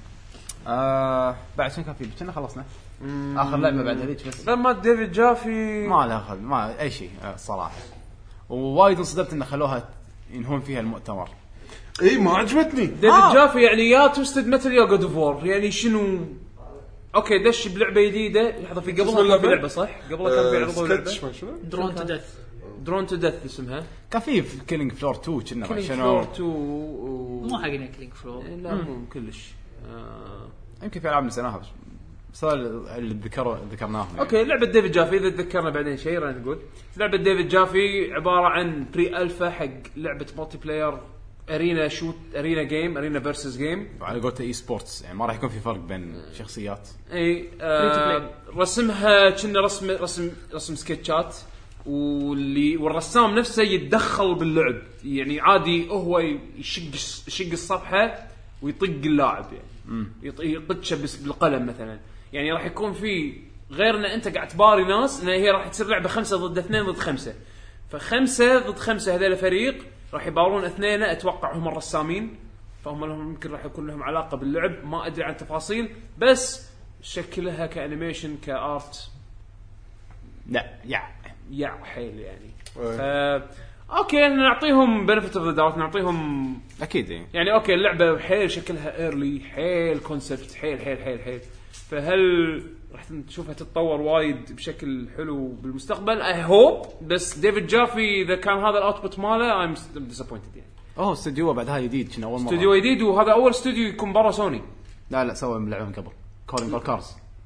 بعد شنو كان في كنا خلصنا اخر لعبه بعد هذيك بس لما ديفيد جافي ما له اخذ ما اي شيء الصراحه. ووايد انصدمت ان خلوها ينهون فيها المؤتمر. اي ما عجبتني ديفيد جافي يعني يا توستد متل يا جود اوف وور يعني شنو. اوكي دش بلعبه جديده لحظه في قبلها كان في لعبه صح قبلها كان في عرض لعبه درون تو ديث اسمها. كان في كيلينج فلور 2 كنا شنو 2 مو حقنا كيلينج فلور لا مو كلش. يمكن في العاب نسيناها بس صار اللي ذكرناهم. اوكي لعبه ديفيد جافي اذا تذكرنا بعدين شيء راح نقول. لعبه ديفيد جافي عباره عن بري الفا حق لعبه مالتي بلاير ارينا شوت ارينا جيم ارينا فيرسز جيم على قولته اي سبورتس يعني ما راح يكون في فرق بين شخصيات. اي رسمها كنا رسم سكتشات والرسام نفسه يتدخل باللعب يعني عادي هو يشق الصفحه ويطق اللاعب يعني يطقشه بالقلم مثلا يعني راح يكون في غير ان انت قاعد تباري ناس ان هي راح تصير لعبه 5 ضد 2 ضد 5 ف5 ضد 5 هذول فريق راح يبارون اثنين اتوقع هم الرسامين فهم لهم يمكن راح يكون لهم علاقه باللعب ما ادري عن تفاصيل بس شكلها كانيميشن كارت لا يا حيل يعني اوكي نعطيهم بنفيت اوف ذا داوت نعطيهم اكيد يعني اوكي اللعبه حيل شكلها ايرلي حيل كونسبت حيل فهل راح نشوفها تتطور وايد بشكل حلو بالمستقبل اي هوب بس ديفيد جافي اذا كان هذا الاوتبوت ماله ام ديسابوينتد يعني استوديو بعدها جديد كنا اول مره استوديو جديد وهذا اول استوديو يكون برا سوني لا سوى لعبه من قبل كولينج اول كارز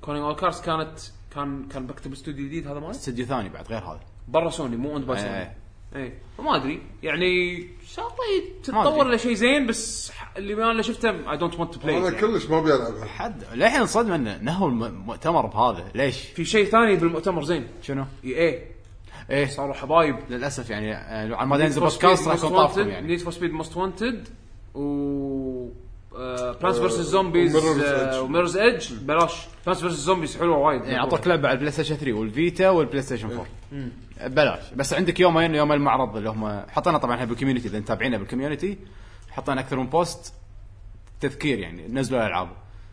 كونينج اول كارز كان بكتب استوديو جديد هذا مال استوديو ثاني بعد غير هذا برا سوني مو اوند باي سوني ما ادري يعني ان شاء الله تتطور لشيء زين بس اللي ما انا شفته اي دونت ونت تو بلاي انا كلش ما ابي العبها حد للحين صدم انه نهوا المؤتمر بهذا ليش في شيء ثاني بالمؤتمر زين شنو ايه صاروا حبايب للاسف يعني لو على ما ينزل بودكاست راح يطافهم يعني نيد فور سبيد موست وانتد و بلانس فيرسس زومبيز وميرز ايدج بلاش بلانس فيرسس زومبيز حلوه وايد يعني اعطوك لعبه على البلاي ستيشن 3 والفيتا والبلاي ستيشن 4 بلاش بس عندك يوم المعرض اللي هم حطينا طبعا احنا بالكوميونتي اذا متابعينا بالكوميونتي حطينا اكثر من بوست تذكير يعني نزلوا الالعاب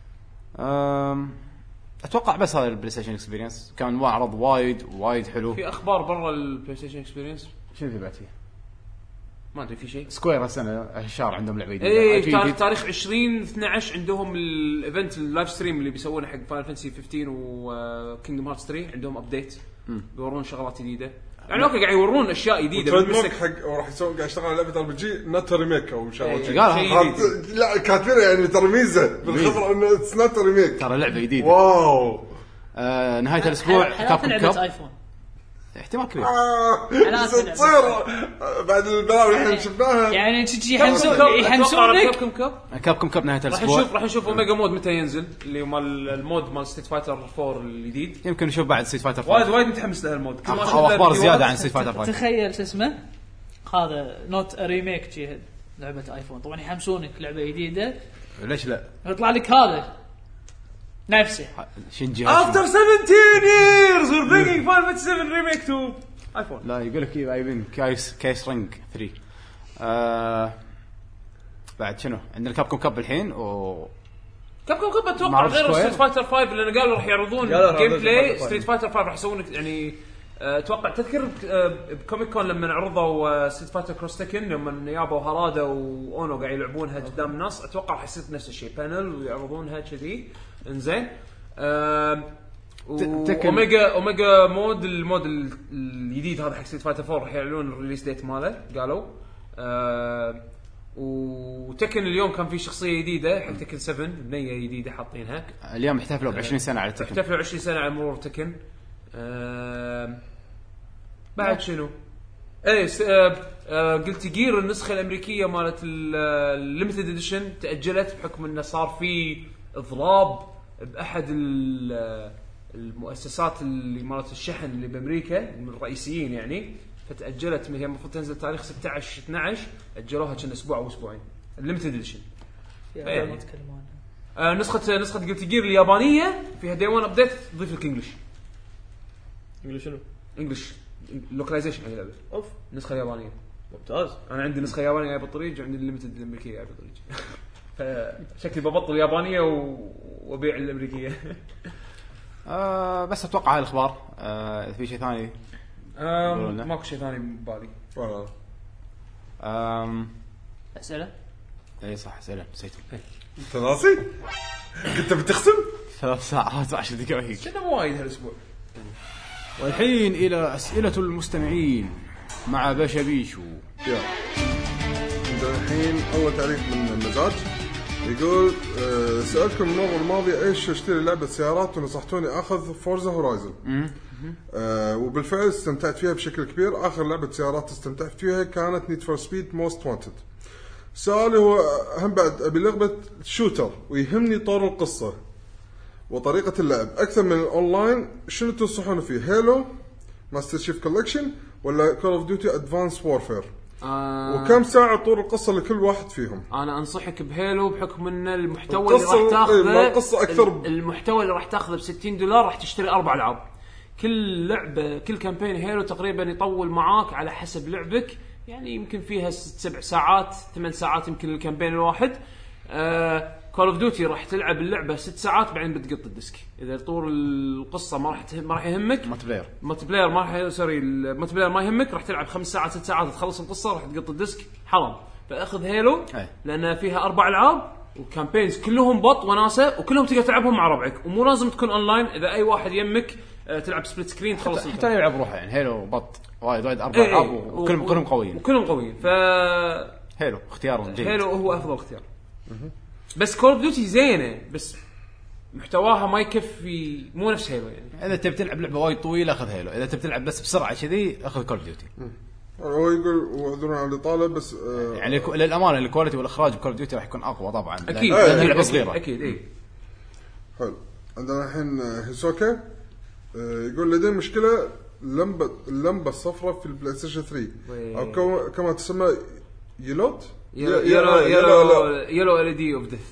اتوقع بس هذا البلاي ستيشن اكسبيرينس كان معرض وايد حلو. في اخبار برا البلاي ستيشن اكسبيرينس شنو في بعد فيه ما ادري في شيء سكوير السنه الشهر عندهم لعبه جديده تاريخ 20/12 عندهم الايفنت اللايف ستريم اللي بيسوونه حق فاينل فانتسي 15 وكينجدم هارتس 3 عندهم ابديت بيورون شغلات جديده يعني اوكي قاعد يورون اشياء جديده بالمسك حق وراح يسوون قاعد يشتغل على لعبه ار بي جي نوت ريميك او شغله لا كاتبين يعني ترى ميزه بالخبره انه اتس نوت ريميك ترى لعبه جديده واو نهايه الاسبوع لعبه ايفون احتمال كبير تصير بعد البلاوي اللي شفناها يعني تجي يحمسونك كاب نهايه الاسبوع راح نشوف اوميجا مود متى ينزل اللي مال المود مال ستريت فايتر 4 الجديد يمكن نشوف بعد ستريت فايتر 5 وايد متحمس له المود او اخبار زياده عن ستريت فايتر 5 تخيل شو اسمه هذا نوت ريميك جهد لعبه ايفون طبعا يحمسونك لعبه جديده ليش لا يطلع لك هذا نفسه شنجي after 17 years we're bringing Final Fantasy 7 remake to iPhone لا يقول لك جايبين كايس رينج 3 بعد شنو عندنا كابكوم كاب الحين كابكوم كاب اتوقع غير ستريت فايتر 5 لان قالوا راح يعرضون جيم بلاي ستريت فايتر 5 راح يسوون يعني اتوقع تذكر بكوميك كون لما عرضوا ستريت فايتر كروس تكن لما يابوا هارادا واونو قاعد يلعبونها قدام الناس اتوقع راح يصير نفس الشيء بانل ويعرضونها كذي انزين اوميجا مود المود الجديد هذا حق ستريت فايتر 4 راح يعلنون الريليس ديت ماله قالوا وتكن اليوم كان في شخصيه جديده حق تكن 7 بنيه جديده حاطينها اليوم احتفلوا ب20 سنه على تكن احتفلوا 20 سنه على مرور تكن بعد شنو قلت جير النسخه الامريكيه مالت الليميتد اديشن تاجلت بحكم انه صار في اضراب باحد المؤسسات اللي مالت الشحن اللي بامريكا من الرئيسيين يعني فتاجلت هي المفروض تنزل تاريخ 16/12 اجلوها كان اسبوع او اسبوعين الليميتد اديشن يعني نسخه قلت جير اليابانيه فيها دي 1 ابديت تضيف لك انجلش شنو انجلش لوكاليزيشن هي اللعبه اوف نسخه يابانيه ممتاز انا عندي نسخه يابانيه جايه بالطريق وعندي الليميتد الامريكيه جايه بالطريق فشكلي ببطل اليابانيه وابيع الامريكيه بس اتوقع هالاخبار في شيء ثاني ماكو شيء ثاني ببالي اسئله اي صح اسئله نسيت انت ناسي كنت بتخصم 3 ساعات 10 دقائق شنو وايد هالاسبوع والحين الى اسئله المستمعين مع باشا بيشو الحين اول تعليق من المزاج يقول سألكم المرة الماضية ايش اشتري لعبة سيارات ونصحتوني اخذ فورزا هورايزن وبالفعل استمتعت فيها بشكل كبير. اخر لعبة سيارات استمتعت فيها كانت نيد فور سبيد موست وانتد. سؤالي هو هم بعد ابي لعبة شوتر ويهمني طور القصة وطريقة اللعب اكثر من الاونلاين. شنو تنصحون فيه هيلو ماستر شيف كولكشن ولا كول اوف ديوتي ادفانس وورفير وكم ساعة طول القصة لكل واحد فيهم؟ أنا أنصحك بهيلو بحكم أن المحتوى اللي راح تأخذه القصة أكثر المحتوى اللي راح تأخذه $60 راح تشتري 4 ألعاب. كل لعبة كل كامبين هيلو تقريبا يطول معاك على حسب لعبك يعني يمكن فيها 7 ساعات 8 ساعات يمكن الكامبين الواحد. كول اوف ديوتي راح تلعب اللعبة 6 ساعات بعدين بتقط الديسك. إذا طول القصة ما راح يهمك مالتي بلاير ما راح سوري المالتي بلاير ما يهمك راح تلعب 5 ساعات 6 ساعات تخلص القصة راح تقط الديسك حرام. فأخذ هيلو لأن فيها 4 ألعاب وكامبينز كلهم بط وناسة وكلهم تقدر تلعبهم مع ربعك ومو لازم تكون أونلاين. إذا أي واحد يمك تلعب سبليت سكرين تخلص حتى يلعب روحه يعني هيلو بط وايد 4 ألعاب وكلهم قويين هيلو اختيار جيد. هيلو هو أفضل اختيار. بس كول اوف ديوتي زينه بس محتواها ما يكفي، مو نفس هيلو يعني. اذا تبي تلعب لعبه وايد طويله اخذ هيلو، اذا تبي تلعب بس بسرعه كذي اخذ كول اوف ديوتي. هو يقول واعذرون على الاطاله بس يعني للامانه الكواليتي والاخراج بكول اوف ديوتي راح يكون اقوى طبعا اكيد لعبه صغيره اكيد. حلو. عندنا الحين هيسوكا يقول لدي مشكله اللمبه الصفراء في البلاي ستيشن 3 او كما تسمى يلوت يلو ال دي اوف ديث.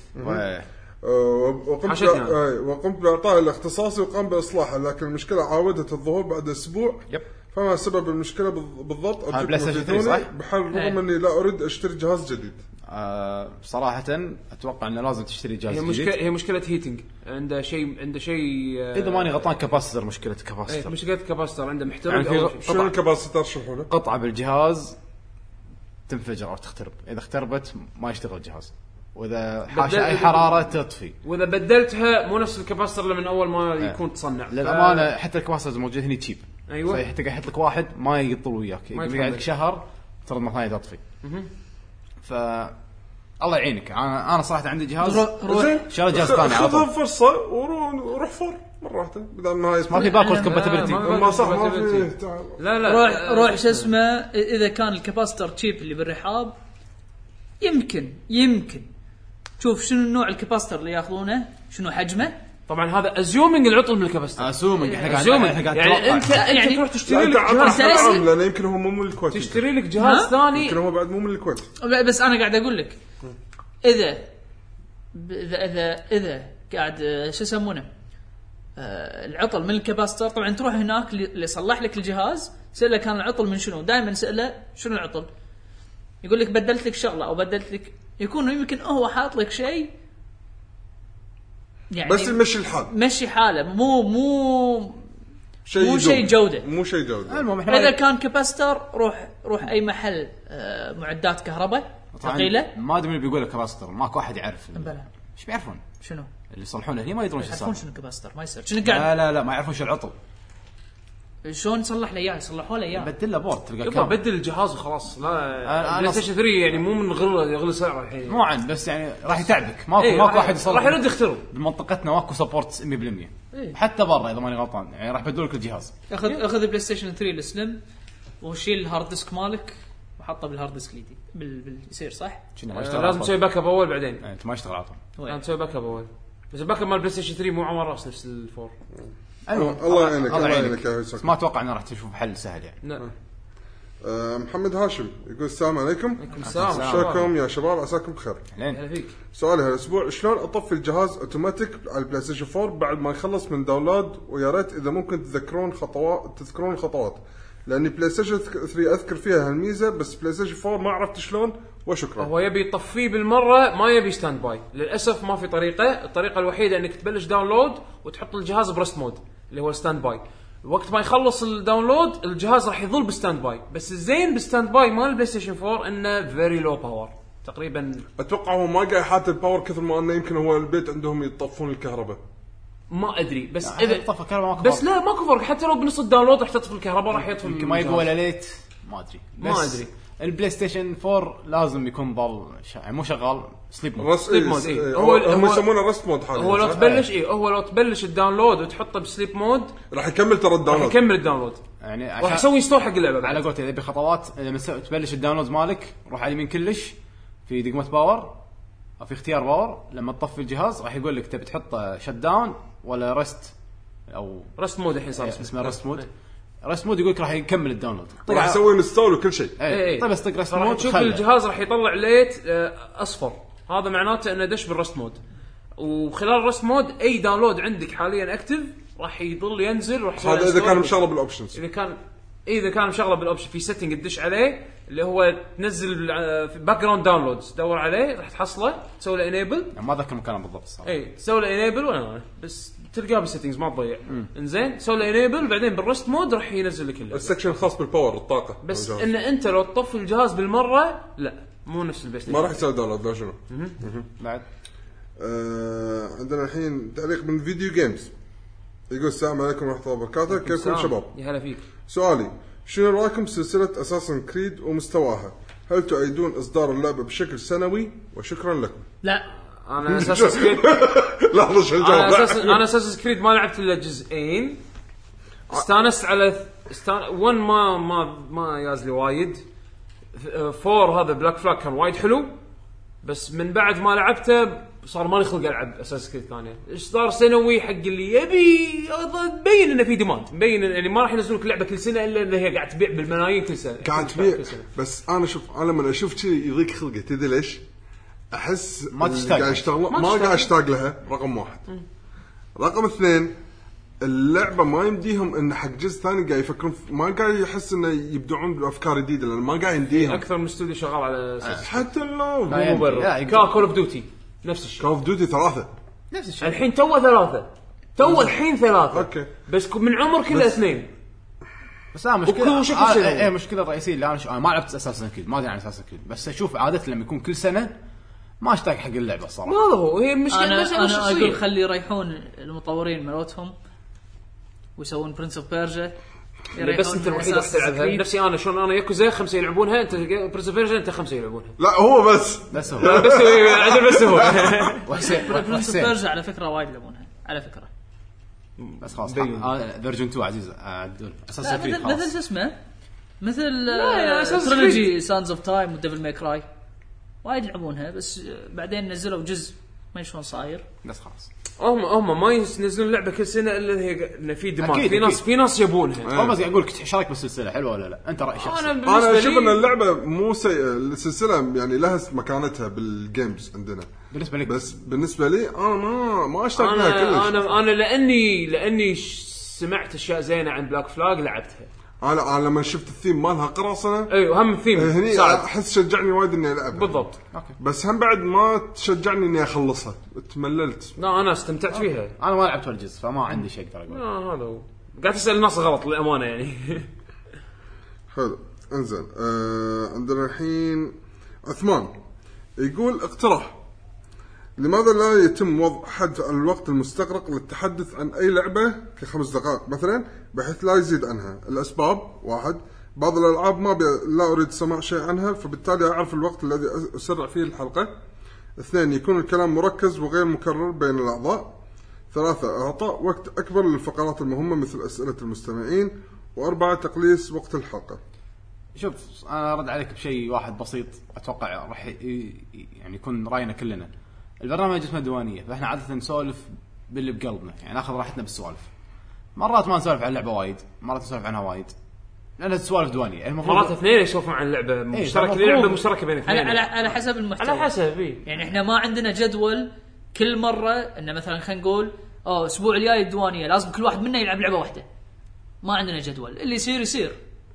وقمت باعطائها الاختصاصي وقام باصلاحها، لكن المشكله عاودت الظهور بعد اسبوع. فما سبب المشكله بالضبط؟ بحال رغم اني لا اريد اشتري جهاز جديد. صراحه اتوقع انه لازم تشتري جهاز جديد. هي مشكله هيتنج، عنده شيء اذا ماني غلطان كاباسيتر، مشكله كاباسيتر عنده محترق. يعني شنو الكاباسيتر؟ شرحوا له. قطعه بالجهاز تنفجر او تخترب، اذا اختربت ما يشتغل الجهاز، واذا حاشة اي حراره تطفي، واذا بدلتها مو نفس الكاباسيتر اللي من اول ما يكون تصنع. للامانه حتى الكاباسيتر موجود هنا تشيب. ايوه فيحتاج يحط لك واحد ما يطول وياك، يقعد لك شهر ترى مره ثانيه تطفي. ف الله يعينك. انا صراحه عندي جهاز شريت جهاز ثاني على طول. خذ فرصه وروح فور مره واحده بدل ما في باكورد كومباتيبلتي. ما صح ما في. لا روح شو اسمه، اذا كان الكاباستر تشيب اللي بالرحاب يمكن شوف شنو النوع الكاباستر اللي ياخذونه، شنو حجمه. طبعا هذا ازيومينج العطل من الكاباستر. اسومينج احنا قاعد يعني انت يعني تروح تشتري لك جهاز لانه يمكن هو مو من الكويت، تشتري لك جهاز ثاني يمكن هو بعد مو من الكويت. بس انا قاعد اقول لك اذا قاعد شو يسمونه العطل من الكاباستر، طبعا تروح هناك اللي يصلح لك الجهاز سأله كان العطل من شنو. دائما سأله شنو العطل، يقول لك بدلت لك شغله او بدلت لك، يكون يمكن هو حاط لك شيء يعني بس يمشي الحال، مشي حاله، مو شيء جوده. المهم اذا كان كاباستر روح اي محل معدات كهرباء ثقيله. ما ادري من بيقول لك كاباستر، ماكو احد يعرف. ايش بيعرفون شنو اللي يصلحونه هني؟ ما يدرون ايش يصير. شنو كاباستر ما يصير شنو قاعد. لا ما يعرفون شو العطل. شلون نصلح له اياه؟ يصلحوا له اياه، بدل له بورد تلقى كامل، بدل الجهاز وخلاص. لا بلاي ستيشن 3 يعني مو من يغلي سعره الحين، مو عن بس يعني راح يتعبك. ماكو واحد يصلح، راح يرد يخترب. بمنطقتنا ماكو سبورت 100%. حتى برا اذا ماني غلطان يعني راح يبدلوا لك الجهاز. اخذ بلاي ستيشن 3 السلم وشيل الهارد ديسك مالك وحطه بالهارد ديسك الجديد يصير صح. لازم تسوي باك اب اول بعدين. انت ما يشتغل على طول، لازم تسوي باك اب اول. بس الباك اب مال بلاي ستيشن 3 مو عمر راس نفس الفور. الله يعينك. ما اتوقع انه راح تشوف حل سهل يعني. لا. محمد هاشم يقول السلام عليكم. السلام. شلونكم يا شباب؟ عساكم بخير. هلا فيك. سؤالي هالاسبوع، شلون اطفي الجهاز اوتوماتيك على البلاي ستيشن 4 بعد ما يخلص من داونلود؟ ويا ريت اذا ممكن تذكرون الخطوات لاني بلاي ستيشن 3 اذكر فيها هالميزه، بس بلاي ستيشن 4 ما عرفت شلون. وشكرا. هو يبي يطفيه بالمره، ما يبي ستاند باي. للاسف ما في الطريقه الوحيده انك تبلش داونلود وتحط الجهاز برست مود اللي هو ستاند باي. وقت ما يخلص الداونلود الجهاز راح يظل بستاند باي. بس الزين بستاند باي مال البلاي ستيشن 4 انه فيري لو باور تقريبا. اتوقع هو ما قاعد حاط الباور كثر ما انه يمكن هو البيت عندهم يطفون الكهرباء. ما ادري بس اذا طفى الكهرباء ماكو بس لا ماكو فرق. حتى لو بنص الداونلود راح تطفي الكهرباء، راح يطفي. يمكن ما يبغى ولا ليت، ما ادري. البلاي ستيشن 4 لازم يكون ضل مو شغال سليب مود. هو هم يسمونه رست مود حاليا. هو لو تبلش الداونلود وتحطه بسليب مود راح يكمل الداونلود يعني راح يسوي ستور حق اللعبه. على قولتي اذا بخطوات لما تبلش الداونلود مالك روح على اليمين كلش في دقمه باور او في اختيار باور. لما تطفي الجهاز راح يقول لك تبي تحطه شت داون ولا رست او رست مود. الحين صار اسمه رست مود. رست مود يقولك راح يكمل الداونلود، راح يسوي انستول وكل شيء. طيب بس رست مود تشوف الجهاز راح يطلع ليت اصفر، هذا معناته انه دش بالرست مود. وخلال الرست مود اي داونلود عندك حاليا اكتف راح يضل ينزل. هذا اذا كان مشغل بالاوبشنز. اذا كان مشغله بالاوبشن في سيتنج تدش عليه اللي هو تنزل باك جراوند داونلودز، دور عليه راح تحصله، تسوي له انيبل. ما ذكر مكانه بالضبط صح. تسوي له انيبل ولا بس تلقاه بالسيتنجز ما تضيع. انزين تسوي له انيبل بعدين بالرست مود راح ينزل لك السكشن الخاص بالباور الطاقه. بس ان انت لو تطفي الجهاز بالمره لا مو نفس البلاي ستيشن، ما راح يسوي داونلود. لا شنو بعد عندنا الحين تعليق من فيديو جيمز يقول السلام عليكم ورحمه الله وبركاته. كيفكم شباب؟ يا هلا فيك. سؤالي، شنو رايكم سلسله اساسن كريد ومستواها؟ هل تؤيدون اصدار اللعبه بشكل سنوي؟ وشكرا لكم. لا انا اساس كريد لحظه شو الجواب؟ انا اساس كريد ما لعبت الا جزئين. استانست على 1 ما يازلي وايد. 4 هذا بلاك فلاج كان وايد حلو، بس من بعد ما لعبته صار مالي خلق العب اساس كريد ثانيه. اصدار سنوي حق اللي يبي تبين انه في ديماند، مبين يعني ما راح ينزلون اللعبه كل سنه الا انها هي قاعد تبيع بالملايين كل سنه قاعد تبيع. بس انا لما اشوف شيء يضيق خلقي تدري ليش؟ احس ما تشتاق، قاعد اشتغل ما قاعد اشتاق لها. رقم 1. رقم 2 اللعبه ما يمديهم ان حق جزء ثاني قاعد يفكرون ما قاعد يحس انه يبدعون بافكار جديده لان ما قاعد يمديهم. اكثر من استوديو شغال على اساس حتى لو مو برا كول اوف ديوتي نفس الشيء. كول اوف ديوتي 3 نفس الشيء الحين تو الحين 3 اوكي، بس من عمر كله 2. بس لا مشكله مشكله رئيسيه اللي انا ما لعبت اساسا كريد، ما ادري عن اساسا كريد، بس اشوف عاده لما يكون كل سنه ما اشتاق حق اللعبه الصراحه. ما هو هي مشكله. انا اقول خلي يريحون المطورين مالتهم ويسوون برنس اوف بيرجا بس انت الوحيد راح تلعبها. نفسي انا شلون انا ياكوزا 5 يلعبونها، انت برنس اوف بيرجا انت 5 يلعبونها. لا هو بس بس عدل بس هو برنس اوف بيرجا على فكره وايد يلعبونها على فكره. بس خلاص فيرجن 2 عزيز عدول اساسا كريد مثل اسمه مثل تريلوجي سانز اوف تايم وديفل ماي كراي وايد يلعبونها، بس بعدين نزلوا جزء ما شلون صاير. بس خلاص هم ما ينزلون لعبه كل سنه الا هي ان في ديماند. في ناس يبونها. بس اقول لك شارك بالسلسله حلوه ولا لا؟ انت راي شخصي. انا اشوف ان اللعبه مو السلسله يعني لها مكانتها بالجيمز عندنا بالنسبه لك، بس بالنسبه لي انا ما اشتاق لها كلش. انا لاني سمعت اشياء زينه عن بلاك فلاج لعبتها. انا لما شفت الثيم مالها قراصنه ايوه هم الثيم هني احس شجعني وايد اني العبها بالضبط. بس هم بعد ما تشجعني اني اخلصها، تمللت. لا انا استمتعت فيها. انا ما لعبت الجزء فما عندي شيء اقدر اقول. هذا هو قاعد تسال الناس غلط للامانه يعني. حلو انزين. عندنا الحين عثمان يقول اقتراح: لماذا لا يتم وضع حد على الوقت المستغرق للتحدث عن أي لعبة ك5 دقائق مثلا بحيث لا يزيد عنها؟ الأسباب: 1 بعض الألعاب لا أريد سماع شيء عنها فبالتالي أعرف الوقت الذي أسرع فيه الحلقة. 2 يكون الكلام مركز وغير مكرر بين الأعضاء. 3 إعطاء وقت أكبر للفقرات المهمة مثل أسئلة المستمعين. 4 تقليص وقت الحلقة. شوف أنا أرد عليك بشيء واحد بسيط أتوقع راح يعني يكون رأينا كلنا. البرنامج اسمه دوانية، فإحنا عادة نسولف باللي بقلبنا، يعني ناخذ راحتنا بالسوالف. مرات ما نسولف عن اللعبة وايد، مرات نسولف عنها وايد لأنها سوالف دوانية. مرات 2 يسولفون عن اللعبة مشتركة، لعبة مشتركة بين 2 على حسب المحتوى. على حسب يعني إحنا ما عندنا جدول كل مرة إن مثلا خلينا نقول أسبوع الجاي الدوانية لازم كل واحد منا يلعب لعبة واحدة. ما عندنا جدول، اللي يصير.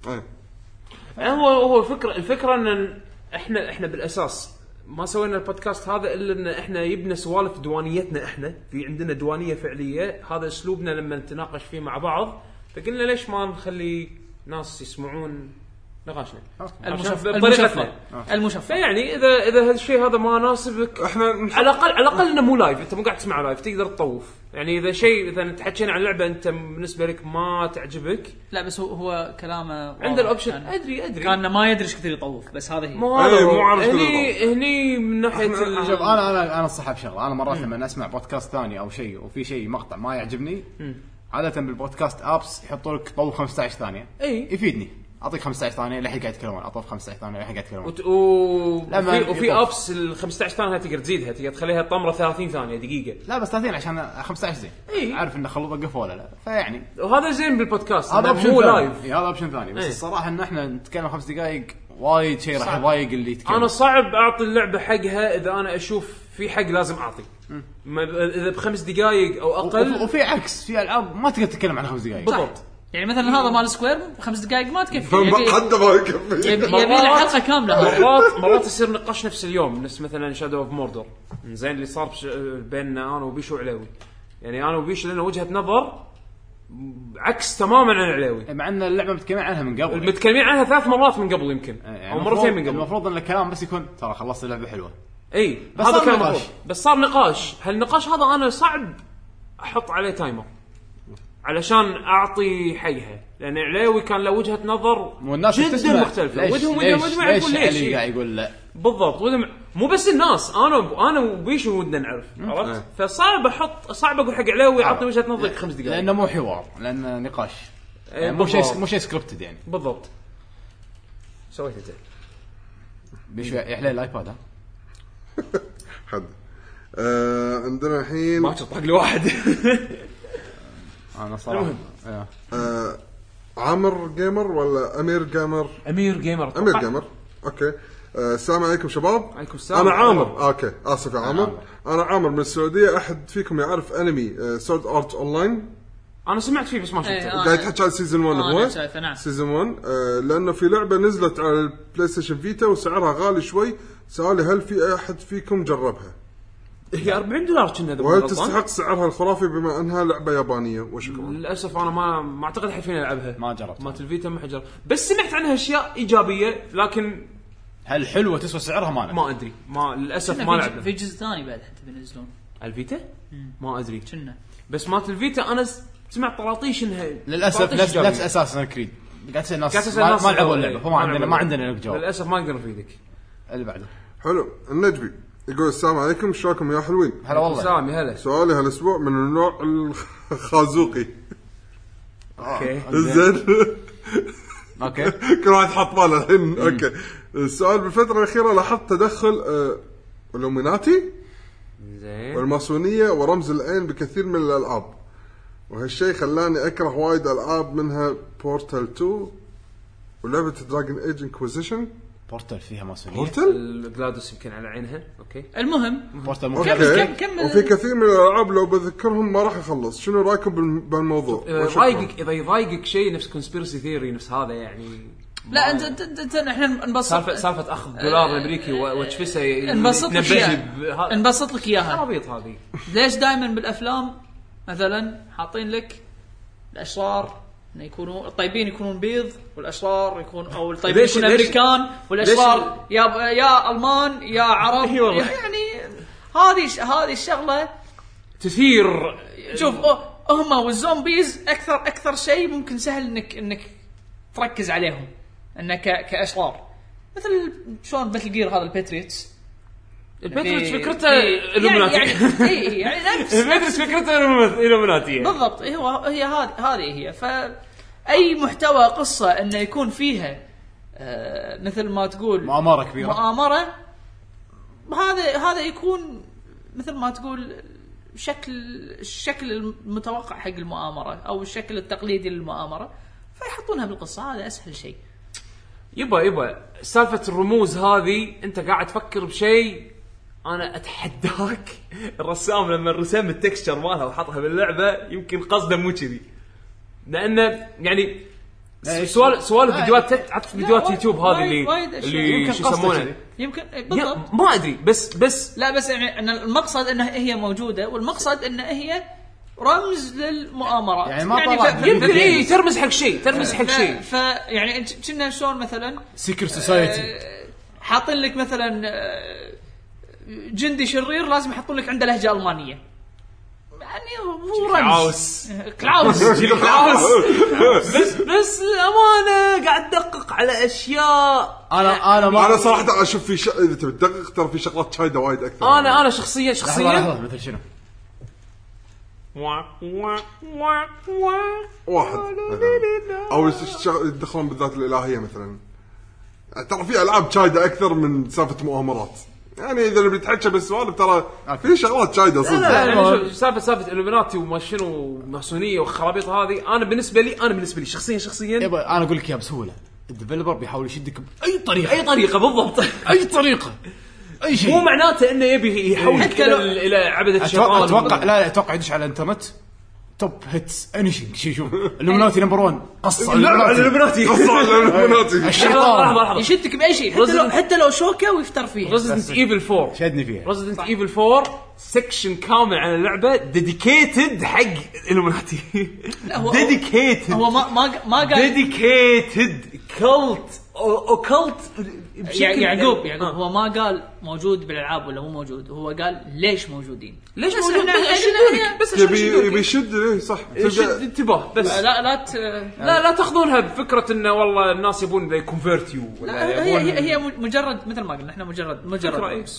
هو الفكرة إن إحنا بالأساس ما سوينا البودكاست هذا إلا إن إحنا يبنى سوالف دوانيتنا. إحنا في عندنا دوانية فعلية، هذا أسلوبنا لما نتناقش فيه مع بعض. فقلنا ليش ما نخلي ناس يسمعون نقاشنا المشفى. يعني إذا هذا الشيء هذا ما ناسبك، إحنا على الأقل إنه مو لايف، أنت مو قاعد تسمع لايف، تقدر تطوف. يعني إذا نتحكينا عن لعبة أنت بالنسبة لك ما تعجبك، لا بس هو كلامه عند الأوبشن. أدري كان ما يدري إيش كثير يطوف، بس هذا هي مو هني من ناحية. شوف أنا الصحة بشغلة. أنا مرات لما أسمع بودكاست ثاني أو شيء وفي شيء مقطع ما يعجبني، عادة بالبودكاست أبس يحطوا لك طول 15 ثانية يفيدني. أعطيك 15 ثانية لحين قاعد يتكلمون، أطوف 15 ثانية لحين قاعد يتكلمون. وفي أبس ال 15 ثانية تقدر تزيدها، تقدر تخليها طمرة 30 ثانية دقيقة. لا بس 30 عشان 15 زين. عارف إنه خلوا وقفوا ولا لا، فيعني وهذا زين بالبودكاست. هذا مو لايف، هذا أوبشن ثاني. بس الصراحة إن إحنا نتكلم 5 دقائق وايد شيء راح يضايق اللي يتكلم. أنا صعب أعطي اللعبة حقها إذا أنا أشوف في حق لازم أعطي. إذا ب5 دقائق أو أقل. وفي عكس، في ألعاب ما تقدر تتكلم عن 5 دقائق بالضبط. يعني مثلا هذا مال سكوير 5 دقائق ما تكفي، حتى ما يكفي. يبي له حلقه كامله. مرات يصير نقاش نفس اليوم، نفس مثلا شادو اوف موردر زين اللي صار بيننا انا وبيشو عليوي. يعني انا وبيشو لنا وجهه نظر عكس تماما عن عليوي، مع ان اللعبه متكلمين عنها من قبل. متكلمين عنها 3 مرات من قبل يمكن، يعني او مرتين من قبل. المفروض ان الكلام بس يكون ترى خلصت اللعبه حلوه. بس هذا كان نقاش. بس صار نقاش. هالنقاش هذا انا صعب احط عليه تايمر علشان اعطي حيها، لان عليوي كان له وجهه نظر والناس جدا مختلفه. ودهم يقول ليش قاعد يقول لا بالضبط. مو بس الناس، انا وبيشو ودنا نعرف، عرفت؟ فصعب اقول حق عليه ويعطي وجهه نظرك 5 دقائق، لانه مو حوار، لانه نقاش، يعني مو شيء سكريبتد يعني. بالضبط. سويت انت بيشو يحلى الايباد. ها حد عندنا الحين ما طق لي واحد. انا صراحه عامر جيمر ولا امير جيمر؟ امير جيمر. اوكي. السلام عليكم شباب. عليكم السلام. انا عامر. اوكي اسف يا عامر. انا عامر من السعوديه. احد فيكم يعرف انمي سورد ارت اونلاين؟ انا سمعت فيه بس ما شفته. قاعد تحكي على سيزون 1 هو سيزون 1 لانه في لعبه نزلت على البلاي ستيشن فيتا وسعرها غالي شوي. سؤالي هل في احد فيكم جربها؟ هي $40 كنا. وهل تستحق سعرها الخرافي بما انها لعبه يابانيه؟ وشكرا. للاسف انا ما اعتقد حيفين العبها، ما جربت مالت الفيتا ما حجر، بس سمعت عنها اشياء ايجابيه، لكن هل حلوه تسوى سعرها ما ادري. ما للاسف ما لعبت. في جزء ثاني بعد حتى بينزلون الفيتا ما ادري كنا، بس مالت الفيتا انا سمعت طراطيش انها للاسف نفس اساسا كريد قاعد الناس ما لعبوا اللعبه، فما عندنا جواب للاسف ما نقدر نفيدك. اللي بعده حلو. النجبي يقول السلام عليكم، شلونكم يا حلوين؟ هلا والله. السلام يا هلا. سؤالي هالاسبوع من النوع الخازوقي. اوكي زين. اوكي كل واحد حط باله الحين. اوكي. السؤال بالفتره الاخيره لاحظت تدخل الوميناتي زين والماسونيه ورمز العين بكثير من الالعاب، وهالشيء خلاني اكره وايد العاب منها بورتال 2 ولعبه دراجون ايج انكويزيشن. بورتال فيها ماسونيه. بورتال جلادوس يمكن على عينها. اوكي المهم بورتال كمل. وفي كثير من الالعاب لو بذكرهم ما راح اخلص. شنو رايكم بالموضوع؟ رايقك اذا يضايقك شيء نفس كونسبيرسي ثيوري نفس هذا يعني. لا انت احنا نبسط سالفه اخذ دولار امريكي وتشفسه نبسط لك اياها. عبيط هذه. ليش دائما بالافلام مثلا حاطين لك الاشرار يكونوا الطيبين يكونون بيض والاشرار يكون او الطيبين يكونوا امريكان والاشرار يا المان يا عرب يعني هذه الشغله تثير. شوف هم والزومبيز اكثر شيء ممكن سهل انك تركز عليهم انك كاشرار، مثل شلون باتل جير هذا الباتريوتس فكرته الومناتي يعني نفس الباتريوتس فكرته الومناتي بالضبط. هي هذه هي. فاي محتوى قصه انه يكون فيها مثل ما تقول مؤامره كبيره، مؤامره، هذا يكون مثل ما تقول الشكل المتوقع حق المؤامره او الشكل التقليدي للمؤامره، فيحطونها بالقصه. هذا اسهل شيء. يبا سالفه الرموز هذه انت قاعد تفكر بشيء. انا اتحداك الرسام لما رسم التكستشر مالها وحطها باللعبه يمكن قصده مو كذي، لانه يعني سوالف فيديوهات تعرف فيديوهات يوتيوب هذه اللي شو يسمونها يمكن بالضبط ما ادري بس لا بس يعني ان المقصد انها هي موجوده، والمقصد ان هي رمز للمؤامرة يعني ما يعني يمكن ترمز حق شيء يعني كنا شلون مثلا سيكر سوسايتي حاطين لك مثلا جندي شرير لازم يحطون لك عنده لهجة ألمانية، يعني هو رمز كلاوس بس الأمانة قاعد أدقق على أشياء. أنا صراحة أشوف في إذا تدقق ترى في شغلات شايدة وايد أكثر. أنا شخصيا لحظة مثل شنو واحد أو يدخلون بالذات الإلهية مثلا. ترى في ألعاب شايدة أكثر من سالفة مؤامرات، يعني إذا بيتحكى بالسؤال ترى في شغلات شايدة صدق. لا سالفة إلوميناتي وما شنو ماسونية وخرابيط هذه أنا بالنسبة لي شخصيا أنا أقول لك يا بسهولة الديفلوبر بيحاول يشدك بأي طريقة بالضبط أي طريقة أي شيء، مو معناته إنه يبي يحولك إلى عبدة الشيطان. أتوقع يدش على الإنترنت توب هيتس انيشنج شوف الومناتي نمبر 1 قصة الومناتي الشيطان يشدك بأي شيء حتى لو شوكة ويفتر فيها. Resident Evil 4 شدني فيها. Resident Evil 4 سكشن كامل عن اللعبة ديديكيتد حق الومناتي. ديديكيتد هو ما قال ديديكيتد كولت اوكلت يعقوب هو ما قال موجود بالالعاب ولا مو موجود، هو قال ليش موجودين، ليش موجود بس يبي يشد ليه صح يشد انتباه بس. لا تاخذونها بفكره انه والله الناس يبون يكونفيرت يو ولا هي مجرد مثل ما قلنا احنا مجرد رئيس.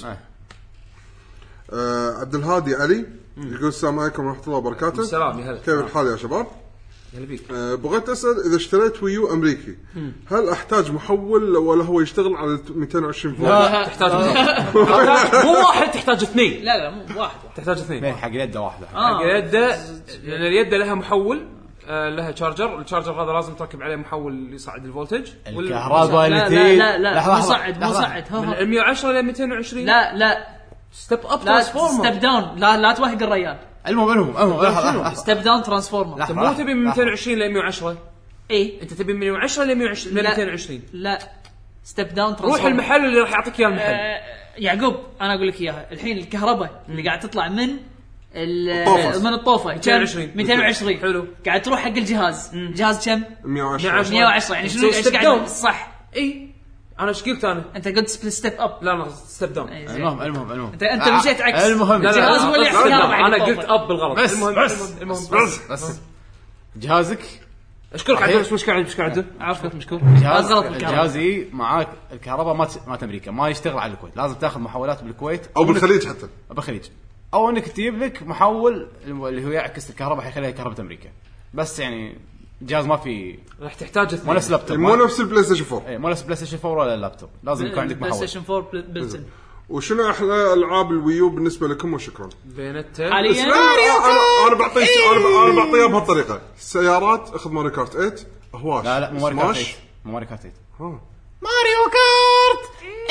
عبد الهادي علي يقول السلام عليكم ورحمه الله وبركاته. السلام يا هلا، كيف الحال يا شباب؟ هلا بيك. بغيت اسال اذا اشتريت ويو امريكي هل احتاج محول ولا هو يشتغل على 220 فولت؟ لا تحتاج مو واحد، تحتاج اثنين. لا مو واحد، تحتاج اثنين حق اليد واحده. حق اليد لان اليد لها محول، لها شارجر، الشارجر هذا لازم تركب عليه محول يصعد الفولتج. الكهرباء اللي لا مو صعد من 110 ل 220. لا ستيب اب ترانسفورمر، ستيب داون. لا توهق الريال. المهم ستيب داون ترانسفورمر. انت مو تبي من 220 ل 110. اي انت تبي من 110 ل 220. لا ستيب داون ترانسفورمر. روح المحل اللي راح يعطيك اياه المحل. يعقوب انا اقول لك اياها الحين، الكهرباء اللي قاعد تطلع من الطوفه 220 حلو، قاعد تروح حق الجهاز. جهاز كم؟ 110 يعني شنو ايش قاعد صح؟ اي انا ايش قلت انا؟ انت قلت ستيب اب. لا ستيب داون. المهم انت مشيت عكس. المهم الجهاز هو اللي يحكي. انا قلت اب بالغلط. المهم بس جهازك اشكرك على ايش قاعد عافاك مشكور. جهازي معاك الكهرباء ما امريكا ما يشتغل على الكويت، لازم تاخذ محولات بالكويت او بالخليج، حتى بالخليج، او انك تجيب لك محول اللي هو يعكس الكهرباء حيخليها كهرباء امريكا. بس يعني جهاز ما في راح تحتاج مو نفس لابتوب، مو نفس البلاي ستيشن 4. مو نفس بلاي ستيشن 4 ولا اللابتوب، لازم يكون عندك محول بلاي ستيشن 4 بلتن. وشنو احلى العاب الويو بالنسبه لكم وشكرا؟ بينته حاليا انا بعطيك بعطيها بهالطريقه. السيارات اخذ ماريو كارت 8. هواش لا مو ماريو كارت 8، ماريو كارت 8 ماريو كارت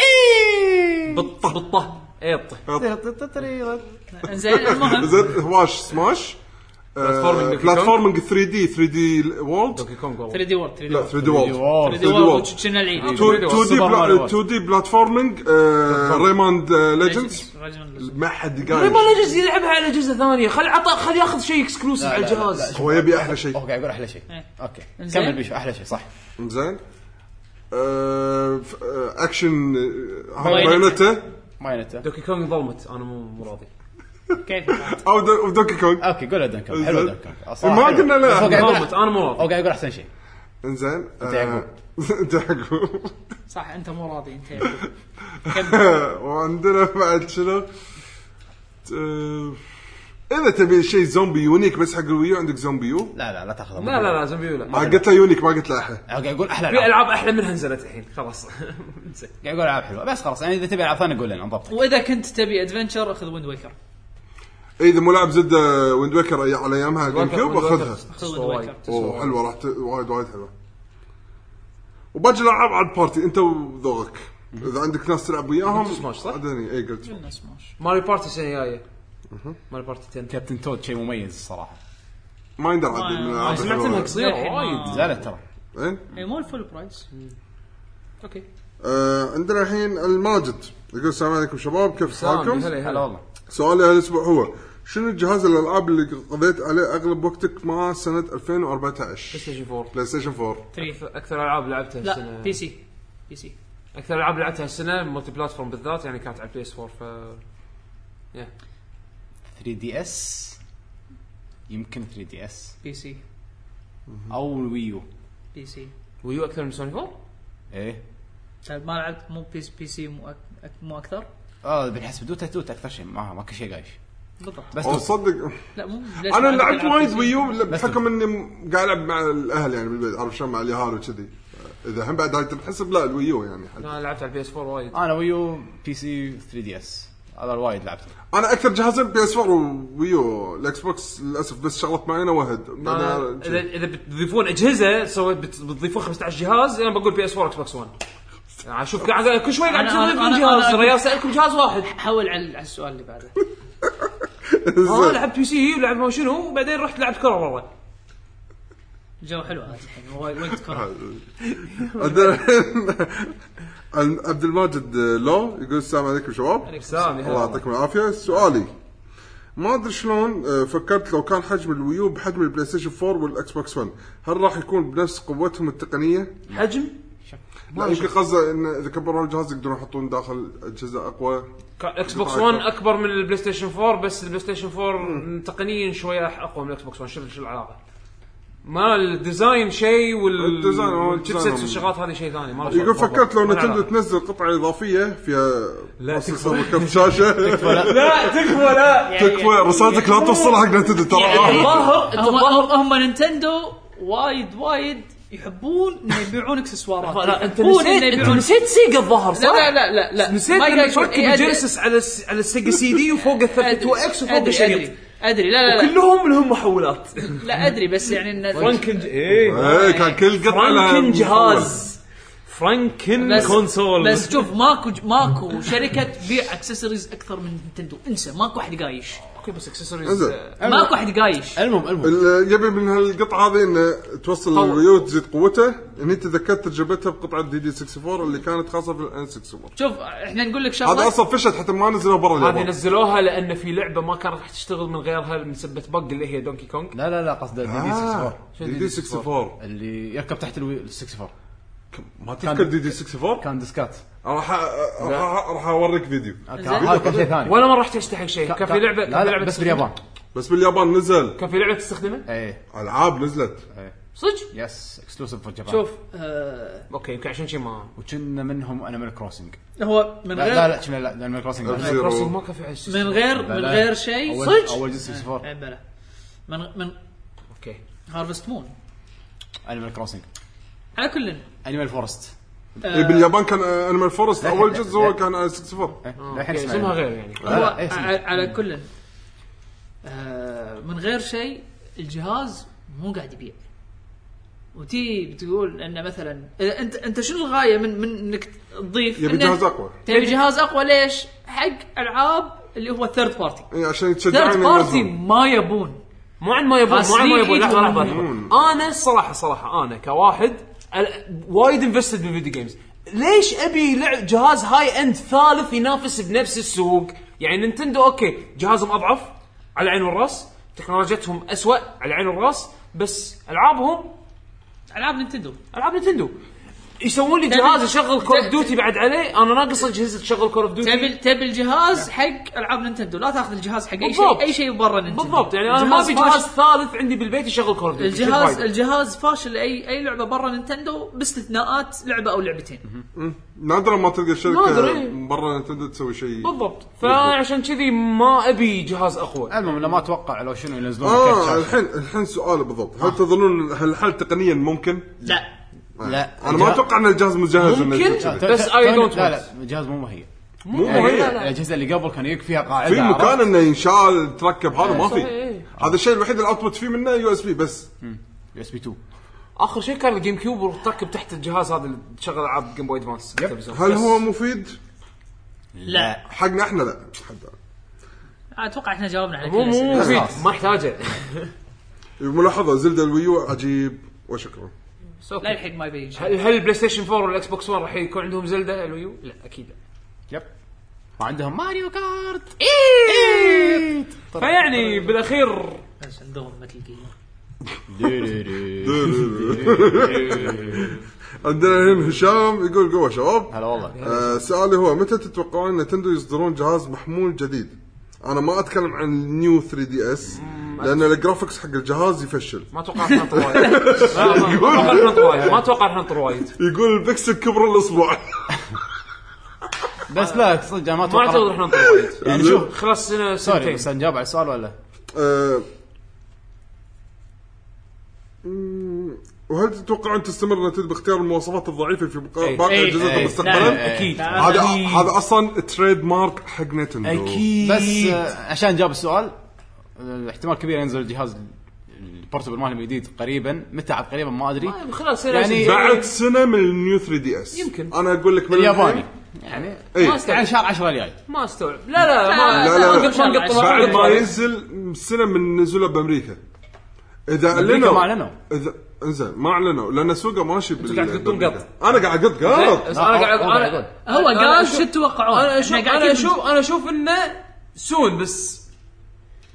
بطه زين. المهم هواش سماش بلاتفورمينج 3D وورلد 3D وورلد لا 3D وورلد شنو العيد 2D بلاتفورمينج ريموند ليجندز. ما حد قال ريموند ليجندز يلعبها على جزء ثانيه. خل ياخذ شيء اكسكلوسيف على الجهاز. هو يبي احلى شيء. قاعد يقول احلى شيء. اوكي كمل بيش احلى شيء صح. زين اكشن بايونيتا دوكي كونغ ظلمت. انا مو راضي. كيف او دوكي كونغ. اوكي قول دوكي كونغ حلو. دوكي كونغ ما قلنا لا ظلمت. انا مو راضي. او قاعد يقول احسن شيء. انزين انت يعقوب صح انت مو راضي انت يعقوب. وعندنا بعد شنو اذا تبي شيء زومبي يونيك بس حق الويو عندك زومبيو. لا تاخذه. لا زومبيو لا. ما قلت له يونيك ما قلت له احلى. قاعد يقول احلى في العاب احلى منها نزلت الحين خلاص. قاعد يقول العاب حلوه بس خلاص يعني اذا تبي العاب ثانيه قول لنا نضبط. واذا كنت تبي ادفنتشر اخذ ويند ويكر. اذا مو لاعب زد ويند ويكر على ايامها جيم كيوب اخذها. اوه حلوه راح وايد حلوه. وباقي الالعاب على البارتي انت وذوقك. اذا عندك ناس تلعب وياهم عدني اي قلت ماري بارتي السنه الجايه. ماري بارتي 10 كابتن تود شيء مميز الصراحه. ما يندر عدل من الالعاب. سمعت انها قصيره وايد زالت ترى. اي مو الفول برايس. اوكي عندنا الحين الماجد يقول السلام عليكم شباب كيف حالكم؟ هلا والله. سؤالي هالاسبوع هو شنو الجهاز الالعاب اللي قضيت عليه اغلب وقتك مع سنه 2014؟ بلاي ستيشن 4 اكثر العاب لعبتها السنه. لا بي سي اكثر العاب لعبتها السنه مالتي بلاتفورم بالذات يعني كانت على بي اس 4 ف 3DS يمكن 3DS بي سي او الويو. بي سي ويو اكثر من سوني 4. ايه ما لعبت مو بي سي مو اكثر. بالحسب دوتا اكثر شيء ما كل شيء قايش بالضبط. بس تصدق لا مو انا لعبت وايد ويو بحكم اني قاعد العب مع الاهل يعني بالبيت عارف شلون مع اليهال وكذي. اذا هم بعد هاي تنحسب لا الويو يعني انا لعبت على البي اس 4 وايد. انا ويو بي سي 3DS هذا وايد لعبته. انا اكثر جهازين بي اس 4 وويو. الاكس بوكس للاسف بس شغلت معي انا واحد. اذا بتضيفون اجهزه بتضيفون 15 جهاز انا بقول بي اس 4 اكس بوكس 1. اشوف قاعد كل شوي قاعد تضيفون جهاز ريال سالكم جهاز واحد. حول على السؤال اللي بعده. لعبت بي سي ولعب ما شنو وبعدين رحت لعبت كره والله. جو حلو هذا الحين وقت كره. عبد الماجد لو يقول السلام عليكم شباب. السلام الله يعطيكم العافيه. سؤالي ما ادري شلون فكرت لو كان حجم الويو بحجم البلاي ستيشن 4 والاكس بوكس 1 هل راح يكون بنفس قوتهم التقنيه؟ حجم لا يمكن قصده ان اذا كبروا الجهاز يقدرون يحطون داخل اجهزه اقوى. اكس بوكس 1 اكبر من البلاي ستيشن 4 بس البلاي ستيشن 4 تقنيا شويه اقوى من الاكس بوكس 1. شوف شو العلاقه ما الديزاين شيء والشيبسيت والشغلات هذه شيء ثاني. ما يقول فكرت لو نتندو تنزل قطعه اضافيه فيها بروسيسور وكرت شاشه. لا تكفى رسالتك لا توصل حق نتندو ترى. الظاهر هم نينتندو وايد يحبون ان يبيعون اكسسوارات. لا انت نسيت سيجا الظهر صح؟ لا نسيت لما تركب الجينيسيس على السيجا سي دي وفوق ال 32 اكس وفوق الشريط. ادري لا كلهم لهم محولات. لا ادري بس يعني ان فرانكن كان كل قطعه فرانكن جهاز فرانكن كونسول. بس شوف ماكو شركه تبيع اكسسوارز اكثر من نينتندو. انسى ماكو احد قايش. اوكي بس اكسسوارز ماكو احد قايش. المهم يبي من هالقطعه هذه انه توصل الويو تزيد قوته. اني تذكرت تجربتها بقطعه دي 64 اللي كانت خاصه في الان 64. شوف احنا نقول لك شغله هذا اصلا فشت حتى ما نزلوها برا اليابان. هذه نزلوها لان في لعبه ما كانت راح تشتغل من غيرها من سبه بق اللي هي دونكي كونغ. لا قصده دي 64 اللي يركب تحت ال 64. ما تذكر دي 64 كان ديسكات. راح اوريك فيديو. هذا كان شيء ثاني ولا ما راح تستحق شيء. كان في لعبه لا بس باليابان. بس باليابان نزل. كان في لعبه تستخدمها العاب نزلت صدق. يس اكسكلوسيف في اليابان. شوف اوكي يمكن عشان شيء ما وكنا منهم انيمال كروسنج. هو من غير لا كنا لا انيمال كروسنج ما كان في من غير شيء صدق. اول جزء 64 بلا من اوكي هارفست مون انيمال كروسنج على كل انيمال فورست. باليابان كان انيمال فورست اول جزء هو كان 64. الحين اسمها غير يعني. على كل من غير شيء الجهاز مو قاعد يبيع. وتي بتقول انه مثلا انت شنو الغايه من انك تضيف يبي جهاز اقوى. تبي جهاز اقوى ليش؟ حق العاب اللي هو ثيرد بارتي. عشان يتشجعون ثيرد بارتي ما يبون ما يبون لحظه. انا صراحه انا كواحد وايد انفستد بالفيديو جيمز. ليش ابي جهاز هاي اند ثالث ينافس بنفس السوق؟ يعني نينتندو اوكي جهازهم اضعف على العين والراس، تكنولوجيتهم أسوأ على العين والراس، بس العابهم العاب نينتندو يسوون لي جهاز يشغل كول اوف ديوتي بعد عليه. انا ناقص اجهزه تشغل كول اوف ديوتي. تبي الجهاز حق العاب نينتندو، لا تاخذ الجهاز حق اي شيء برا نينتندو. بالضبط يعني انا ما ابي جهاز ثالث عندي بالبيت يشغل كول اوف ديوتي. الجهاز فاشل اي لعبه برا نينتندو باستثناءات لعبه او لعبتين. نادرا ما تلقى شركه برا نينتندو تسوي شيء بالضبط. فعشان كذي ما ابي جهاز اقوى. المهم لما اتوقع لو شنو ينزلون الحين سؤال بالضبط، هل تظنون هالحل تقنيا ممكن؟ لا انا ما اتوقع ان الجهاز مجهز ممكن بس اي دونت. لا الجهاز مو مهيئ. الاجهزه اللي قبل كان يكفيها قاعده في مكان انه ينشال تركب. هذا ما في. هذا الشيء الوحيد اللي الاوتبوت فيه منه يو اس بي بس. يو اس بي 2. اخر شيء كان الجيم كيوب وتركب تحت الجهاز هذا اللي تشغل العاب جيم بوي ادفانس. هل هو مفيد؟ لا حقنا احنا لا. اتوقع احنا جاوبنا على كل شيء. مفيد ما يحتاجه. ملاحظه زلدة الويو عجيب وشكرا. لا الحين ما يبي. هل البلاي ستيشن 4 والاكس بوكس 1 راح يكون عندهم زلدة الويو؟ لا اكيد لا. يب ما عندهم ماريو كارت. فيعني بالاخير بس عندهم مثل جيم. عندنا هنا هشام يقول قوة شباب. هلا والله. سؤالي هو متى تتوقعون نينتندو يصدرون جهاز محمول جديد؟ انا ما اتكلم عن نيو 3 دي اس لان الجرافيكس حق الجهاز يفشل. ما اتوقع احنا نطر وايد. يقول البكسل كبر الاصبع. بس لا صدق ما اتوقع احنا نطر وايد. يعني شوف خلاص سنه سوري بس نجاوب على السؤال ولا وهل تتوقعون تستمر نتندو باختيار المواصفات الضعيفة في باقي أجهزتها مستقبلا؟ أكيد. هذا أصلا تريد مارك حق نتندو. أكيد. بس عشان نجاوب السؤال احتمال كبير ينزل الجهاز البورتبل مالهم الجديد قريبا. متى عاد قريبا ما أدري. خلاص يعني بعد سنة من النيو 3 دي اس يمكن. أنا أقول لك من الياباني يعني يعني شهر 10 الجاي. ما استوعب. لا بعد ما ينزل سنة من نزوله بامريكا. اذا اعلنوا اذا انزين ما اعلنوا لان سوقه ماشي قاعد تقطون قط. انا قاعد اقط قط. هو قال شو تتوقعون؟ انا اشوف انه سون بس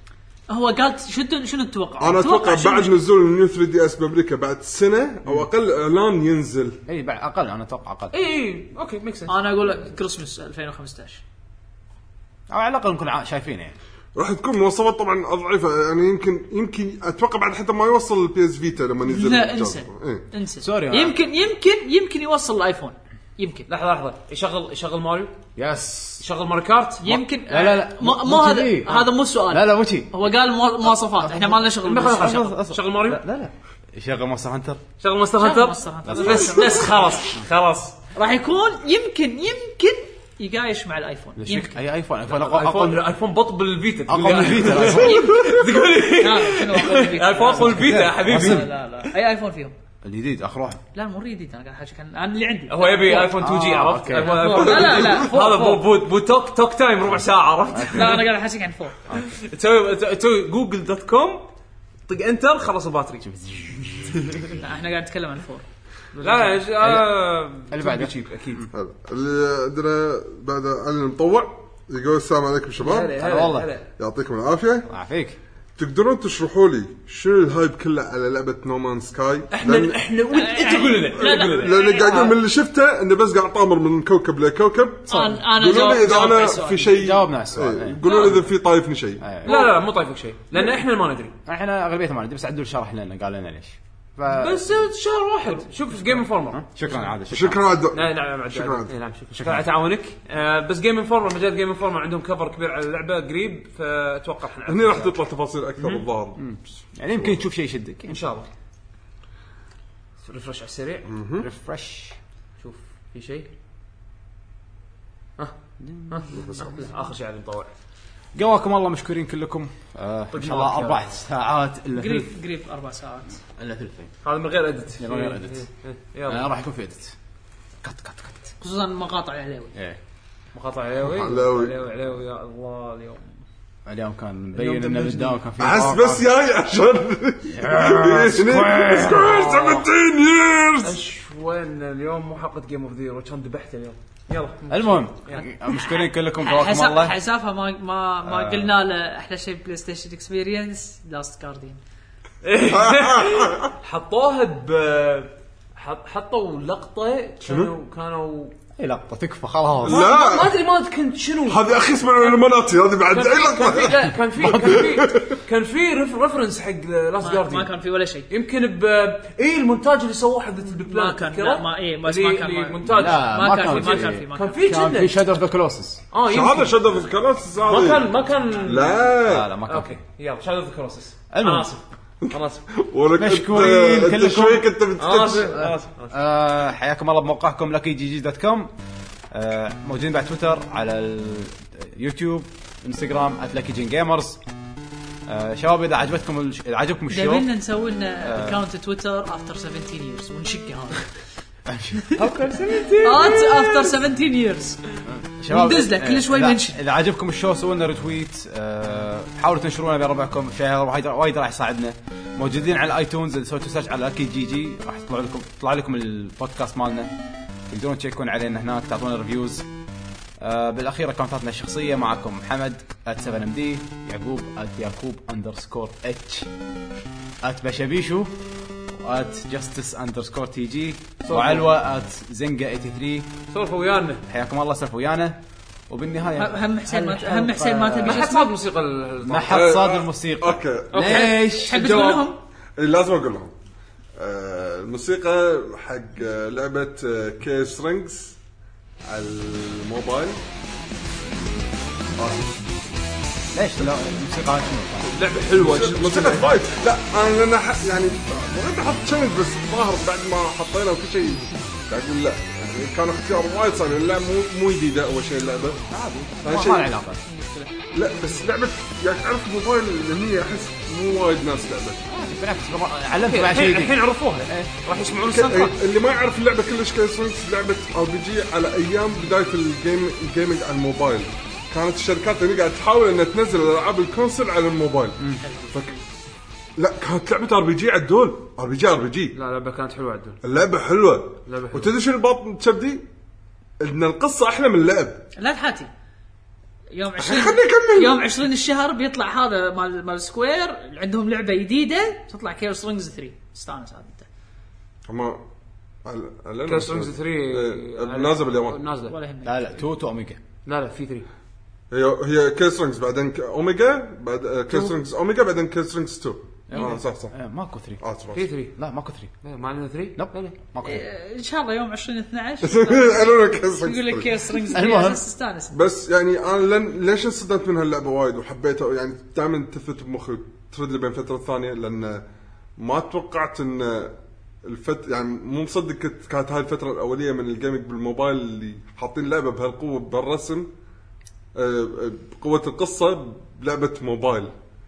هو قال شنو تتوقع؟ انا اتوقع بعد نزول النيو 3 دي اس بامريكا بعد سنه او اقل اعلان ينزل. اي بعد اقل، انا اتوقع اقل. اي اوكي ميك سنس. انا اقول لك كريسماس 2015 او على الاقل نكون شايفينه يعني. راح تكون مواصفات طبعا ضعيفه يعني، يمكن اتوقع بعد حتى ما يوصل البي اس فيتا لما ينزل. لا انسى سوري. يمكن يوصل الايفون. يمكن لحظه يشغل ماريو. يس يشغل ماريو كارت يمكن. لا ما هذا مو السؤال. لا وشي هو قال مواصفات، احنا ما لنا شغل. شغل ماريو. لا يشغل مونستر هانتر. شغل مونستر هانتر بس خلاص راح يكون يمكن يقايش مع الايفون. يمكن اي ايفون بط بالفيتا. اقوى من الفيتا. تقولي ايفون اقوى من الفيتا يا حبيبي. لا اي ايفون فيهم الجديد اخر واحد. لا مو الجديد، انا قاعد احكي عن اللي عندي. هو يبي ايفون 2 جي عرفت. لا هذا بو توك تايم ربع ساعه عرفت. لا انا قاعد احكي عن 4. تسوي google.com طق انتر خلص الباتري. لا احنا قاعد نتكلم عن 4. لا اللي بعده اكيد اللي عندنا بعد علي المطوع يقول السلام عليكم شباب. والله يعطيكم العافيه. يعافيك. تقدرون تشرحوا لي شنو الهايب كله على لعبه نومان سكاي؟ احنا انت تقول لنا لان قاعدين من اللي شفته انه بس قاعد طامر من كوكب لكوكب. انا قولوا لي اذا انا في شيء جاوبنا السؤال. قولوا لي اذا في طايفني شيء. لا مو طايفك شيء لان احنا ما ندري. احنا اغلبيه ما ندري، بس عدول شرح لنا قال لنا ليش. بس شهر واحد شوف جيم انفورمر. شكرا عاد. شكرا عاد. نعم شكرا على تعاونك. بس جيم انفورمر مجال جيم انفورمر عندهم كفر كبير على اللعبه قريب، فاتوقع هنا راح تطلع تفاصيل اكثر الظاهر. يعني يمكن تشوف شيء يشدك ان شاء الله. ريفرش على السريع. ريفرش شوف في شيء. اخر شيء على المطوع. قواكم الله مشكورين كلكم. ان شاء الله 4 ساعات الا قريب 4 ساعات الا ثلثين. هذا من غير ادت. من غير ادت. راح يكون في ادت كت خصوصا مقاطع عليوي. مقاطع عليوي يا الله. اليوم كان مبين انه بالداون كان في بس جاي عشان سكوير 17 years. وين اليوم مو حلقه جيم اوف ذا كان ذبحته اليوم. يلا المهم مشكورين كلكم قواكم الله. حسافها ما قلنا له احلى شيء بلاي ستيشن اكسبيرينس لاست جارديان. حطوها حطوا لقطه كانوا اي لقطه تكفى خلاص. لا ما ادري ما كنت شنو هذه اخي اسمه المناطي هذه بعد اي لقطه. كان في ريفرنس حق لاست جارديان. ما كان في ولا شيء. يمكن المونتاج اللي سووه حق البلان ما كان بس ما كان مونتاج. ما كان في شادو اوف ذا كلوسس. هذا شادو اوف ذا كلوسس ما كان لا ما كان. اوكي يلا شادو اوف ذا كلوسس. انا اسف مشكورين كلكم. شوي كنت حياكم الله بموقعكم luckygg.com. موجودين بعد تويتر على اليوتيوب انستغرام @luckygengamers. شباب اذا عجبكم الشو دابين نسوي لنا اكونت تويتر افتر 17 years ونشقه هذا افتر 17 years شباب ندز لك كل شوي منشن. اذا عجبكم الشو سووا لنا ريتويت. حاولوا تنشرونه بين ربعكم، شيء وايد راح يساعدنا. موجودين على الايتونز، اذا سويتوا سيرش على لاكي جي جي راح يطلع لكم البودكاست مالنا، تقدرون تشيكون علينا هناك، تعطونا ريفيوز. بالاخير اكونتاتنا الشخصيه معكم محمد @7md، يعقوب @يعقوب_h، @بشبيشو، @justice_tg، وعلوة @zenga83. سولفوا ويانا. حياكم الله، سولفوا ويانا. وبالنهايه هم حسين ما تبي ما حد صاد موسيقى. ما حد صاد الموسيقى. اوكي ليش تحب تقول لهم؟ لازم اقول لهم الموسيقى حق لعبه كيس رينجز على الموبايل. ليش لا الموسيقى لعبه حلوه موسيقى فايت. لا انا يعني بغيت احط تشالنج بس ظاهر بعد ما حطينا وكل شيء قاعد اقول لا يعني كان اختيار وايد صعب. لا مو جديده اول شيء اللعبه عادي ما علاقه. لا بس لعبه يعني تعرف الموبايل اللي هي احس مو وايد ناس لعبه. بالعكس علمت مع شيء الحين عرفوها راح يسمعون السالفه. اللي ما يعرف اللعبه كلش كيس رينجز لعبه ار بي جي على ايام بدايه الجيمنج على الموبايل. كانت الشركات اللي قاعده تحاول انها تنزل العاب الكونسول على الموبايل. لا كانت لعبه ار بي جي على الدول. ار بي جي لا اللعبه كانت حلوه على الدول. اللعبه حلوه. وتدري شنو الباطن تشبدي ان القصه احلى من اللعب. لا تحاتي يوم 20 خليني أكمل. يوم 20 الشهر بيطلع هذا مال سكوير عندهم لعبه جديده تطلع كيوس رينجز 3 استانس هذا انت هم كيوس رينجز 3 نازل باليابان نازله ولا يهمك. لا 2 اوميجا. لا في 3 هي كيس رينجز بعدين اوميجا بعد كيس رينجز اوميجا بعدين كيس رينجز 2 صح ماكو 3 في 3 لا ماكو 3 ما عندنا 3 لا ماكو ان شاء الله يوم 20 12 انا كيس يقول لك رينجز كيوس رينجز المهم. استانس. بس يعني انا ليش انصدمت من هاللعبه وايد وحبيتها يعني دائما تثبت بمخي ترد لي بين فتره ثانيه لان ما توقعت ان يعني مو مصدق كانت هاي الفتره الاوليه من الجيمنج بالموبايل اللي حاطين لعبه بهالقوه بالرسم بقوه القصه بلعبه موبايل.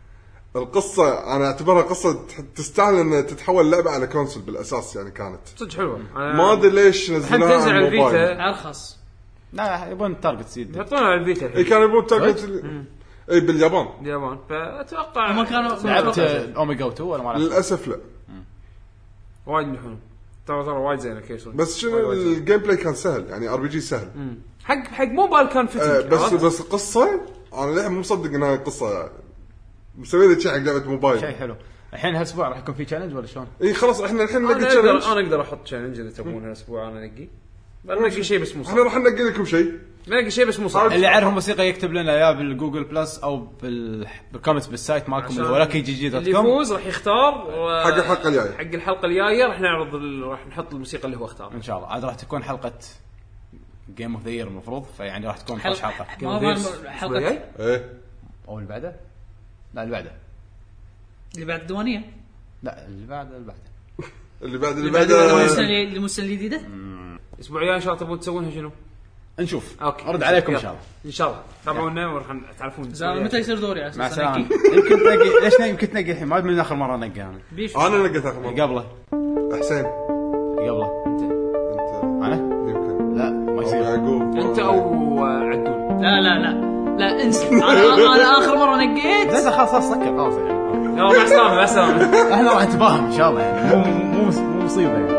القصه انا اعتبرها قصه تستاهل ان تتحول لعبه على كونسول بالاساس يعني كانت صدق حلوه ما ادري ليش نزلوها تنزل على الفيتا ارخص. لا يبون تارجت سيد يحطونها على الفيتا اي كانوا يبون تارجت اي باليابان فاتوقع هم كانوا لعبت اوميجا 2 ولا ما لعبت؟ للاسف لا وايد محلو ترى وايد زين كيس بس شنو الجيم بلاي كان سهل يعني ار بي جي سهل حق موبايل كان فتنك بس القصه انا ليه مو مصدق انها قصه مسوي لي شيء حق لعبه موبايل شيء حلو. الحين هالاسبوع راح يكون في تشالنج ولا شلون؟ اي خلاص احنا الحين نقي انا تشالنج اقدر احط تشالنج اذا تبون هالاسبوع انا نقي شيء بس مو احنا صعب راح ننقي لكم شيء نلاقي شيء بس مو صعب اللي يعرف موسيقى يكتب لنا يا بالجوجل بلس او بالكومنتس بالسايت مالكم اللي هو اللي luckygg.com يفوز راح يختار حق الحلقه الجايه حق الحلقه الجايه راح نعرض راح نحط الموسيقى اللي هو اختار ان شاء الله. عاد راح تكون حلقه جيم اوف ذا يير المفروض فيعني راح تكون خوش حلقه حلقه ايه او اللي بعده لا اللي بعده اللي بعد الديوانيه لا اللي بعده اللي بعده الموسم الجديده الاسبوع الجاي ان شاء الله تبون تسوونها شنو نشوف اوكي ارد عليكم ان شاء الله ان شاء الله تابعونا وراح تعرفون متى يصير دوري على مع اساس السلامه. يمكن تنقي ليش يمكن تنقي الحين ما من اخر مره نقي انا انا نقيت اخر مره قبله حسين قبله انت انا يمكن لا ما يصير يعقوب انت او عدول لا انسى انا اخر مره نقيت لا خلاص سكر خلاص يعني مع السلامه احنا راح نتفاهم ان شاء الله يعني مو مصيبه يعني.